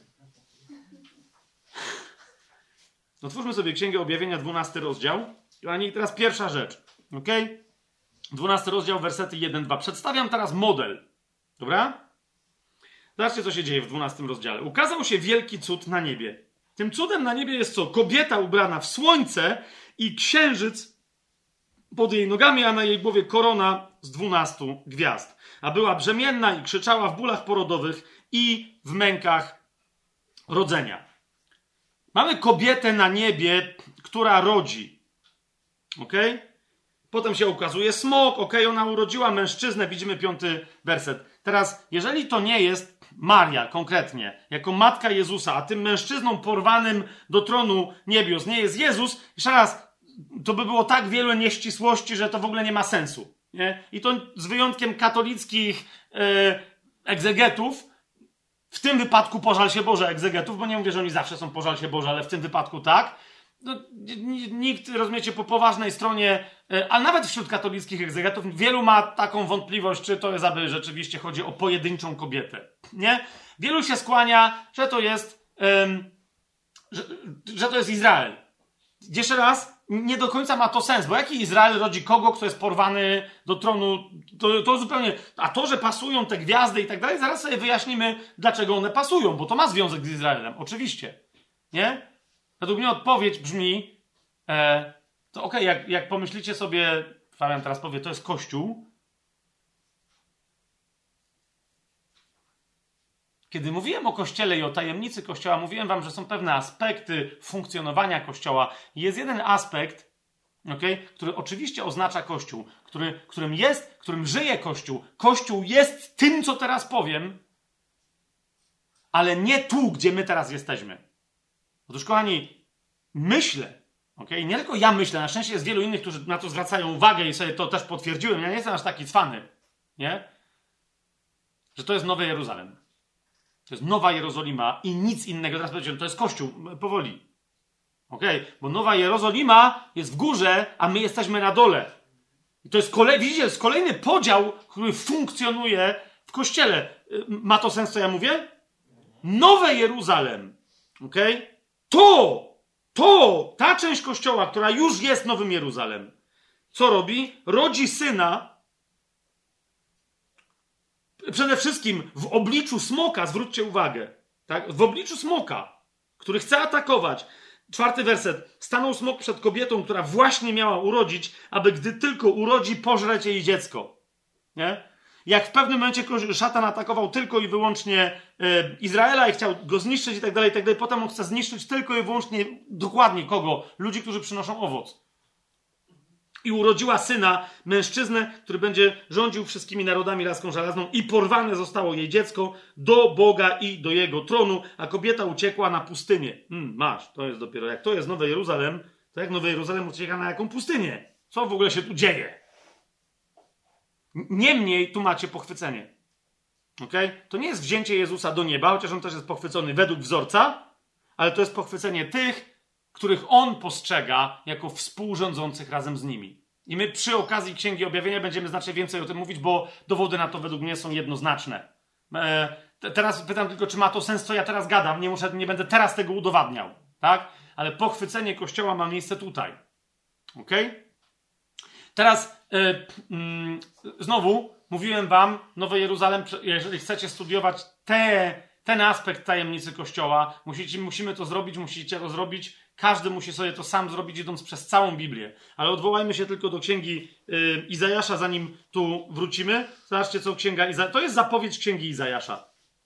Otwórzmy sobie Księgę Objawienia, dwunasty rozdział. I teraz pierwsza rzecz. Okej? Okay? dwunasty rozdział, wersety jeden dwa. Przedstawiam teraz model. Dobra? Zobaczcie, co się dzieje w dwunastym rozdziale. Ukazał się wielki cud na niebie. Tym cudem na niebie jest co? Kobieta ubrana w słońce i księżyc pod jej nogami, a na jej głowie korona z dwunastu gwiazd. A była brzemienna i krzyczała w bólach porodowych i w mękach rodzenia. Mamy kobietę na niebie, która rodzi. Okej? Okay? Potem się ukazuje smok. Okej, okay, ona urodziła mężczyznę. Widzimy piąty werset. Teraz, jeżeli to nie jest Maria konkretnie, jako matka Jezusa, a tym mężczyzną porwanym do tronu niebios nie jest Jezus, jeszcze raz, to by było tak wiele nieścisłości, że to w ogóle nie ma sensu. Nie? I to z wyjątkiem katolickich yy, egzegetów, w tym wypadku pożal się Boże egzegetów, bo nie mówię, że oni zawsze są pożal się Boże, ale w tym wypadku tak. No, nikt, rozumiecie, po poważnej stronie, yy, ale nawet wśród katolickich egzegetów, wielu ma taką wątpliwość, czy to jest, aby rzeczywiście chodzi o pojedynczą kobietę. Nie? Wielu się skłania, że to jest, yy, że, że to jest Izrael. Jeszcze raz, nie do końca ma to sens, bo jaki Izrael rodzi kogo, kto jest porwany do tronu, to, to zupełnie... A to, że pasują te gwiazdy i tak dalej, zaraz sobie wyjaśnimy, dlaczego one pasują, bo to ma związek z Izraelem, oczywiście. Nie? Według mnie odpowiedź brzmi, e, to okej, okay, jak, jak pomyślicie sobie, Fabian teraz powie, to jest Kościół. Kiedy mówiłem o Kościele i o tajemnicy Kościoła, mówiłem wam, że są pewne aspekty funkcjonowania Kościoła. Jest jeden aspekt, okay, który oczywiście oznacza Kościół, który, którym jest, którym żyje Kościół. Kościół jest tym, co teraz powiem, ale nie tu, gdzie my teraz jesteśmy. Otóż, kochani, myślę, okay, nie tylko ja myślę, na szczęście jest wielu innych, którzy na to zwracają uwagę i sobie to też potwierdziłem. Ja nie jestem aż taki cwany, nie? Że to jest Nowy Jeruzalem. To jest Nowa Jerozolima i nic innego. Teraz powiedziałem, to jest Kościół. Powoli. Okej? Okay? Bo Nowa Jerozolima jest w górze, a my jesteśmy na dole. I to jest kolej... Widzicie, jest kolejny podział, który funkcjonuje w Kościele. Ma to sens, co ja mówię? Nowe Jeruzalem. Okej? Okay? To, to, ta część Kościoła, która już jest Nowym Jeruzalem, co robi? Rodzi syna. Przede wszystkim w obliczu smoka, zwróćcie uwagę, tak? W obliczu smoka, który chce atakować. Czwarty werset. Stanął smok przed kobietą, która właśnie miała urodzić, aby gdy tylko urodzi, pożreć jej dziecko. Nie? Jak w pewnym momencie szatan atakował tylko i wyłącznie e, Izraela i chciał go zniszczyć i tak dalej, i tak dalej, potem on chce zniszczyć tylko i wyłącznie dokładnie kogo? Ludzi, którzy przynoszą owoc. I urodziła syna, mężczyznę, który będzie rządził wszystkimi narodami laską żelazną i porwane zostało jej dziecko do Boga i do jego tronu, a kobieta uciekła na pustynię. Hmm, masz, to jest dopiero, jak to jest Nowy Jeruzalem, to jak Nowy Jeruzalem ucieka na jaką pustynię? Co w ogóle się tu dzieje? Niemniej tu macie pochwycenie. Okay? To nie jest wzięcie Jezusa do nieba, chociaż on też jest pochwycony według wzorca, ale to jest pochwycenie tych, których on postrzega jako współrządzących razem z nimi. I my przy okazji Księgi Objawienia będziemy znacznie więcej o tym mówić, bo dowody na to według mnie są jednoznaczne. E, te, teraz pytam tylko, czy ma to sens, co ja teraz gadam. Nie, muszę, nie będę teraz tego udowadniał. Tak? Ale pochwycenie Kościoła ma miejsce tutaj. Okej? Okay? Teraz e, mm, znowu mówiłem wam, Nowy Jeruzalem, jeżeli chcecie studiować te, ten aspekt tajemnicy Kościoła, musicie, musimy to zrobić, musicie to zrobić. Każdy musi sobie to sam zrobić, idąc przez całą Biblię. Ale odwołajmy się tylko do księgi y, Izajasza, zanim tu wrócimy. Zobaczcie, co księga Izajasza... To jest zapowiedź księgi Izajasza.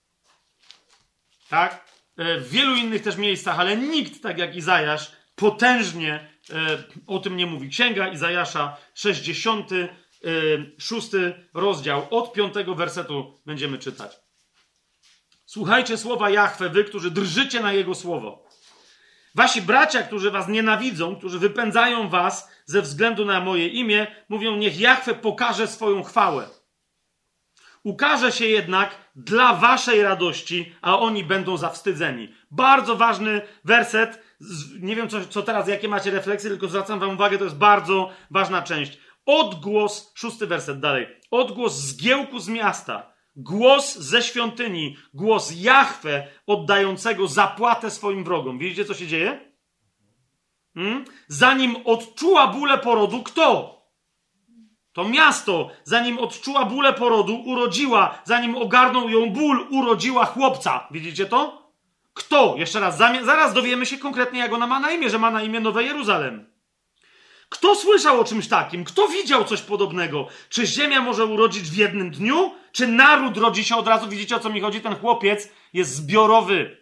Tak? Y, w wielu innych też miejscach, ale nikt tak jak Izajasz potężnie y, o tym nie mówi. Księga Izajasza, sześćdziesiąty szósty rozdział. Od piątego wersetu będziemy czytać. Słuchajcie słowa Jahwe, wy, którzy drżycie na Jego słowo. Wasi bracia, którzy was nienawidzą, którzy wypędzają was ze względu na moje imię, mówią, niech Jahwe pokaże swoją chwałę. Ukaże się jednak dla waszej radości, a oni będą zawstydzeni. Bardzo ważny werset. Nie wiem, co, co teraz, jakie macie refleksje, tylko zwracam wam uwagę, to jest bardzo ważna część. odgłos, szósty werset dalej, odgłos zgiełku z miasta, głos ze świątyni, głos Jahwe oddającego zapłatę swoim wrogom. Widzicie, co się dzieje? Hmm? Zanim odczuła bólę porodu, kto? To miasto, zanim odczuła bólę porodu, urodziła, zanim ogarnął ją ból, urodziła chłopca. Widzicie to? Kto? Jeszcze raz, zaraz dowiemy się konkretnie, jak ona ma na imię, że ma na imię Nowe Jeruzalem. Kto słyszał o czymś takim? Kto widział coś podobnego? Czy ziemia może urodzić w jednym dniu? Czy naród rodzi się od razu? Widzicie, o co mi chodzi? Ten chłopiec jest zbiorowy.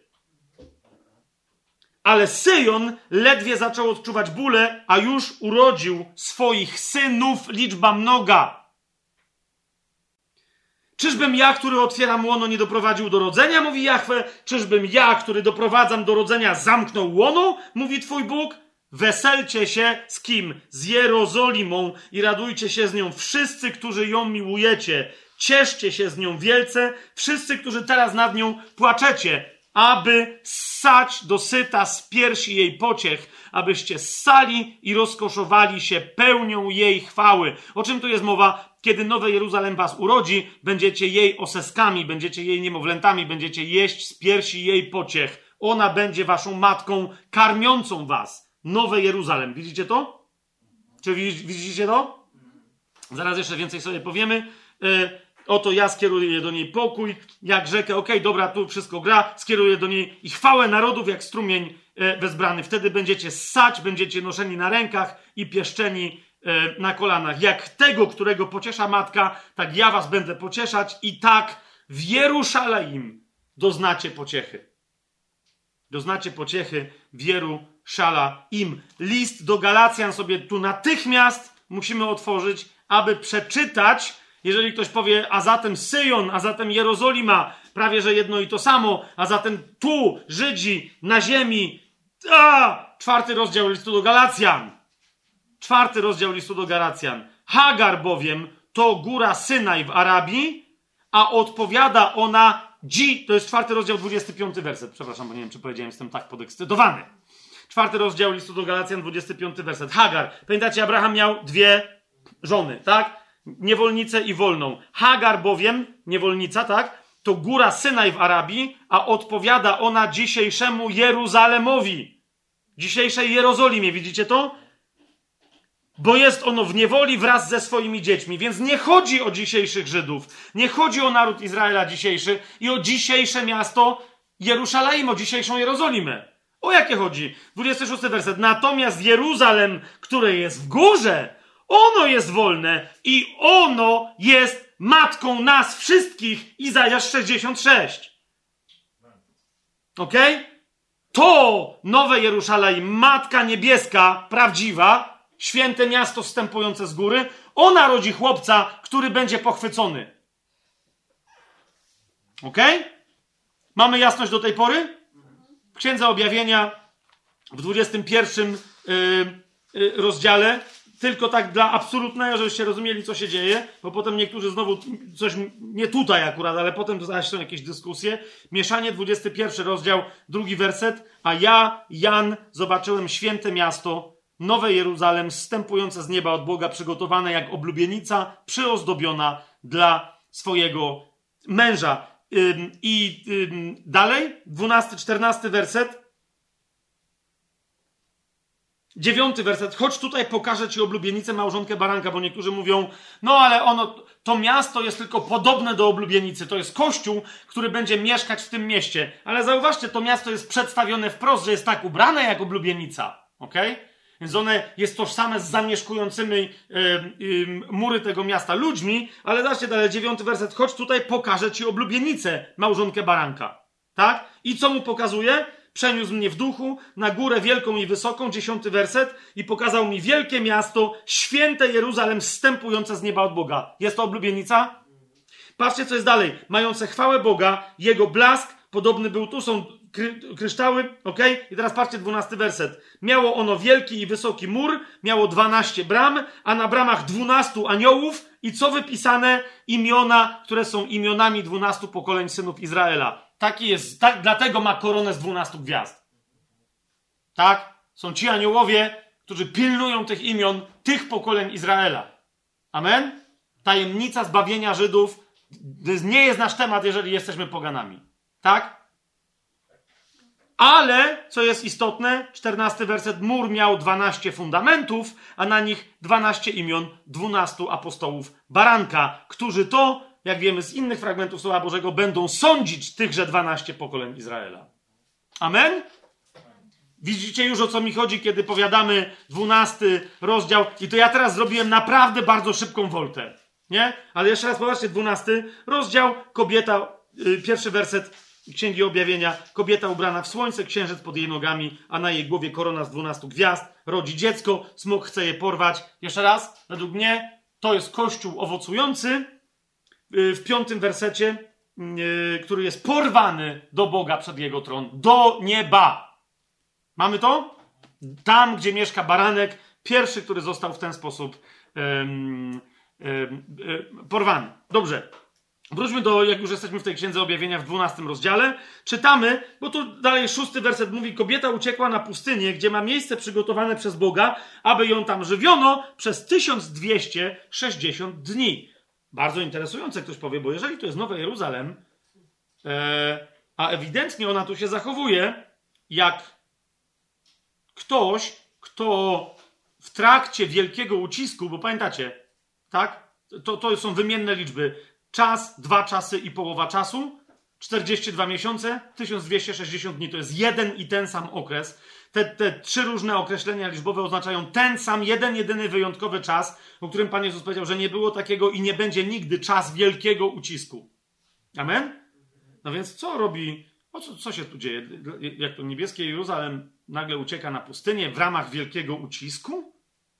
Ale Syjon ledwie zaczął odczuwać bólę, a już urodził swoich synów, liczba mnoga. Czyżbym ja, który otwieram łono, nie doprowadził do rodzenia, mówi Jahwe? Czyżbym ja, który doprowadzam do rodzenia, zamknął łono, mówi Twój Bóg? Weselcie się z kim? Z Jerozolimą i radujcie się z nią wszyscy, którzy ją miłujecie. Cieszcie się z nią wielce, wszyscy, którzy teraz nad nią płaczecie, aby ssać dosyta z piersi jej pociech, abyście ssali i rozkoszowali się pełnią jej chwały. O czym tu jest mowa? Kiedy Nowe Jeruzalem was urodzi, będziecie jej oseskami, będziecie jej niemowlętami, będziecie jeść z piersi jej pociech. Ona będzie waszą matką karmiącą was. Nowe Jeruzalem. Widzicie to? Czy widzicie to? Zaraz jeszcze więcej sobie powiemy. Yy, oto ja skieruję do niej pokój, jak rzekę. Okej, okay, dobra, tu wszystko gra. Skieruję do niej i chwałę narodów, jak strumień yy, wezbrany. Wtedy będziecie ssać, będziecie noszeni na rękach i pieszczeni yy, na kolanach. Jak tego, którego pociesza matka, tak ja was będę pocieszać i tak w Jerusalem doznacie pociechy. Doznacie pociechy w Jerusalem. Szala im. List do Galacjan sobie tu natychmiast musimy otworzyć, aby przeczytać, jeżeli ktoś powie, a zatem Syjon, a zatem Jerozolima, prawie że jedno i to samo, a zatem tu Żydzi na ziemi. A! Czwarty rozdział listu do Galacjan. Czwarty rozdział listu do Galacjan. Hagar bowiem to góra Synaj w Arabii, a odpowiada ona dzi... To jest czwarty rozdział, dwudziesty piąty werset. Przepraszam, bo nie wiem, czy powiedziałem, jestem tak podekscytowany. Czwarty rozdział listu do Galacjan, dwudziesty piąty werset. Hagar. Pamiętacie, Abraham miał dwie żony, tak? Niewolnicę i wolną. Hagar bowiem, niewolnica, tak? To góra Synaj w Arabii, a odpowiada ona dzisiejszemu Jeruzalemowi. Dzisiejszej Jerozolimie, widzicie to? Bo jest ono w niewoli wraz ze swoimi dziećmi. Więc nie chodzi o dzisiejszych Żydów. Nie chodzi o naród Izraela dzisiejszy i o dzisiejsze miasto Jerusalem, o dzisiejszą Jerozolimę. O jakie chodzi? dwudziesty szósty werset. Natomiast Jeruzalem, które jest w górze, ono jest wolne i ono jest matką nas wszystkich. Izajasz sześćdziesiąt sześć. Okej? Okay? To nowe Jerusalem, matka niebieska, prawdziwa, święte miasto wstępujące z góry, ona rodzi chłopca, który będzie pochwycony. Okej? Okay? Mamy jasność do tej pory? W Księdze Objawienia w dwudziestym pierwszym yy, yy, rozdziale, tylko tak dla absolutnego, żebyście rozumieli, co się dzieje, bo potem niektórzy znowu coś, nie tutaj akurat, ale potem zaś są jakieś dyskusje. Mieszanie, dwudziesty pierwszy rozdział, drugi werset. A ja, Jan, zobaczyłem święte miasto, Nowe Jeruzalem, zstępujące z nieba od Boga, przygotowane jak oblubienica, przyozdobiona dla swojego męża. Ym, I ym, dalej, dwunasty, czternasty werset. Dziewiąty werset. Chodź tutaj, pokażę ci oblubienicę, małżonkę baranka, bo niektórzy mówią, no ale ono, to miasto jest tylko podobne do oblubienicy. To jest kościół, który będzie mieszkać w tym mieście. Ale zauważcie, to miasto jest przedstawione wprost, że jest tak ubrane jak oblubienica. Okej? Okay? Więc one jest tożsame z zamieszkującymi yy, yy, mury tego miasta ludźmi, ale zobaczcie dalej, dziewiąty werset. Chodź tutaj, pokażę ci oblubienicę, małżonkę baranka. Tak? I co mu pokazuje? Przeniósł mnie w duchu na górę wielką i wysoką, dziesiąty werset, i pokazał mi wielkie miasto, święte Jeruzalem, zstępujące z nieba od Boga. Jest to oblubienica? Patrzcie, co jest dalej. Mające chwałę Boga, jego blask podobny był, tu są kry, kryształy, ok? I teraz patrzcie, dwunasty werset. Miało ono wielki i wysoki mur, miało dwanaście bram, a na bramach dwunastu aniołów i co wypisane? Imiona, które są imionami dwunastu pokoleń synów Izraela. Taki jest, tak, dlatego ma koronę z dwunastu gwiazd. Tak? Są ci aniołowie, którzy pilnują tych imion, tych pokoleń Izraela. Amen? Tajemnica zbawienia Żydów to nie jest nasz temat, jeżeli jesteśmy poganami. Tak? Ale, co jest istotne, czternasty werset, mur miał dwanaście fundamentów, a na nich dwanaście imion dwunastu apostołów baranka, którzy to, jak wiemy z innych fragmentów Słowa Bożego, będą sądzić tychże dwanaście pokoleń Izraela. Amen? Widzicie już, o co mi chodzi, kiedy powiadamy dwunasty rozdział. I to ja teraz zrobiłem naprawdę bardzo szybką woltę. Nie? Ale jeszcze raz popatrzcie, dwunasty rozdział, kobieta, yy, pierwszy werset Księgi Objawienia, kobieta ubrana w słońce, księżyc pod jej nogami, a na jej głowie korona z dwunastu gwiazd, rodzi dziecko, smok chce je porwać. Jeszcze raz, według mnie to jest kościół owocujący yy, w piątym wersecie, yy, który jest porwany do Boga przed jego tron, do nieba. Mamy to? Tam, gdzie mieszka baranek, pierwszy, który został w ten sposób um, um, um, porwany. Dobrze. Wróćmy do, jak już jesteśmy w tej Księdze Objawienia w dwunastym rozdziale. Czytamy, bo tu dalej szósty werset mówi, kobieta uciekła na pustynię, gdzie ma miejsce przygotowane przez Boga, aby ją tam żywiono przez tysiąc dwieście sześćdziesiąt dni. Bardzo interesujące, ktoś powie, bo jeżeli to jest Nowy Jeruzalem, e, a ewidentnie ona tu się zachowuje, jak ktoś, kto w trakcie wielkiego ucisku, bo pamiętacie, tak? To, to są wymienne liczby. Czas, dwa czasy i połowa czasu, czterdzieści dwa miesiące, tysiąc dwieście sześćdziesiąt dni. To jest jeden i ten sam okres. Te, te trzy różne określenia liczbowe oznaczają ten sam, jeden, jedyny wyjątkowy czas, o którym Pan Jezus powiedział, że nie było takiego i nie będzie nigdy czas wielkiego ucisku. Amen? No więc co robi, o co, co się tu dzieje? Jak to niebieskie Jeruzalem nagle ucieka na pustynię w ramach wielkiego ucisku?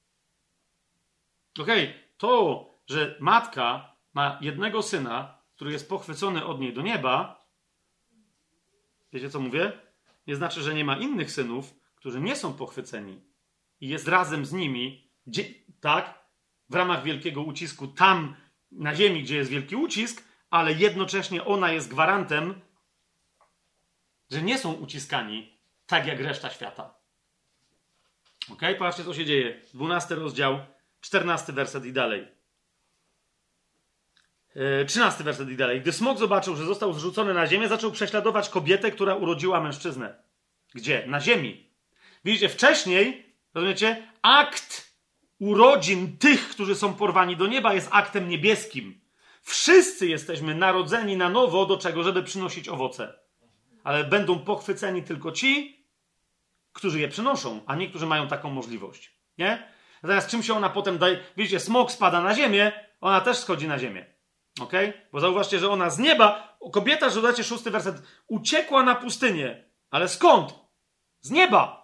Okej, okay. To, że matka ma jednego syna, który jest pochwycony od niej do nieba, wiecie co mówię? Nie znaczy, że nie ma innych synów, którzy nie są pochwyceni i jest razem z nimi, gdzie, tak, w ramach wielkiego ucisku, tam na ziemi, gdzie jest wielki ucisk, ale jednocześnie ona jest gwarantem, że nie są uciskani tak jak reszta świata. Ok? Patrzcie, co się dzieje. dwunasty rozdział, czternasty werset i dalej. trzynasty werset i dalej. Gdy smok zobaczył, że został zrzucony na ziemię, zaczął prześladować kobietę, która urodziła mężczyznę. Gdzie? Na ziemi. Widzicie, wcześniej, rozumiecie, akt urodzin tych, którzy są porwani do nieba, jest aktem niebieskim. Wszyscy jesteśmy narodzeni na nowo do czego? Żeby przynosić owoce. Ale będą pochwyceni tylko ci, którzy je przynoszą, a niektórzy mają taką możliwość. Nie? Natomiast czym się ona potem daje? Widzicie, smok spada na ziemię, ona też schodzi na ziemię. Okej? Okay? Bo zauważcie, że ona z nieba, kobieta, że dacie szósty werset, uciekła na pustynię. Ale skąd? Z nieba.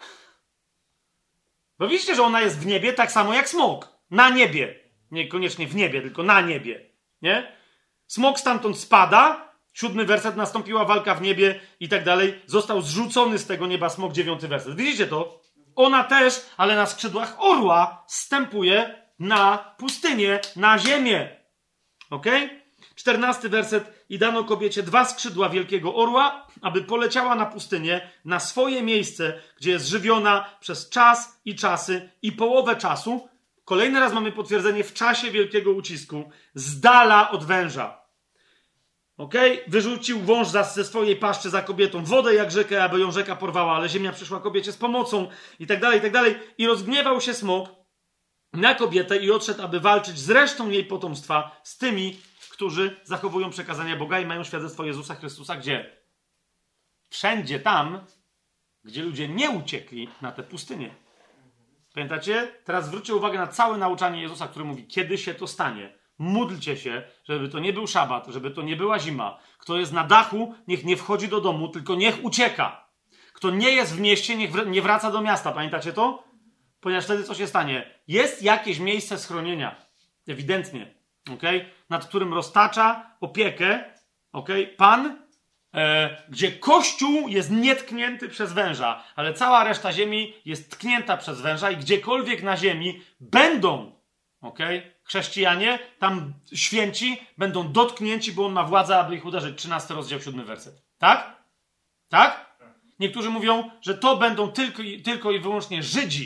Bo widzicie, że ona jest w niebie tak samo jak smok. Na niebie. Niekoniecznie w niebie, tylko na niebie. Nie? Smok stamtąd spada, siódmy werset, nastąpiła walka w niebie i tak dalej. Został zrzucony z tego nieba smok, dziewiąty werset. Widzicie to? Ona też, ale na skrzydłach orła zstępuje na pustynię, na ziemię. Okej? Okay? czternasty werset. I dano kobiecie dwa skrzydła wielkiego orła, aby poleciała na pustynię, na swoje miejsce, gdzie jest żywiona przez czas i czasy i połowę czasu. Kolejny raz mamy potwierdzenie w czasie wielkiego ucisku, z dala od węża. Okej? Okay? Wyrzucił wąż ze swojej paszczy za kobietą wodę jak rzekę, aby ją rzeka porwała, ale ziemia przyszła kobiecie z pomocą i tak dalej, i tak dalej. I rozgniewał się smok na kobietę i odszedł, aby walczyć z resztą jej potomstwa, z tymi, którzy zachowują przekazania Boga i mają świadectwo Jezusa Chrystusa. Gdzie? Wszędzie tam, gdzie ludzie nie uciekli na tę pustynię. Pamiętacie? Teraz zwróćcie uwagę na całe nauczanie Jezusa, który mówi, kiedy się to stanie. Módlcie się, żeby to nie był szabat, żeby to nie była zima. Kto jest na dachu, niech nie wchodzi do domu, tylko niech ucieka. Kto nie jest w mieście, niech wr- nie wraca do miasta. Pamiętacie to? Ponieważ wtedy co się stanie? Jest jakieś miejsce schronienia. Ewidentnie. Okay? Nad którym roztacza opiekę okay? Pan, e, gdzie Kościół jest nietknięty przez węża, ale cała reszta ziemi jest tknięta przez węża i gdziekolwiek na ziemi będą okay? Chrześcijanie, tam święci będą dotknięci, bo on ma władzę, aby ich uderzyć. trzynasty rozdział, siódmy werset. Tak? Tak? Niektórzy mówią, że to będą tylko i, tylko i wyłącznie Żydzi.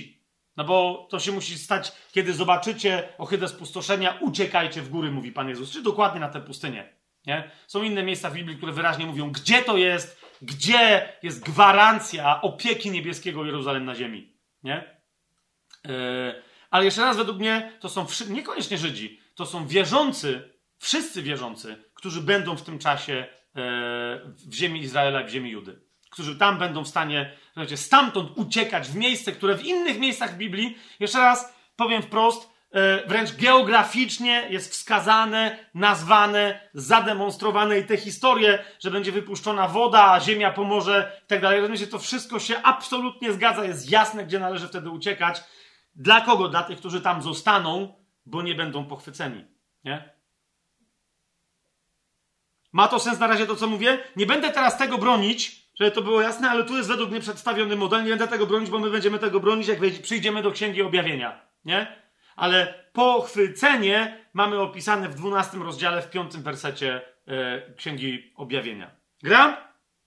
No bo to się musi stać, kiedy zobaczycie ohydę spustoszenia, uciekajcie w góry, mówi Pan Jezus. Czy dokładnie na tę pustynię. Nie? Są inne miejsca w Biblii, które wyraźnie mówią, gdzie to jest, gdzie jest gwarancja opieki niebieskiego Jeruzalem na ziemi. Nie? Yy, ale jeszcze raz, według mnie, to są wszy- niekoniecznie Żydzi, to są wierzący, wszyscy wierzący, którzy będą w tym czasie yy, w ziemi Izraela i w ziemi Judy. Którzy tam będą w stanie, słuchajcie, stamtąd uciekać w miejsce, które w innych miejscach w Biblii, jeszcze raz powiem wprost, yy, wręcz geograficznie jest wskazane, nazwane, zademonstrowane i te historie, że będzie wypuszczona woda, a ziemia pomoże i tak dalej. Rozumiecie, to wszystko się absolutnie zgadza, jest jasne, gdzie należy wtedy uciekać. Dla kogo? Dla tych, którzy tam zostaną, bo nie będą pochwyceni. Nie? Ma to sens na razie to, co mówię? Nie będę teraz tego bronić, żeby to było jasne, ale tu jest według mnie przedstawiony model. Nie będę tego bronić, bo my będziemy tego bronić, jak przyjdziemy do Księgi Objawienia. Nie? Ale pochwycenie mamy opisane w dwunastym rozdziale, w piątym wersecie e, Księgi Objawienia. Gra?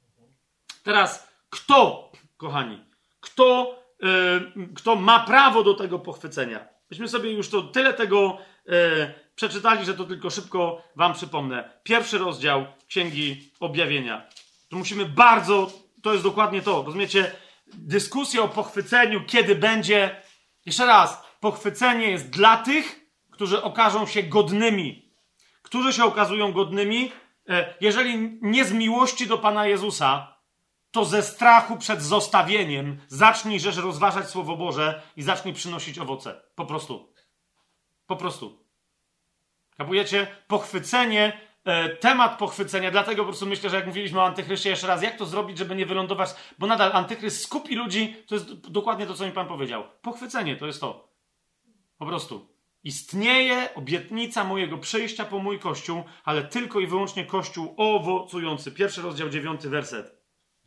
Teraz kto, kochani, kto, e, kto ma prawo do tego pochwycenia? Myśmy sobie już to tyle tego e, przeczytali, że to tylko szybko wam przypomnę. Pierwszy rozdział Księgi Objawienia. Tu musimy bardzo, to jest dokładnie to, rozumiecie, dyskusja o pochwyceniu, kiedy będzie, jeszcze raz, pochwycenie jest dla tych, którzy okażą się godnymi. Którzy się okazują godnymi? Jeżeli nie z miłości do Pana Jezusa, to ze strachu przed zostawieniem zacznij rzecz rozważać Słowo Boże i zacznij przynosić owoce. Po prostu. Po prostu. Kapujecie? Pochwycenie, temat pochwycenia, dlatego po prostu myślę, że jak mówiliśmy o Antychryście jeszcze raz, jak to zrobić, żeby nie wylądować, bo nadal Antychryst skupi ludzi, to jest dokładnie to, co mi Pan powiedział. Pochwycenie to jest to. Po prostu. Istnieje obietnica mojego przyjścia po mój Kościół, ale tylko i wyłącznie Kościół owocujący. Pierwszy rozdział, dziewiąty werset.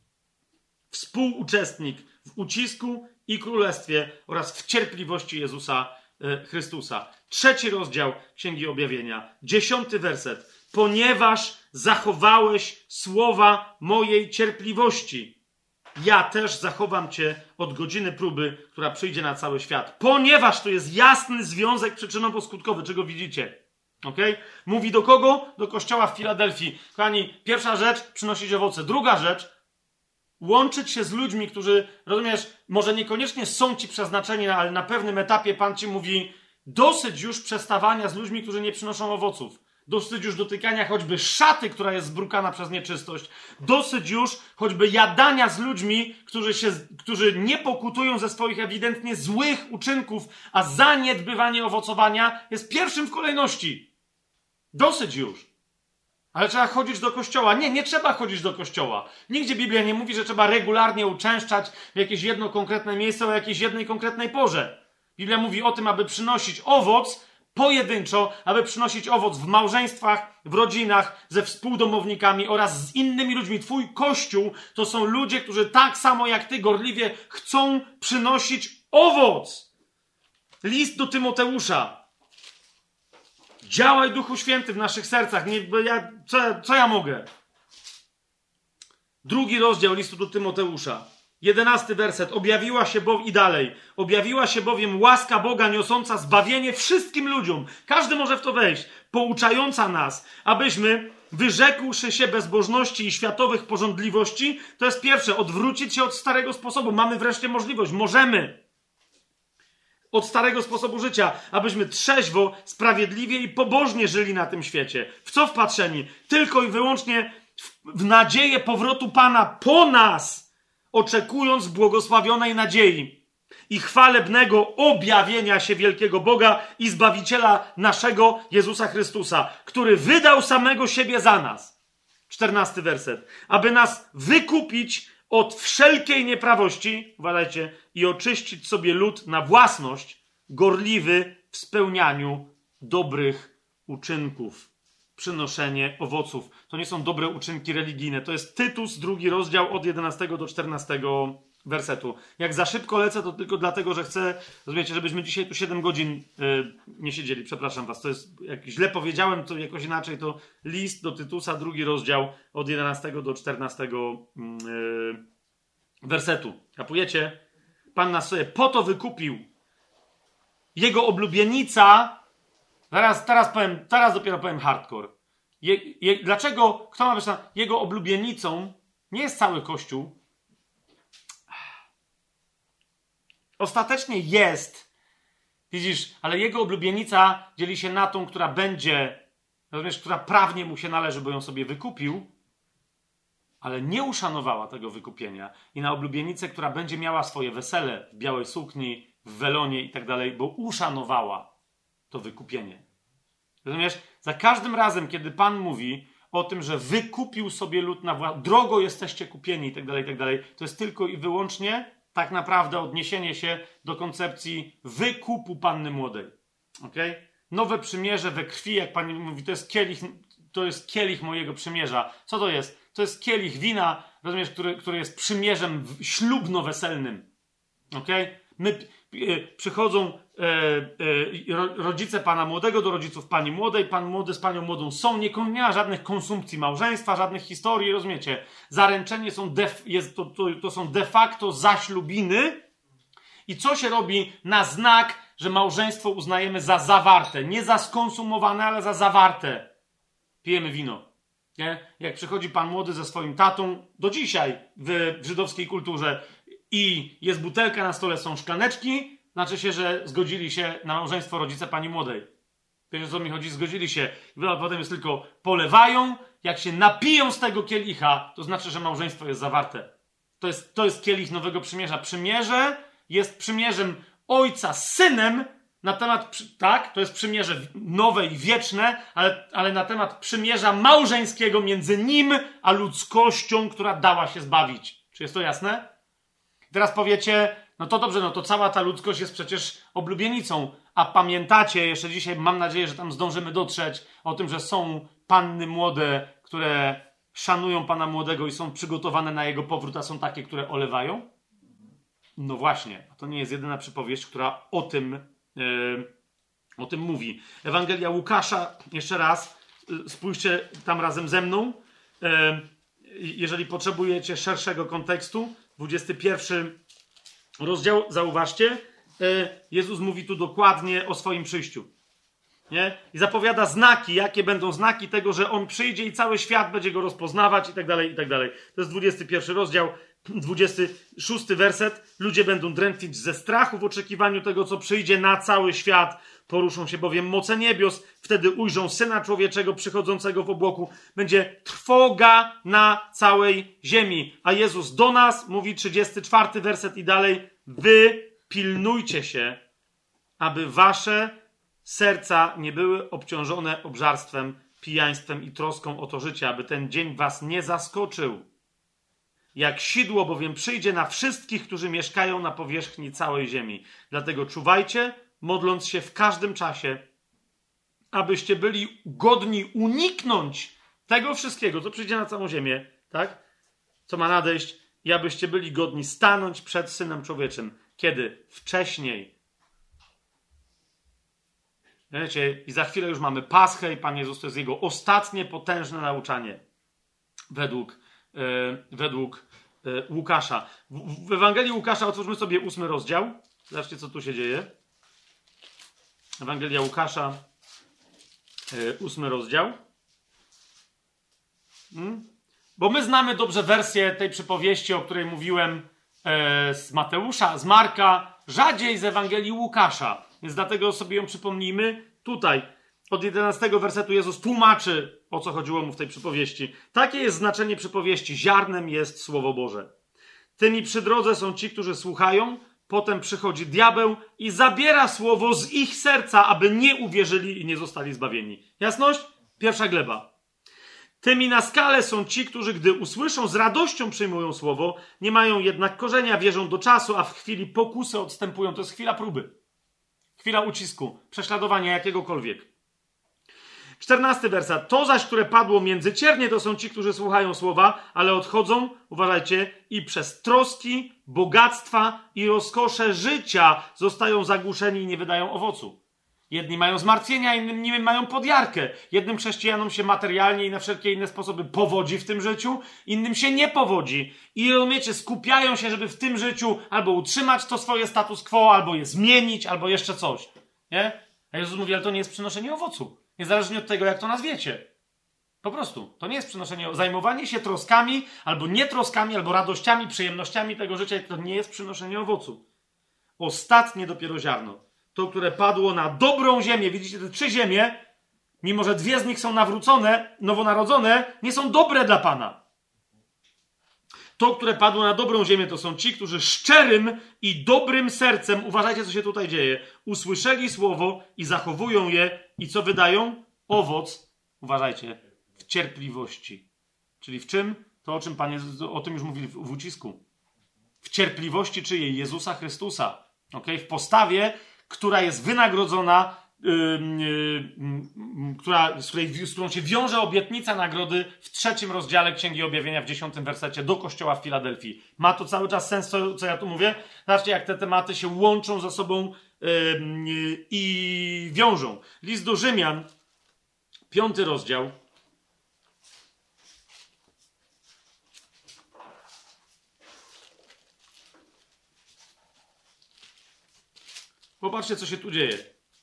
Współuczestnik w ucisku i królestwie oraz w cierpliwości Jezusa e, Chrystusa. Trzeci rozdział Księgi Objawienia. Dziesiąty werset. Ponieważ zachowałeś słowa mojej cierpliwości, ja też zachowam cię od godziny próby, która przyjdzie na cały świat. Ponieważ to jest jasny związek przyczynowo-skutkowy, czego widzicie. Okay? Mówi do kogo? Do kościoła w Filadelfii. Kochani, pierwsza rzecz, przynosić owoce. Druga rzecz, łączyć się z ludźmi, którzy, rozumiesz, może niekoniecznie są ci przeznaczeni, ale na pewnym etapie Pan ci mówi, dosyć już przestawania z ludźmi, którzy nie przynoszą owoców. Dosyć już dotykania choćby szaty, która jest zbrukana przez nieczystość. Dosyć już choćby jadania z ludźmi, którzy, się, którzy nie pokutują ze swoich ewidentnie złych uczynków, a zaniedbywanie owocowania jest pierwszym w kolejności. Dosyć już. Ale trzeba chodzić do kościoła. Nie, nie trzeba chodzić do kościoła. Nigdzie Biblia nie mówi, że trzeba regularnie uczęszczać w jakieś jedno konkretne miejsce o jakiejś jednej konkretnej porze. Biblia mówi o tym, aby przynosić owoc pojedynczo, aby przynosić owoc w małżeństwach, w rodzinach, ze współdomownikami oraz z innymi ludźmi. Twój Kościół to są ludzie, którzy tak samo jak ty gorliwie chcą przynosić owoc. List do Tymoteusza. Działaj, Duchu Święty, w naszych sercach. Nie, ja, co, co ja mogę? Drugi rozdział listu do Tymoteusza. Jedenasty werset. Objawiła się bowiem, i dalej. Objawiła się bowiem łaska Boga niosąca zbawienie wszystkim ludziom. Każdy może w to wejść. Pouczająca nas, abyśmy, wyrzekłszy się bezbożności i światowych pożądliwości, to jest pierwsze, odwrócić się od starego sposobu. Mamy wreszcie możliwość. Możemy. Od starego sposobu życia, abyśmy trzeźwo, sprawiedliwie i pobożnie żyli na tym świecie. W co wpatrzeni? Tylko i wyłącznie w, w nadzieję powrotu Pana po nas, oczekując błogosławionej nadziei i chwalebnego objawienia się wielkiego Boga i Zbawiciela naszego Jezusa Chrystusa, który wydał samego siebie za nas. Czternasty werset. Aby nas wykupić od wszelkiej nieprawości, uważajcie, i oczyścić sobie lud na własność, gorliwy w spełnianiu dobrych uczynków. Przynoszenie owoców. To nie są dobre uczynki religijne. To jest Tytus, drugi rozdział od jedenastego do czternastego wersetu. Jak za szybko lecę, to tylko dlatego, że chcę, rozumiecie, żebyśmy dzisiaj tu siedem godzin yy, nie siedzieli. Przepraszam was. To jest, jak źle powiedziałem, to jakoś inaczej. To list do Tytusa, drugi rozdział od jedenastego do czternastego yy, wersetu. Kapujecie? Pan nas sobie po to wykupił, jego oblubienica, teraz, teraz powiem, teraz dopiero powiem hardcore. Je, je, dlaczego, kto ma być na, jego oblubienicą nie jest cały Kościół. Ostatecznie jest, widzisz, ale jego oblubienica dzieli się na tą, która będzie, rozumiesz, która prawnie mu się należy, bo ją sobie wykupił, ale nie uszanowała tego wykupienia. I na oblubienicę, która będzie miała swoje wesele w białej sukni, w welonie i tak dalej, bo uszanowała to wykupienie. Rozumiesz? Za każdym razem, kiedy Pan mówi o tym, że wykupił sobie lud na własność, drogo jesteście kupieni i tak dalej, i tak dalej, to jest tylko i wyłącznie tak naprawdę odniesienie się do koncepcji wykupu Panny Młodej. Okay? Nowe przymierze we krwi, jak Pan mówi, to jest kielich, to jest kielich mojego przymierza. Co to jest? To jest kielich wina, rozumiesz, który, który jest przymierzem ślubno-weselnym. Okay? My, y, przychodzą y, y, rodzice Pana Młodego do rodziców Pani Młodej, Pan Młody z Panią Młodą są, nie, nie ma żadnych konsumpcji małżeństwa, żadnych historii, rozumiecie? Zaręczenie są def, jest, to, to, to są de facto zaślubiny. I co się robi na znak, że małżeństwo uznajemy za zawarte? Nie za skonsumowane, ale za zawarte. Pijemy wino. Nie? Jak przychodzi Pan Młody ze swoim tatą, do dzisiaj w, w żydowskiej kulturze, i jest butelka na stole, są szklaneczki, znaczy się, że zgodzili się na małżeństwo rodzice Pani Młodej. Wiesz, o co mi chodzi? Zgodzili się. A potem jest tylko polewają, jak się napiją z tego kielicha, to znaczy, że małżeństwo jest zawarte. To jest, to jest kielich nowego przymierza. Przymierze jest przymierzem ojca z synem na temat, tak, to jest przymierze nowe i wieczne, ale, ale na temat przymierza małżeńskiego między nim a ludzkością, która dała się zbawić. Czy jest to jasne? Teraz powiecie, no to dobrze, no to cała ta ludzkość jest przecież oblubienicą. A pamiętacie, jeszcze dzisiaj mam nadzieję, że tam zdążymy dotrzeć o tym, że są panny młode, które szanują Pana Młodego i są przygotowane na jego powrót, a są takie, które olewają? No właśnie, to nie jest jedyna przypowieść, która o tym, yy, o tym mówi. Ewangelia Łukasza, jeszcze raz, yy, spójrzcie tam razem ze mną. Yy, jeżeli potrzebujecie szerszego kontekstu, dwudziesty pierwszy rozdział, zauważcie, Jezus mówi tu dokładnie o swoim przyjściu. Nie? I zapowiada znaki, jakie będą znaki tego, że On przyjdzie i cały świat będzie Go rozpoznawać i tak dalej, i tak dalej. To jest dwudziesty pierwszy rozdział, dwudziesty szósty werset. Ludzie będą drętwić ze strachu w oczekiwaniu tego, co przyjdzie na cały świat. Poruszą się bowiem moce niebios. Wtedy ujrzą Syna Człowieczego przychodzącego w obłoku. Będzie trwoga na całej ziemi. A Jezus do nas, mówi trzydziesty czwarty werset i dalej, wy pilnujcie się, aby wasze serca nie były obciążone obżarstwem, pijaństwem i troską o to życie, aby ten dzień was nie zaskoczył. Jak sidło bowiem przyjdzie na wszystkich, którzy mieszkają na powierzchni całej ziemi. Dlatego czuwajcie, modląc się w każdym czasie, abyście byli godni uniknąć tego wszystkiego, co przyjdzie na całą ziemię, tak? Co ma nadejść, i abyście byli godni stanąć przed Synem Człowieczym. Kiedy? Wcześniej. Wiecie, i za chwilę już mamy Paschę i Pan Jezus to jest Jego ostatnie potężne nauczanie według, yy, według yy, Łukasza. W, w Ewangelii Łukasza otwórzmy sobie ósmy rozdział. Zobaczcie, co tu się dzieje. Ewangelia Łukasza, yy, ósmy rozdział. Hmm? Bo my znamy dobrze wersję tej przypowieści, o której mówiłem, yy, z Mateusza, z Marka, rzadziej z Ewangelii Łukasza. Więc dlatego sobie ją przypomnijmy tutaj. Od jedenastego wersetu Jezus tłumaczy, o co chodziło mu w tej przypowieści. Takie jest znaczenie przypowieści. Ziarnem jest Słowo Boże. Tymi przy drodze są ci, którzy słuchają. Potem przychodzi diabeł i zabiera słowo z ich serca, aby nie uwierzyli i nie zostali zbawieni. Jasność? Pierwsza gleba. Tymi na skale są ci, którzy gdy usłyszą, z radością przyjmują słowo, nie mają jednak korzenia, wierzą do czasu, a w chwili pokusy odstępują. To jest chwila próby. Chwila ucisku, prześladowania jakiegokolwiek. Czternasty werset. To zaś, które padło między ciernie, to są ci, którzy słuchają słowa, ale odchodzą, uważajcie, i przez troski, bogactwa i rozkosze życia zostają zagłuszeni i nie wydają owocu. Jedni mają zmartwienia, inni mają podjarkę. Jednym chrześcijanom się materialnie i na wszelkie inne sposoby powodzi w tym życiu, innym się nie powodzi. I rozumiecie, skupiają się, żeby w tym życiu albo utrzymać to swoje status quo, albo je zmienić, albo jeszcze coś. Nie? A Jezus mówi, ale to nie jest przynoszenie owocu. Niezależnie od tego, jak to nazwiecie. Po prostu. To nie jest przynoszenie, zajmowanie się troskami, albo nie troskami, albo radościami, przyjemnościami tego życia, to nie jest przynoszenie owocu. Ostatnie dopiero ziarno. To, które padło na dobrą ziemię. Widzicie, te trzy ziemie, mimo że dwie z nich są nawrócone, nowonarodzone, nie są dobre dla Pana. To, które padło na dobrą ziemię, to są ci, którzy szczerym i dobrym sercem, uważajcie, co się tutaj dzieje, usłyszeli słowo i zachowują je i co wydają? Owoc, uważajcie, w cierpliwości. Czyli w czym? To, o czym Pan Jezus, o tym już mówili w, w ucisku. W cierpliwości czyjej? Jezusa Chrystusa. Okay? W postawie, która jest wynagrodzona, yy, yy, która, z, której, z którą się wiąże obietnica nagrody w trzecim rozdziale Księgi Objawienia, w dziesiątym wersecie, do kościoła w Filadelfii. Ma to cały czas sens, co, co ja tu mówię? Zobaczcie, jak te tematy się łączą ze sobą yy, yy, i wiążą. List do Rzymian, piąty rozdział. Popatrzcie, co się tu dzieje.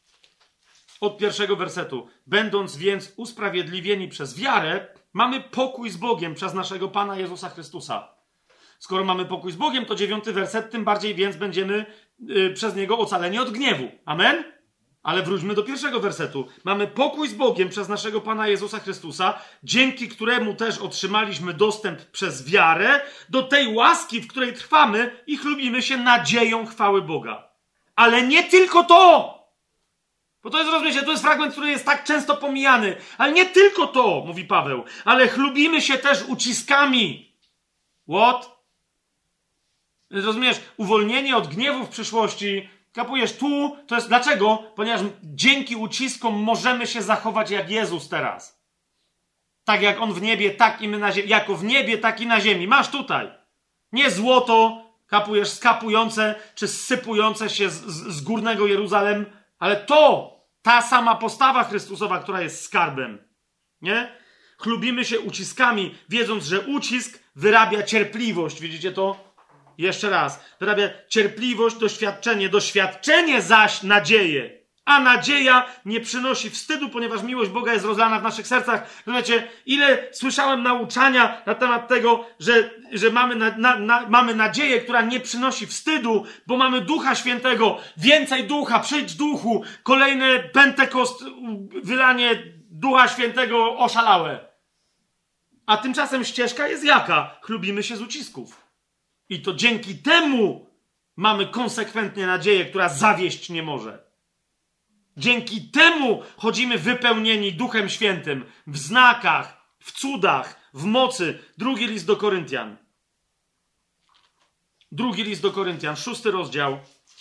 Od pierwszego wersetu. Będąc więc usprawiedliwieni przez wiarę, mamy pokój z Bogiem przez naszego Pana Jezusa Chrystusa. Skoro mamy pokój z Bogiem, to dziewiąty werset, tym bardziej więc będziemy yy, przez Niego ocaleni od gniewu. Amen? Ale wróćmy do pierwszego wersetu. Mamy pokój z Bogiem przez naszego Pana Jezusa Chrystusa, dzięki któremu też otrzymaliśmy dostęp przez wiarę do tej łaski, w której trwamy i chlubimy się nadzieją chwały Boga. Ale nie tylko to! Bo to jest, rozumiecie, to jest fragment, który jest tak często pomijany. Ale nie tylko to, mówi Paweł, ale chlubimy się też uciskami. What? Rozumiesz, uwolnienie od gniewu w przyszłości, kapujesz, tu, to jest dlaczego? Ponieważ dzięki uciskom możemy się zachować jak Jezus teraz. Tak jak On w niebie, tak i my na ziemi. Jako w niebie, tak i na ziemi. Masz tutaj. Nie złoto, kapujesz, skapujące, czy zsypujące się z, z, z górnego Jeruzalem, ale to, ta sama postawa Chrystusowa, która jest skarbem. Nie? Chlubimy się uciskami, wiedząc, że ucisk wyrabia cierpliwość. Widzicie to? Jeszcze raz. Wyrabia cierpliwość, doświadczenie. Doświadczenie zaś nadzieję. A nadzieja nie przynosi wstydu, ponieważ miłość Boga jest rozlana w naszych sercach. Rozumiecie, ile słyszałem nauczania na temat tego, że, że mamy, na, na, na, mamy nadzieję, która nie przynosi wstydu, bo mamy Ducha Świętego. Więcej Ducha, przyjdź Duchu. Kolejny Pentekost, wylanie Ducha Świętego oszalałe. A tymczasem ścieżka jest jaka? Chlubimy się z ucisków. I to dzięki temu mamy konsekwentnie nadzieję, która zawieść nie może. Dzięki temu chodzimy wypełnieni Duchem Świętym w znakach, w cudach, w mocy. Drugi list do Koryntian. Drugi list do Koryntian, szósty rozdział.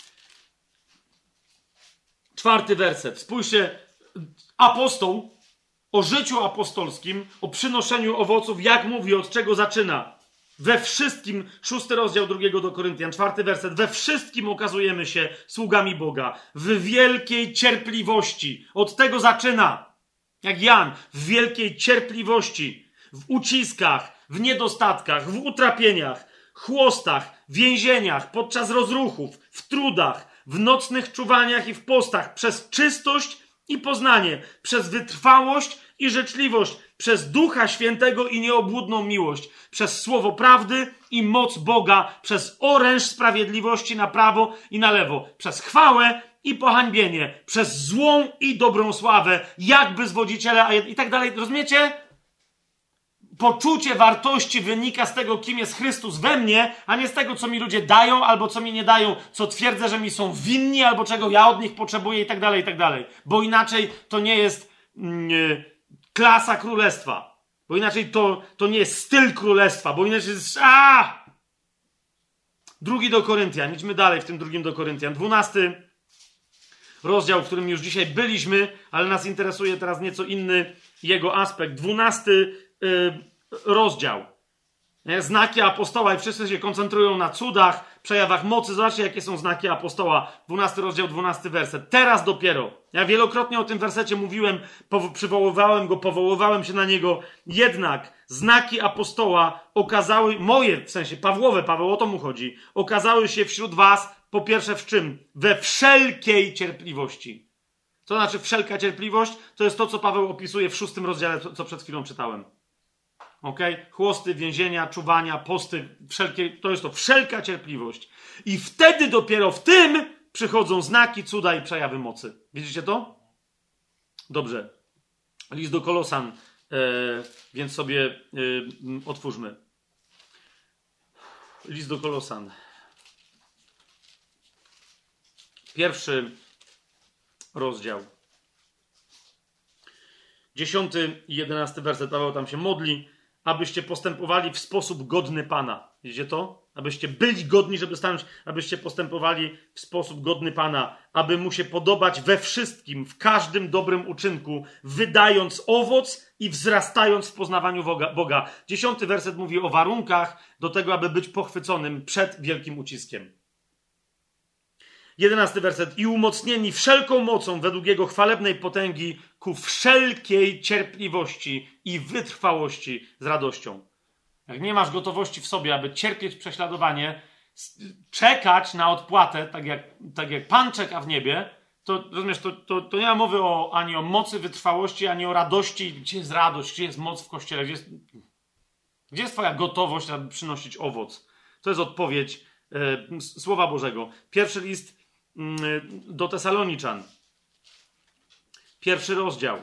Czwarty werset. Spójrzcie, apostoł o życiu apostolskim, o przynoszeniu owoców, jak mówi, od czego zaczyna. We wszystkim, szósty rozdział drugiego do Koryntian, czwarty werset, we wszystkim okazujemy się sługami Boga, w wielkiej cierpliwości. Od tego zaczyna, jak Jan, w wielkiej cierpliwości, w uciskach, w niedostatkach, w utrapieniach, chłostach, więzieniach, podczas rozruchów, w trudach, w nocnych czuwaniach i w postach, przez czystość i poznanie, przez wytrwałość i życzliwość, przez Ducha Świętego i nieobłudną miłość, przez słowo prawdy i moc Boga, przez oręż sprawiedliwości na prawo i na lewo, przez chwałę i pohańbienie, przez złą i dobrą sławę, jakby zwodziciele, a i tak dalej. Rozumiecie? Poczucie wartości wynika z tego, kim jest Chrystus we mnie, a nie z tego, co mi ludzie dają albo co mi nie dają, co twierdzę, że mi są winni albo czego ja od nich potrzebuję i tak dalej, i tak dalej. Bo inaczej to nie jest yy, klasa królestwa. Bo inaczej to, to nie jest styl królestwa, bo inaczej jest... A! Drugi do Koryntian. Idźmy dalej w tym drugim do Koryntian. Dwunasty rozdział, w którym już dzisiaj byliśmy, ale nas interesuje teraz nieco inny jego aspekt. Dwunasty yy, rozdział. Znaki apostoła i wszyscy się koncentrują na cudach, przejawach mocy. Zobaczcie, jakie są znaki apostoła. Dwunasty rozdział, dwunasty werset. Teraz dopiero. Ja wielokrotnie o tym wersecie mówiłem, przywoływałem go, powoływałem się na niego. Jednak znaki apostoła okazały, moje, w sensie Pawłowe, Paweł o to mu chodzi, okazały się wśród was, po pierwsze w czym? We wszelkiej cierpliwości. Co znaczy wszelka cierpliwość? To jest to, co Paweł opisuje w szóstym rozdziale, co przed chwilą czytałem. Okej? Okay? Chłosty, więzienia, czuwania, posty, wszelkie, to jest to wszelka cierpliwość. I wtedy dopiero w tym przychodzą znaki, cuda i przejawy mocy. Widzicie to? Dobrze. List do Kolosan, e, więc sobie e, otwórzmy. List do Kolosan. Pierwszy rozdział. Dziesiąty i jedenasty werset. Paweł tam się modli, abyście postępowali w sposób godny Pana. Widzicie to? Abyście byli godni, żeby stanąć, abyście postępowali w sposób godny Pana, aby mu się podobać we wszystkim, w każdym dobrym uczynku, wydając owoc i wzrastając w poznawaniu Boga. Dziesiąty werset mówi o warunkach do tego, aby być pochwyconym przed wielkim uciskiem. Jedenasty werset. I umocnieni wszelką mocą według Jego chwalebnej potęgi ku wszelkiej cierpliwości i wytrwałości z radością. Jak nie masz gotowości w sobie, aby cierpieć prześladowanie, czekać na odpłatę, tak jak, tak jak Pan czeka w niebie, to rozumiesz, to, to, to nie ma mowy o, ani o mocy, wytrwałości, ani o radości. Gdzie jest radość? Gdzie jest moc w Kościele? Gdzie jest, gdzie jest twoja gotowość, aby przynosić owoc? To jest odpowiedź e, Słowa Bożego. Pierwszy list m, do Tesaloniczan. Pierwszy rozdział.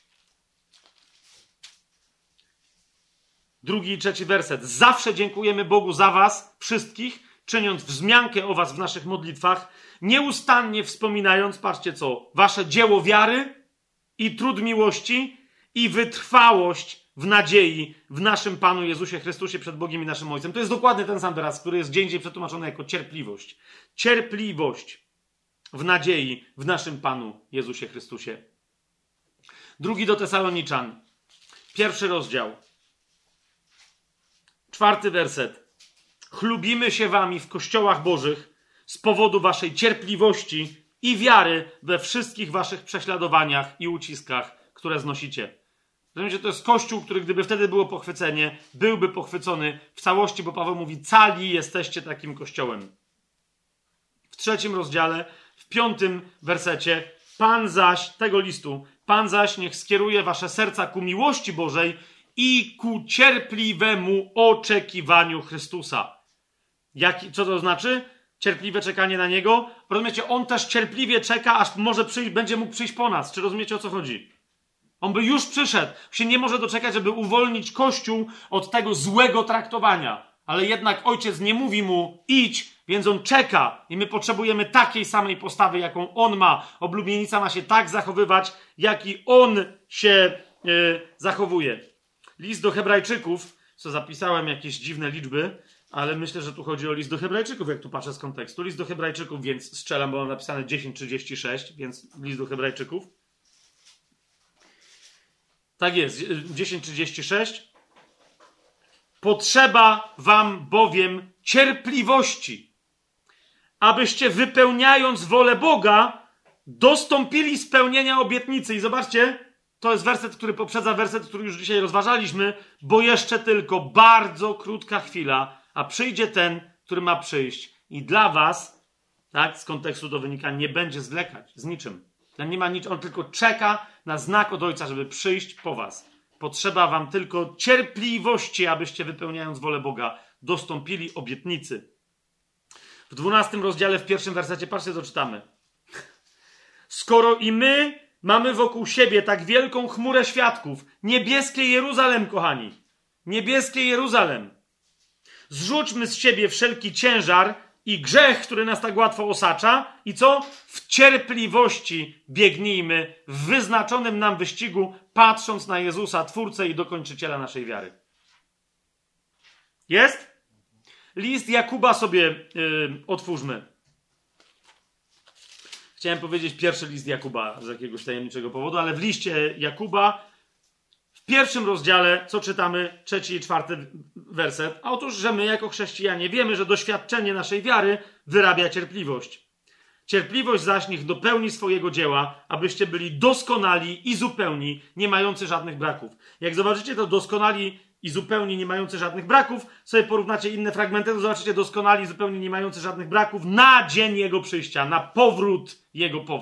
Drugi i trzeci werset. Zawsze dziękujemy Bogu za was, wszystkich, czyniąc wzmiankę o was w naszych modlitwach, nieustannie wspominając, patrzcie co, wasze dzieło wiary i trud miłości i wytrwałość w nadziei w naszym Panu Jezusie Chrystusie przed Bogiem i naszym Ojcem. To jest dokładnie ten sam wyraz, który jest gdzie indziej przetłumaczony jako cierpliwość. Cierpliwość w nadziei w naszym Panu Jezusie Chrystusie. Drugi do Tesaloniczan. Pierwszy rozdział. Czwarty werset. Chlubimy się wami w kościołach bożych z powodu waszej cierpliwości i wiary we wszystkich waszych prześladowaniach i uciskach, które znosicie. Rozumiecie, to jest Kościół, który gdyby wtedy było pochwycenie, byłby pochwycony w całości, bo Paweł mówi, cali jesteście takim Kościołem. W trzecim rozdziale, w piątym wersecie, Pan zaś, tego listu, Pan zaś niech skieruje wasze serca ku miłości Bożej i ku cierpliwemu oczekiwaniu Chrystusa. Jak, co to znaczy? Cierpliwe czekanie na Niego? Rozumiecie, On też cierpliwie czeka, aż może przyjść, będzie mógł przyjść po nas. Czy rozumiecie, o co chodzi? On by już przyszedł. Się nie może doczekać, żeby uwolnić Kościół od tego złego traktowania. Ale jednak Ojciec nie mówi mu idź, więc On czeka. I my potrzebujemy takiej samej postawy, jaką On ma. Oblubienica ma się tak zachowywać, jak i On się yy, zachowuje. List do Hebrajczyków, co zapisałem jakieś dziwne liczby, ale myślę, że tu chodzi o list do Hebrajczyków, jak tu patrzę z kontekstu. List do Hebrajczyków, więc strzelam, bo mam napisane dziesięć trzydzieści sześć, więc list do Hebrajczyków. Tak jest, dziesięć trzydzieści sześć. Potrzeba wam bowiem cierpliwości, abyście wypełniając wolę Boga, dostąpili spełnienia obietnicy. I zobaczcie, to jest werset, który poprzedza werset, który już dzisiaj rozważaliśmy, bo jeszcze tylko bardzo krótka chwila, a przyjdzie ten, który ma przyjść. I dla was, tak, z kontekstu to wynika, nie będzie zwlekać z niczym. Ten nie ma nic, on tylko czeka na znak od Ojca, żeby przyjść po was. Potrzeba wam tylko cierpliwości, abyście wypełniając wolę Boga, dostąpili obietnicy. W dwunastym rozdziale, w pierwszym wersecie, patrzcie, co czytamy. Skoro i my mamy wokół siebie tak wielką chmurę świadków, niebieskie Jeruzalem, kochani, niebieskie Jeruzalem, zrzućmy z siebie wszelki ciężar i grzech, który nas tak łatwo osacza i co? W cierpliwości biegnijmy w wyznaczonym nam wyścigu, patrząc na Jezusa, Twórcę i Dokończyciela naszej wiary. Jest? List Jakuba sobie yy, otwórzmy. Chciałem powiedzieć pierwszy list Jakuba z jakiegoś tajemniczego powodu, ale w liście Jakuba w pierwszym rozdziale, co czytamy, trzeci i czwarty werset? A otóż, że my jako chrześcijanie wiemy, że doświadczenie naszej wiary wyrabia cierpliwość. Cierpliwość zaś niech dopełni swojego dzieła, abyście byli doskonali i zupełni, nie mający żadnych braków. Jak zobaczycie to doskonali i zupełni, nie mający żadnych braków, sobie porównacie inne fragmenty, to zobaczycie doskonali, zupełnie nie mający żadnych braków na dzień Jego przyjścia, na powrót Jego po was.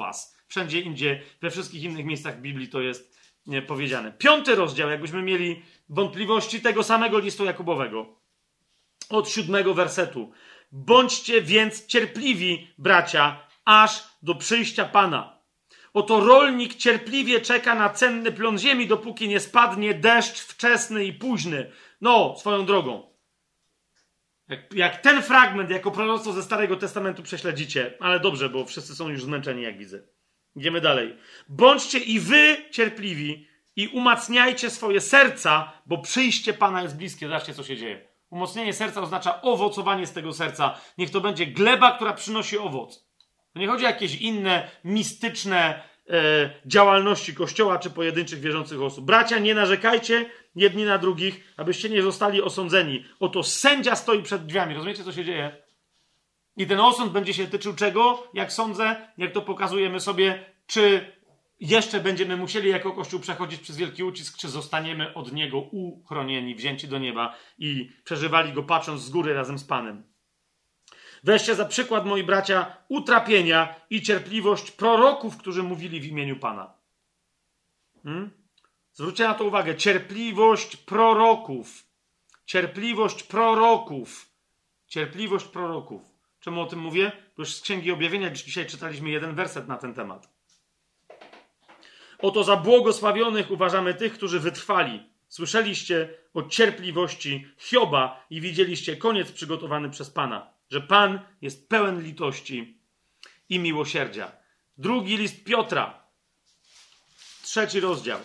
wszędzie indziej, we wszystkich innych miejscach w Biblii to jest nie, powiedziane. Piąty rozdział, jakbyśmy mieli wątpliwości tego samego listu Jakubowego. Od siódmego wersetu. Bądźcie więc cierpliwi, bracia, aż do przyjścia Pana. Oto rolnik cierpliwie czeka na cenny plon ziemi, dopóki nie spadnie deszcz wczesny i późny. No, swoją drogą. Jak, jak ten fragment, jako proroctwo ze Starego Testamentu prześledzicie, ale dobrze, bo wszyscy są już zmęczeni, jak widzę. Idziemy dalej. Bądźcie i wy cierpliwi i umacniajcie swoje serca, bo przyjście Pana jest bliskie. Zobaczcie, co się dzieje. Umocnienie serca oznacza owocowanie z tego serca. Niech to będzie gleba, która przynosi owoc. To nie chodzi o jakieś inne, mistyczne e, działalności Kościoła czy pojedynczych wierzących osób. Bracia, nie narzekajcie jedni na drugich, abyście nie zostali osądzeni. Oto sędzia stoi przed drzwiami. Rozumiecie, co się dzieje? I ten osąd będzie się tyczył czego? Jak sądzę, jak to pokazujemy sobie, czy jeszcze będziemy musieli jako Kościół przechodzić przez wielki ucisk, czy zostaniemy od niego uchronieni, wzięci do nieba i przeżywali go patrząc z góry razem z Panem. Weźcie za przykład, moi bracia, utrapienia i cierpliwość proroków, którzy mówili w imieniu Pana. Hmm? Zwróćcie na to uwagę. Cierpliwość proroków. Cierpliwość proroków. Cierpliwość proroków. Czemu o tym mówię? Bo już z Księgi Objawienia dzisiaj czytaliśmy jeden werset na ten temat. Oto za błogosławionych uważamy tych, którzy wytrwali. Słyszeliście o cierpliwości Hioba i widzieliście koniec przygotowany przez Pana. Że Pan jest pełen litości i miłosierdzia. Drugi list Piotra. Trzeci rozdział.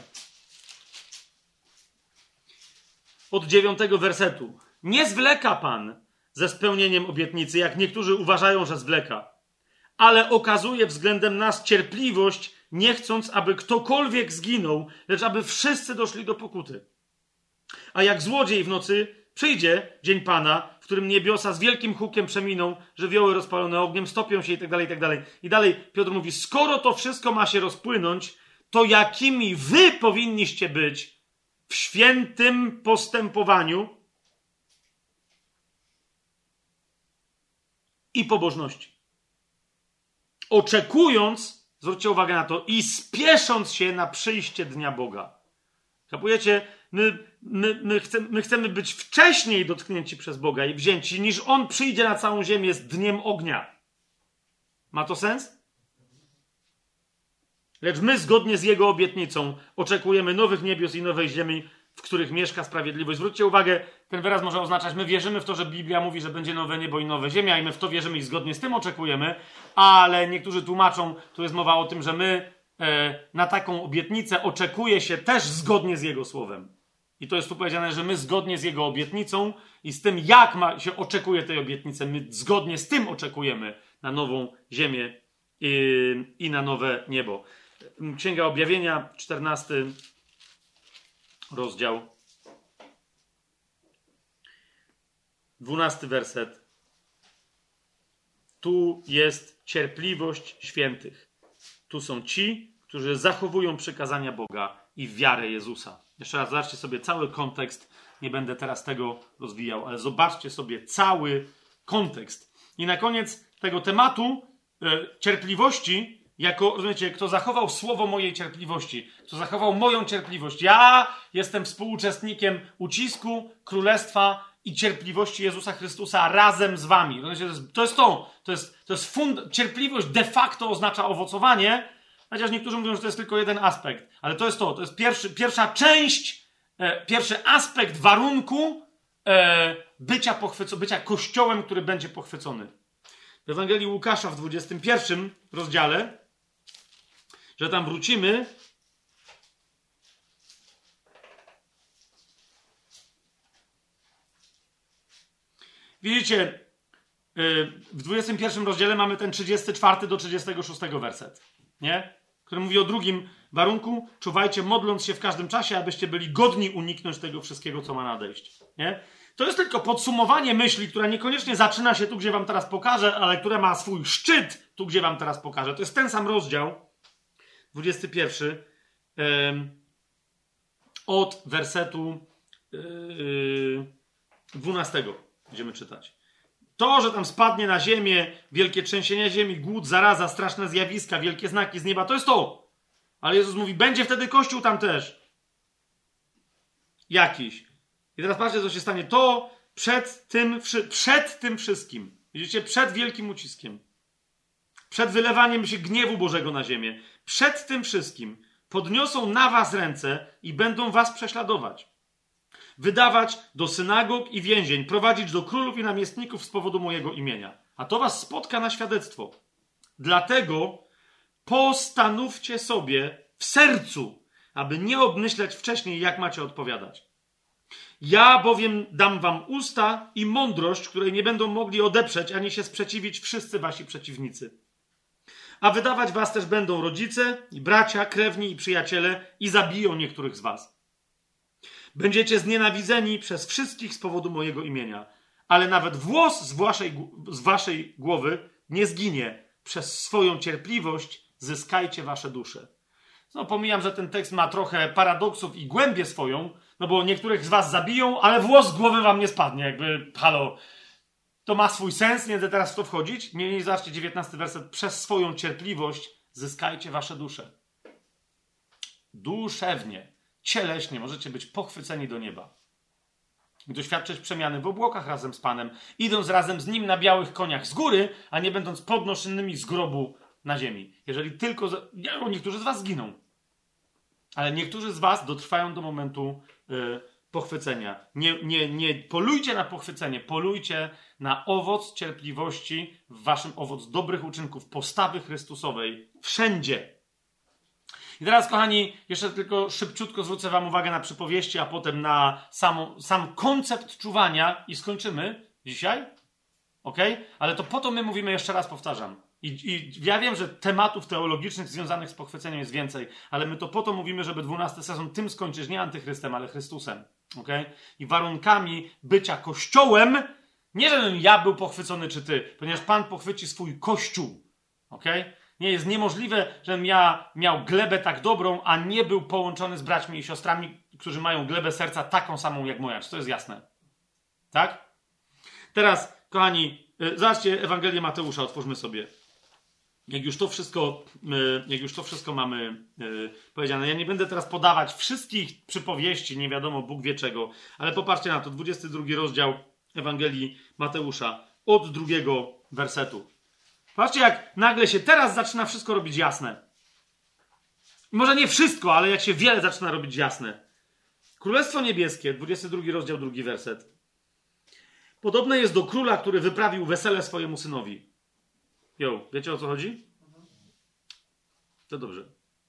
Od dziewiątego wersetu. Nie zwleka Pan ze spełnieniem obietnicy, jak niektórzy uważają, że zwleka, ale okazuje względem nas cierpliwość, nie chcąc, aby ktokolwiek zginął, lecz aby wszyscy doszli do pokuty. A jak złodziej w nocy przyjdzie dzień Pana, w którym niebiosa z wielkim hukiem przeminą, żywioły rozpalone ogniem stopią się i tak dalej, i tak dalej. I dalej Piotr mówi, skoro to wszystko ma się rozpłynąć, to jakimi wy powinniście być w świętym postępowaniu i pobożności. Oczekując, zwróćcie uwagę na to, i spiesząc się na przyjście Dnia Boga. Kapujecie? My, my, my, chcemy, my chcemy być wcześniej dotknięci przez Boga i wzięci, niż On przyjdzie na całą ziemię z dniem ognia. Ma to sens? Lecz my, zgodnie z Jego obietnicą, oczekujemy nowych niebios i nowej ziemi, w których mieszka sprawiedliwość. Zwróćcie uwagę, ten wyraz może oznaczać, my wierzymy w to, że Biblia mówi, że będzie nowe niebo i nowe ziemia i my w to wierzymy i zgodnie z tym oczekujemy, ale niektórzy tłumaczą, tu jest mowa o tym, że my e, na taką obietnicę oczekuje się też zgodnie z Jego słowem. I to jest tu powiedziane, że my zgodnie z Jego obietnicą i z tym, jak ma, się oczekuje tej obietnicy, my zgodnie z tym oczekujemy na nową ziemię i, i na nowe niebo. Księga Objawienia, czternasty rozdział, dwunasty werset. Tu jest cierpliwość świętych. Tu są ci, którzy zachowują przykazania Boga i wiarę Jezusa. Jeszcze raz zobaczcie sobie cały kontekst. Nie będę teraz tego rozwijał, ale zobaczcie sobie cały kontekst. I na koniec tego tematu e, cierpliwości, jako, rozumiecie, kto zachował słowo mojej cierpliwości, kto zachował moją cierpliwość. Ja jestem współuczestnikiem ucisku, królestwa i cierpliwości Jezusa Chrystusa razem z wami. Rozumiecie, to jest to. Jest to. To jest, to jest fund... Cierpliwość de facto oznacza owocowanie, chociaż niektórzy mówią, że to jest tylko jeden aspekt. Ale to jest to. To jest pierwszy, pierwsza część, e, pierwszy aspekt warunku e, bycia, pochwyco... bycia kościołem, który będzie pochwycony. W Ewangelii Łukasza w dwudziestym pierwszym rozdziale, że tam wrócimy, widzicie, w dwudziestym pierwszym rozdziale mamy ten trzydziesty czwarty do trzydziestego szóstego werset, nie? Który mówi o drugim warunku. Czuwajcie, modląc się w każdym czasie, abyście byli godni uniknąć tego wszystkiego, co ma nadejść. Nie? To jest tylko podsumowanie myśli, która niekoniecznie zaczyna się tu, gdzie wam teraz pokażę, ale która ma swój szczyt tu, gdzie wam teraz pokażę. To jest ten sam rozdział, dwudziesty pierwszy, ym, od wersetu yy, dwunastego będziemy czytać. To, że tam spadnie na ziemię, wielkie trzęsienia ziemi, głód, zaraza, straszne zjawiska, wielkie znaki z nieba, to jest to. Ale Jezus mówi, będzie wtedy Kościół tam też. Jakiś. I teraz patrzcie, co się stanie. To przed tym, przed tym wszystkim. Widzicie? Przed wielkim uciskiem. Przed wylewaniem się gniewu Bożego na ziemię. Przed tym wszystkim podniosą na was ręce i będą was prześladować. Wydawać do synagog i więzień, prowadzić do królów i namiestników z powodu mojego imienia. A to was spotka na świadectwo. Dlatego postanówcie sobie w sercu, aby nie obmyśleć wcześniej, jak macie odpowiadać. Ja bowiem dam wam usta i mądrość, której nie będą mogli odeprzeć, ani się sprzeciwić wszyscy wasi przeciwnicy. A wydawać was też będą rodzice i bracia, krewni i przyjaciele i zabiją niektórych z was. Będziecie znienawidzeni przez wszystkich z powodu mojego imienia. Ale nawet włos z waszej, z waszej głowy nie zginie. Przez swoją cierpliwość zyskajcie wasze dusze. No, pomijam, że ten tekst ma trochę paradoksów i głębię swoją, no bo niektórych z was zabiją, ale włos z głowy wam nie spadnie. Jakby, halo, to ma swój sens, nie będę teraz w to wchodzić. Nie, nie, zobaczcie, dziewiętnasty werset. Przez swoją cierpliwość zyskajcie wasze dusze. Duszewnie, cieleśnie możecie być pochwyceni do nieba. I doświadczyć przemiany w obłokach razem z Panem, idąc razem z Nim na białych koniach z góry, a nie będąc podnoszonymi z grobu na ziemi. Jeżeli tylko... Za... Ja, niektórzy z was zginą. Ale niektórzy z was dotrwają do momentu yy, pochwycenia. Nie, nie, nie polujcie na pochwycenie, polujcie na owoc cierpliwości, w waszym owoc dobrych uczynków, postawy Chrystusowej. Wszędzie. I teraz, kochani, jeszcze tylko szybciutko zwrócę wam uwagę na przypowieści, a potem na samą, sam koncept czuwania i skończymy dzisiaj. Ok? Ale to po to my mówimy, jeszcze raz powtarzam. I, I ja wiem, że tematów teologicznych związanych z pochwyceniem jest więcej, ale my to po to mówimy, żeby dwunasty sezon tym skończyć, nie antychrystem, ale Chrystusem. Ok? I warunkami bycia Kościołem, nie żebym ja był pochwycony czy ty, ponieważ Pan pochwyci swój Kościół. Ok? Nie, jest niemożliwe, żebym ja miał glebę tak dobrą, a nie był połączony z braćmi i siostrami, którzy mają glebę serca taką samą jak moja. Czy to jest jasne? Tak? Teraz, kochani, yy, zobaczcie Ewangelię Mateusza, otwórzmy sobie. Jak już to wszystko, yy, jak już to wszystko mamy yy, powiedziane. Ja nie będę teraz podawać wszystkich przypowieści, nie wiadomo, Bóg wie czego, ale popatrzcie na to, dwudziesty drugi rozdział Ewangelii Mateusza, od drugiego wersetu. Patrzcie, jak nagle się teraz zaczyna wszystko robić jasne. Może nie wszystko, ale jak się wiele zaczyna robić jasne. Królestwo Niebieskie, dwudziesty drugi rozdział, drugi werset. Podobne jest do króla, który wyprawił wesele swojemu synowi. Jo, wiecie, o co chodzi? To dobrze.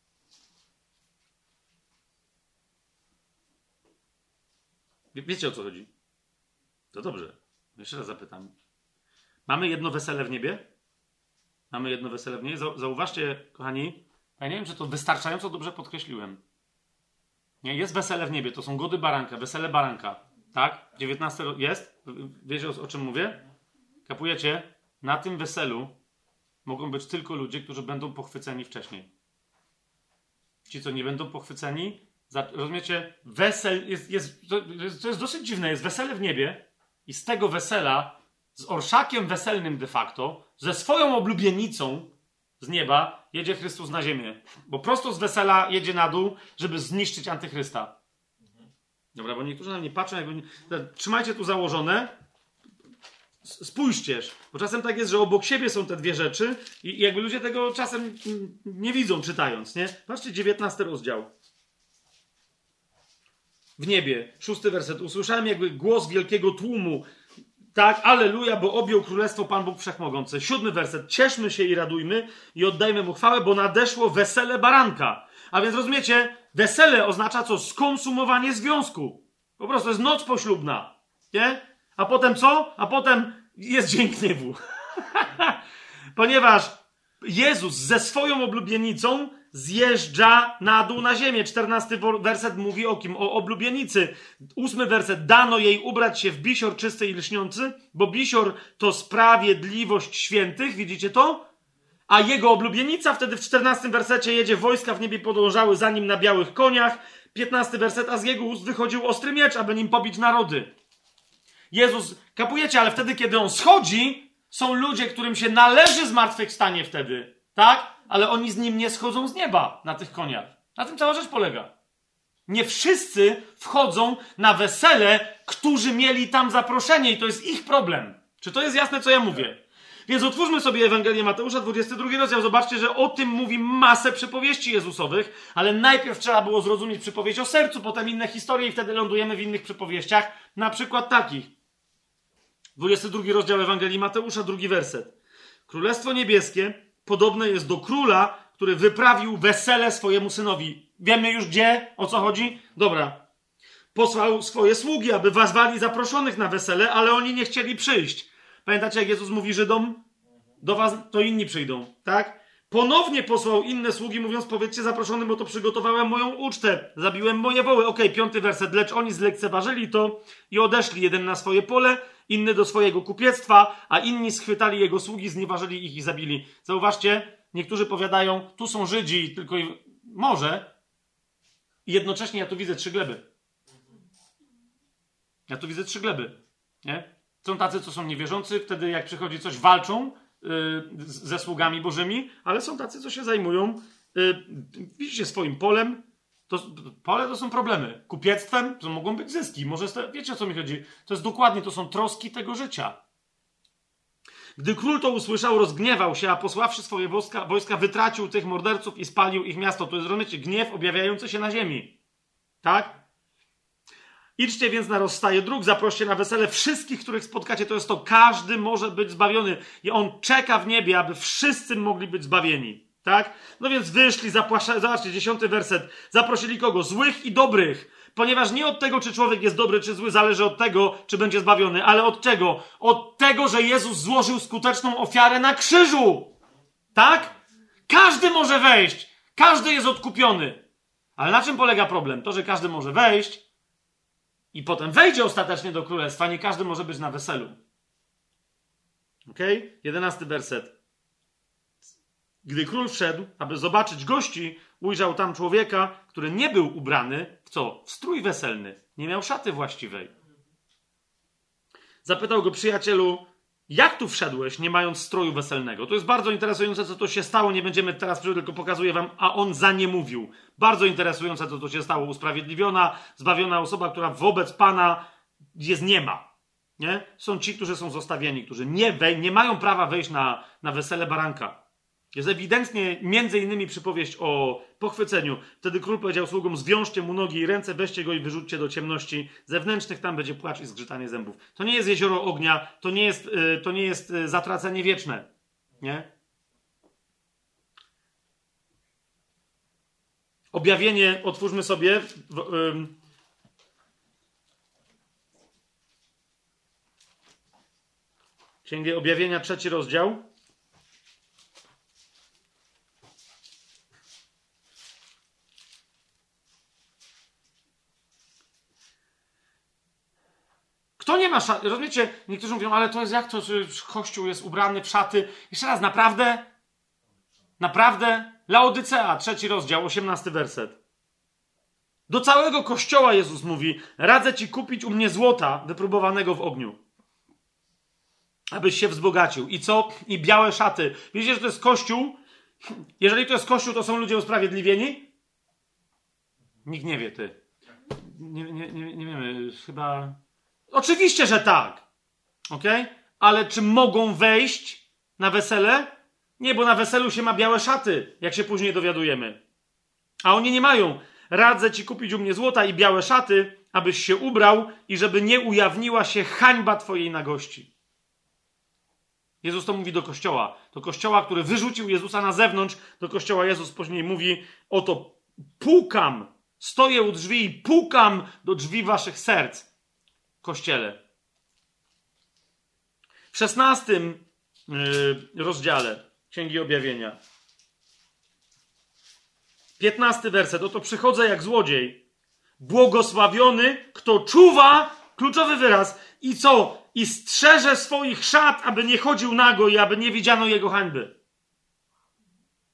Wie, wiecie, o co chodzi? To dobrze. Jeszcze raz zapytam. Mamy jedno wesele w niebie? Mamy jedno wesele w niej. Zauważcie, kochani, ja nie wiem, czy to wystarczająco dobrze podkreśliłem. Nie, jest wesele w niebie, to są gody baranka, wesele baranka. Tak? dziewiętnaste jest? Wiecie, o, o czym mówię? Kapujecie? Na tym weselu mogą być tylko ludzie, którzy będą pochwyceni wcześniej. Ci, co nie będą pochwyceni, za, rozumiecie? Wesel jest, jest, to, jest, to jest dosyć dziwne. Jest wesele w niebie i z tego wesela z orszakiem weselnym de facto, ze swoją oblubienicą z nieba jedzie Chrystus na ziemię. Bo prosto z wesela jedzie na dół, żeby zniszczyć antychrysta. Dobra, bo niektórzy na mnie patrzą, jakby... Trzymajcie tu założone. Spójrzcież. Bo czasem tak jest, że obok siebie są te dwie rzeczy i jakby ludzie tego czasem nie widzą czytając, nie? Patrzcie, dziewiętnasty rozdział. W niebie, szósty werset. Usłyszałem jakby głos wielkiego tłumu. Tak, alleluja, bo objął królestwo Pan Bóg Wszechmogący. Siódmy werset. Cieszmy się i radujmy i oddajmy mu chwałę, bo nadeszło wesele baranka. A więc rozumiecie, wesele oznacza co? Skonsumowanie związku. Po prostu jest noc poślubna. Nie? A potem co? A potem jest dzień gniewu. Ponieważ Jezus ze swoją oblubienicą zjeżdża na dół na ziemię. czternasty werset mówi o kim? O oblubienicy. Ósmy werset. Dano jej ubrać się w bisior czysty i lśniący, bo bisior to sprawiedliwość świętych. Widzicie to? A jego oblubienica wtedy w czternastym wersecie jedzie, wojska w niebie podążały za nim na białych koniach. piętnasty werset. A z jego ust wychodził ostry miecz, aby nim pobić narody. Jezus, kapujecie, ale wtedy, kiedy on schodzi, są ludzie, którym się należy zmartwychwstanie wtedy, tak? Ale oni z nim nie schodzą z nieba na tych koniach. Na tym cała rzecz polega. Nie wszyscy wchodzą na wesele, którzy mieli tam zaproszenie i to jest ich problem. Czy to jest jasne, co ja mówię? Więc otwórzmy sobie Ewangelię Mateusza, dwudziesty drugi rozdział. Zobaczcie, że o tym mówi masę przypowieści Jezusowych, ale najpierw trzeba było zrozumieć przypowieść o sercu, potem inne historie i wtedy lądujemy w innych przypowieściach, na przykład takich. dwudziesty drugi rozdział Ewangelii Mateusza, drugi werset. Królestwo niebieskie podobne jest do króla, który wyprawił wesele swojemu synowi. Wiemy już gdzie, o co chodzi? Dobra. Posłał swoje sługi, aby wezwali zaproszonych na wesele, ale oni nie chcieli przyjść. Pamiętacie, jak Jezus mówi Żydom? Do was to inni przyjdą, tak? Ponownie posłał inne sługi, mówiąc, powiedzcie zaproszonym, bo to przygotowałem moją ucztę. Zabiłem moje woły. Okej, okay, piąty werset. Lecz oni zlekceważyli to i odeszli. Jeden na swoje pole, inny do swojego kupiectwa, a inni schwytali jego sługi, znieważyli ich i zabili. Zauważcie, niektórzy powiadają, tu są Żydzi, tylko i... może. I jednocześnie ja tu widzę trzy gleby. Ja tu widzę trzy gleby. Nie? Są tacy, co są niewierzący, wtedy jak przychodzi coś, walczą yy, ze sługami bożymi, ale są tacy, co się zajmują, yy, widzicie, swoim polem. To, pole to są problemy. Kupiectwem to mogą być zyski. Może wiecie, o co mi chodzi? To jest dokładnie, to są troski tego życia. Gdy król to usłyszał, rozgniewał się, a posławszy swoje wojska, wojska wytracił tych morderców i spalił ich miasto. To jest, rozumiecie, gniew objawiający się na ziemi. Tak? Idźcie więc na rozstaje dróg, zaproście na wesele wszystkich, których spotkacie. To jest to, każdy może być zbawiony. I on czeka w niebie, aby wszyscy mogli być zbawieni. Tak? No więc wyszli, zapłaszali, zobaczcie, dziesiąty werset. Zaprosili kogo? Złych i dobrych. Ponieważ nie od tego, czy człowiek jest dobry, czy zły, zależy od tego, czy będzie zbawiony. Ale od czego? Od tego, że Jezus złożył skuteczną ofiarę na krzyżu. Tak? Każdy może wejść. Każdy jest odkupiony. Ale na czym polega problem? To, że każdy może wejść i potem wejdzie ostatecznie do królestwa. Nie każdy może być na weselu. Okej? Okay? Jedenasty werset. Gdy król wszedł, aby zobaczyć gości, ujrzał tam człowieka, który nie był ubrany w co? W strój weselny. Nie miał szaty właściwej. Zapytał go, przyjacielu, jak tu wszedłeś, nie mając stroju weselnego? To jest bardzo interesujące, co to się stało. Nie będziemy teraz, tylko pokazuję wam, a on za nie mówił. Bardzo interesujące, co to się stało. Usprawiedliwiona, zbawiona osoba, która wobec Pana jest nie ma. Nie? Są ci, którzy są zostawieni, którzy nie, wej- nie mają prawa wejść na, na wesele baranka. Jest ewidentnie między innymi przypowieść o pochwyceniu. Wtedy król powiedział sługom, zwiążcie mu nogi i ręce, weźcie go i wyrzućcie do ciemności zewnętrznych, tam będzie płacz i zgrzytanie zębów. To nie jest jezioro ognia, to nie jest, yy, to nie jest yy, zatracenie wieczne. Nie? Objawienie, otwórzmy sobie. W, yy, Księgę Objawienia, trzeci rozdział. Kto nie ma szaty? Rozumiecie? Niektórzy mówią, ale to jest jak to, że Kościół jest ubrany w szaty. Jeszcze raz, naprawdę? Naprawdę? Laodycea, trzeci rozdział, osiemnasty werset. Do całego Kościoła Jezus mówi, radzę ci kupić u mnie złota wypróbowanego w ogniu, abyś się wzbogacił. I co? I białe szaty. Wiecie, że to jest Kościół? Jeżeli to jest Kościół, to są ludzie usprawiedliwieni? Nikt nie wie, ty. Nie, nie, nie, nie wiemy, chyba... Oczywiście, że tak. Okej? Okay? Ale czy mogą wejść na wesele? Nie, bo na weselu się ma białe szaty, jak się później dowiadujemy. A oni nie mają. Radzę ci kupić u mnie złota i białe szaty, abyś się ubrał i żeby nie ujawniła się hańba twojej nagości. Jezus to mówi do Kościoła. Do Kościoła, który wyrzucił Jezusa na zewnątrz. Do Kościoła Jezus później mówi, oto pukam, stoję u drzwi i pukam do drzwi waszych serc. Kościele. W szesnastym yy, rozdziale Księgi Objawienia. piętnasty werset. Oto przychodzę jak złodziej. Błogosławiony, kto czuwa, kluczowy wyraz, i co? I strzeże swoich szat, aby nie chodził nago i aby nie widziano jego hańby.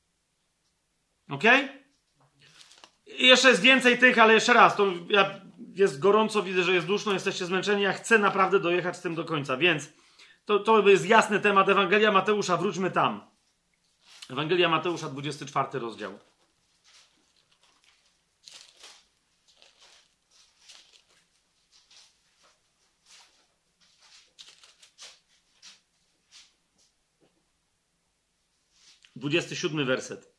Okej? Okay? I jeszcze jest więcej tych, ale jeszcze raz, to ja jest gorąco, widzę, że jest duszno, jesteście zmęczeni, ja chcę naprawdę dojechać z tym do końca, więc to, to jest jasny temat. Ewangelia Mateusza, wróćmy tam. Ewangelia Mateusza, dwudziesty czwarty rozdział. dwudziesty siódmy werset.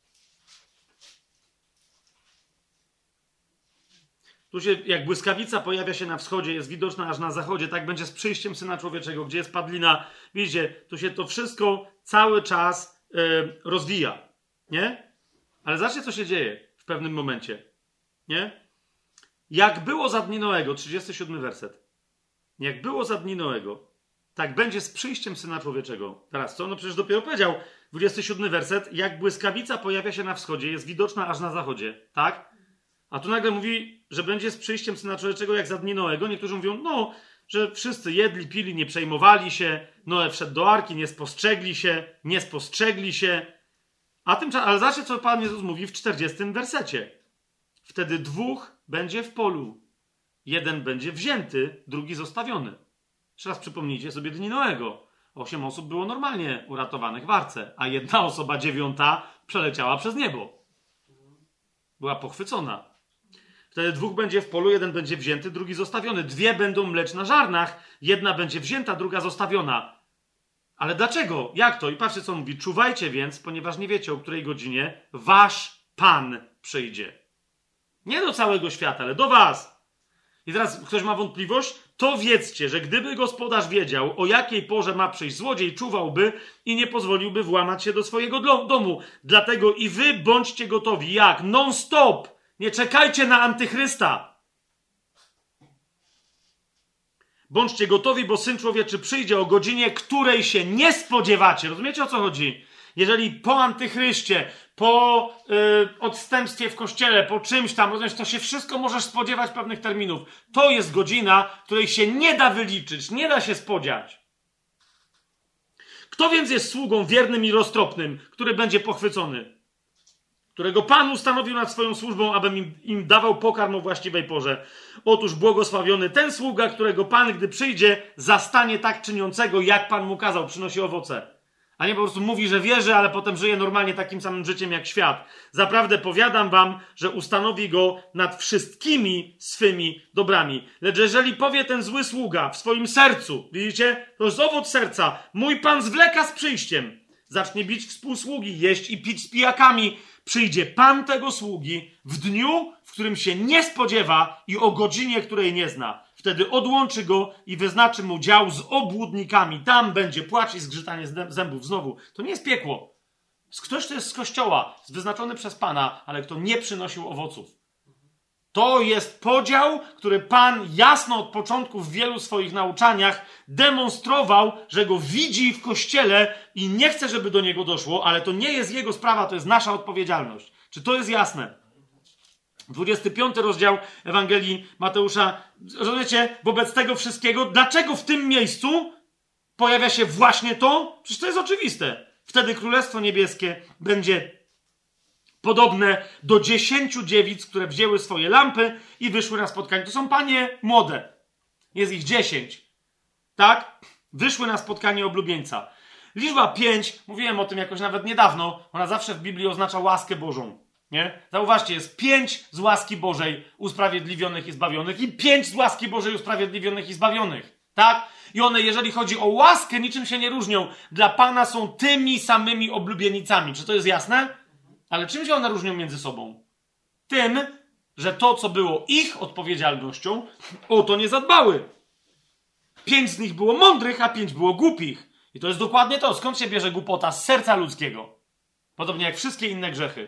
Tu się, jak błyskawica pojawia się na wschodzie, jest widoczna aż na zachodzie, tak będzie z przyjściem Syna Człowieczego, gdzie jest padlina. Widzicie, tu się to wszystko cały czas yy, rozwija. Nie? Ale zobaczcie, co się dzieje w pewnym momencie. Nie? Jak było za dni Noego, trzydziesty siódmy werset. Jak było za dni Noego, tak będzie z przyjściem Syna Człowieczego. Teraz co? No przecież dopiero powiedział, dwudziesty siódmy werset, jak błyskawica pojawia się na wschodzie, jest widoczna aż na zachodzie. Tak? A tu nagle mówi, że będzie z przyjściem Syna Człowieczego jak za dni Noego. Niektórzy mówią, no, że wszyscy jedli, pili, nie przejmowali się. Noe wszedł do arki, nie spostrzegli się, nie spostrzegli się. A tymczasem, ale zobaczcie, co Pan Jezus mówi w czterdziestym wersecie. Wtedy dwóch będzie w polu. Jeden będzie wzięty, drugi zostawiony. Jeszcze raz przypomnijcie sobie dni Noego. Osiem osób było normalnie uratowanych w arce, a jedna osoba, dziewiąta, przeleciała przez niebo. Była pochwycona. Wtedy dwóch będzie w polu, jeden będzie wzięty, drugi zostawiony. Dwie będą mleć na żarnach, jedna będzie wzięta, druga zostawiona. Ale dlaczego? Jak to? I patrzcie, co on mówi. Czuwajcie więc, ponieważ nie wiecie, o której godzinie wasz Pan przyjdzie. Nie do całego świata, ale do was. I teraz ktoś ma wątpliwość? To wiedzcie, że gdyby gospodarz wiedział, o jakiej porze ma przyjść złodziej, czuwałby i nie pozwoliłby włamać się do swojego domu. Dlatego i wy bądźcie gotowi. Jak? Non-stop! Nie czekajcie na antychrysta. Bądźcie gotowi, bo Syn Człowieczy przyjdzie o godzinie, której się nie spodziewacie. Rozumiecie, o co chodzi? Jeżeli po antychryście, po yy, odstępstwie w kościele, po czymś tam, rozumiesz, to się wszystko możesz spodziewać pewnych terminów. To jest godzina, której się nie da wyliczyć, nie da się spodziać. Kto więc jest sługą wiernym i roztropnym, który będzie pochwycony? Którego Pan ustanowił nad swoją służbą, abym im, im dawał pokarm o właściwej porze. Otóż błogosławiony ten sługa, którego Pan, gdy przyjdzie, zastanie tak czyniącego, jak Pan mu kazał, przynosi owoce. A nie po prostu mówi, że wierzy, ale potem żyje normalnie takim samym życiem jak świat. Zaprawdę powiadam wam, że ustanowi go nad wszystkimi swymi dobrami. Lecz jeżeli powie ten zły sługa w swoim sercu, widzicie, to jest owoc serca, mój Pan zwleka z przyjściem, zacznie bić współsługi, jeść i pić z pijakami, przyjdzie Pan tego sługi w dniu, w którym się nie spodziewa i o godzinie, której nie zna. Wtedy odłączy go i wyznaczy mu dział z obłudnikami. Tam będzie płacz i zgrzytanie zębów. Znowu, to nie jest piekło. Ktoś, kto jest z kościoła, wyznaczony przez Pana, ale kto nie przynosił owoców. To jest podział, który Pan jasno od początku w wielu swoich nauczaniach demonstrował, że go widzi w kościele i nie chce, żeby do niego doszło, ale to nie jest jego sprawa, to jest nasza odpowiedzialność. Czy to jest jasne? dwudziesty piąty rozdział Ewangelii Mateusza. Rozumiecie? Wobec tego wszystkiego, dlaczego w tym miejscu pojawia się właśnie to? Przecież to jest oczywiste. Wtedy Królestwo Niebieskie będzie podobne do dziesięciu dziewic, które wzięły swoje lampy i wyszły na spotkanie. To są panie młode. Jest ich dziesięć. Tak? Wyszły na spotkanie oblubieńca. Liczba pięć, mówiłem o tym jakoś nawet niedawno, ona zawsze w Biblii oznacza łaskę Bożą. Nie? Zauważcie, jest pięć z łaski Bożej usprawiedliwionych i zbawionych i pięć z łaski Bożej usprawiedliwionych i zbawionych. Tak? I one, jeżeli chodzi o łaskę, niczym się nie różnią. Dla Pana są tymi samymi oblubienicami. Czy to jest jasne? Ale czym się one różnią między sobą? Tym, że to, co było ich odpowiedzialnością, o to nie zadbały. Pięć z nich było mądrych, a pięć było głupich. I to jest dokładnie to. Skąd się bierze głupota? Z serca ludzkiego. Podobnie jak wszystkie inne grzechy.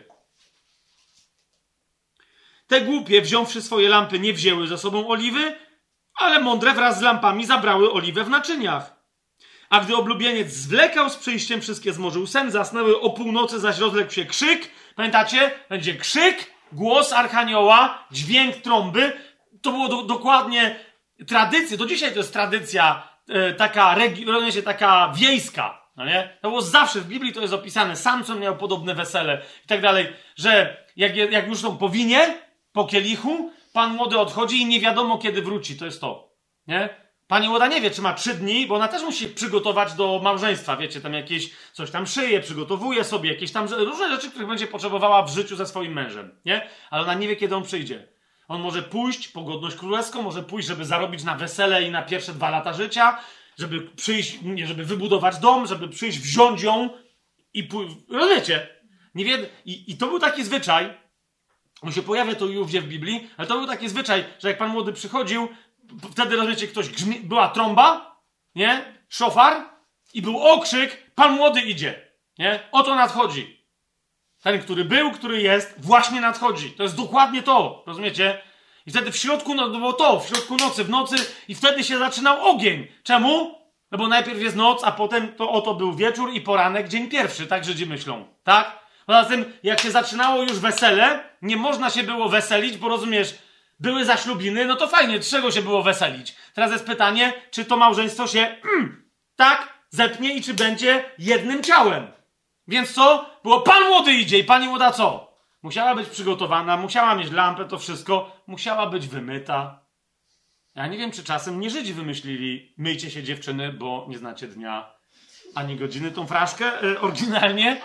Te głupie, wziąwszy swoje lampy, nie wzięły ze sobą oliwy, ale mądre wraz z lampami zabrały oliwę w naczyniach. A gdy oblubieniec zwlekał z przyjściem, wszystkie zmorzył sen, zasnęły, o północy zaś rozległ się krzyk. Pamiętacie? Będzie krzyk, głos archanioła, dźwięk trąby. To było do, dokładnie tradycja. Do dzisiaj to jest tradycja e, taka, regi- taka wiejska. No nie? To było zawsze, w Biblii to jest opisane. Samson miał podobne wesele i tak dalej, że jak, jak już są po winie, po kielichu, pan młody odchodzi i nie wiadomo kiedy wróci, to jest to, nie? Pani młoda nie wie, czy ma trzy dni, bo ona też musi przygotować do małżeństwa, wiecie, tam jakieś coś tam szyje, przygotowuje sobie jakieś tam różne rzeczy, których będzie potrzebowała w życiu ze swoim mężem, nie? Ale ona nie wie, kiedy on przyjdzie. On może pójść po godność królewską, może pójść, żeby zarobić na wesele i na pierwsze dwa lata życia, żeby przyjść, nie, żeby wybudować dom, żeby przyjść, wziąć ją i pójść, rozumiecie? Nie wie, i, i to był taki zwyczaj, on się pojawia to już w Biblii, ale to był taki zwyczaj, że jak pan młody przychodził, wtedy, rozumiecie, ktoś grzmi, była trąba, nie? Szofar i był okrzyk, pan młody idzie, nie? Oto nadchodzi. Ten, który był, który jest, właśnie nadchodzi. To jest dokładnie to, rozumiecie? I wtedy w środku, no było to, w środku nocy, w nocy i wtedy się zaczynał ogień. Czemu? No bo najpierw jest noc, a potem to oto był wieczór i poranek, dzień pierwszy, tak Żydzi myślą, tak? Poza tym, jak się zaczynało już wesele, nie można się było weselić, bo rozumiesz, były zaślubiny, no to fajnie, czego się było weselić? Teraz jest pytanie, czy to małżeństwo się mm, tak zepnie i czy będzie jednym ciałem. Więc co? Było pan młody idzie i pani młoda co? Musiała być przygotowana, musiała mieć lampę, to wszystko, musiała być wymyta. Ja nie wiem, czy czasem nie Żydzi wymyślili, myjcie się dziewczyny, bo nie znacie dnia ani godziny, tą fraszkę e, oryginalnie.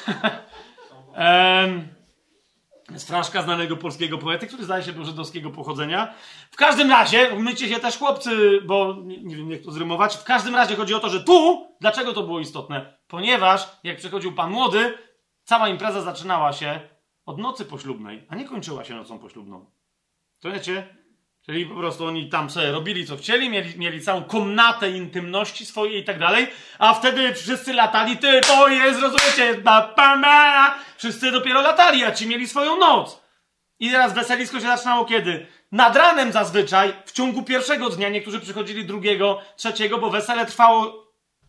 Ehm... jest fraszka znanego polskiego poety, który zdaje się był żydowskiego pochodzenia. W każdym razie, myjcie się też chłopcy, bo nie, nie wiem jak to zrymować. W każdym razie chodzi o to, że tu, dlaczego to było istotne? Ponieważ jak przychodził pan młody, cała impreza zaczynała się od nocy poślubnej, a nie kończyła się nocą poślubną. To wiecie? Czyli po prostu oni tam sobie robili co chcieli, mieli, mieli całą komnatę intymności swojej i tak dalej, a wtedy wszyscy latali, ty to jest, rozumiecie, ba, ba, ba. Wszyscy dopiero latali, a ci mieli swoją noc. I teraz weselisko się zaczynało kiedy? Nad ranem zazwyczaj, w ciągu pierwszego dnia, niektórzy przychodzili drugiego, trzeciego, bo wesele trwało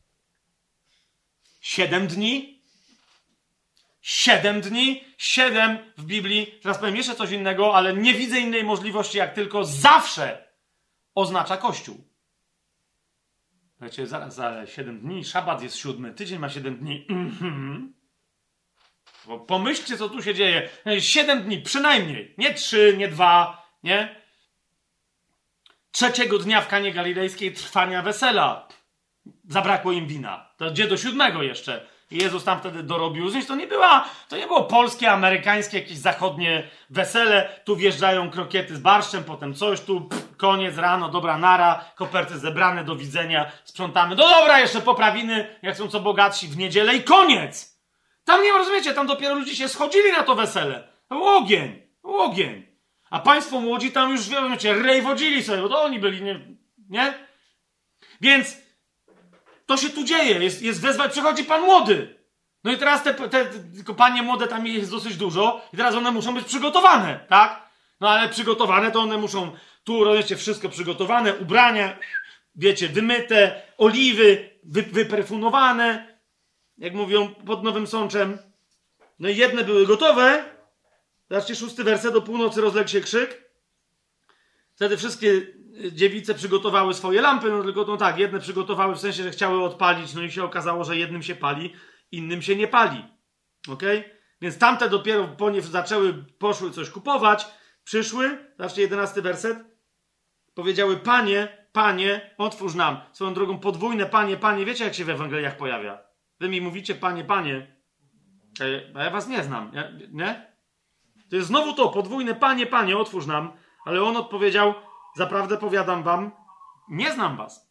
siedem dni. Siedem dni, siedem w Biblii, teraz powiem jeszcze coś innego, ale nie widzę innej możliwości, jak tylko zawsze oznacza Kościół. Wiecie, zaraz, zaraz, siedem dni, szabat jest siódmy, tydzień ma siedem dni. Mm-hmm. Bo pomyślcie, co tu się dzieje. Siedem dni, przynajmniej. Nie trzy, nie dwa, nie? Trzeciego dnia w Kanie Galilejskiej trwania wesela. Zabrakło im wina. To gdzie do siódmego jeszcze. I Jezus tam wtedy dorobił. Zresztą to nie była, to nie było polskie, amerykańskie, jakieś zachodnie wesele. Tu wjeżdżają krokiety z barszczem, potem coś, tu pff, koniec, rano, dobra nara, koperty zebrane, do widzenia, sprzątamy. No dobra, jeszcze poprawiny, jak są co bogatsi w niedzielę i koniec! Tam nie rozumiecie, tam dopiero ludzie się schodzili na to wesele. To był ogień, był ogień. A państwo młodzi tam już, wiecie, rejwodzili sobie, bo to oni byli, nie? nie? Więc to się tu dzieje, jest, jest wezwać, przychodzi pan młody. No i teraz te, te tylko panie młode tam jest dosyć dużo i teraz one muszą być przygotowane, tak? No ale przygotowane to one muszą, tu rozumiecie, wszystko przygotowane, ubrania, wiecie, wymyte, oliwy, wy, wyperfumowane, jak mówią pod Nowym Sączem. No i jedne były gotowe. Zobaczcie, szósty werset, do północy rozległ się krzyk. Wtedy wszystkie dziewice przygotowały swoje lampy, no tylko no tak, jedne przygotowały w sensie, że chciały odpalić, no i się okazało, że jednym się pali, innym się nie pali. Okej? Okay? Więc tamte dopiero ponieważ zaczęły, poszły coś kupować, przyszły, zobaczcie, jedenasty werset, powiedziały, panie, panie, otwórz nam. Swoją drogą podwójne panie, panie, wiecie jak się w Ewangeliach pojawia? Wy mi mówicie, panie, panie, a ja was nie znam, nie? To jest znowu to, podwójne panie, panie, otwórz nam, ale on odpowiedział, zaprawdę powiadam wam, nie znam was.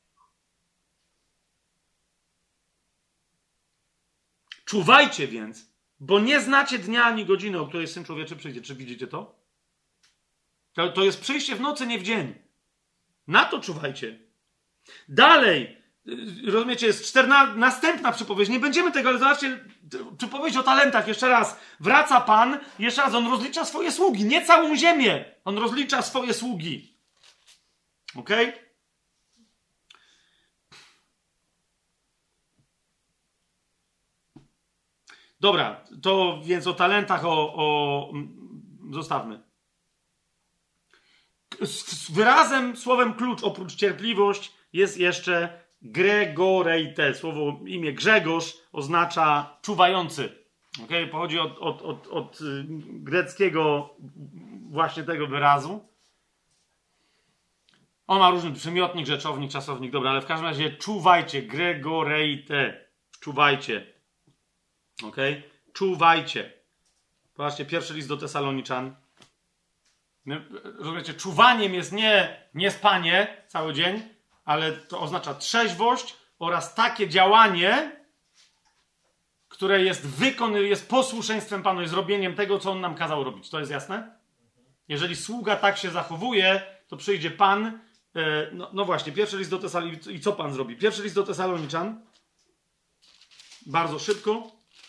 Czuwajcie więc, bo nie znacie dnia ani godziny, o której Syn Człowieczy przyjdzie. Czy widzicie to? To, to jest przyjście w nocy, nie w dzień. Na to czuwajcie. Dalej, rozumiecie, jest czternasta, następna przypowieść. Nie będziemy tego, ale zobaczcie, przypowieść o talentach. Jeszcze raz, wraca Pan, jeszcze raz, On rozlicza swoje sługi. Nie całą ziemię. On rozlicza swoje sługi. Okej? Okay? Dobra, to więc o talentach o, o... zostawmy. Z wyrazem, słowem klucz, oprócz cierpliwość, jest jeszcze Gregoreite. Słowo, imię Grzegorz oznacza czuwający. Okay? Pochodzi od, od, od, od greckiego właśnie tego wyrazu. On ma różny przymiotnik, rzeczownik, czasownik, dobra, ale w każdym razie czuwajcie, gregoreite, czuwajcie. Okej? Okay? Czuwajcie. Zobaczcie, pierwszy list do Tesaloniczan. Rozumiecie, czuwaniem jest nie, nie spanie cały dzień, ale to oznacza trzeźwość oraz takie działanie, które jest wykon, jest posłuszeństwem Panu, jest robieniem tego, co On nam kazał robić. To jest jasne? Jeżeli sługa tak się zachowuje, to przyjdzie Pan. No, no właśnie, pierwszy list do Tesaloniczan. I co Pan zrobi? Pierwszy list do Tesaloniczan. Bardzo szybko.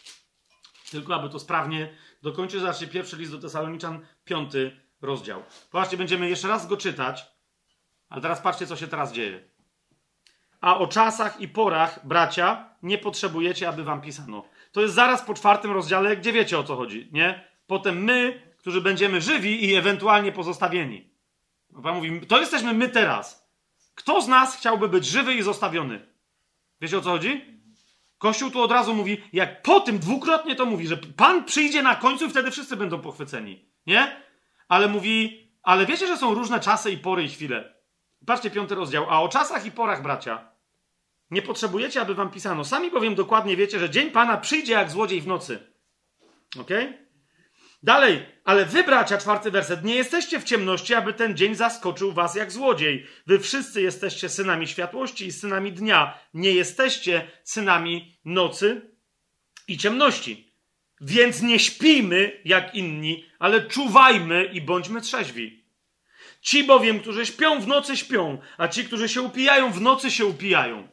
Tylko aby to sprawnie dokończyć. Zobaczcie, pierwszy list do Tesaloniczan, piąty rozdział. Zobaczcie, będziemy jeszcze raz go czytać. Ale teraz patrzcie, co się teraz dzieje. A o czasach i porach, bracia, nie potrzebujecie, aby wam pisano. To jest zaraz po czwartym rozdziale, gdzie wiecie, o co chodzi, nie? Potem my, którzy będziemy żywi i ewentualnie pozostawieni. Pan mówi, to jesteśmy my teraz. Kto z nas chciałby być żywy i zostawiony? Wiecie, o co chodzi? Kościół tu od razu mówi, jak po tym dwukrotnie to mówi, że Pan przyjdzie na końcu i wtedy wszyscy będą pochwyceni. Nie? Ale mówi, ale wiecie, że są różne czasy i pory i chwile. Patrzcie, piąty rozdział. A o czasach i porach, bracia, nie potrzebujecie, aby wam pisano. Sami bowiem dokładnie wiecie, że dzień Pana przyjdzie jak złodziej w nocy. Okej? Okay? Dalej, ale wy, bracia, czwarty werset, nie jesteście w ciemności, aby ten dzień zaskoczył was jak złodziej. Wy wszyscy jesteście synami światłości i synami dnia. Nie jesteście synami nocy i ciemności. Więc nie śpijmy jak inni, ale czuwajmy i bądźmy trzeźwi. Ci bowiem, którzy śpią w nocy, śpią, a ci, którzy się upijają, w nocy się upijają.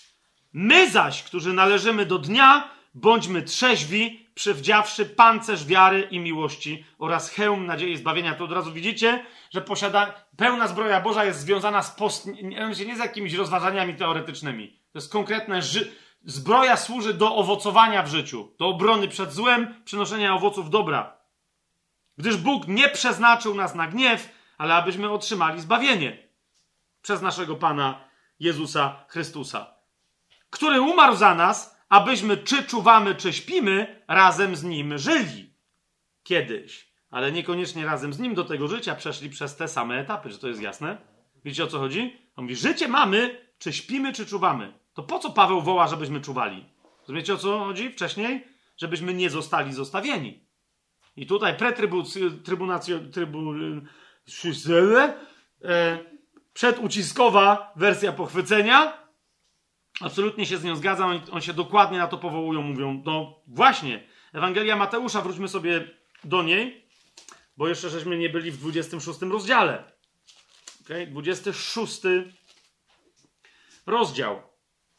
My zaś, którzy należymy do dnia, bądźmy trzeźwi, przywdziawszy pancerz wiary i miłości oraz hełm nadziei zbawienia. To od razu widzicie, że posiada... pełna zbroja Boża jest związana z post... nie z jakimiś rozważaniami teoretycznymi. To jest konkretne... Ży... Zbroja służy do owocowania w życiu, do obrony przed złem, przynoszenia owoców dobra. Gdyż Bóg nie przeznaczył nas na gniew, ale abyśmy otrzymali zbawienie przez naszego Pana Jezusa Chrystusa, który umarł za nas, abyśmy czy czuwamy, czy śpimy, razem z Nim żyli. Kiedyś. Ale niekoniecznie razem z Nim do tego życia przeszli przez te same etapy. Czy to jest jasne? Wiecie, o co chodzi? On mówi, życie mamy, czy śpimy, czy czuwamy. To po co Paweł woła, żebyśmy czuwali? Rozumiecie, o co chodzi wcześniej? Żebyśmy nie zostali zostawieni. I tutaj pretrybunacjo... Trybu, e, przeduciskowa wersja pochwycenia. Absolutnie się z nią zgadzam. On, on się dokładnie na to powołują. Mówią, no właśnie. Ewangelia Mateusza, wróćmy sobie do niej, bo jeszcze żeśmy nie byli w dwudziestym szóstym rozdziale. Okay? dwudziesty szósty rozdział.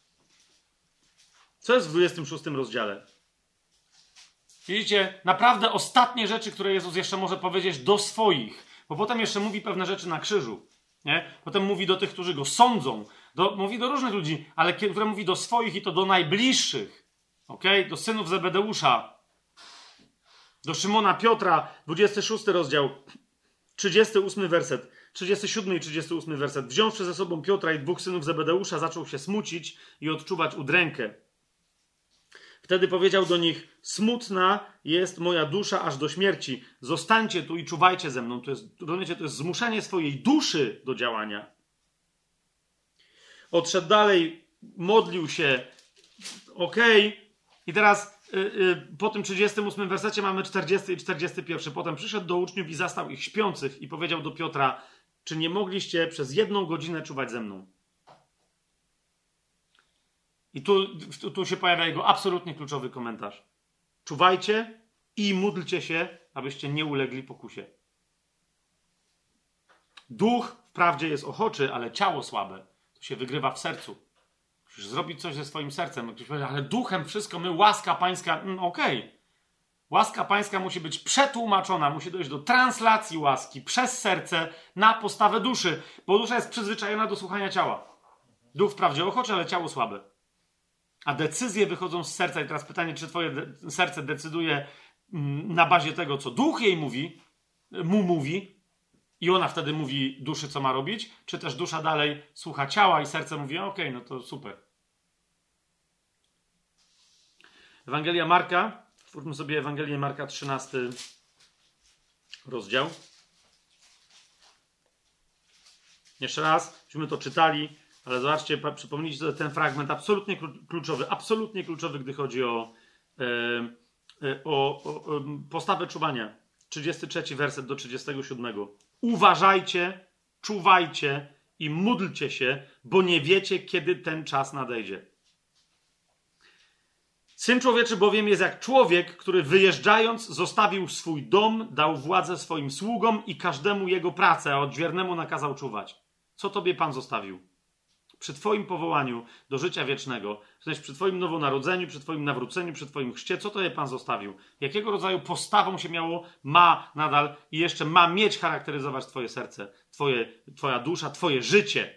Co jest w dwudziestym szóstym rozdziale? Widzicie, naprawdę ostatnie rzeczy, które Jezus jeszcze może powiedzieć do swoich, bo potem jeszcze mówi pewne rzeczy na krzyżu. Nie? Potem mówi do tych, którzy go sądzą. Do, mówi do różnych ludzi, ale które mówi do swoich i to do najbliższych. Okay? Do synów Zebedeusza. Do Szymona Piotra, dwudziesty szósty rozdział, trzydziesty ósmy werset. trzydziesty siódmy i trzydziesty ósmy werset. Wziąwszy ze sobą Piotra i dwóch synów Zebedeusza, zaczął się smucić i odczuwać udrękę. Wtedy powiedział do nich, smutna jest moja dusza aż do śmierci. Zostańcie tu i czuwajcie ze mną. To jest, rozumiecie, to jest zmuszenie swojej duszy do działania. Odszedł dalej, modlił się. Okej. Okay. I teraz y, y, po tym trzydziestym ósmym wersecie mamy czterdziesty i czterdziesty pierwszy. Potem przyszedł do uczniów i zastał ich śpiących i powiedział do Piotra, czy nie mogliście przez jedną godzinę czuwać ze mną? I tu, tu, tu się pojawia jego absolutnie kluczowy komentarz. Czuwajcie i módlcie się, abyście nie ulegli pokusie. Duch wprawdzie jest ochoczy, ale ciało słabe. To się wygrywa w sercu. Musisz zrobić coś ze swoim sercem. Ktoś powie, ale duchem wszystko, my, łaska pańska. Mm, Okej. Okay. Łaska pańska musi być przetłumaczona, musi dojść do translacji łaski przez serce na postawę duszy, bo dusza jest przyzwyczajona do słuchania ciała. Duch wprawdzie ochoczy, ale ciało słabe. A decyzje wychodzą z serca. I teraz pytanie, czy twoje de- serce decyduje mm, na bazie tego, co duch jej mówi, mu mówi, i ona wtedy mówi duszy, co ma robić, czy też dusza dalej słucha ciała i serce mówi, okej, okay, no to super. Ewangelia Marka, twórzmy sobie Ewangelię Marka, trzynasty rozdział. Jeszcze raz, byśmy to czytali, ale zobaczcie, przypomnijcie sobie ten fragment absolutnie kluczowy, absolutnie kluczowy, gdy chodzi o, e, o, o, o postawę czuwania. trzydziesty trzeci werset do trzydziestego siódmego. Uważajcie, czuwajcie i módlcie się, bo nie wiecie, kiedy ten czas nadejdzie. Syn Człowieczy bowiem jest jak człowiek, który wyjeżdżając zostawił swój dom, dał władzę swoim sługom i każdemu jego pracę, a odźwiernemu nakazał czuwać. Co tobie Pan zostawił? Przy twoim powołaniu do życia wiecznego, w sensie przy twoim nowonarodzeniu, przy twoim nawróceniu, przy twoim chrzcie, co tobie Pan zostawił? Jakiego rodzaju postawą się miało, ma nadal i jeszcze ma mieć charakteryzować twoje serce, twoje, twoja dusza, twoje życie?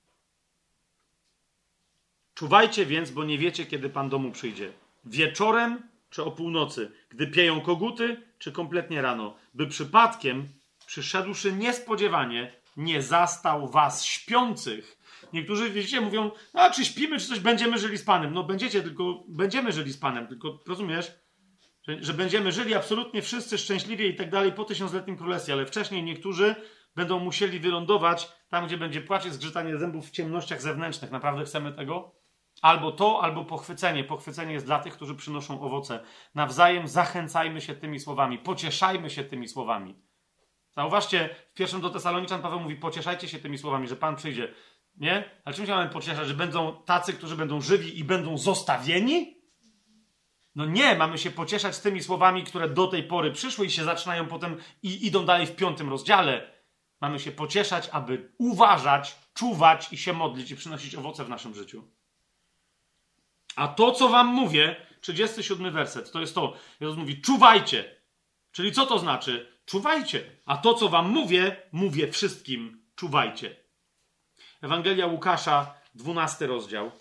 Czuwajcie więc, bo nie wiecie, kiedy Pan domu przyjdzie. Wieczorem czy o północy, gdy pieją koguty, czy kompletnie rano, by przypadkiem, przyszedłszy niespodziewanie, nie zastał was śpiących. Niektórzy, wiecie, mówią, a czy śpimy, czy coś, będziemy żyli z Panem. No będziecie, tylko będziemy żyli z Panem, tylko rozumiesz, że, że będziemy żyli absolutnie wszyscy szczęśliwie i tak dalej po tysiącletnim królestwie, ale wcześniej niektórzy będą musieli wylądować tam, gdzie będzie płacz i zgrzytanie zębów w ciemnościach zewnętrznych. Naprawdę chcemy tego? Albo to, albo pochwycenie. Pochwycenie jest dla tych, którzy przynoszą owoce. Nawzajem zachęcajmy się tymi słowami. Pocieszajmy się tymi słowami. Zauważcie, w pierwszym do Tesaloniczan Paweł mówi, pocieszajcie się tymi słowami, że Pan przyjdzie. Nie? Ale czym się mamy pocieszać? Że będą tacy, którzy będą żywi i będą zostawieni? No nie, mamy się pocieszać tymi słowami, które do tej pory przyszły i się zaczynają potem i idą dalej w piątym rozdziale. Mamy się pocieszać, aby uważać, czuwać i się modlić i przynosić owoce w naszym życiu. A to, co wam mówię, trzydziesty siódmy werset, to jest to. Jezus mówi, czuwajcie. Czyli co to znaczy? Czuwajcie. A to, co wam mówię, mówię wszystkim, czuwajcie. Ewangelia Łukasza, dwunasty rozdział.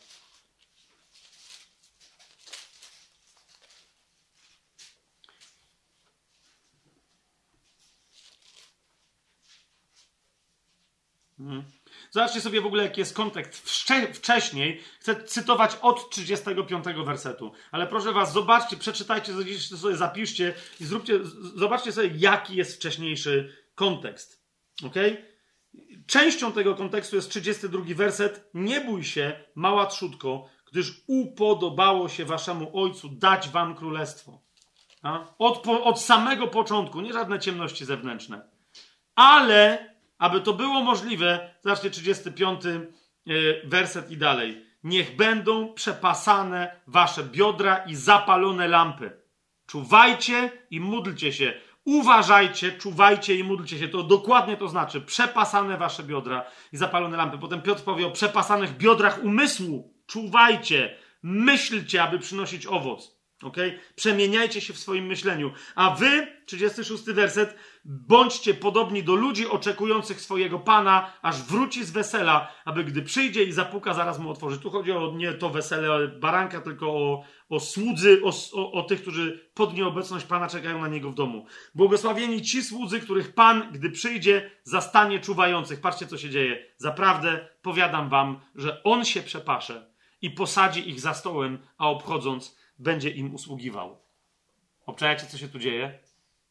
Hmm. Zobaczcie sobie w ogóle, jaki jest kontekst Wsze- wcześniej. Chcę cytować od trzydziestego piątego wersetu. Ale proszę was, zobaczcie, przeczytajcie, sobie zapiszcie i zróbcie, zobaczcie sobie, jaki jest wcześniejszy kontekst. Okay? Częścią tego kontekstu jest trzydziesty drugi werset. Nie bój się, mała trzódko, gdyż upodobało się waszemu Ojcu dać wam królestwo. A? Od, po, od samego początku, nie żadne ciemności zewnętrzne. Ale aby to było możliwe, zobaczcie trzydziesty piąty werset i dalej. Niech będą przepasane wasze biodra i zapalone lampy. Czuwajcie i módlcie się. Uważajcie, czuwajcie i módlcie się. To dokładnie to znaczy przepasane wasze biodra i zapalone lampy. Potem Piotr powie o przepasanych biodrach umysłu. Czuwajcie, myślcie, aby przynosić owoc. Okay? Przemieniajcie się w swoim myśleniu. A wy, trzydziesty szósty werset, bądźcie podobni do ludzi oczekujących swojego Pana, aż wróci z wesela, aby gdy przyjdzie i zapuka, zaraz mu otworzy. Tu chodzi o nie to wesele baranka, tylko o, o słudzy, o, o, o tych, którzy pod nieobecność Pana czekają na niego w domu. Błogosławieni ci słudzy, których Pan, gdy przyjdzie, zastanie czuwających. Patrzcie, co się dzieje. Zaprawdę powiadam wam, że On się przepasze i posadzi ich za stołem, a obchodząc będzie im usługiwał. Obczajacie, co się tu dzieje?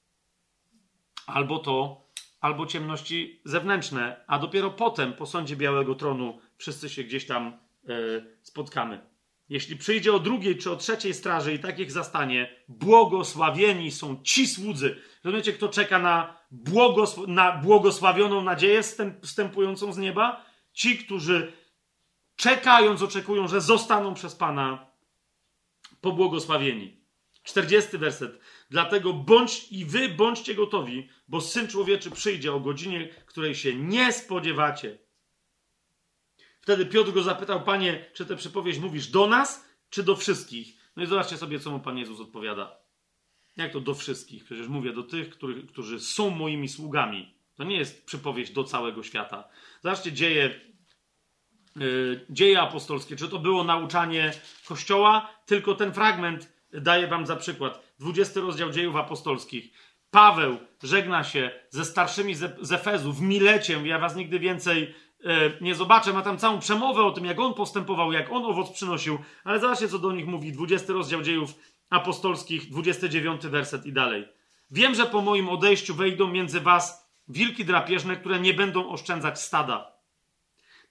Albo to, albo ciemności zewnętrzne, a dopiero potem, po sądzie Białego Tronu, wszyscy się gdzieś tam e, spotkamy. Jeśli przyjdzie o drugiej czy o trzeciej straży i takich zastanie, błogosławieni są ci słudzy. Rozumiecie, kto czeka na, błogosł- na błogosławioną nadzieję wstępującą z nieba? Ci, którzy czekając, oczekują, że zostaną przez Pana pobłogosławieni. czterdziesty werset. Dlatego bądź i wy bądźcie gotowi, bo Syn Człowieczy przyjdzie o godzinie, której się nie spodziewacie. Wtedy Piotr go zapytał, Panie, czy tę przypowieść mówisz do nas, czy do wszystkich? No i zobaczcie sobie, co mu Pan Jezus odpowiada. Jak to do wszystkich? Przecież mówię do tych, których, którzy są moimi sługami. To nie jest przypowieść do całego świata. Zobaczcie dzieje Dzieje apostolskie, czy to było nauczanie Kościoła? Tylko ten fragment daję wam za przykład. dwudziesty rozdział Dziejów apostolskich. Paweł żegna się ze starszymi z Efezu w Milecie. Ja was nigdy więcej e, nie zobaczę. Ma tam całą przemowę o tym, jak on postępował, jak on owoc przynosił. Ale zobaczcie, co do nich mówi. dwudziesty rozdział Dziejów apostolskich, dwudziesty dziewiąty werset i dalej. Wiem, że po moim odejściu wejdą między was wilki drapieżne, które nie będą oszczędzać stada.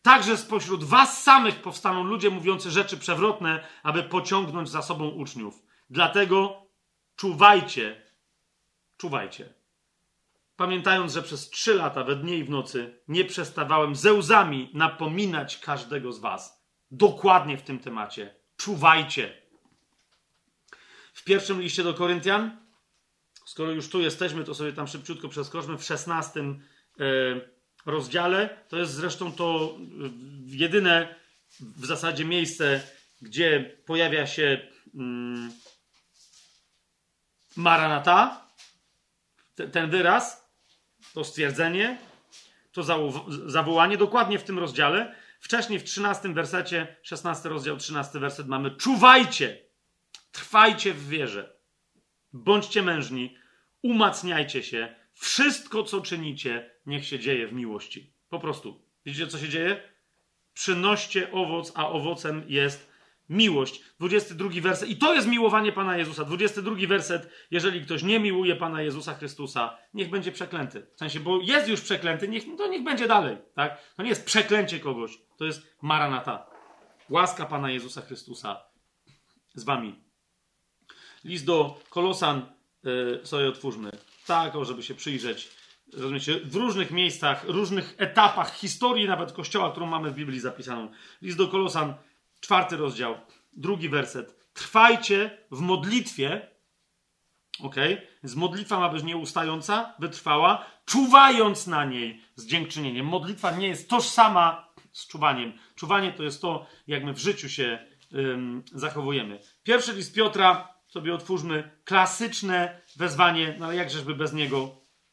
Także spośród was samych powstaną ludzie mówiący rzeczy przewrotne, aby pociągnąć za sobą uczniów. Dlatego czuwajcie, czuwajcie. Pamiętając, że przez trzy lata we dnie i w nocy nie przestawałem ze łzami napominać każdego z was. Dokładnie w tym temacie. Czuwajcie. W pierwszym liście do Koryntian, skoro już tu jesteśmy, to sobie tam szybciutko przeskoczmy, w szesnastym rozdziale. To jest zresztą to jedyne w zasadzie miejsce, gdzie pojawia się mm, Maranata, T- ten wyraz, to stwierdzenie, to zawo- zawołanie, dokładnie w tym rozdziale. Wcześniej w trzynastym wersecie, szesnasty rozdział, trzynasty werset mamy: czuwajcie, trwajcie w wierze, bądźcie mężni, umacniajcie się, wszystko co czynicie, niech się dzieje w miłości. Po prostu. Widzicie, co się dzieje? Przynoście owoc, a owocem jest miłość. dwudziesty drugi werset. I to jest miłowanie Pana Jezusa. dwudziesty drugi werset. Jeżeli ktoś nie miłuje Pana Jezusa Chrystusa, niech będzie przeklęty. W sensie, bo jest już przeklęty, niech, to niech będzie dalej. Tak? To nie jest przeklęcie kogoś. To jest Maranata. Łaska Pana Jezusa Chrystusa z wami. List do Kolosan yy, sobie otwórzmy. Tak, o, żeby się przyjrzeć. Rozumiecie? W różnych miejscach, różnych etapach historii nawet Kościoła, którą mamy w Biblii zapisaną. List do Kolosan, czwarty rozdział, drugi werset. Trwajcie w modlitwie. Okej? Okay? Więc modlitwa ma być nieustająca, wytrwała, czuwając na niej z dziękczynieniem. Modlitwa nie jest tożsama z czuwaniem. Czuwanie to jest to, jak my w życiu się ym, zachowujemy. Pierwszy list Piotra, sobie otwórzmy, klasyczne wezwanie, no ale jakżeżby bez niego.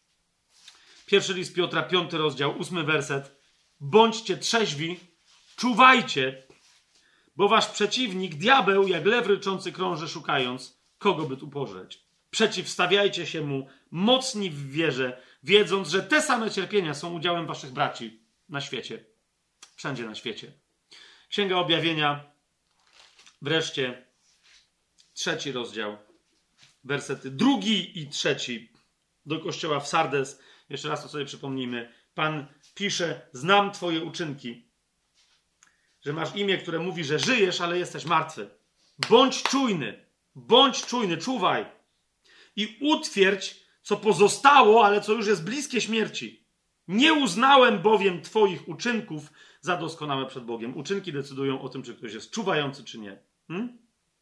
Pierwszy list Piotra, piąty rozdział, ósmy werset. Bądźcie trzeźwi, czuwajcie, bo wasz przeciwnik, diabeł, jak lew ryczący krąży, szukając, kogo by tu pożreć. Przeciwstawiajcie się mu, mocni w wierze, wiedząc, że te same cierpienia są udziałem waszych braci na świecie. Wszędzie na świecie. Księga Objawienia, wreszcie, trzeci rozdział, wersety drugi i trzeci do kościoła w Sardes. Jeszcze raz to sobie przypomnijmy. Pan pisze: znam twoje uczynki, że masz imię, które mówi, że żyjesz, ale jesteś martwy. Bądź czujny, bądź czujny, czuwaj i utwierdź, co pozostało, ale co już jest bliskie śmierci. Nie uznałem bowiem twoich uczynków za doskonałe przed Bogiem. Uczynki decydują o tym, czy ktoś jest czuwający, czy nie. Hmm?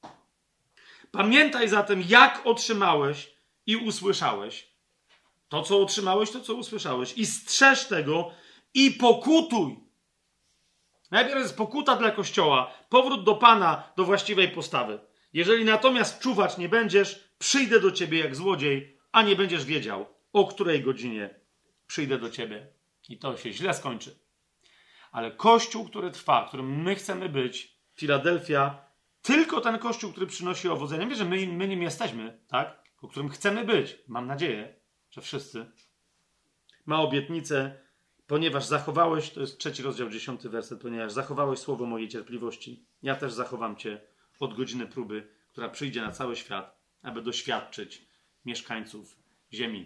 Pamiętaj zatem, jak otrzymałeś i usłyszałeś. To, co otrzymałeś, to, co usłyszałeś. I strzeż tego i pokutuj. Najpierw jest pokuta dla Kościoła. Powrót do Pana, do właściwej postawy. Jeżeli natomiast czuwać nie będziesz, przyjdę do ciebie jak złodziej, a nie będziesz wiedział, o której godzinie przyjdę do ciebie. I to się źle skończy. Ale Kościół, który trwa, którym my chcemy być, Filadelfia, tylko ten Kościół, który przynosi owoc. Ja nie wiem, że my, my nim jesteśmy, tak? O którym chcemy być. Mam nadzieję, że wszyscy. Ma obietnicę, ponieważ zachowałeś, to jest trzeci rozdział, dziesiąty werset, ponieważ zachowałeś słowo mojej cierpliwości, ja też zachowam cię od godziny próby, która przyjdzie na cały świat, aby doświadczyć mieszkańców ziemi.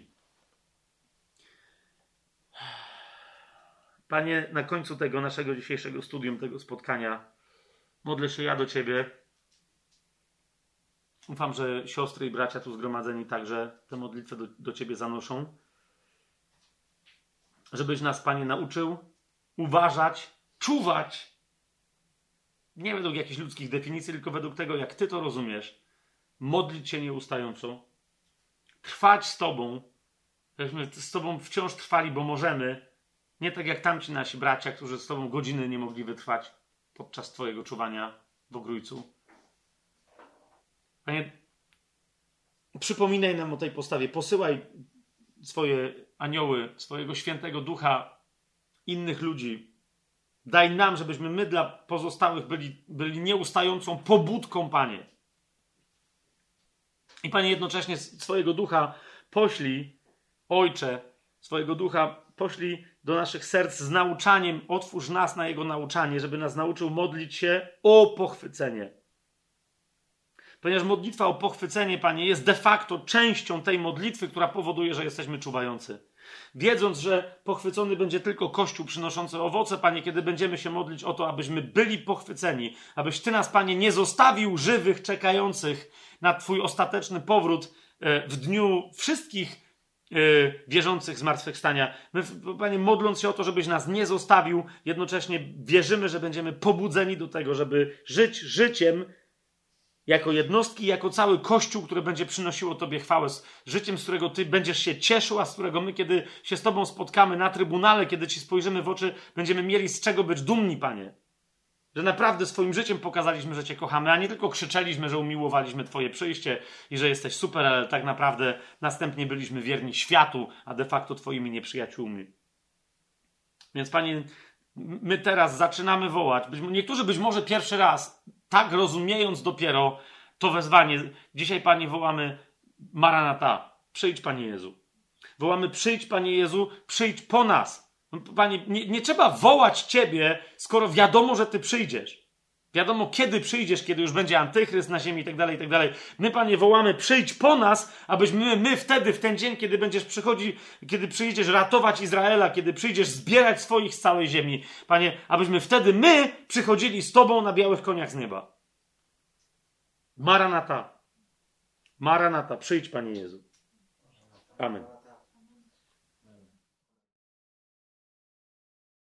Panie, na końcu tego naszego dzisiejszego studium, tego spotkania, modlę się ja do Ciebie. Ufam, że siostry i bracia tu zgromadzeni także tę modlitwę do, do Ciebie zanoszą. Żebyś nas, Panie, nauczył uważać, czuwać, nie według jakichś ludzkich definicji, tylko według tego, jak Ty to rozumiesz. Modlić się nieustająco. Trwać z Tobą. Żebyśmy z Tobą wciąż trwali, bo możemy. Nie tak jak tamci nasi bracia, którzy z Tobą godziny nie mogli wytrwać podczas Twojego czuwania w ogrójcu. Panie, przypominaj nam o tej postawie. Posyłaj swoje anioły, swojego świętego ducha, innych ludzi. Daj nam, żebyśmy my dla pozostałych byli, byli nieustającą pobudką, Panie. I Panie, jednocześnie swojego ducha poślij, Ojcze, swojego ducha poślij do naszych serc z nauczaniem. Otwórz nas na Jego nauczanie, żeby nas nauczył modlić się o pochwycenie. Ponieważ modlitwa o pochwycenie, Panie, jest de facto częścią tej modlitwy, która powoduje, że jesteśmy czuwający. Wiedząc, że pochwycony będzie tylko Kościół przynoszący owoce, Panie, kiedy będziemy się modlić o to, abyśmy byli pochwyceni, abyś Ty nas, Panie, nie zostawił żywych, czekających na Twój ostateczny powrót w dniu wszystkich wierzących zmartwychwstania. My, Panie, modląc się o to, żebyś nas nie zostawił, jednocześnie wierzymy, że będziemy pobudzeni do tego, żeby żyć życiem jako jednostki, jako cały Kościół, który będzie przynosiło Tobie chwałę, z życiem, z którego Ty będziesz się cieszył, a z którego my, kiedy się z Tobą spotkamy na trybunale, kiedy Ci spojrzymy w oczy, będziemy mieli z czego być dumni, Panie. Że naprawdę swoim życiem pokazaliśmy, że Cię kochamy, a nie tylko krzyczeliśmy, że umiłowaliśmy Twoje przyjście i że jesteś super, ale tak naprawdę następnie byliśmy wierni światu, a de facto Twoimi nieprzyjaciółmi. Więc, Panie, my teraz zaczynamy wołać. Niektórzy być może pierwszy raz, tak rozumiejąc dopiero to wezwanie. Dzisiaj, Panie, wołamy Maranata. Przyjdź, Panie Jezu. Wołamy przyjdź, Panie Jezu, przyjdź po nas. Panie, nie, nie trzeba wołać Ciebie, skoro wiadomo, że Ty przyjdziesz. Wiadomo, kiedy przyjdziesz, kiedy już będzie antychryst na ziemi i tak dalej, i tak dalej. My, Panie, wołamy przyjdź po nas, abyśmy my wtedy, w ten dzień, kiedy będziesz przychodzi, kiedy przyjdziesz ratować Izraela, kiedy przyjdziesz zbierać swoich z całej ziemi, Panie, abyśmy wtedy my przychodzili z Tobą na białych koniach z nieba. Maranata. Maranata. Przyjdź, Panie Jezu. Amen.